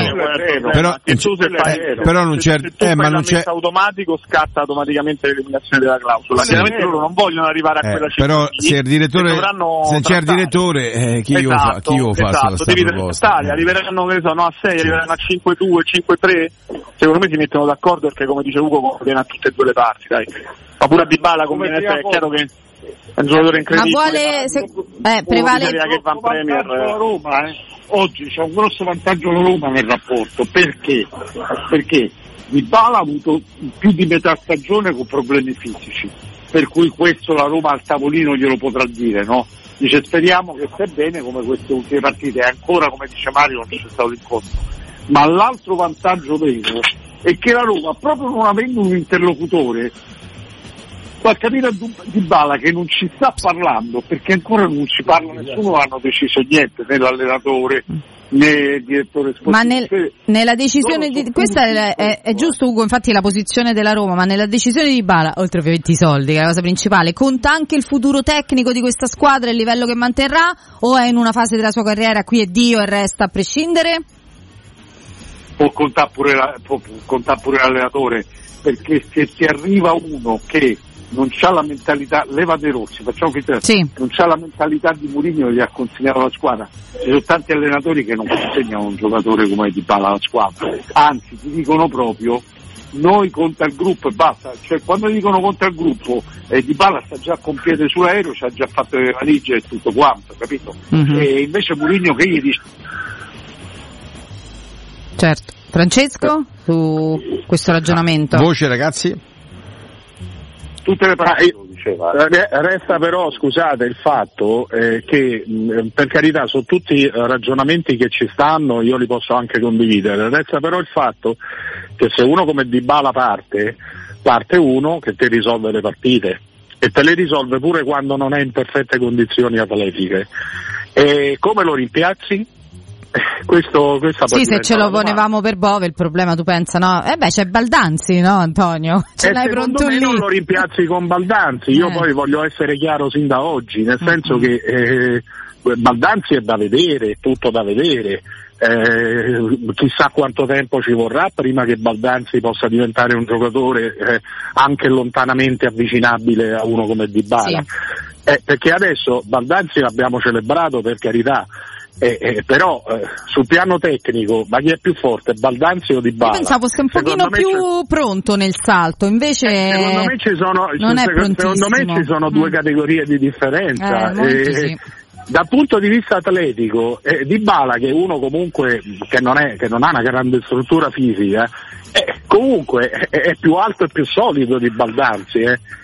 Però non c'è automatico, scatta automaticamente l'eliminazione della clausola. Chiaramente loro non vogliono arrivare a quella cifra. Però se c'è il direttore, chi lo fa questa proposta? Arriveranno a 6, arriveranno a 5-2, 5-3. Secondo me si mettono d'accordo, perché come dice Ugo conviene a tutte e due le parti, dai. Ma pure a Dybala conviene, è chiaro che è un giocatore incredibile. Ma vuole prevale che va in Premier. Roma, oggi c'è un grosso vantaggio la Roma nel rapporto, perché Dybala ha avuto più di metà stagione con problemi fisici, per cui questo la Roma al tavolino glielo potrà dire, no? Dice speriamo che stia bene come queste ultime partite, e ancora, come dice Mario, non c'è stato l'incontro. Ma l'altro vantaggio vero è che la Roma, proprio non avendo un interlocutore, fa capire a Dybala che non ci sta parlando, perché ancora non ci parla nessuno, non hanno deciso niente, né l'allenatore né il direttore sportivo. Ma nella decisione di questa è giusto, Ugo, infatti la posizione della Roma, ma nella decisione di Dybala, oltre ovviamente i soldi, che è la cosa principale, conta anche il futuro tecnico di questa squadra e il livello che manterrà, o è in una fase della sua carriera qui è Dio e resta a prescindere? Può contare pure l'allenatore, perché se ti arriva uno che non c'ha la mentalità, leva De Rossi, facciamo finta, non c'ha la mentalità di Mourinho che gli ha consegnato la squadra. Ci sono tanti allenatori che non consegnano un giocatore come Dybala alla squadra, anzi ti dicono proprio noi conta il gruppo e basta, cioè quando dicono conta il gruppo Dybala sta già con piede sull'aereo, ci ha già fatto le valigie e tutto quanto, capito? E invece Mourinho che gli dice? Certo. Francesco, su questo ragionamento. Voce, ragazzi? Tutte le parti diceva. Resta però, scusate, il fatto che per carità sono tutti ragionamenti che ci stanno, io li posso anche condividere. Resta però il fatto che se uno come Dybala parte uno che ti risolve le partite, e te le risolve pure quando non è in perfette condizioni atletiche. E come lo rimpiazzi? Questa sì, se ce lo ponevamo per Bove, il problema tu pensa, no? C'è Baldanzi, no, Antonio? Ce l'hai pronto lì? Non lo rimpiazzi con Baldanzi, io poi voglio essere chiaro sin da oggi, nel senso che Baldanzi è da vedere, è tutto da vedere. Chissà quanto tempo ci vorrà prima che Baldanzi possa diventare un giocatore anche lontanamente avvicinabile a uno come Dybala. Sì. Perché adesso Baldanzi l'abbiamo celebrato, per carità. Però sul piano tecnico, ma chi è più forte, Baldanzi o Dybala? Io pensavo fosse un pochino più pronto nel salto, invece secondo me ci sono due categorie di differenza. Dal punto di vista atletico, Dybala, che è uno comunque che non ha una grande struttura fisica, comunque è più alto e più solido di Baldanzi.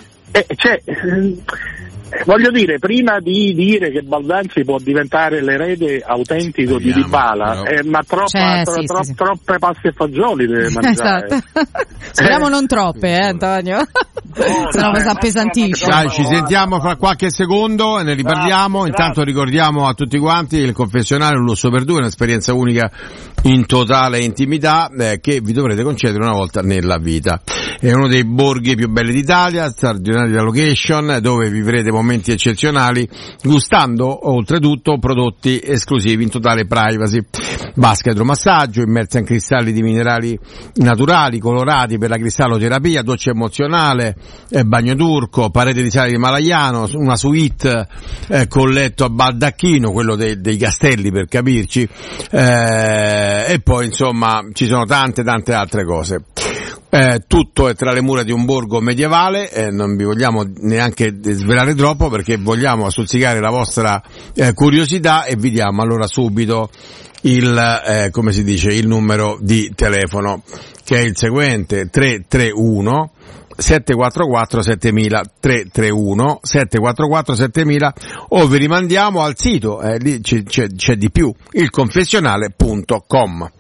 Voglio dire, prima di dire che Baldanzi può diventare l'erede autentico di Dybala, ma troppe paste e fagioli deve mangiare. Esatto. Speriamo non troppe, Antonio. Se no mi si appesantisce. Dai, ci sentiamo fra qualche secondo e ne riparliamo. Intanto ricordiamo a tutti quanti il confessionale Un lusso per due, un'esperienza unica in totale intimità che vi dovrete concedere una volta nella vita. È uno dei borghi più belli d'Italia, straordinaria location, dove vivrete momenti eccezionali, gustando oltretutto prodotti esclusivi in totale privacy. Vasca idromassaggio, immersa in cristalli di minerali naturali, colorati per la cristalloterapia, doccia emozionale, bagno turco, parete di sale di Malagliano, una suite con letto a baldacchino, quello dei castelli per capirci, e poi insomma ci sono tante altre cose. tutto è tra le mura di un borgo medievale, non vi vogliamo neanche svelare troppo perché vogliamo stuzzicare la vostra curiosità e vi diamo allora subito il numero di telefono, che è il seguente: 331 744 7000, 331 744 7000, o vi rimandiamo al sito, lì c'è di più, ilconfessionale.com.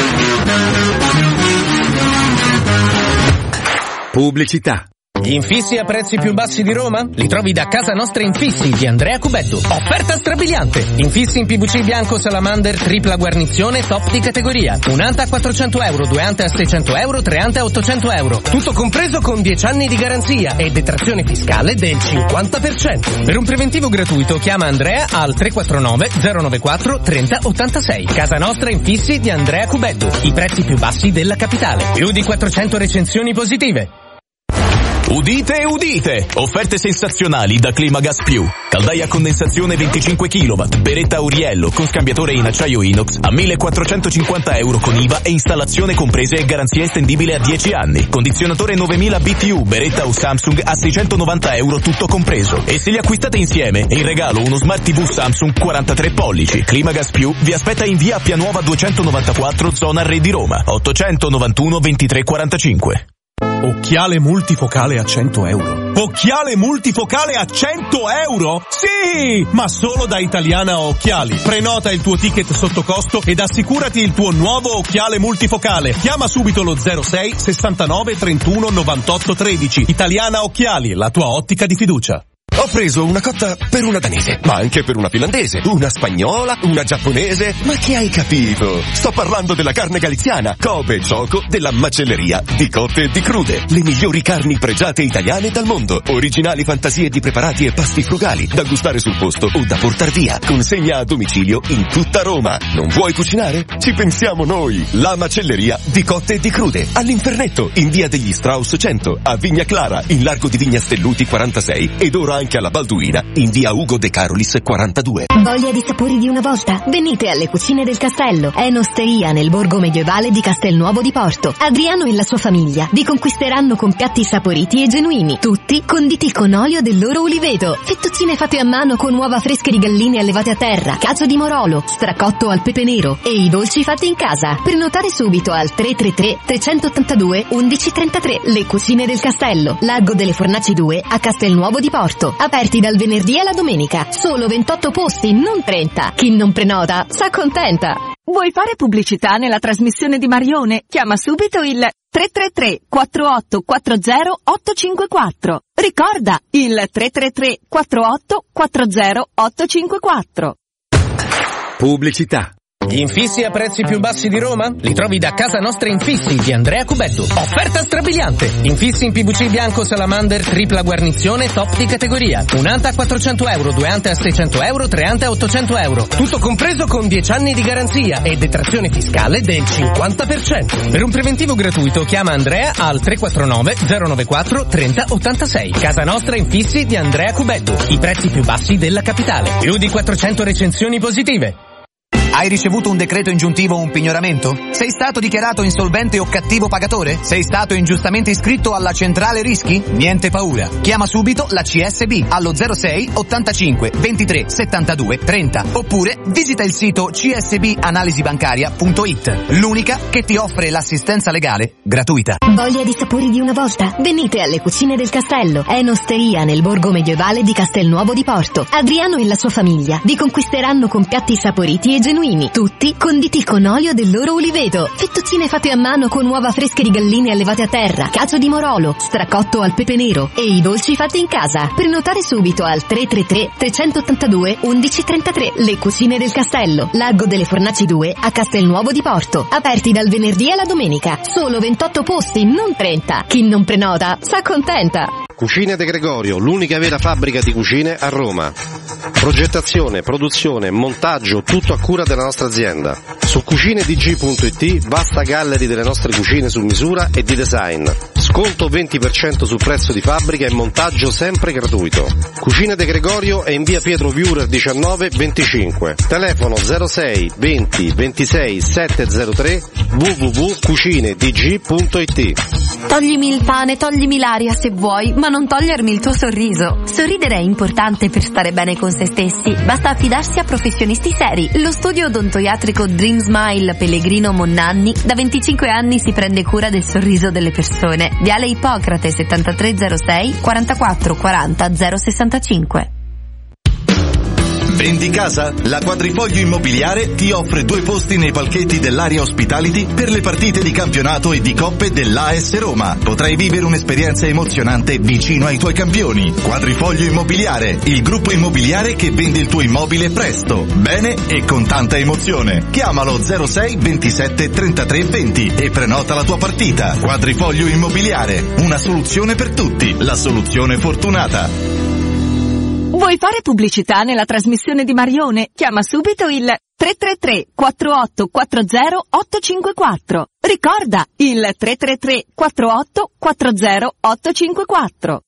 Pubblicità. Gli infissi a prezzi più bassi di Roma? Li trovi da Casa Nostra Infissi di Andrea Cubeddu. Offerta strabiliante! Infissi in PVC bianco Salamander, tripla guarnizione, top di categoria. Un'anta a 400 euro, due ante a 600 euro, tre ante a 800 euro. Tutto compreso con 10 anni di garanzia e detrazione fiscale del 50%. Per un preventivo gratuito chiama Andrea al 349 094 30 86. Casa Nostra Infissi di Andrea Cubeddu. I prezzi più bassi della capitale. Più di 400 recensioni positive. Udite, udite! Offerte sensazionali da Climagas Più. Caldaia a condensazione 25 kW, beretta Auriello con scambiatore in acciaio inox a 1.450 euro con IVA e installazione comprese e garanzia estendibile a 10 anni. Condizionatore 9000 BTU, beretta o Samsung a 690 euro tutto compreso. E se li acquistate insieme, in regalo uno Smart TV Samsung 43 pollici. Climagas Più vi aspetta in via Appia Nuova 294, zona Re di Roma, 891 23 45. Occhiale multifocale a 100 euro. Occhiale multifocale a 100 euro? Sì! Ma solo da Italiana Occhiali. Prenota il tuo ticket sotto costo ed assicurati il tuo nuovo occhiale multifocale. Chiama subito lo 06 69 31 98 13. Italiana Occhiali, la tua ottica di fiducia. Ho preso una cotta per una danese, ma anche per una finlandese, una spagnola, una giapponese. Ma che hai capito? Sto parlando della carne galiziana, Kobe e Choco della macelleria di cotte e di crude. Le migliori carni pregiate italiane dal mondo. Originali fantasie di preparati e pasti frugali, da gustare sul posto o da portar via. Consegna a domicilio in tutta Roma. Non vuoi cucinare? Ci pensiamo noi. La macelleria di cotte e di crude. All'Infernetto, in via degli Strauss 100, a Vigna Clara, in largo di Vigna Stelluti 46 ed ora anche alla Balduina, in via Ugo De Carolis 42. Voglia di sapori di una volta? Venite alle Cucine del Castello. È un'osteria nel borgo medievale di Castelnuovo di Porto. Adriano e la sua famiglia vi conquisteranno con piatti saporiti e genuini, tutti conditi con olio del loro uliveto. Fettuccine fatte a mano con uova fresche di galline allevate a terra, cacio di morolo, stracotto al pepe nero e i dolci fatti in casa. Prenotare subito al 333 382 1133. Le Cucine del Castello, Largo delle Fornaci 2 a Castelnuovo di Porto. Aperti dal venerdì alla domenica. Solo 28 posti, non 30. Chi non prenota s'accontenta. Vuoi fare pubblicità nella trasmissione di Marione? Chiama subito il 333 4840 854. Ricorda, il 333 4840 854. Pubblicità. Gli infissi a prezzi più bassi di Roma? Li trovi da Casa Nostra Infissi di Andrea Cubeddu. Offerta strabiliante! Infissi in PVC bianco Salamander, tripla guarnizione, top di categoria. Un'anta a 400 euro, due ante a 600 euro, tre ante a 800 euro. Tutto compreso con 10 anni di garanzia e detrazione fiscale del 50%. Per un preventivo gratuito chiama Andrea al 349 094 30 86. Casa Nostra Infissi di Andrea Cubeddu. I prezzi più bassi della capitale. Più di 400 recensioni positive. Hai ricevuto un decreto ingiuntivo o un pignoramento? Sei stato dichiarato insolvente o cattivo pagatore? Sei stato ingiustamente iscritto alla centrale rischi? Niente paura. Chiama subito la CSB allo 06 85 23 72 30 oppure visita il sito csbanalisibancaria.it, l'unica che ti offre l'assistenza legale gratuita. Voglia di sapori di una volta? Venite alle Cucine del Castello. È un'osteria nel borgo medievale di Castelnuovo di Porto. Adriano e la sua famiglia vi conquisteranno con piatti saporiti e genuini, tutti conditi con olio del loro uliveto. Fettuccine fatte a mano con uova fresche di galline allevate a terra, cacio di morolo, stracotto al pepe nero e i dolci fatti in casa. Prenotare subito al 333 382 1133. Le Cucine del Castello, Largo delle Fornaci 2 a Castelnuovo di Porto. Aperti dal venerdì alla domenica. Solo 28 posti, non 30. Chi non prenota s'accontenta. Cucine De Gregorio, l'unica vera fabbrica di cucine a Roma. Progettazione, produzione, montaggio, tutto a cura della nostra azienda. Su cucinedg.it vasta gallery delle nostre cucine su misura e di design. Sconto 20% sul prezzo di fabbrica e montaggio sempre gratuito. Cucina De Gregorio è in via Pietro Viurer 19 25. Telefono 06 20 26 703 www.cucinedg.it. Toglimi il pane, toglimi l'aria se vuoi, ma non togliermi il tuo sorriso. Sorridere è importante per stare bene con se stessi. Basta affidarsi a professionisti seri. Lo studio odontoiatrico Dream Smile Pellegrino Monnanni da 25 anni si prende cura del sorriso delle persone. Viale Ippocrate 7306 44 40 065. Vendi casa? La Quadrifoglio Immobiliare ti offre 2 posti nei palchetti dell'area Hospitality per le partite di campionato e di coppe dell'AS Roma. Potrai vivere un'esperienza emozionante vicino ai tuoi campioni. Quadrifoglio Immobiliare, il gruppo immobiliare che vende il tuo immobile presto, bene e con tanta emozione. Chiamalo 06 27 33 20 e prenota la tua partita. Quadrifoglio Immobiliare, una soluzione per tutti, la soluzione fortunata. Vuoi fare pubblicità nella trasmissione di Marione? Chiama subito il 333 4840 854. Ricorda il 333 4840 854.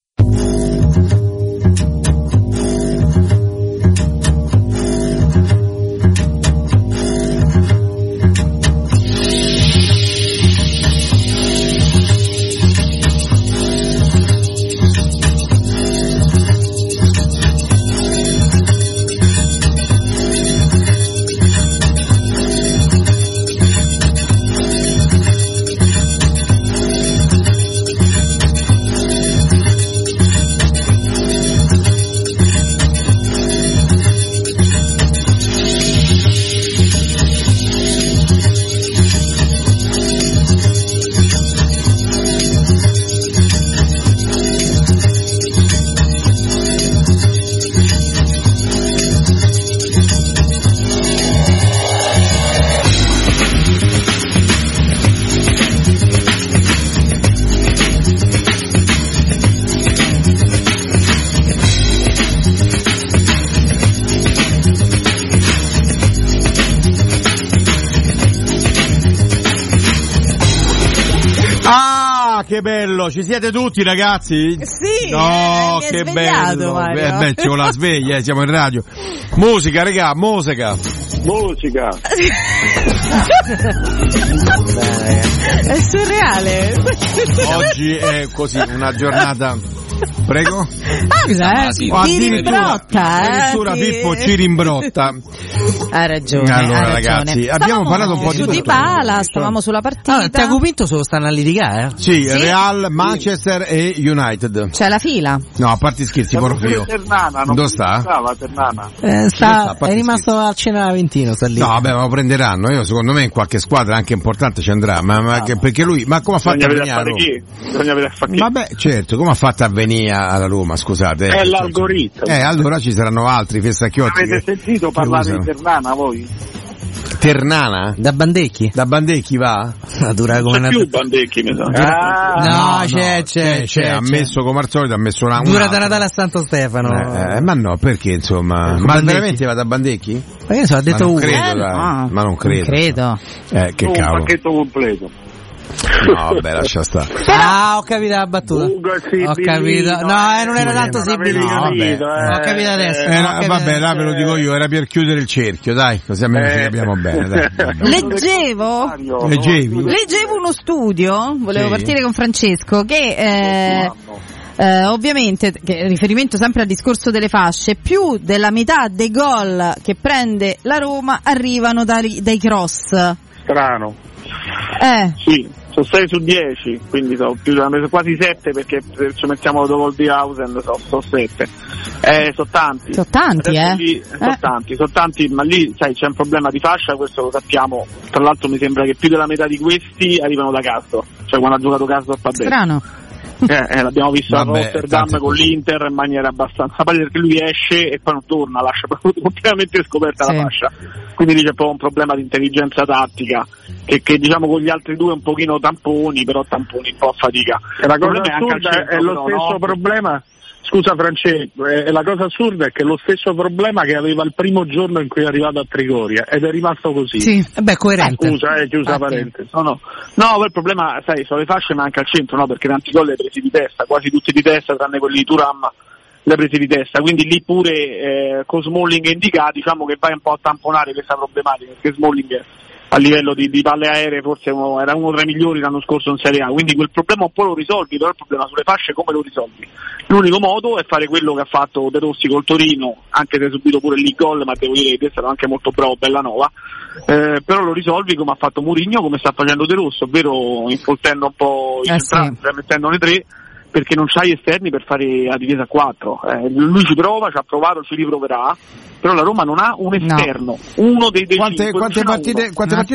Che bello, ci siete tutti ragazzi? Sì, no, che bello. Beh, c'ho la sveglia, siamo in radio. Musica, regà, musica. È surreale. Oggi è così, una giornata. Prego? Ti rimbrotta, addirittura Pippo ci rimbrotta. Hai ragione. Allora ragazzi, abbiamo parlato un po' di Dybala, stavamo sulla partita. Tiago Pinto solo stanno a litigare, Sì, Real, Manchester e United. C'è la fila. No, a parte scherzi, proprio. Dove sta? È rimasto al Cenerentina, sta lì. No, vabbè, ma lo prenderanno. Io secondo me in qualche squadra anche importante ci andrà, perché lui, ma come ha fatto a venire a Roma? Bisogna vedere a fare chi. Vabbè, certo, come ha fatto a venire alla Roma, scusate. È l'algoritmo. Allora ci saranno altri festacchiotti. Avete sentito parlare di Ternana voi? Ternana? Da Bandecchi? Da Bandecchi va? Dura come una... più Bandecchi mi sa. C'è. Ha messo come al solito, ha messo una... Dura da Natale a Santo Stefano. Ma no, perché insomma... Ma Bandecchi. Veramente va da Bandecchi? Ma io so, ha detto uno. Ma non credo. Che cavolo. Un pacchetto completo. No, vabbè, lascia stare. Ho capito la battuta. Ho capito. No, non era tanto Sibilino. Ho capito adesso. Vabbè, là ve lo dico io, era per chiudere il cerchio, dai, così almeno ci capiamo bene. Dai. Leggevo uno studio, volevo partire con Francesco, che ovviamente, che riferimento sempre al discorso delle fasce, più della metà dei gol che prende la Roma arrivano dai cross. Strano. Sì, sono 6 su 10, quindi sono quasi 7, perché se ci mettiamo dopo gol di Hausen sono 7. Sono tanti. Sono tanti, Sono tanti, ma lì sai c'è un problema di fascia, questo lo sappiamo. Tra l'altro mi sembra che più della metà di questi arrivano da Castro, cioè quando ha giocato Castro a Padre. Strano. L'abbiamo visto a Rotterdam con l'Inter in maniera abbastanza palese, perché lui esce e poi non torna, lascia proprio completamente scoperta la fascia, quindi lì c'è proprio un problema di intelligenza tattica che diciamo con gli altri due un pochino tamponi, però tamponi un po' a fatica. La cosa assurda è lo stesso problema. Scusa Francesco, la cosa assurda è che lo stesso problema che aveva il primo giorno in cui è arrivato a Trigoria ed è rimasto così. Sì, coerente. Scusa, chiusa parentesi. No, il problema, sai, sono le fasce ma anche al centro, no? Perché tanti gol li hai presi di testa, quasi tutti di testa, tranne quelli di Thuram, li hai presi di testa, quindi lì pure con Smalling e Ndicà diciamo che vai un po' a tamponare questa problematica, perché Smalling a livello di palle aeree forse era uno tra i migliori l'anno scorso in Serie A, quindi quel problema un po' lo risolvi, però il problema sulle fasce come lo risolvi? L'unico modo è fare quello che ha fatto De Rossi col Torino, anche se ha subito pure lì gol, ma devo dire che è stato anche molto bravo Bellanova, però lo risolvi come ha fatto Mourinho, come sta facendo De Rossi, ovvero infoltendo un po' i centrali, mettendone 3, perché non c'hai esterni per fare la difesa a 4. Lui ci prova, ci ha provato, ci riproverà, però la Roma non ha un esterno, uno dei quante partite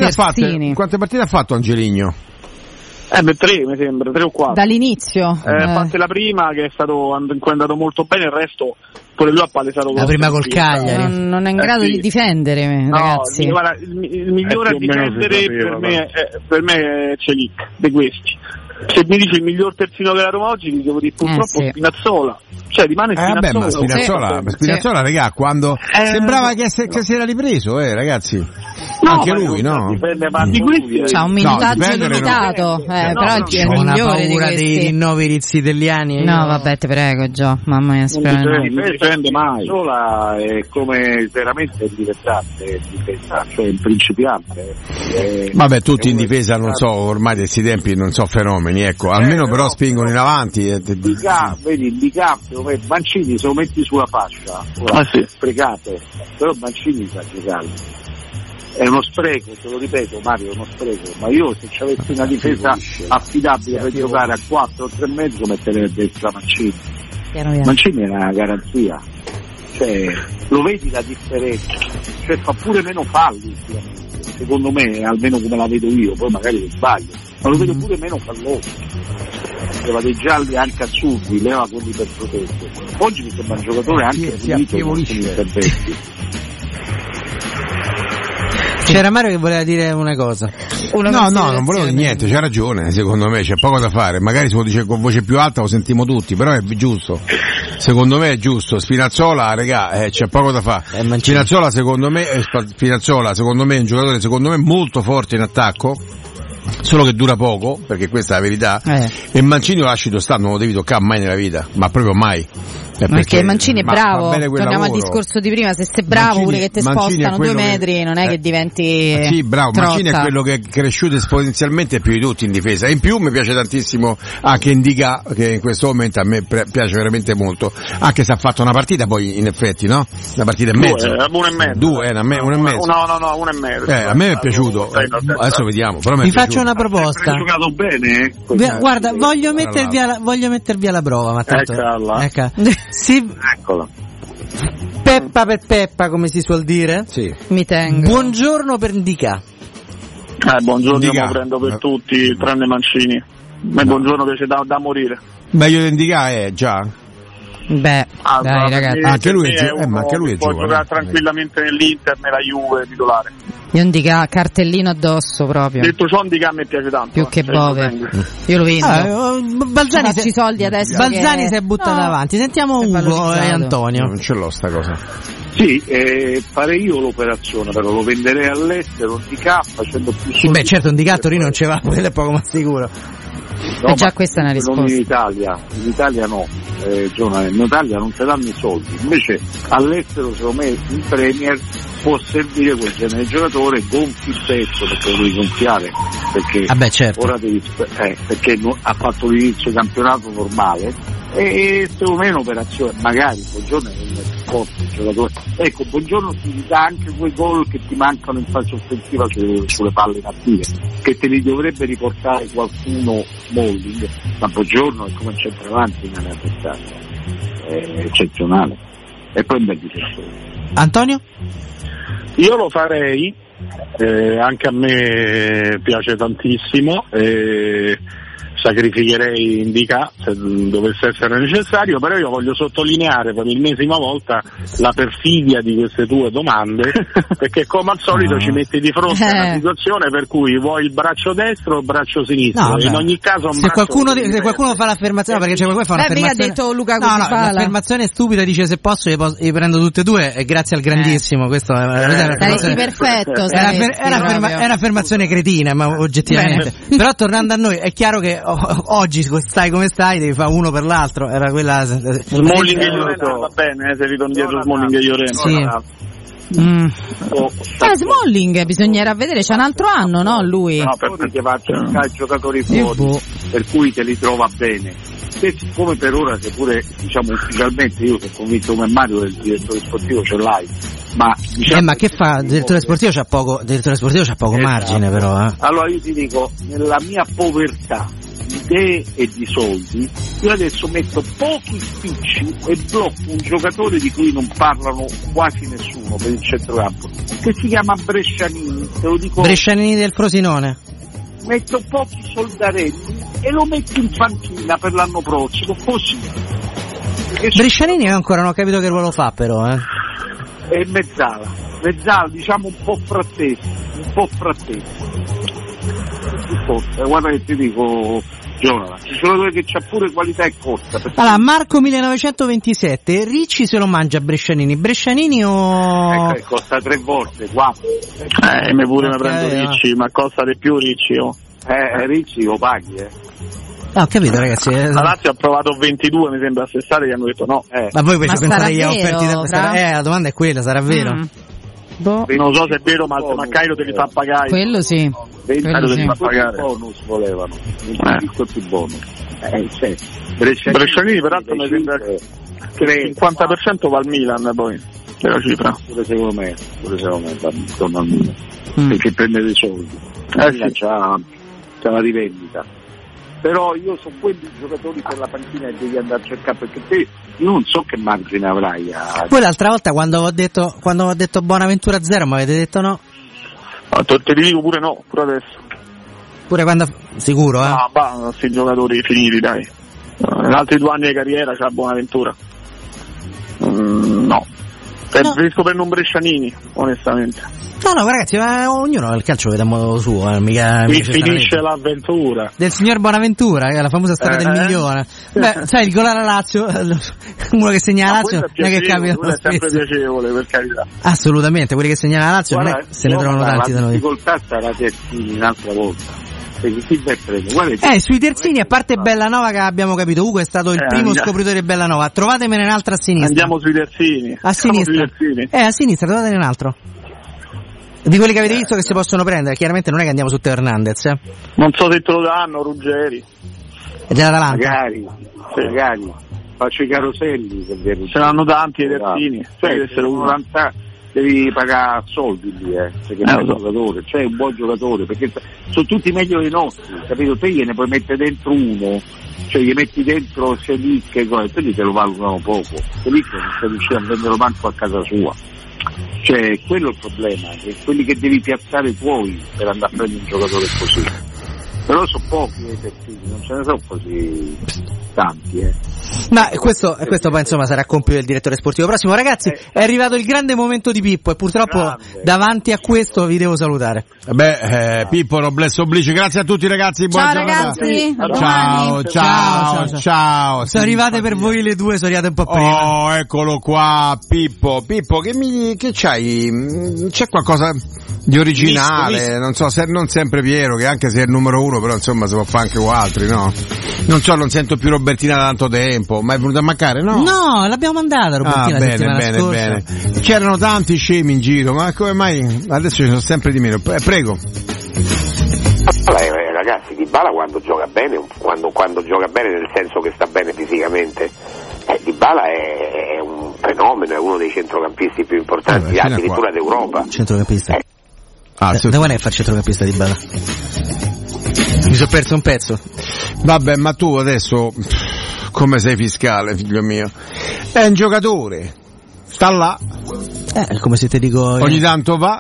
ha fatto Angeligno? 3 mi sembra, 3 o 4 dall'inizio, a parte la prima che è andato molto bene, il resto pure lui ha palesato la prima col Cagliari, non è in grado di difendere, ragazzi. Guarda, il migliore a difendere per me è Celic, di questi. Se mi dici il miglior terzino della Roma oggi, ti devo dire purtroppo Spinazzola. Cioè rimane Spinazzola. Spinazzola, regà, quando sembrava che si era ripreso, ragazzi. Anche lui, no? Dipende, ma di questi c'ha un minutaggio limitato, però è il migliore di questi. Dei rinnovi rizzidelliani. No, vabbè, ti prego, Gio, mamma mia, non dipende mai. Sola è come veramente dilettante, cioè il principiante. Vabbè, tutti in difesa, non so, ormai di questi tempi non so fenomeni, ecco, almeno però spingono in avanti. Vedi, di campo, Mancini se lo metti sulla fascia, sprecato, però Mancini sa giocare. È uno spreco, te lo ripeto Mario, è uno spreco, ma io se ci avessi una difesa affidabile per giocare a 4 o 3,5 metterei a destra Mancini. Mancini è una garanzia, cioè lo vedi la differenza, cioè fa pure meno falli secondo me, almeno come la vedo io, poi magari mi sbaglio, ma lo vedo pure meno falloso, leva dei gialli anche azzurri, leva quelli per protetto. Oggi mi sembra un giocatore anche finito con gli interventi. C'era Mario che voleva dire una cosa. No, non volevo dire niente, c'ha ragione, secondo me c'è poco da fare, magari se lo dice con voce più alta lo sentiamo tutti, però è giusto, secondo me è giusto. Spinazzola, regà, c'è poco da fare. Spinazzola secondo me è un giocatore secondo me molto forte in attacco, solo che dura poco, perché questa è la verità, e Mancini lo lasci stare, non lo devi toccare mai nella vita, ma proprio mai. Perché Mancini è bravo, torniamo al discorso di prima, se sei bravo Mancini, pure che ti spostano 2 metri non è che diventi sì, bravo, trotta. Mancini è quello che è cresciuto esponenzialmente più di tutti in difesa, e in più mi piace tantissimo anche Ndicà, che in questo momento a me piace veramente molto, anche se ha fatto una partita poi in effetti, no? Una partita e mezzo. 1,5. 1,5. No, 1,5. A me è piaciuto, adesso vediamo, però vi faccio una proposta. Ha giocato bene, guarda, voglio mettervi alla prova, ma tanto ecco. Sì. Eccola. Peppa per Peppa, come si suol dire? Sì. Mi tengo. Buongiorno per Ndicà. Buongiorno lo prendo per tutti, tranne Mancini. Ma buongiorno piace da morire. Meglio di Ndicà già? Dai ragazzi. Anche lui è giovane. Può giocare tranquillamente nell'Inter, nella Juve, titolare. Io Ndicà, cartellino addosso proprio. Detto ciò, Ndicà mi piace tanto. Più che Bove. Io lo vendo. Balzani i soldi adesso. Balzani si è buttato avanti. Sentiamo Ugo e Antonio. Non ce l'ho sta cosa. Sì, farei io l'operazione, però lo venderei all'estero, Ndicà facendo più soldi. Beh, certo, Ndicà a Torino non ce va, quello è poco ma sicuro. No, già questa è una risposta. Non in Italia no, in Italia non te danno i soldi, invece all'estero secondo me il Premier può servire quel genere di giocatore, gonfi il pezzo perché lo devi gonfiare, perché certo. Ora perché ha fatto l'inizio campionato normale e secondo me è un'operazione, magari Buongiorno è un forte giocatore, ecco Buongiorno ti dà anche quei gol che ti mancano in fase offensiva sulle palle inattive, che te li dovrebbe riportare qualcuno Smalling, ma Buongiorno è come il centravanti in area avversaria, è eccezionale e poi un bel difensore. Antonio? Io lo farei, anche a me piace tantissimo, sacrificherei Indica se dovesse essere necessario, però io voglio sottolineare per l'ennesima volta la perfidia di queste tue domande, perché come al solito ci metti di fronte a una situazione per cui vuoi il braccio destro o il braccio sinistro, in ogni caso se qualcuno fa l'affermazione, perché c'è qualcuno che fa un'affermazione, ha detto Luca così l'affermazione stupida, dice se posso li prendo tutte e due, e grazie al grandissimo, questo saresti perfetto, è un'affermazione cretina, ma oggettivamente. Però tornando a noi, è chiaro che oggi stai come stai, devi fare uno per l'altro, era quella Smalling e Llorente va bene, se ritorni dietro Smalling e Llorente. Smalling bisognerà vedere, c'è un altro anno, no, lui? No, perché va a cercare giocatori fuori, per cui te li trova bene. Se siccome per ora, seppure diciamo ufficialmente io sono convinto come Mario del direttore sportivo ce l'hai, ma diciamo ma che fa? Il direttore sportivo c'ha poco margine, però. Allora io ti dico, nella mia povertà di idee e di soldi, io adesso metto pochi spicci e blocco un giocatore di cui non parlano quasi nessuno per il centrocampo, che si chiama Brescianini, te lo dico. Brescianini del Frosinone. Metto pochi soldaretti e lo metto in panchina per l'anno prossimo, così. Brescianini ancora non ho capito che ruolo fa, però. È mezzala, diciamo un po' frattesi. Guarda che ti dico, Jonathan, ci sono due che c'ha pure qualità e corsa. Allora, Marco 1927, Ricci se lo mangia Brescianini o... Ecco, costa 3 volte, 4. Me prendo Ricci, ma costa di più Ricci, Ricci lo paghi, ho capito, ragazzi. La Lazio ha provato 22, mi sembra, a sestare, che hanno detto no. Ma voi pensate che offerti la domanda è quella, sarà vero? Non so se è vero, ma Cairo te li fa pagare. Quello sì. Cairo te li fa pagare. Bonus volevano. Più bonus. Brescianini peraltro mi sembra che il 50% va al Milan poi. È la cifra. Pure secondo me va intorno al Milan. Perché prende dei soldi. C'è la rivendita. Però io sono quelli giocatori per la panchina che devi andare a cercare, perché te io non so che margine avrai Poi l'altra volta quando ho detto Bonaventura 0 mi avete detto no? Te li dico pure no, pure adesso. Pure quando sicuro, questi giocatori finiti, dai. In altri 2 anni di carriera c'ha Bonaventura. No. Preferisco prendere un Brescianini, onestamente. No, ragazzi, ma ognuno il calcio vede a modo suo, mica finisce l'avventura del signor Bonaventura, che è la famosa storia del milione. Beh, sai, il gol alla Lazio, uno che segna la Lazio non è che capita. È sempre piacevole, per carità. Assolutamente, quelli che segnano la Lazio non è che se ne trovano tanti da noi. La difficoltà sarà terzini un'altra volta. Sui terzini, a parte Bellanova che abbiamo capito, Ugo è stato il primo scopritore di Bellanova, trovatemene un altro a sinistra. Andiamo sui terzini. A sinistra. A sinistra, trovatene un altro. Di quelli che avete visto che si possono prendere, chiaramente non è che andiamo su Teo Hernandez. Non so se te lo danno, Ruggeri. È già l'Atalanta. Magari. Faccio i caroselli. Ce l'hanno tanti i terzini. Devi pagare soldi lì, perché è un giocatore, cioè un buon giocatore, perché sono tutti meglio dei nostri, capito? Te gliene puoi mettere dentro uno, cioè gli metti dentro Selic e cose, quelli te lo valutano poco, Selic non stai riuscendo a venderlo manco a casa sua. Cioè, quello è il problema, è quelli che devi piazzare tuoi per andare a prendere un giocatore così. Però sono pochi i terzini, non ce ne sono così tanti, Ma questo poi insomma sarà compito del direttore sportivo prossimo. Ragazzi, è arrivato il grande momento di Pippo e purtroppo davanti a questo vi devo salutare. Pippo, noblesse oblige, grazie a tutti ragazzi, buona giornata. Ciao. Sono arrivate per voi le due, sono arrivate un po' prima. Oh, eccolo qua, Pippo, che c'hai? C'è qualcosa di originale? Visto. Non so, non sempre Piero, che anche se è il numero 1, però insomma si può fare anche con altri, no? Non so, non sento più Robertina da tanto tempo, ma è venuta a mancare, no? No, l'abbiamo mandata Robertina la settimana scorsa. Bene. C'erano tanti scemi in giro, ma come mai adesso ci sono sempre di meno? Prego. Ragazzi, Dybala quando gioca bene, quando gioca bene nel senso che sta bene fisicamente, Dybala è un fenomeno, è uno dei centrocampisti più importanti addirittura d'Europa. Centrocampista. Da quando è far centrocampista Dybala? Mi sono perso un pezzo. Vabbè, ma tu adesso come sei fiscale, figlio mio? È un giocatore, sta là. Come se ti dico. Ogni tanto va.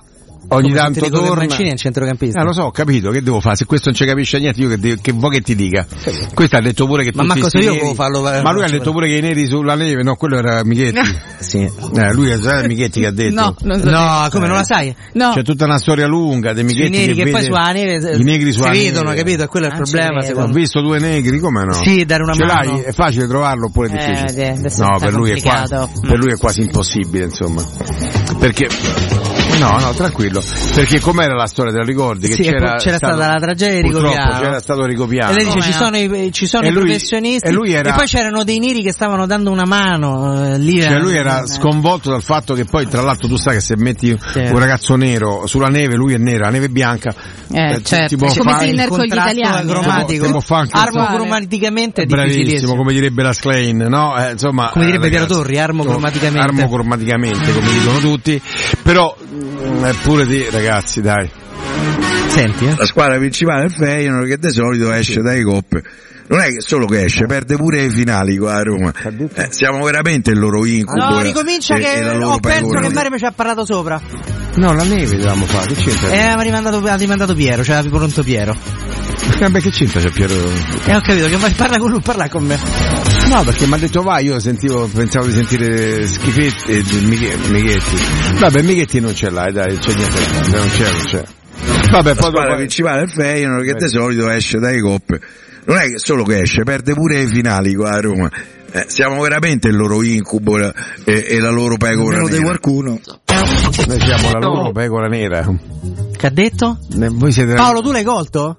ogni tanto torna. Mancini è un centrocampista. Lo so, ho capito, che devo fare? Se questo non ci capisce niente, io che vuoi che ti dica? Questo ha detto pure che ma cosa io devo farlo? Ma lui ha detto pure che i neri sulla neve, no, quello era Michetti. Sì. Lui è Michetti che ha detto. No, come non la sai? No. C'è tutta una storia lunga dei Michetti. I neri che poi sulla neve i negri sulla si vedono, capito? Quello è il problema. Ho visto 2 negri, come no? Sì, dare una mano. Ce l'hai? È facile trovarlo oppure è difficile? No, per lui è quasi impossibile, insomma. Perché no, tranquillo. Perché com'era la storia, te la ricordi? Che c'era stata la tragedia di Rigopiano. C'era stato Rigopiano. E lei dice ci sono i professionisti e poi c'erano dei neri che stavano dando una mano lì. Cioè lui era sconvolto dal fatto che poi, tra l'altro, tu sai che se metti un ragazzo nero sulla neve, lui è nero, la neve è bianca. Certo, come Sinner con gli italiani. Armocromaticamente è bravissimo, come direbbe la Schlein, no? Insomma, come direbbe Piero Torri, armocromaticamente, come dicono tutti. Però pure di ragazzi, dai. Senti, la squadra principale è Feyenoord, che di solito esce dai coppe. Non è che solo che esce, perde pure le finali qua a Roma. Siamo veramente il loro incubo. No, ricomincia che ho perso che Mario ci ha parlato sopra. No, la neve dovevamo fare, che c'entra? Ha rimandato Piero, c'era pronto Piero. Beh, che c'entra c'è Piero? Ho capito che parla con lui, parla con me. No, perché mi ha detto vai, io pensavo di sentire Schifetti e Michetti. Vabbè, Michetti non ce l'hai, dai, c'è niente, non c'è. Vabbè, la squadra principale è Feyenoord, che di solito esce dai coppe. Non è che solo che esce, perde pure le finali qua a Roma. Siamo veramente il loro incubo e la loro pecora nera. Di qualcuno. Noi siamo la loro pecora nera. Che ha detto? Voi siete... Paolo, tu l'hai colto?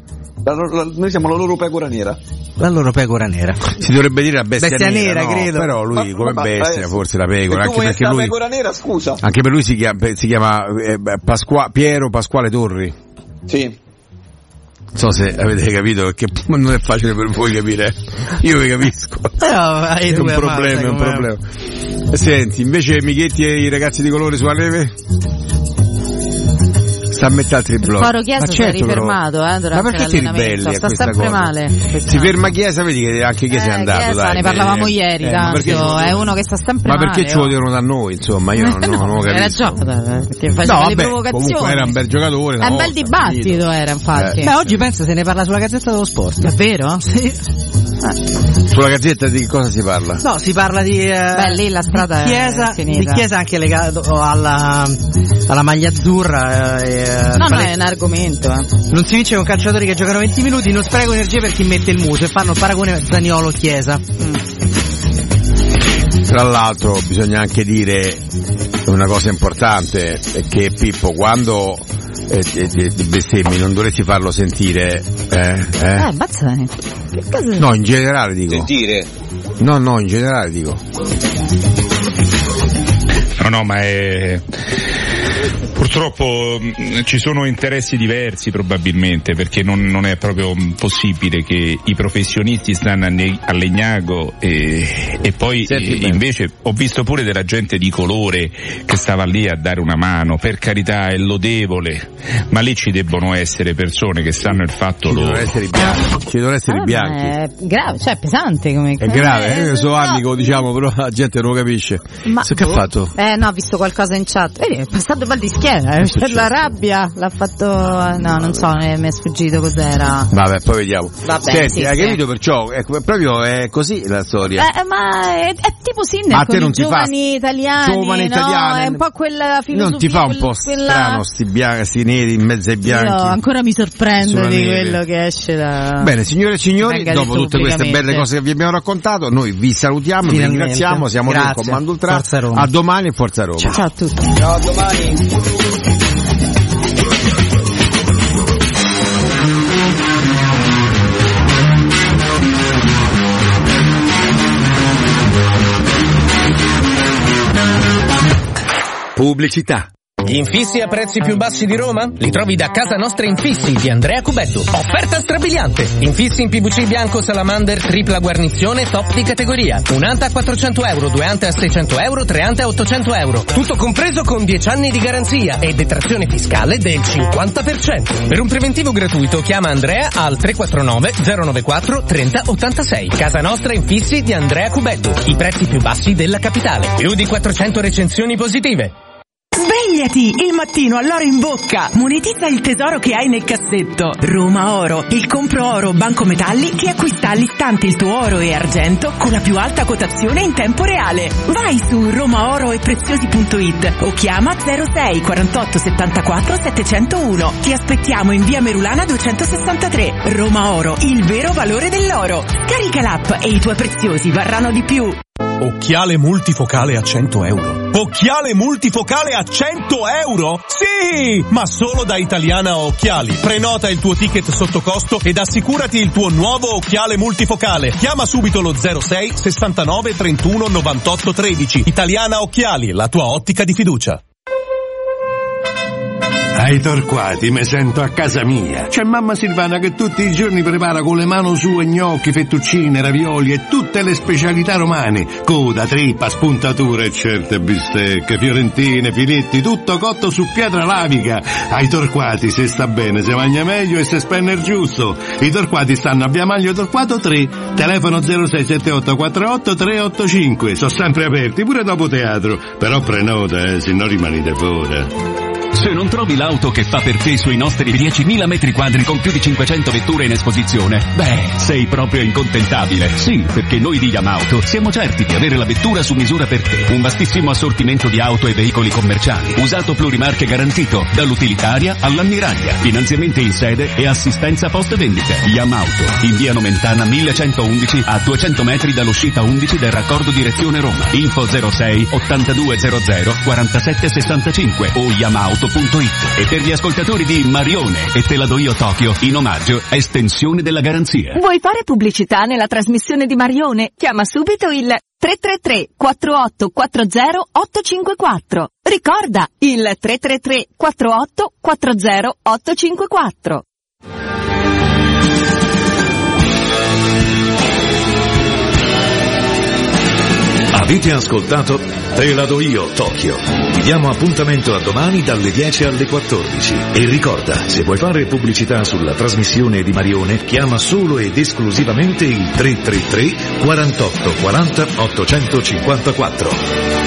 Noi siamo la loro pecora nera. La loro pecora nera. Si dovrebbe dire la bestia nera, no, credo. Però lui come bestia, forse la pecora. Anche perché la lui, pecora nera, scusa. Anche per lui si chiama Piero Pasquale Torri. Sì. Non so se avete capito, perché non è facile per voi capire. Io vi capisco. È un problema. Senti, invece Michetti e i ragazzi di colore sulla neve? Sta a metà altri blocchi. Foro Chiesa si è rifermato durante l'allenamento, sta sempre male. Si ferma Chiesa, vedi che anche Chiesa è andato. Chiesa, dai, ne parlavamo ieri, tanto è uno che sta sempre male. Ma perché ce lo dicono da noi, insomma? Io non lo capisco. Era ragione, perché faceva le provocazioni. Comunque era un bel giocatore. È un bel dibattito era, infatti. Beh, oggi penso se ne parla sulla Gazzetta dello Sport. È vero? Sì. Sulla Gazzetta di cosa si parla? No, si parla di lì la strada Chiesa, è finita. di Chiesa anche legato alla maglia azzurra. No, è un argomento. Non si vince con calciatori che giocano 20 minuti, non spreco energia per chi mette il muso e fanno il paragone Zaniolo-Chiesa. Tra l'altro bisogna anche dire una cosa importante, è che Pippo quando bestemmi non dovresti farlo sentire. Bazzani. Che cosa? No, in generale dico. Sentire? No, in generale dico. No, ma è... Purtroppo ci sono interessi diversi probabilmente, perché non è proprio possibile che i professionisti stanno a Legnago e poi invece ho visto pure della gente di colore che stava lì a dare una mano, per carità è lodevole, ma lì ci debbono essere persone che sanno il fatto loro. Ci devono essere bianchi. È grave, cioè è pesante come è grave, io so anni diciamo, però la gente non lo capisce. Ma che ha fatto? No, ho visto qualcosa in chat. È passato mal di schiena. Per la rabbia l'ha fatto, no, non so, mi è sfuggito cos'era. Vabbè, poi vediamo. Vabbè, senti, hai capito, perciò proprio è così la storia. Ma è tipo Sinner con i giovani italiani, no? È un po' quella filosofia. Non ti fa un po' strano sti neri in mezzo ai bianchi? Io ancora mi sorprendo di quello che esce da... Bene, signore e signori, dopo tutte queste belle cose che vi abbiamo raccontato, noi vi salutiamo, vi ringraziamo, siamo qui con Comando Ultra. A domani e Forza Roma. Ciao a tutti. Ciao, a domani. Pubblicità. Gli infissi a prezzi più bassi di Roma? Li trovi da Casa Nostra Infissi di Andrea Cubeddu. Offerta strabiliante. Infissi in PVC bianco Salamander tripla guarnizione top di categoria. Un ante a 400 euro, 2 ante a 600 euro, 3 ante a 800 euro. Tutto compreso con 10 anni di garanzia e detrazione fiscale del 50%. Per un preventivo gratuito chiama Andrea al 349 094 30 86. Casa Nostra Infissi di Andrea Cubeddu. I prezzi più bassi della capitale. Più di 400 recensioni positive. Svegliati il mattino all'oro in bocca, monetizza il tesoro che hai nel cassetto. Roma Oro, il compro oro Banco Metalli che acquista all'istante il tuo oro e argento con la più alta quotazione in tempo reale. Vai su romaoroepreziosi.it o chiama 06 48 74 701. Ti aspettiamo in via Merulana 263. Roma Oro, il vero valore dell'oro. Carica l'app e i tuoi preziosi varranno di più. Occhiale multifocale a 100 euro. Occhiale multifocale a 100 euro? Sì! Ma solo da Italiana Occhiali. Prenota il tuo ticket sotto costo ed assicurati il tuo nuovo occhiale multifocale. Chiama subito lo 06 69 31 98 13. Italiana Occhiali, la tua ottica di fiducia. Ai Torquati mi sento a casa mia. C'è mamma Silvana che tutti i giorni prepara con le mani sue gnocchi, fettuccine, ravioli e tutte le specialità romane. Coda, trippa, spuntature e certe bistecche, fiorentine, filetti, tutto cotto su pietra lavica. Ai Torquati se sta bene, se mangia meglio e se spende il giusto. I Torquati stanno a Via Maglio Torquato 3, telefono 0678 48 385. Sono sempre aperti pure dopo teatro, però prenota, se no rimanete fuori. Se non trovi l'auto che fa per te sui nostri 10.000 metri quadri con più di 500 vetture in esposizione, sei proprio incontentabile. Sì, perché noi di Yamauto siamo certi di avere la vettura su misura per te. Un vastissimo assortimento di auto e veicoli commerciali, usato plurimarche garantito, dall'utilitaria all'ammiraglia, finanziamenti in sede e assistenza post vendite. Yamauto, in via Nomentana 1111 a 200 metri dall'uscita 11 del raccordo direzione Roma. Info 06 8200 47 65 o Yamauto.it. E per gli ascoltatori di Marione e Te la do io Tokyo, in omaggio, estensione della garanzia. Vuoi fare pubblicità nella trasmissione di Marione? Chiama subito il 333 4840 854. Ricorda, il 333 4840 854. Avete ascoltato Te la do io Tokyo. Vi diamo appuntamento a domani dalle 10 alle 14. E ricorda, se vuoi fare pubblicità sulla trasmissione di Marione, chiama solo ed esclusivamente il 333 48 40 854.